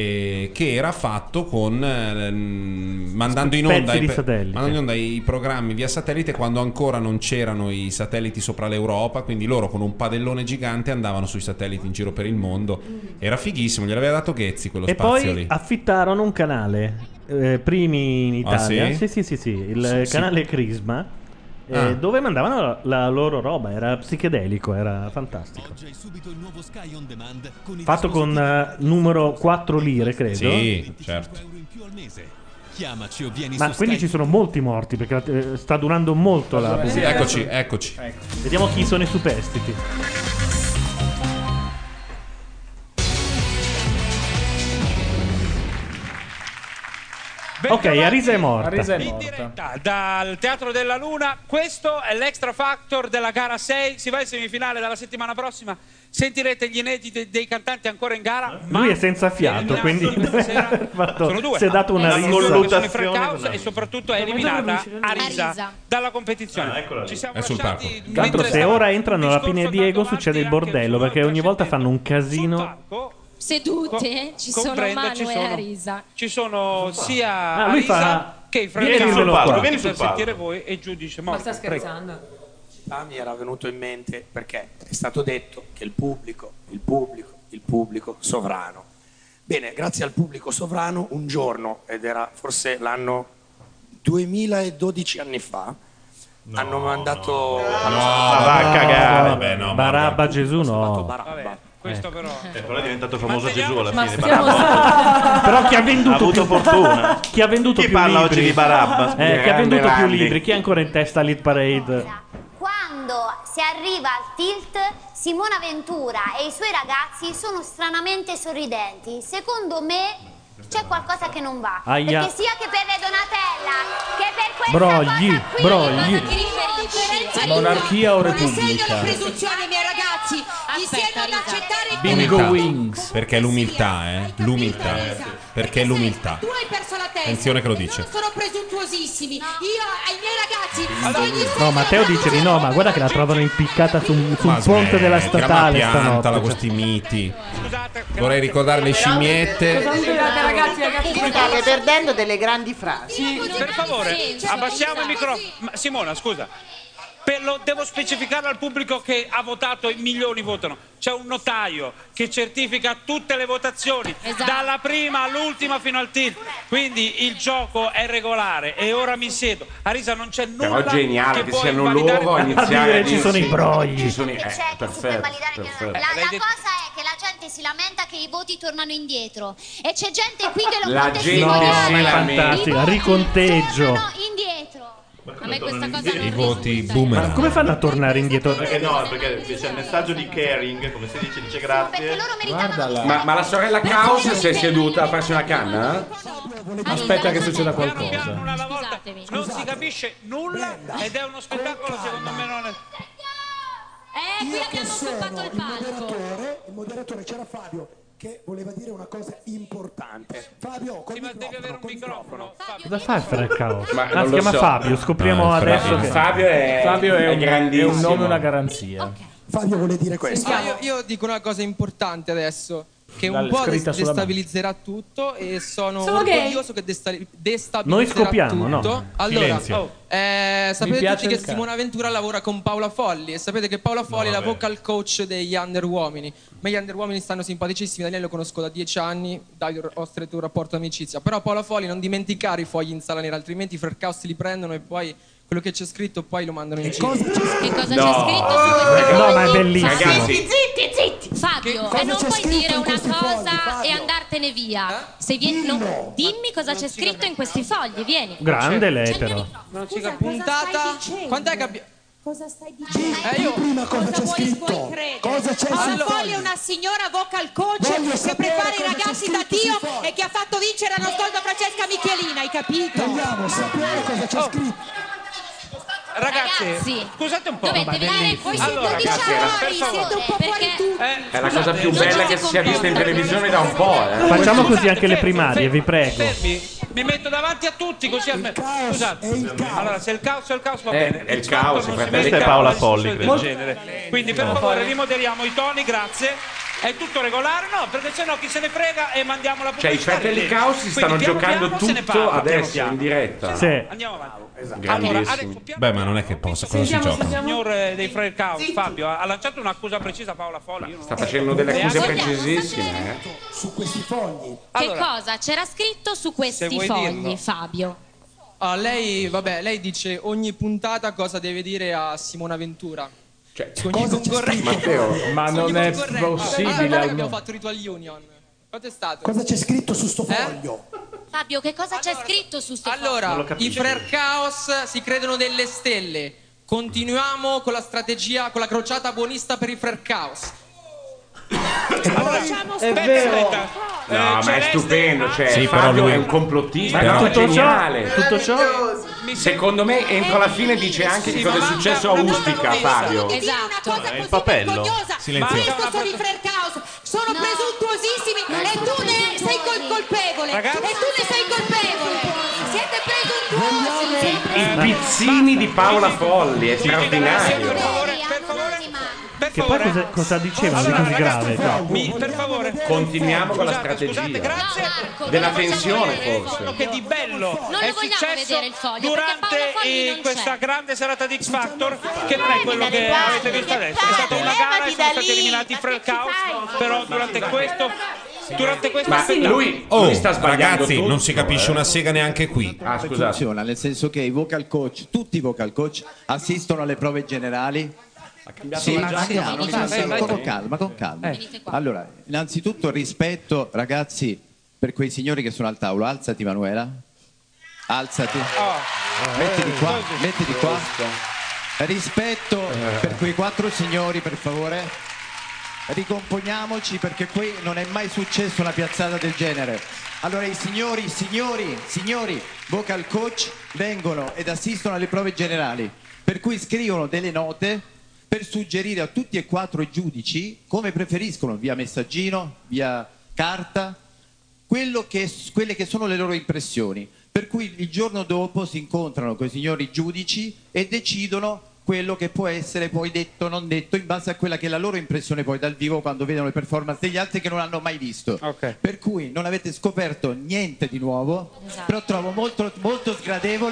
e che era fatto con ehm, mandando in onda Pezzi i, di pe- satellite. mandando in onda i programmi via satellite quando ancora non c'erano i satelliti sopra l'Europa, quindi loro con un padellone gigante andavano sui satelliti in giro per il mondo. Era fighissimo, gliel'aveva dato Ghezzi quello E spazio poi lì. affittarono un canale, eh, primi in Ah, Italia. sì? sì, sì, sì, sì, il Sì, sì. canale Crisma. eh, Ah. Dove mandavano la, la loro roba, era psichedelico, era fantastico. Fatto con eh, numero quattro lire, credo. Sì, certo. Chiamaci o vieni Ma su quindi Skype. ci sono molti morti perché eh, sta durando molto la Sì, puntata. eccoci, eccoci. Vediamo chi sono i superstiti. Ok, Arisa è morta. Arisa è In morta. diretta dal Teatro della Luna, questo è l'extra factor della gara sei, si va in semifinale dalla settimana prossima, sentirete gli inediti dei cantanti ancora in gara. ma Lui è senza fiato, quindi stasera deve aver fatto- sono due. si è dato una Ma rissa. sono due che sono in Colluttazione Frank House con e soprattutto è eliminata Arisa dalla competizione. Ci siamo È sul lasciati palco. Tra l'altro, se ora entrano la Pina e Diego succede il bordello perché ogni volta fanno un casino. Sedute ci sono comprendo, Manu ci e sono- Arisa. Ci sono sia Ah, lui Arisa fa- che i Frank Vieni House sul palco, per vieni sul palco. sentire voi e giudice Ma morto. sta Prego. scherzando? Ah, mi era venuto in mente perché è stato detto che il pubblico, il pubblico, il pubblico sovrano. Bene, grazie al pubblico sovrano, un giorno, ed era forse l'anno duemiladodici anni fa, hanno mandato... hanno va a cagare. Vabbè, no, Barabba Gesù no. Vabbè, questo però... Eh, però è diventato famoso Gesù alla Ma fine. stiamo- Barabba. Però chi ha venduto Ha avuto più fortuna. Chi ha venduto Chi più parla libri? oggi di Barabba? Eh, chi ha Grande venduto più Landi. libri? Chi è ancora in testa all'Hit Parade? Quando si arriva al tilt, Simona Ventura e i suoi ragazzi sono stranamente sorridenti. Secondo me c'è qualcosa che non va. Aia. Perché sia che per le Donatella che per questa Brogli, cosa qui, brogli. ti riferisci? Monarchia o Non essendo la repubblica? presunzione, miei ragazzi, vi siete ad accettare il Bingo Umiltà. Wings. Perché è l'umiltà, eh? L'umiltà. Perché è l'umiltà. Tu hai perso la testa. Attenzione che lo e dice. Non sono presuntuosissimi. Io ai miei ragazzi ogni No, Matteo dice di no, ma guarda che la trovano impiccata su, un- su un Ma ponte della smettila, statale ma piantala stanotte. con sti miti. Vorrei ricordare le scimmiette. Scusate ragazzi, ragazzi, State perdendo delle grandi frasi. Per favore, abbassiamo il microfono. Ma- Simona, scusa. per lo, devo specificare al pubblico che ha votato e milioni votano. C'è un notaio che certifica tutte le votazioni, Esatto. dalla prima all'ultima fino al tilt. Quindi il gioco è regolare e ora mi siedo. Arisa, non c'è nulla. Però è geniale che che può siano invalidare- loro a iniziare a ci sono i dirsi- brogli. Ci sono i... C'è Eh, che si può perfetto, invalidare che perfetto. non- La, la cosa è che la gente si lamenta che i voti tornano indietro e c'è gente qui che lo La può gente testimoniare. si lamenta. Fantastica, riconteggio. Tornano indietro. A me questa cosa I non voti Ma boomerang. come fanno a tornare indietro? Perché no, perché c'è il messaggio di caring, come si dice, dice grazie. Guardala. Ma, ma la sorella Caos si è seduta a farsi una canna? Aspetta che succeda qualcosa. Scusatemi. Non si capisce nulla ed è uno spettacolo secondo me non è... Eh, qui abbiamo occupato il palco. moderatore, il moderatore c'era Fabio che voleva dire una cosa importante. Fabio, col Sì, ma devi avere un microfono. Cosa fa il Ferracaos? Ma Ah, non si lo chiama so. Fabio, scopriamo No, il adesso Fabio- che... Fabio è, Fabio è, un, è grandissimo. un nome e una garanzia. Fabio vuole dire questo. Ah, io, io dico una cosa importante adesso, che La- un po' scritta des- sulla destabilizzerà tutto e sono, Sono gay. orgoglioso che desta- destabilizzerà Noi scopiamo, tutto. no? Allora, Silenzio. oh, eh, Mi sapete piace tutti che il cazzo. Simona Ventura lavora con Paola Folli e sapete che Paola Folli è la vabbè. vocal coach degli Under Uomini. A me gli Under Uomini stanno simpaticissimi, Daniele lo conosco da dieci anni, dai ho stretto un rapporto amicizia. Però Paola Folli non dimenticare i fogli in sala nera, altrimenti i Faircaus li prendono e poi quello che c'è scritto poi lo mandano in giro. Che cosa No. c'è scritto su questi No, fogli? ma è bellissimo. Ragazzi, Zitti, zitti! Fabio, cosa e non c'è puoi scritto dire in una questi cosa fogli, Fabio? e andartene via. Se vieni, non- dimmi cosa c'è scritto in questi fogli, vieni. Grande lei C'è il mio però. microfono. Non ci Scusa, cap- puntata. cosa stai dicendo? Quant'è che abbiamo? Cosa stai dicendo? Eh, io- Prima cosa c'è vuoi, scritto? vuoi credere? Cosa c'è Paola sui Folli è fogli? una signora vocal coach Voglio che sapere prepara i cosa c'è ragazzi da scritto sui Dio fogli. e che ha fatto vincere allo scoldo Francesca Michelina, hai capito? Vogliamo sapere cosa c'è Oh. scritto. Ragazzi, Ragazzi, scusate un po'. dovete vedere voi siete Allora, dodici ragazzi, era- anni, per favore. siete un po' fuori tutti. Eh, è la cosa scusate, più non bella ci che si sia vista in televisione da un po'. Eh. Facciamo così Scusate, anche le fermi, primarie, vi fermi, prego. fermi. Mi metto davanti a tutti così almeno. caos Scusate. è il caos. Allora, se il caos è il caos va Eh, bene. è il X caos, Factor i non si fratelli mette Caos. a Paola una Folli, discussione credo. del genere. Quindi per favore rimoderiamo i toni, grazie. È tutto regolare? No, perché sennò chi se ne frega e mandiamo la Cioè i pubblicità. fratelli dentro. Caos si Quindi stanno piano giocando piano se ne tutto parla, piano adesso piano. in diretta. Sì. Andiamo avanti. Allora, Grandissimo. adesso piano Beh, ma non è che possa, cosa si Sentiamo, gioca? il sentiamo. signor eh, dei Frere Caos, Fabio, ha ha lanciato un'accusa precisa a Paola Folli. Io non Sta ho- facendo delle accuse Neanche- precisissime. Eh. Su questi fogli. Che Allora, cosa c'era scritto su questi vuoi fogli, dirlo. Fabio? Ah, lei, vabbè, lei dice ogni puntata cosa deve dire a Simona Ventura. Cioè, Su ogni concorrente. Matteo, Ma Su non ogni è concorrente. possibile. Ah, guarda che al- abbiamo fatto Ritual Union. Quanto è stato? Cosa c'è scritto su sto Eh? foglio? Fabio, che cosa c'è scritto su sto Allora, i Frere Caos si credono delle stelle. Continuiamo con la strategia, con la crociata buonista per i Frere Caos. Facciamo aspetta, vero. aspetta. no, Eh, ma è Celeste- stupendo. Cioè, Sì, però Fabio lui- è un complottista. Però- No, è tutto ciò, geniale. tutto ciò Mi Secondo me, entro alla fine dice anche Sì, che cosa è ma successo a manca una Ustica, protagonista. Fabio. Di dire una Esatto. cosa È il così papello. vergognosa. Silenzio. Questo sono i Frere Caos, sono presuntuosissimi e tu ne sei col- colpevole. Ragazzi. E tu ne sei colpevole. Siete presuntuosi. I pizzini di Paola Folli, è Per favore, straordinario. per favore, per favore. Per Che poi favore. cosa, cosa dicevano di Allora, così ragazzi, grave? No. mi- per favore. Continuiamo con la Scusate, strategia. Scusate, grazie. No, Marco, Della non lo vogliamo tensione, vedere il forse. foglio. Quello che di bello Non è lo vogliamo successo vedere il foglio, durante perché Paola Folli eh, non questa c'è. grande serata di X Factor, che non è quello dalle che palle, avete visto che adesso. È stata una palle, gara e levati sono da stati lì, eliminati i ma Frere che ci Caos, fai? però durante questo durante questo Ma spettacolo- lui, Oh, lui sta sbagliando ragazzi, tutto, non si capisce eh. una sega neanche qui. Ah, scusate. Funziona, nel senso che i vocal coach, tutti i vocal coach assistono alle prove generali. Sì, la andiamo, vai, sì, vai, sì, vai, con vai. calma, con calma. Venite qua. Allora, innanzitutto rispetto, ragazzi, per quei signori che sono al tavolo. Alzati, Manuela. Alzati. Mettiti qua, mettiti qua. Rispetto per quei quattro signori, per favore. Ricomponiamoci, perché qui non è mai successo una piazzata del genere. Allora i signori, signori, signori vocal coach vengono ed assistono alle prove generali, per cui scrivono delle note per suggerire a tutti e quattro i giudici, come preferiscono, via messaggino, via carta, quello che, quelle che sono le loro impressioni. Per cui il giorno dopo si incontrano con i signori giudici e decidono quello che può essere poi detto o non detto in base a quella che è la loro impressione poi dal vivo, quando vedono le performance degli altri che non hanno mai visto. Ok. Per cui non avete scoperto niente di nuovo, Esatto. però trovo molto, molto sgradevole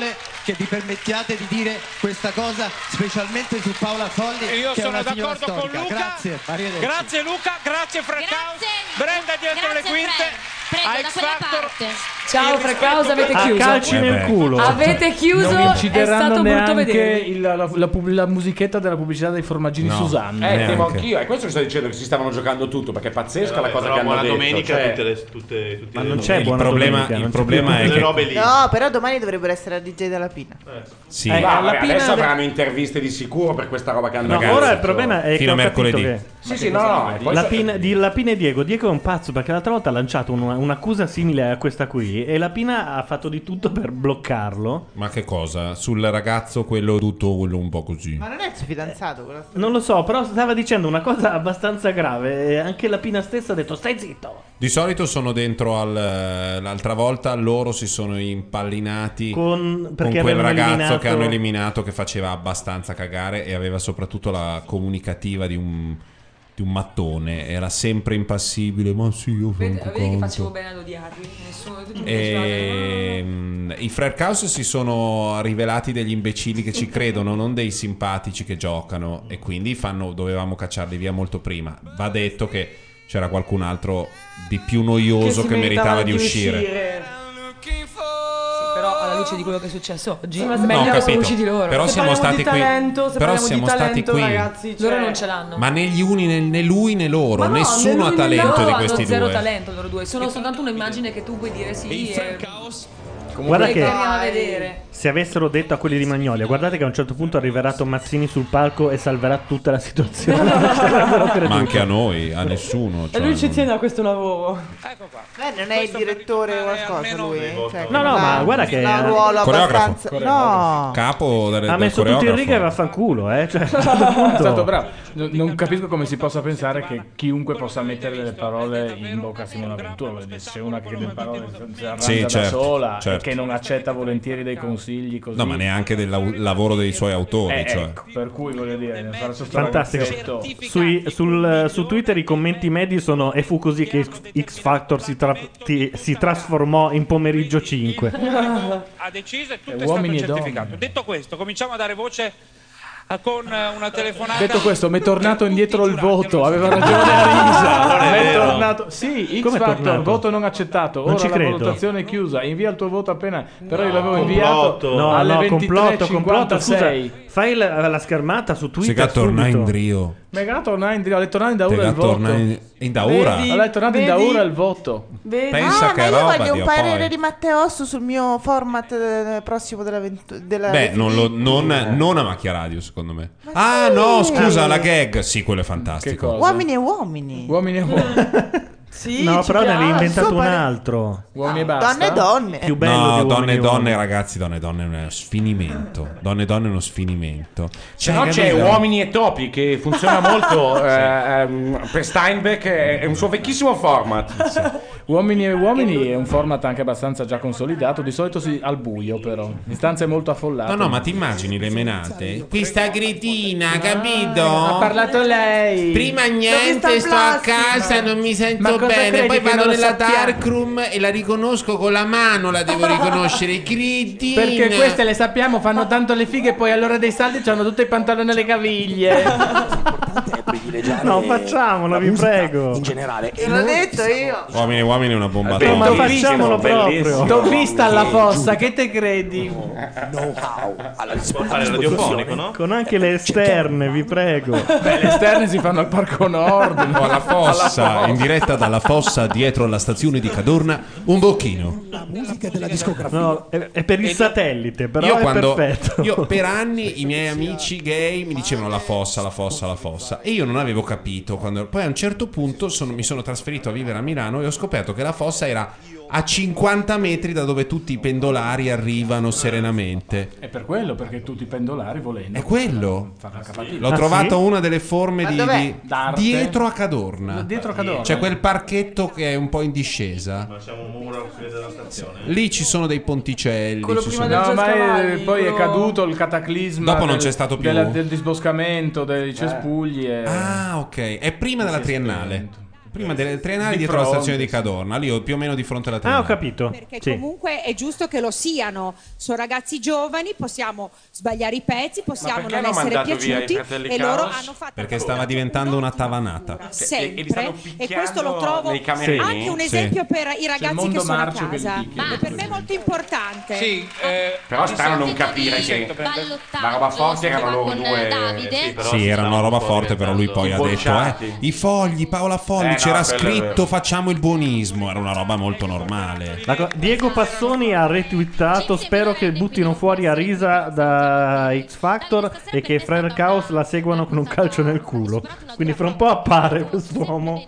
che vi permettiate di dire questa cosa, specialmente su Paola Folli, Io che è sono una signora d'accordo con storica. Luca. Grazie, arrivederci. Grazie Luca, grazie Frecaus. Brenda dietro le quinte. A X Factor. Ciao Frecaus, avete A chiuso. calci nel culo. Avete chiuso, Non è incideranno stato brutto neanche vedere. il- la, la, pub- la musichetta della pubblicità dei formaggini No. Susanna. Eh, temo anch'io, è questo che sto dicendo, che si stavano giocando tutto, perché è pazzesca la cosa Però che hanno buona detto. domenica cioè- tutte le, tutte, tutte Ma le non robe. c'è Il buona problema- domenica, il non c'è problema più è Quelle che- robe lì. No, però domani dovrebbero essere a D J della Pina. Sì. Ma Eh, vabbè, alla fine adesso de- avranno interviste di sicuro per questa roba che hanno No, detto. ora il problema è Fino che a ho capito mercoledì. che Sì, sì, no, no. poi la so- Pina, di la Pina e Diego Diego è un pazzo perché l'altra volta ha lanciato una- un'accusa simile a questa qui e la Pina ha fatto di tutto per bloccarlo. Ma che cosa? Sul ragazzo quello tutto quello un po' così. Ma non è il suo fidanzato quella storia? Non lo so, però stava dicendo una cosa abbastanza grave e anche la Pina stessa ha detto stai zitto. Di solito sono dentro al l'altra volta loro si sono impallinati Con- con perché quel avevano ragazzo eliminato- che hanno eliminato che faceva abbastanza cagare e aveva soprattutto la comunicativa di un di un mattone, era sempre impassibile, ma sì, io Vedi, sono vedi che facevo bene ad odiarli. Nessuno, tutti mi E, piacevano. mm, i Frere Caos si sono rivelati degli imbecilli che ci credono, non dei simpatici che giocano, e quindi fanno, dovevamo cacciarli via molto prima. Va detto che c'era qualcun altro di più noioso si che, meritava di uscire. Sì, però alla luce di quello che è successo oggi, Sì, ma se meglio No, ho che sono capito. usciti loro. Però Se siamo parliamo stati di qui. talento, se Però parliamo siamo di stati talento, qui. ragazzi, cioè- Loro non ce l'hanno. Ma né gli uni né, né lui né loro, Ma no, nessuno né ha lui né talento loro di hanno questi zero due. talento loro due. Sono soltanto un'immagine che tu puoi dire sì. E... Guarda che andiamo a vedere. se avessero detto a quelli di Magnolia guardate che a un certo punto arriverà Tomazzini sul palco e salverà tutta la situazione. Ci avrebbero creduto. Ma anche a noi, a nessuno. E cioè, lui ci non- tiene a questo lavoro. Eh, non è il direttore o qualcosa lui? Cioè, No, no, ha- ma guarda che ha un ruolo Coreografo. abbastanza... No. Capo del, ha del messo tutti in coreografo. riga e vaffanculo, eh. Cioè, a un certo È punto- stato bravo. No- Non capisco come si possa pensare che chiunque possa mettere delle parole in bocca a Simona Ventura. Voglio dire, c'è una che delle parole si arrangia Sì, da certo, sola certo. e che non accetta volentieri dei consigli così. No, ma neanche del lau- lavoro dei suoi autori. Eh, cioè. ecco, per cui voglio dire, nel fare questo Fantastico. ragazzetto- Sui- sul- su Twitter i commenti medi sono e fu così che X Factor si, tra- ti- si trasformò in pomeriggio cinque. Ha deciso e tutto Eh, è uomini stato e certificato. donne. Detto questo, cominciamo a dare voce a- con eh, una telefonata. Detto questo, mi è tornato indietro il voto. Aveva ragione Arisa. Non è Mi è vero. tornato. Sì, X Come è Factor, tornato? voto non accettato. Non Ora ci la credo. valutazione è chiusa. Invia il tuo voto appena. Però io l'avevo complotto. inviato No, alle no, complotto, complotto. Scusa, ventitré fai la, la schermata su Si Twitter torna in subito. brio. Mega torna in, ho detto torna in da ora Tega il voto. torna in, in da ora. Vedi? Allora è tornato in da Vedi? ora il voto. Vedi? Pensa Ah, che ma io roba, voglio un Dio, parere poi. di Matteo Osso sul mio format eh, prossimo della, ventu- della Beh, non, lo- non, non a macchia radio, secondo me. Ah, no, scusa, la gag. Sì, quello è fantastico. cosa? Uomini e uomini. Uomini e uomini. Sì, No, ci però ne avevi piace. inventato Suo un pare- altro. Uomini e No, basta. donne e donne. Più bello No, di donne uomini e e donne, uomini. ragazzi, donne e donne è uno sfinimento. Donne e donne è uno sfinimento. Se no c'è capito? Uomini e Topi che funziona molto eh, ehm, per Steinbeck, è è un suo vecchissimo format. Uomini e uomini è un format anche abbastanza già consolidato. Di solito si al buio, però. In stanze molto affollate. No, no, ma ti immagini le menate? Questa cretina, Ha capito? parlato lei. Prima L'ho niente, vista sto a plastica. casa, non mi Ma sento cosa bene. credi Poi che vado non lo nella sappiamo? darkroom e la riconosco con la mano, la devo riconoscere. Cretina. Perché queste le sappiamo, fanno tanto le fighe, poi all'ora dei saldi hanno tutti i pantaloni alle caviglie. L'importante è privilegiare No, facciamolo, la vi musica prego. in generale. Te l'ho detto io. Uomini e uomini è una bomba Beh, Ma atomica. facciamolo proprio. T'ho vista alla fossa, che te credi? Know-how alla Si può fare radiofonico, no? Con anche le esterne, vi prego. Beh, le esterne si fanno al Parco Nord. O alla fossa, in diretta dalla fossa dietro alla stazione di Cadorna, un bocchino. La musica della discografia. No, è, è per il satellite, però Io è quando perfetto. io per anni i miei amici gay mi dicevano la fossa, la fossa, la fossa e io non avevo capito quando poi a un certo punto sono- mi sono trasferito a vivere a Milano e ho scoperto che la fossa era a cinquanta metri da dove tutti i pendolari arrivano serenamente. È per quello, perché tutti i pendolari volendo. È quello? Fanno la capatina. L'ho Ah, trovato sì? una delle forme Ma di, dov'è? di- D'arte? dietro a Cadorna. Dietro a Cadorna. C'è quel parchetto che è un po' in discesa. Ma siamo un muro che si vede dalla stazione. Lì ci sono dei ponticelli. Quello ci prima sono- del No, ma è- Gioscavalli, poi è quello- caduto il cataclisma. Dopo non del- c'è stato più? della- del disboscamento, dei cespugli. E... Ah, ok. È prima della triennale. Prima delle triennali Di dietro la fronte, stazione di Cadorna, lì o più o meno di fronte alla Ah, triennale. ho capito. Perché Sì. comunque è giusto che lo siano. Sono ragazzi giovani, possiamo sbagliare i pezzi, possiamo perché non hanno essere mandato via i piaciuti fratelli e loro Caos? hanno fatto Perché stava diventando una tavanata. sempre e questo lo trovo nei camerini? anche un Sì. esempio per i C'è il ragazzi mondo che sono a marcio che casa litighi. e per me è molto importante. Sì, eh, Però strano non capire che la roba forte erano loro due. Davide. Sì, era una roba forte, però lui poi ha detto: Bocciati. eh, i fogli, Paola Fogli, Eh, no, c'era quello è scritto vero. facciamo il buonismo. Era una roba molto normale. La co- Diego Passoni ha retweetato: spero che buttino fuori Arisa da X Factor e che Fred Chaos la seguano con un calcio nel culo. Quindi fra un po' appare quest'uomo.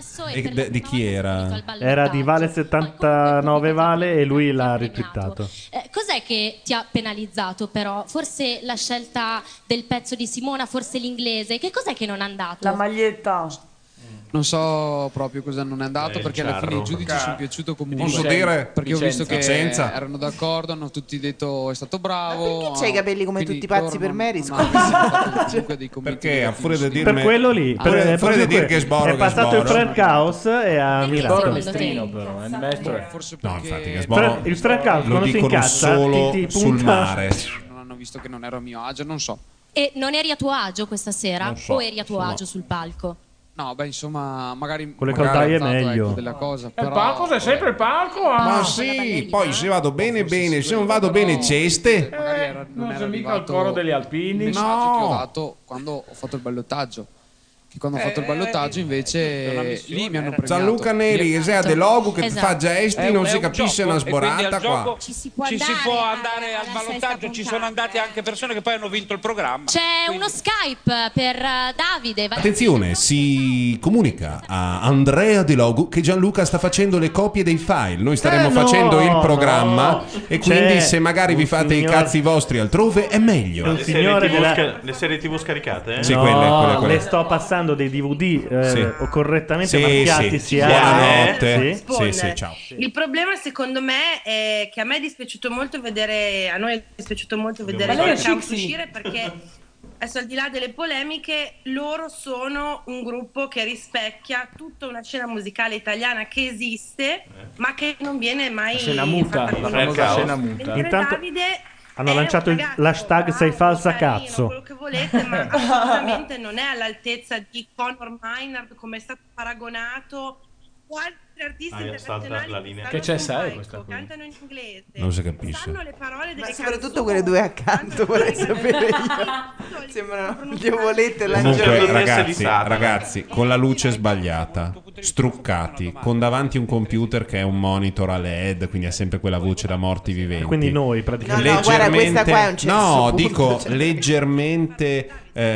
E de- di chi era? Era di Vale settantanove Vale e lui l'ha retweetato. Eh, cos'è che ti ha penalizzato però? Forse la scelta del pezzo di Simona, forse l'inglese. Che cos'è che non è andato? La maglietta. Non so proprio cosa non è andato Eh, perché alla fine Ciarro. i giudici sono piaciuti comunque. Posso dire? Perché ho visto che Vicenza. erano d'accordo, hanno tutti detto è stato bravo. Perché c'hai i capelli come Quindi tutti i pazzi loro per non- Mary? non hanno fatto comunque dei commenti Perché a negativi furia di su di dirmi Per quello lì, a per- furia- è a furia di proprio dire que- che sboro è che passato il sboro. Fred Chaos e ha mirato. Sboro è mestrino però, è maestro. Forse No, perché infatti che sboro Fred- il Fred Chaos lo quando si dicono incazza solo ti- ti sul punta- mare. non hanno visto che non ero a mio agio, non so. E non eri a tuo agio questa sera? Non so, o eri a tuo no. agio sul palco? No, beh, insomma, magari Con le magari caldaie ho pensato, meglio. ecco, della cosa, Il però palco è sempre il palco. ah. Ma sì, poi se vado bene bene, se non vado bene ceste. magari era, non non era c'è mica il arrivato coro degli alpini. il messaggio No. che ho dato quando ho fatto il ballottaggio. Che quando ho fatto il Eh, ballottaggio invece lì mi hanno premiato. Gianluca Neri, che sei a De Logu che Esatto. fa gesti, È non un- è si un capisce gioco, una e quindi sborata al qua. gioco Ci si può ci si andare può alla- andare al alla ballottaggio, sesta ci sono andate anche persone che poi hanno vinto il programma. C'è uno Skype per eh, Davide. Vai- Attenzione, si comunica a Andrea De Logu che Gianluca sta facendo le copie dei file. Noi staremo Eh, no, facendo il programma no. e quindi C'è se magari vi un fate signore- i cazzi vostri altrove è meglio. Un Le signore serie, T V della- sca- le serie tivù scaricate? Eh? Sì, no, quelle, quelle, quelle. le sto passando dei D V D eh, Sì. o correttamente Sì, marchiati sì. sia Buonanotte. Sì. Sì, sì, ciao. Il problema secondo me è che a me è dispiaciuto molto vedere, a noi è dispiaciuto molto vedere Ma lei è Fred Chaos Sixi. uscire perché adesso al di là delle polemiche loro sono un gruppo che rispecchia tutta una scena musicale italiana che esiste ma che non viene mai La scena muta, fatta la conoscere. famosa scena muta. Mentre Intanto Davide hanno è un lanciato il- ragazzo l'hashtag sei falsa carino, cazzo. quello che volete, ma assolutamente non è all'altezza di Conor Maynard come è stato paragonato o altri artisti Ah, salta internazionali la linea. Che c'è sei questa qui? cantano in inglese. Non si capisce. Sanno le parole delle Ma soprattutto quelle due accanto, vorrei sapere io. Sembrano diavolette Comunque, l'angelo. ragazzi, ragazzi, con la luce sbagliata, struccati, con davanti un computer che è un monitor a L E D, quindi ha sempre quella voce da morti viventi. Quindi noi praticamente. No, no, guarda, questa qua è un cesso no, punto, dico cioè. leggermente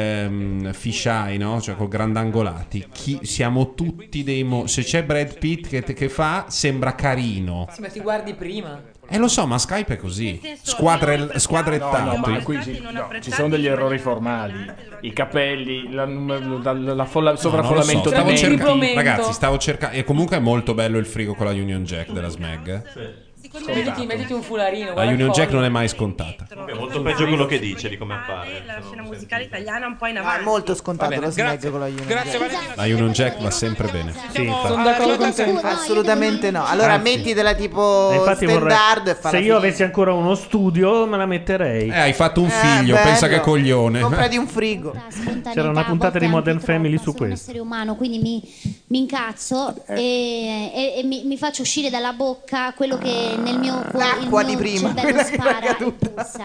ehm, fisheye, no? Cioè con grandangolati. Chi, siamo tutti dei mo- se c'è Brad Pitt che, che fa sembra carino. Sì, ma ti guardi prima. Eh lo so, ma Skype è così. Squadre, squadrettato. No, no, ma qui ci, no, ci sono degli errori formali. I capelli, la, la, la folla- sovraffollamento No, non lo so, di stavo menti. cerca- ragazzi, stavo cercando. E comunque è molto bello il frigo con la Union Jack della Smeg. Mettiti, mettiti un fularino. La guarda il Union Jack collo. non è mai scontata. È molto peggio quello che dice di come appare. la scena musicale italiana un po' in Ma avanti. è molto scontato Va bene, lo snag grazie. con la Union Grazie, Jack. La Union Jack va sempre bene. Sì, infatti. Sono d'accordo con te. Assolutamente no. Allora Anzi. mettitela tipo E infatti vorrei- standard e fa se la io fine. avessi ancora uno studio me la metterei. Eh, hai fatto un Eh, figlio, bello. pensa che coglione. Comprati un frigo. C'era una puntata di Modern Family su sono un questo. essere umano, quindi mi, mi incazzo Eh. e, e- e mi, mi faccio uscire dalla bocca quello che nel mio cuore, il L'acqua mio di prima, cervello quella che spara era e pulsa.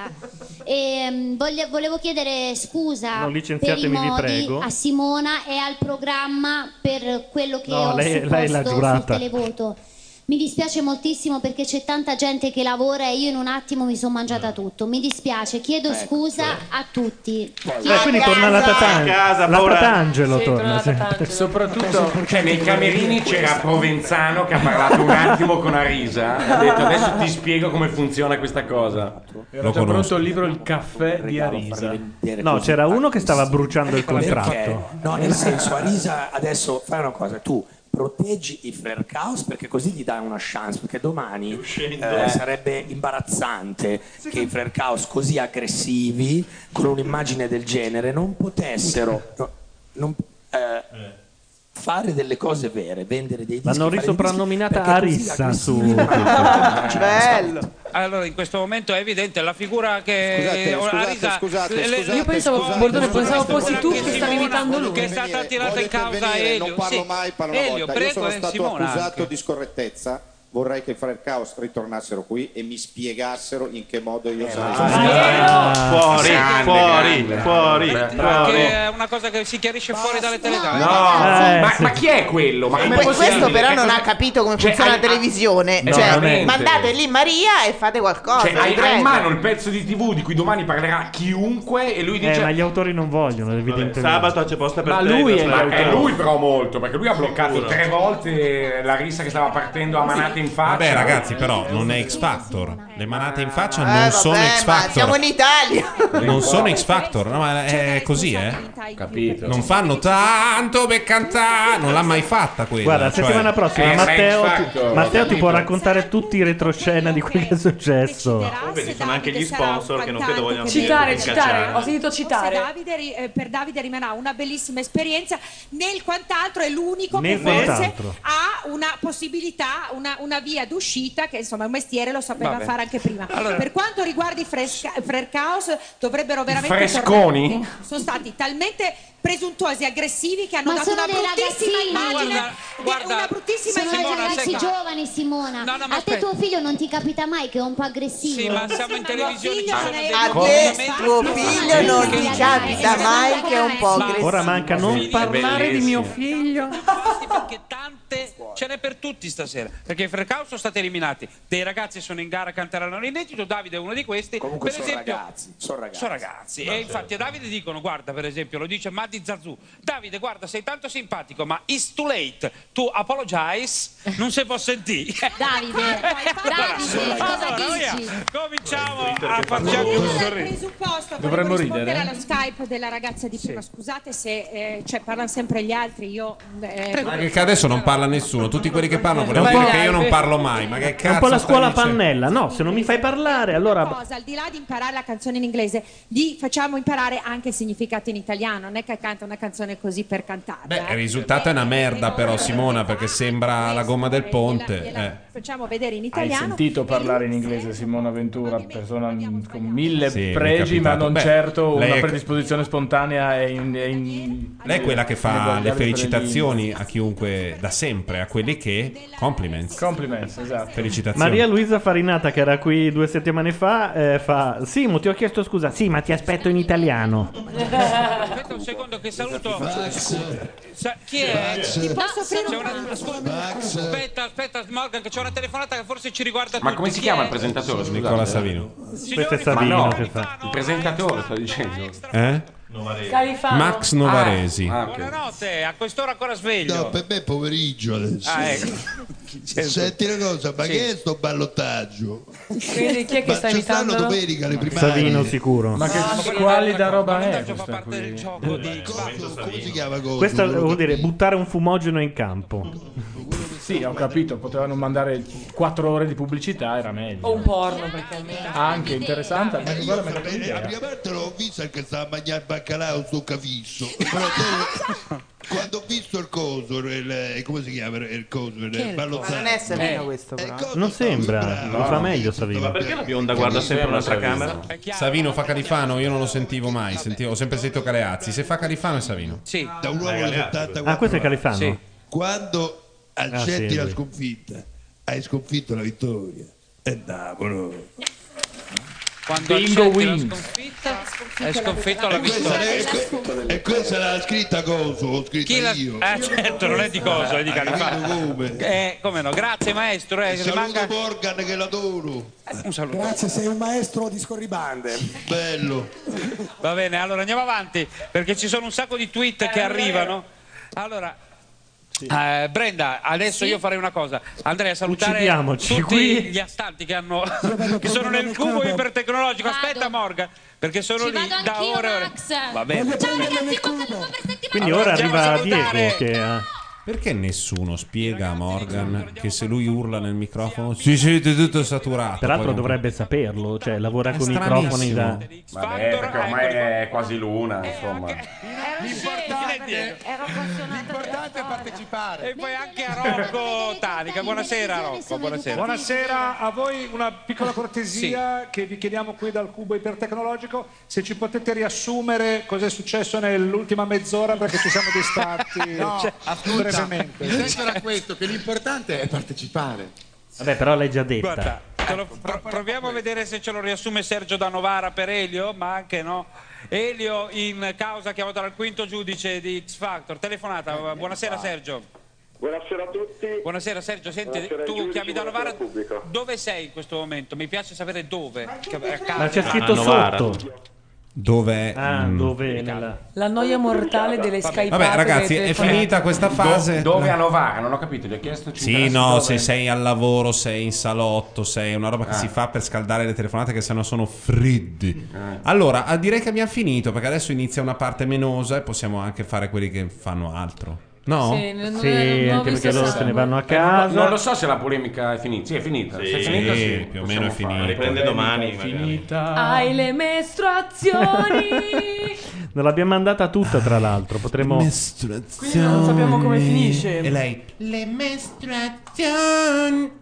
E, mm, voglia- volevo chiedere scusa Non per i licenziatemi, vi modi prego. a Simona e al programma per quello che No, ho lei- supposto lei l'ha giurata. sul televoto. Mi dispiace moltissimo perché c'è tanta gente che lavora e io in un attimo mi sono mangiata tutto. Mi dispiace, chiedo scusa a tutti. Eh, quindi torna la Tatangelo. casa, La Paola. Tatangelo Sì, torna. torna la sì. Tatangelo. Soprattutto Cioè, nei camerini c'era Provenzano che ha parlato un attimo con Arisa e ha detto adesso ti spiego come funziona questa cosa. era già pronto il libro Il caffè di Arisa. No, c'era uno che stava bruciando il contratto. Perché? No, nel senso, Arisa adesso fai una cosa, tu proteggi i Flare Chaos perché così gli dai una chance, perché domani eh, sarebbe imbarazzante che i Flare Chaos così aggressivi con un'immagine del genere non potessero no, non, eh, fare delle cose vere, vendere dei dischi. L'hanno fare dei risoprannominata dischi, perché così Arissa su aggressivi- Bello. Allora, in questo momento è evidente la figura che Scusate, oh, scusate, Arisa- scusate, le- le- scusate, Io pensavo, scusate, Bordone, scusate, pensavo scusate, fossi tu che scusate, stavi Simona, imitando lui. che è stata tirata Voglio in causa intervenire, Elio. non parlo Sì. mai, parlo una Elio, volta. prego, Io sono eh, stato Simona accusato anche. di scorrettezza. Vorrei che i Fred Caos ritornassero qui e mi spiegassero in che modo io sarei Fuori, fuori, fuori, Perché fuori. è una cosa che si chiarisce fuori dalle telecamere. No, Eh, ma, sì. ma chi è quello? Ma com'è Que- possibile? questo però Che non cosa- ha capito come Cioè, funziona hai- la televisione. No, Cioè, veramente. mandate lì Maria e fate qualcosa. Cioè, vi hai, hai prego. in mano il pezzo di tivù di cui domani parlerà chiunque e lui Eh, dice ma gli autori non vogliono, evidentemente. Sabato c'è posta per Ma te. lui è questa- Ma è lui però molto, perché lui ha bloccato Sicuro. tre volte la rissa che stava partendo a manate in faccia. Vabbè ragazzi, però non è X Factor. Le manate in faccia Eh, non vabbè, sono X ma siamo Factor. in Italia. Non sono X Factor, no, ma è così, eh. Capito. Non fanno tanto per cantare, non l'ha mai fatta quella. Guarda, la cioè- settimana prossima Eh, Matteo, X ti, Factor, Matteo ti può capito. raccontare tutti i retroscena di quello che è successo. Vedi, sono anche gli sponsor che non credo vogliano Citare, dire- citare, cacciare. ho sentito Forse citare. Davide, ri- eh, per Davide rimarrà una bellissima esperienza. Nel quant'altro è l'unico Nel che forse quant'altro. ha una possibilità, una, una via d'uscita che insomma un mestiere lo sapeva Vabbè. fare anche prima. Allora- Per quanto riguarda i fresca- Fred Caos, dovrebbero veramente fresconi? tornare. Sono stati talmente presuntuosi e aggressivi che hanno Ma dato sono una dei bruttissima ragazzini. immagine. Guarda, guarda, una bruttissima Sono dei Simona, ragazzi senta. giovani, Simona. No, no, ma A te aspetta. tuo figlio non ti capita mai che è un po' aggressivo? Sì, ma siamo in televisione, ci sono dei A te comportamenti- tuo figlio non ti capita mai che è un po' Ma- aggressivo. Ora manca non Finire parlare di mio figlio. perché tante ce n'è per tutti stasera, perché i Fred Caos sono stati eliminati, dei ragazzi sono in gara a cantare all'inedito, Davide è uno di questi. Comunque per sono esempio, ragazzi, sono ragazzi. sono ragazzi. E infatti a Davide dicono, guarda, per esempio, lo dice Maddi Zazù, Davide guarda, sei tanto simpatico, ma it's too late to apologize, non si può sentire. Davide, Davide, cosa Allora, via, dici? cominciamo a farci anche un Il sorriso. presupposto che Dovremmo volevo rispondere ridere, eh? allo Skype della ragazza di prima. Scusate se eh, cioè, parlano sempre gli altri. Io eh, Ma che adesso non parla nessuno, tutti quelli che parlano volevo dire che io non parlo mai, ma che cazzo È un po' la stai scuola dicendo? pannella. No, se non mi fai parlare, allora. cosa, al di là di imparare la canzone in inglese, gli facciamo imparare anche il significato in italiano. Non è che canta una canzone così per cantarla. Beh, eh. il risultato è una merda però Simona, perché sembra la gomma del ponte. eh. Facciamo vedere in Hai italiano. sentito parlare in inglese Simona Ventura, persona con mille Sì, mi è pregi, ma capitato. non Beh, certo lei una è- predisposizione spontanea e in, e in- Lei è quella che fa ineguagliabile le per felicitazioni a chiunque da sempre, a quelli che compliments. Compliments, esatto. Felicitazioni. Maria Luisa Farinata, che era qui due settimane fa, eh, fa: Simo, ti ho chiesto scusa. Sì, ma ti aspetto in italiano. Aspetta un secondo che saluto. Sa- chi è? Ti posso offrire C'è un una- ascolta, aspetta, aspetta, Morgan, che c'è una telefonata che forse ci riguarda Ma tutti. come si Chi chiama è? il presentatore? Scusate. Nicola Savino. Questo è Ma Savino no, che fa. il presentatore sto dicendo. Eh? Califano. Max Novaresi. Ah, ok. Buonanotte, a quest'ora ancora sveglio. No, per me è pomeriggio adesso. Ah, ecco. Senti una cosa, ma Sì. che è sto ballottaggio? Quindi chi è che Ma sta ci stanno imitando? domenica le primarie. Savino sicuro. Ma che Ma quello quali fa- da roba fa è parte questa del qui? gioco di Coso, come si chiama cosa? Questo Quello vuol che- dire buttare un fumogeno in campo. Sì, ho capito, potevano mandare quattro ore di pubblicità, era meglio. O un porno, perché almeno. Anche interessante, ma Io guarda, mi ha so- dato eh, la un'idea. prima parte l'ho vista che stava a mangiare il baccalà sto cafisso. Però dopo- quando ho visto il coso, il, eh, come si chiama il coso, il Ma ballottaggio. non è Savino Eh, questo, eh, però. coso Non stavo sembra, bravo. lo fa meglio Ma Savino. perché la bionda guarda sempre un'altra camera? Savino fa Califano, io non lo sentivo mai, sentivo, ho sempre sentito Caleazzi. Se fa Califano è Savino. Sì. Da un uomo di settantaquattro Ah, questo è Califano? Sì. Quando Ah, accetti sì, la lui. sconfitta, hai sconfitto la vittoria. E andiamo. Quando Bingo accetti la wins. sconfitta, hai sconfitto la E questa, vittoria. è, que- e questa l'ha scritta Coso, l'ho scritta Chi la... io. Eh certo, non è di cosa, è di Hai capito Califano. come? Eh, come no, grazie maestro, eh, Saluto rimanga... Morgan che l'adoro. Un saluto. Grazie, sei un maestro di scorribande. Bello. Va bene, allora andiamo avanti, perché ci sono un sacco di tweet che arrivano. Allora... eh, Brenda, adesso io farei una cosa, andrei a salutare Uccidiamoci tutti qui. gli astanti che hanno che sono nel cubo ipertecnologico. Aspetta Morgan, perché sono Ci lì vado da anch'io, ore e ore. Max. Va bene. Ciao ragazzi, bocca al lupo per settimana. Quindi ora Andiamo a arriva salutare- Diego che ha... Perché nessuno spiega a Morgan che se lui urla nel microfono si sente tutto saturato? Peraltro Poi- dovrebbe saperlo, cioè lavora È con i microfoni da... stranissimo. Vabbè, perché ormai è quasi l'una, insomma. Era L'importante, l'importante è partecipare. E poi anche a Rocco Tanica. Buonasera Rocco, buonasera. Buonasera a voi, una piccola cortesia che vi chiediamo qui dal Cubo Ipertecnologico, se ci potete riassumere cosa è successo nell'ultima mezz'ora perché ci siamo distratti No, cioè, ascolta, brevemente. il senso era questo, che l'importante è partecipare. Vabbè, però l'hai già detta. Guarda, te lo- pro- proviamo a vedere se ce lo riassume Sergio da Novara per Elio, ma anche no. Elio in causa chiamato dal quinto giudice di X Factor. Telefonata. Buonasera Sergio. Buonasera a tutti. Buonasera Sergio, senti, Buonasera ai tu giudici, chiami da Novara, buonasera al pubblico. dove sei in questo momento? Mi piace sapere dove. Che- a casa. Ma c'è scritto sotto. Dove? Ah, mm, dove? Nella... La noia mortale delle skypate. Vabbè ragazzi, delle è telefonate. finita questa fase. Do- dove a Novara? Non ho capito, gli ho chiesto. ci Sì, interessa no, dove. se sei al lavoro, sei in salotto, sei una roba che Ah. si fa per scaldare le telefonate che sennò sono freddi. Allora, ah, direi che abbiamo finito perché adesso inizia una parte menosa e possiamo anche fare quelli che fanno altro. No? Sì, non- non- Sì, non ho anche visto perché loro sangue. se ne vanno a Eh, non, lo, casa. non lo so se la polemica è finita. Sì, è finita. Sì, se è finita, sì, più o meno è possiamo finita. fare. Riprende domani, È magari. finita. Hai le mestruazioni. Non l'abbiamo mandata tutta, tra l'altro. Potremmo. Quindi non sappiamo come finisce. E lei? Le mestruazioni.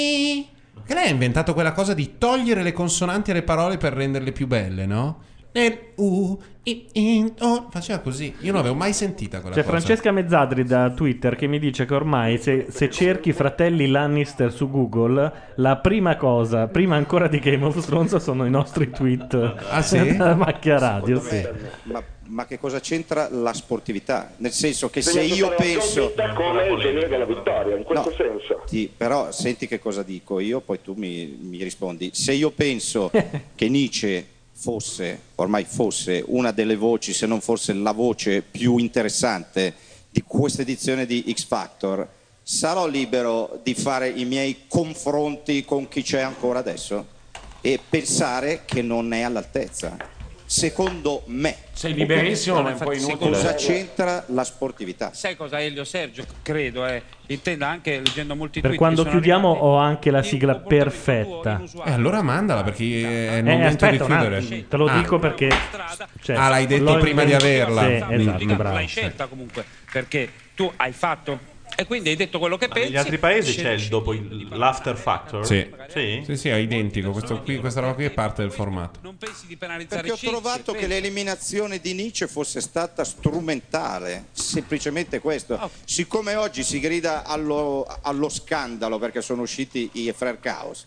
Che lei ha inventato quella cosa di togliere le consonanti alle parole per renderle più belle, no? Nel U, I, I, O. Faceva così. Io non avevo mai sentita quella C'è cosa. Francesca Mezzadri da Twitter che mi dice che ormai se, se cerchi fratelli Lannister su Google, la prima cosa, prima ancora di Game of Thrones, sono i nostri tweet. Ah, sì? Da Macchia Radio, sì. Ma, ma che cosa c'entra la sportività? Nel senso che se Bisogna io fare la penso... sconfitta come il genere della vittoria, in questo No. senso. Ti- però senti che cosa dico io, poi tu mi, mi rispondi. Se io penso che Nietzsche fosse, ormai fosse, una delle voci, se non fosse la voce più interessante di questa edizione di X Factor, sarò libero di fare i miei confronti con chi c'è ancora adesso e pensare che non è all'altezza. Secondo me. Sei liberissimo, No, ma è un po' infatti, inutile. Cosa c'entra la sportività? Sai cosa Elio Sergio? Credo, eh. Intenda anche leggendo molti Per tweet. quando che sono chiudiamo arrivati. ho anche la sigla perfetta. E allora mandala perché è il Eh, momento aspetta di un chiudere. attimo, te lo Ah. dico perché cioè, Ah, l'hai detto l'ho prima di inventato. averla. Sì, Mm. esatto, Tu bravo. l'hai scelta comunque perché tu hai fatto e quindi hai detto quello che Ma pensi. negli altri paesi Scel- c'è il dopo il- l'after factor? Sì. Sì? Sì, sì, è identico. Questo qui, questa roba qui è parte del formato. Non pensi di penalizzare Perché ho Cinzia, trovato che questo. l'eliminazione di Nietzsche fosse stata strumentale, semplicemente questo. Siccome oggi si grida allo, allo scandalo perché sono usciti i Frer Chaos,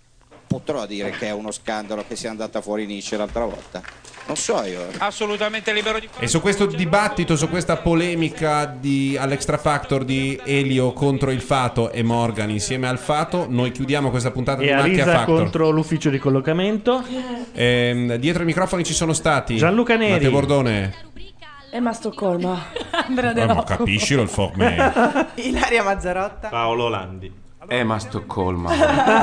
potrò dire che è uno scandalo che sia andata fuori Nietzsche l'altra volta. Non so io. Assolutamente libero di fare. E su questo dibattito, su questa polemica di, all'Extra Factor di Elio contro il Fato e Morgan insieme al Fato, noi chiudiamo questa puntata E di Macchia Arisa Factor. contro l'ufficio di collocamento. Ehm, dietro i microfoni ci sono stati Gianluca Neri. Matteo Bordone. Emma Stoccolma. Andrea De Eh, ma Rocco. capiscilo il fuck man. Ilaria Mazzarotta. Paolo Landi. Emma Stoccolma.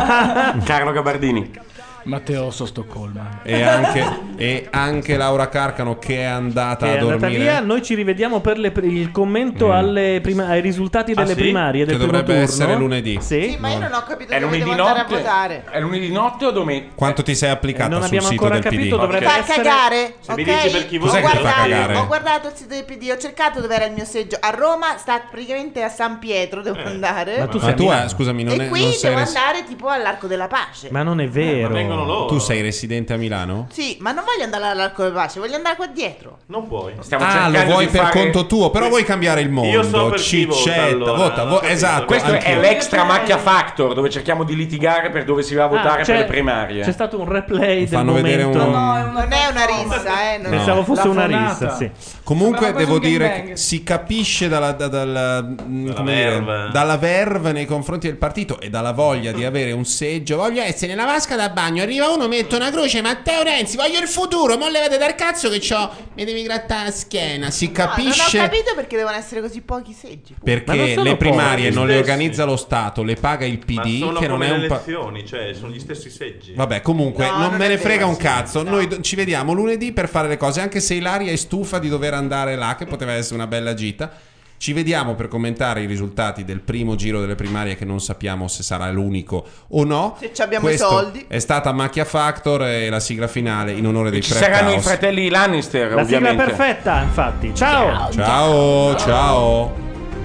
Carlo Gabardini. Matteo Stoccolma. E anche, e anche Laura Carcano che è andata Che è a andata dormire. via. Noi ci rivediamo per le- il commento Mm. alle prima- ai risultati Ah, delle sì? primarie del Che primo dovrebbe turno. essere lunedì. Sì. Sì, ma io non ho capito È dove lunedì devo andare a notte? votare. È lunedì notte o domenica? Quanto ti sei applicata Non sul abbiamo sito ancora del P D? capito, dovrebbe Fa essere cagare, Se ok? mi dici per chi ho, Cos'è che fa guardato, cagare? ho guardato il sito del P D, ho cercato dove era il mio seggio. A Roma sta praticamente a San Pietro, devo andare. Ma tu Ma sei tu, a eh, scusami, non, e è, qui non sei devo res- andare tipo all'Arco della Pace. Ma non è vero. vengono loro. tu sei residente a Milano? Sì, ma non voglio andare all'Arco della Pace, voglio andare qua dietro. Non puoi. Stiamo Ah, cercando lo vuoi di per fare- conto tuo, però vuoi cambiare il mondo. Io so per chi vota, Ciccetta, allora, vota, non vo- ho capito. esatto. Questo è anch'io. l'extra macchia factor dove cerchiamo di litigare per dove si va a votare Ah, per c'è- le primarie. C'è stato un replay del Fanno vedere momento. un- No, è una- Non è una rissa, eh. Non No. Pensavo fosse La una fonata. rissa, sì. Comunque Sembrava devo quasi un dire gangbang. che si capisce dalla, da- dalla, mm, come dire, verve. dalla verve nei confronti del partito e dalla voglia di avere un seggio. Voglio essere nella vasca da bagno. Arriva uno, mette una croce. Matteo Renzi, voglio il futuro. Mo levate dal cazzo che c'ho. Mi devi grattare la schiena. Si No, non ho capisce capito perché devono essere così pochi seggi. Ma non perché sono le primarie pochi. non le Stessi. organizza lo Stato, le paga il P Ma D. sono Che non come è le un pa- elezioni, cioè sono gli stessi seggi. Vabbè, comunque, No, non non me è ne frega vero, un sì, cazzo. no. Noi do- ci vediamo lunedì per fare le cose. Anche se Ilaria è stufa di dover andare là, che poteva essere una bella gita. Ci vediamo per commentare i risultati del primo giro delle primarie, che non sappiamo se sarà l'unico o no. Se ci abbiamo Questo i soldi. è stata Macchia Factor e la sigla finale in onore dei Ci Fred saranno i House. fratelli Lannister, La sigla ovviamente. perfetta, infatti. Ciao. Ciao, ciao.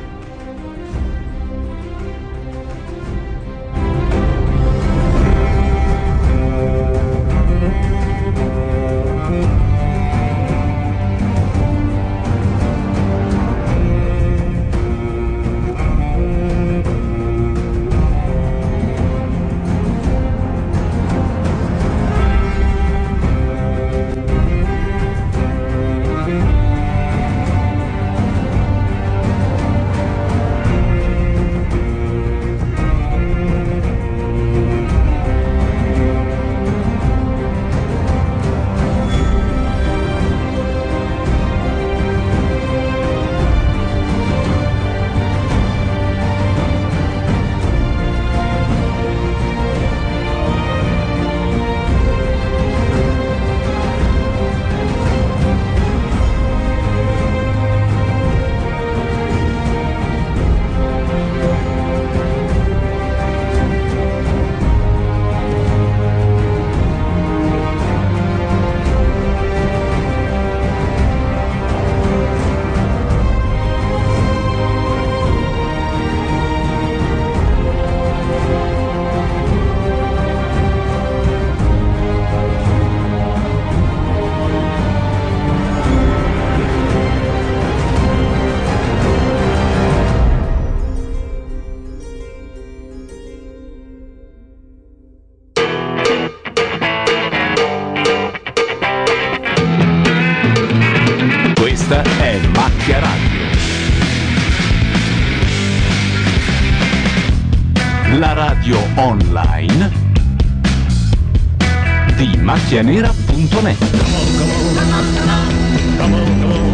Questa è Macchia Radio. La radio online di macchianera punto net.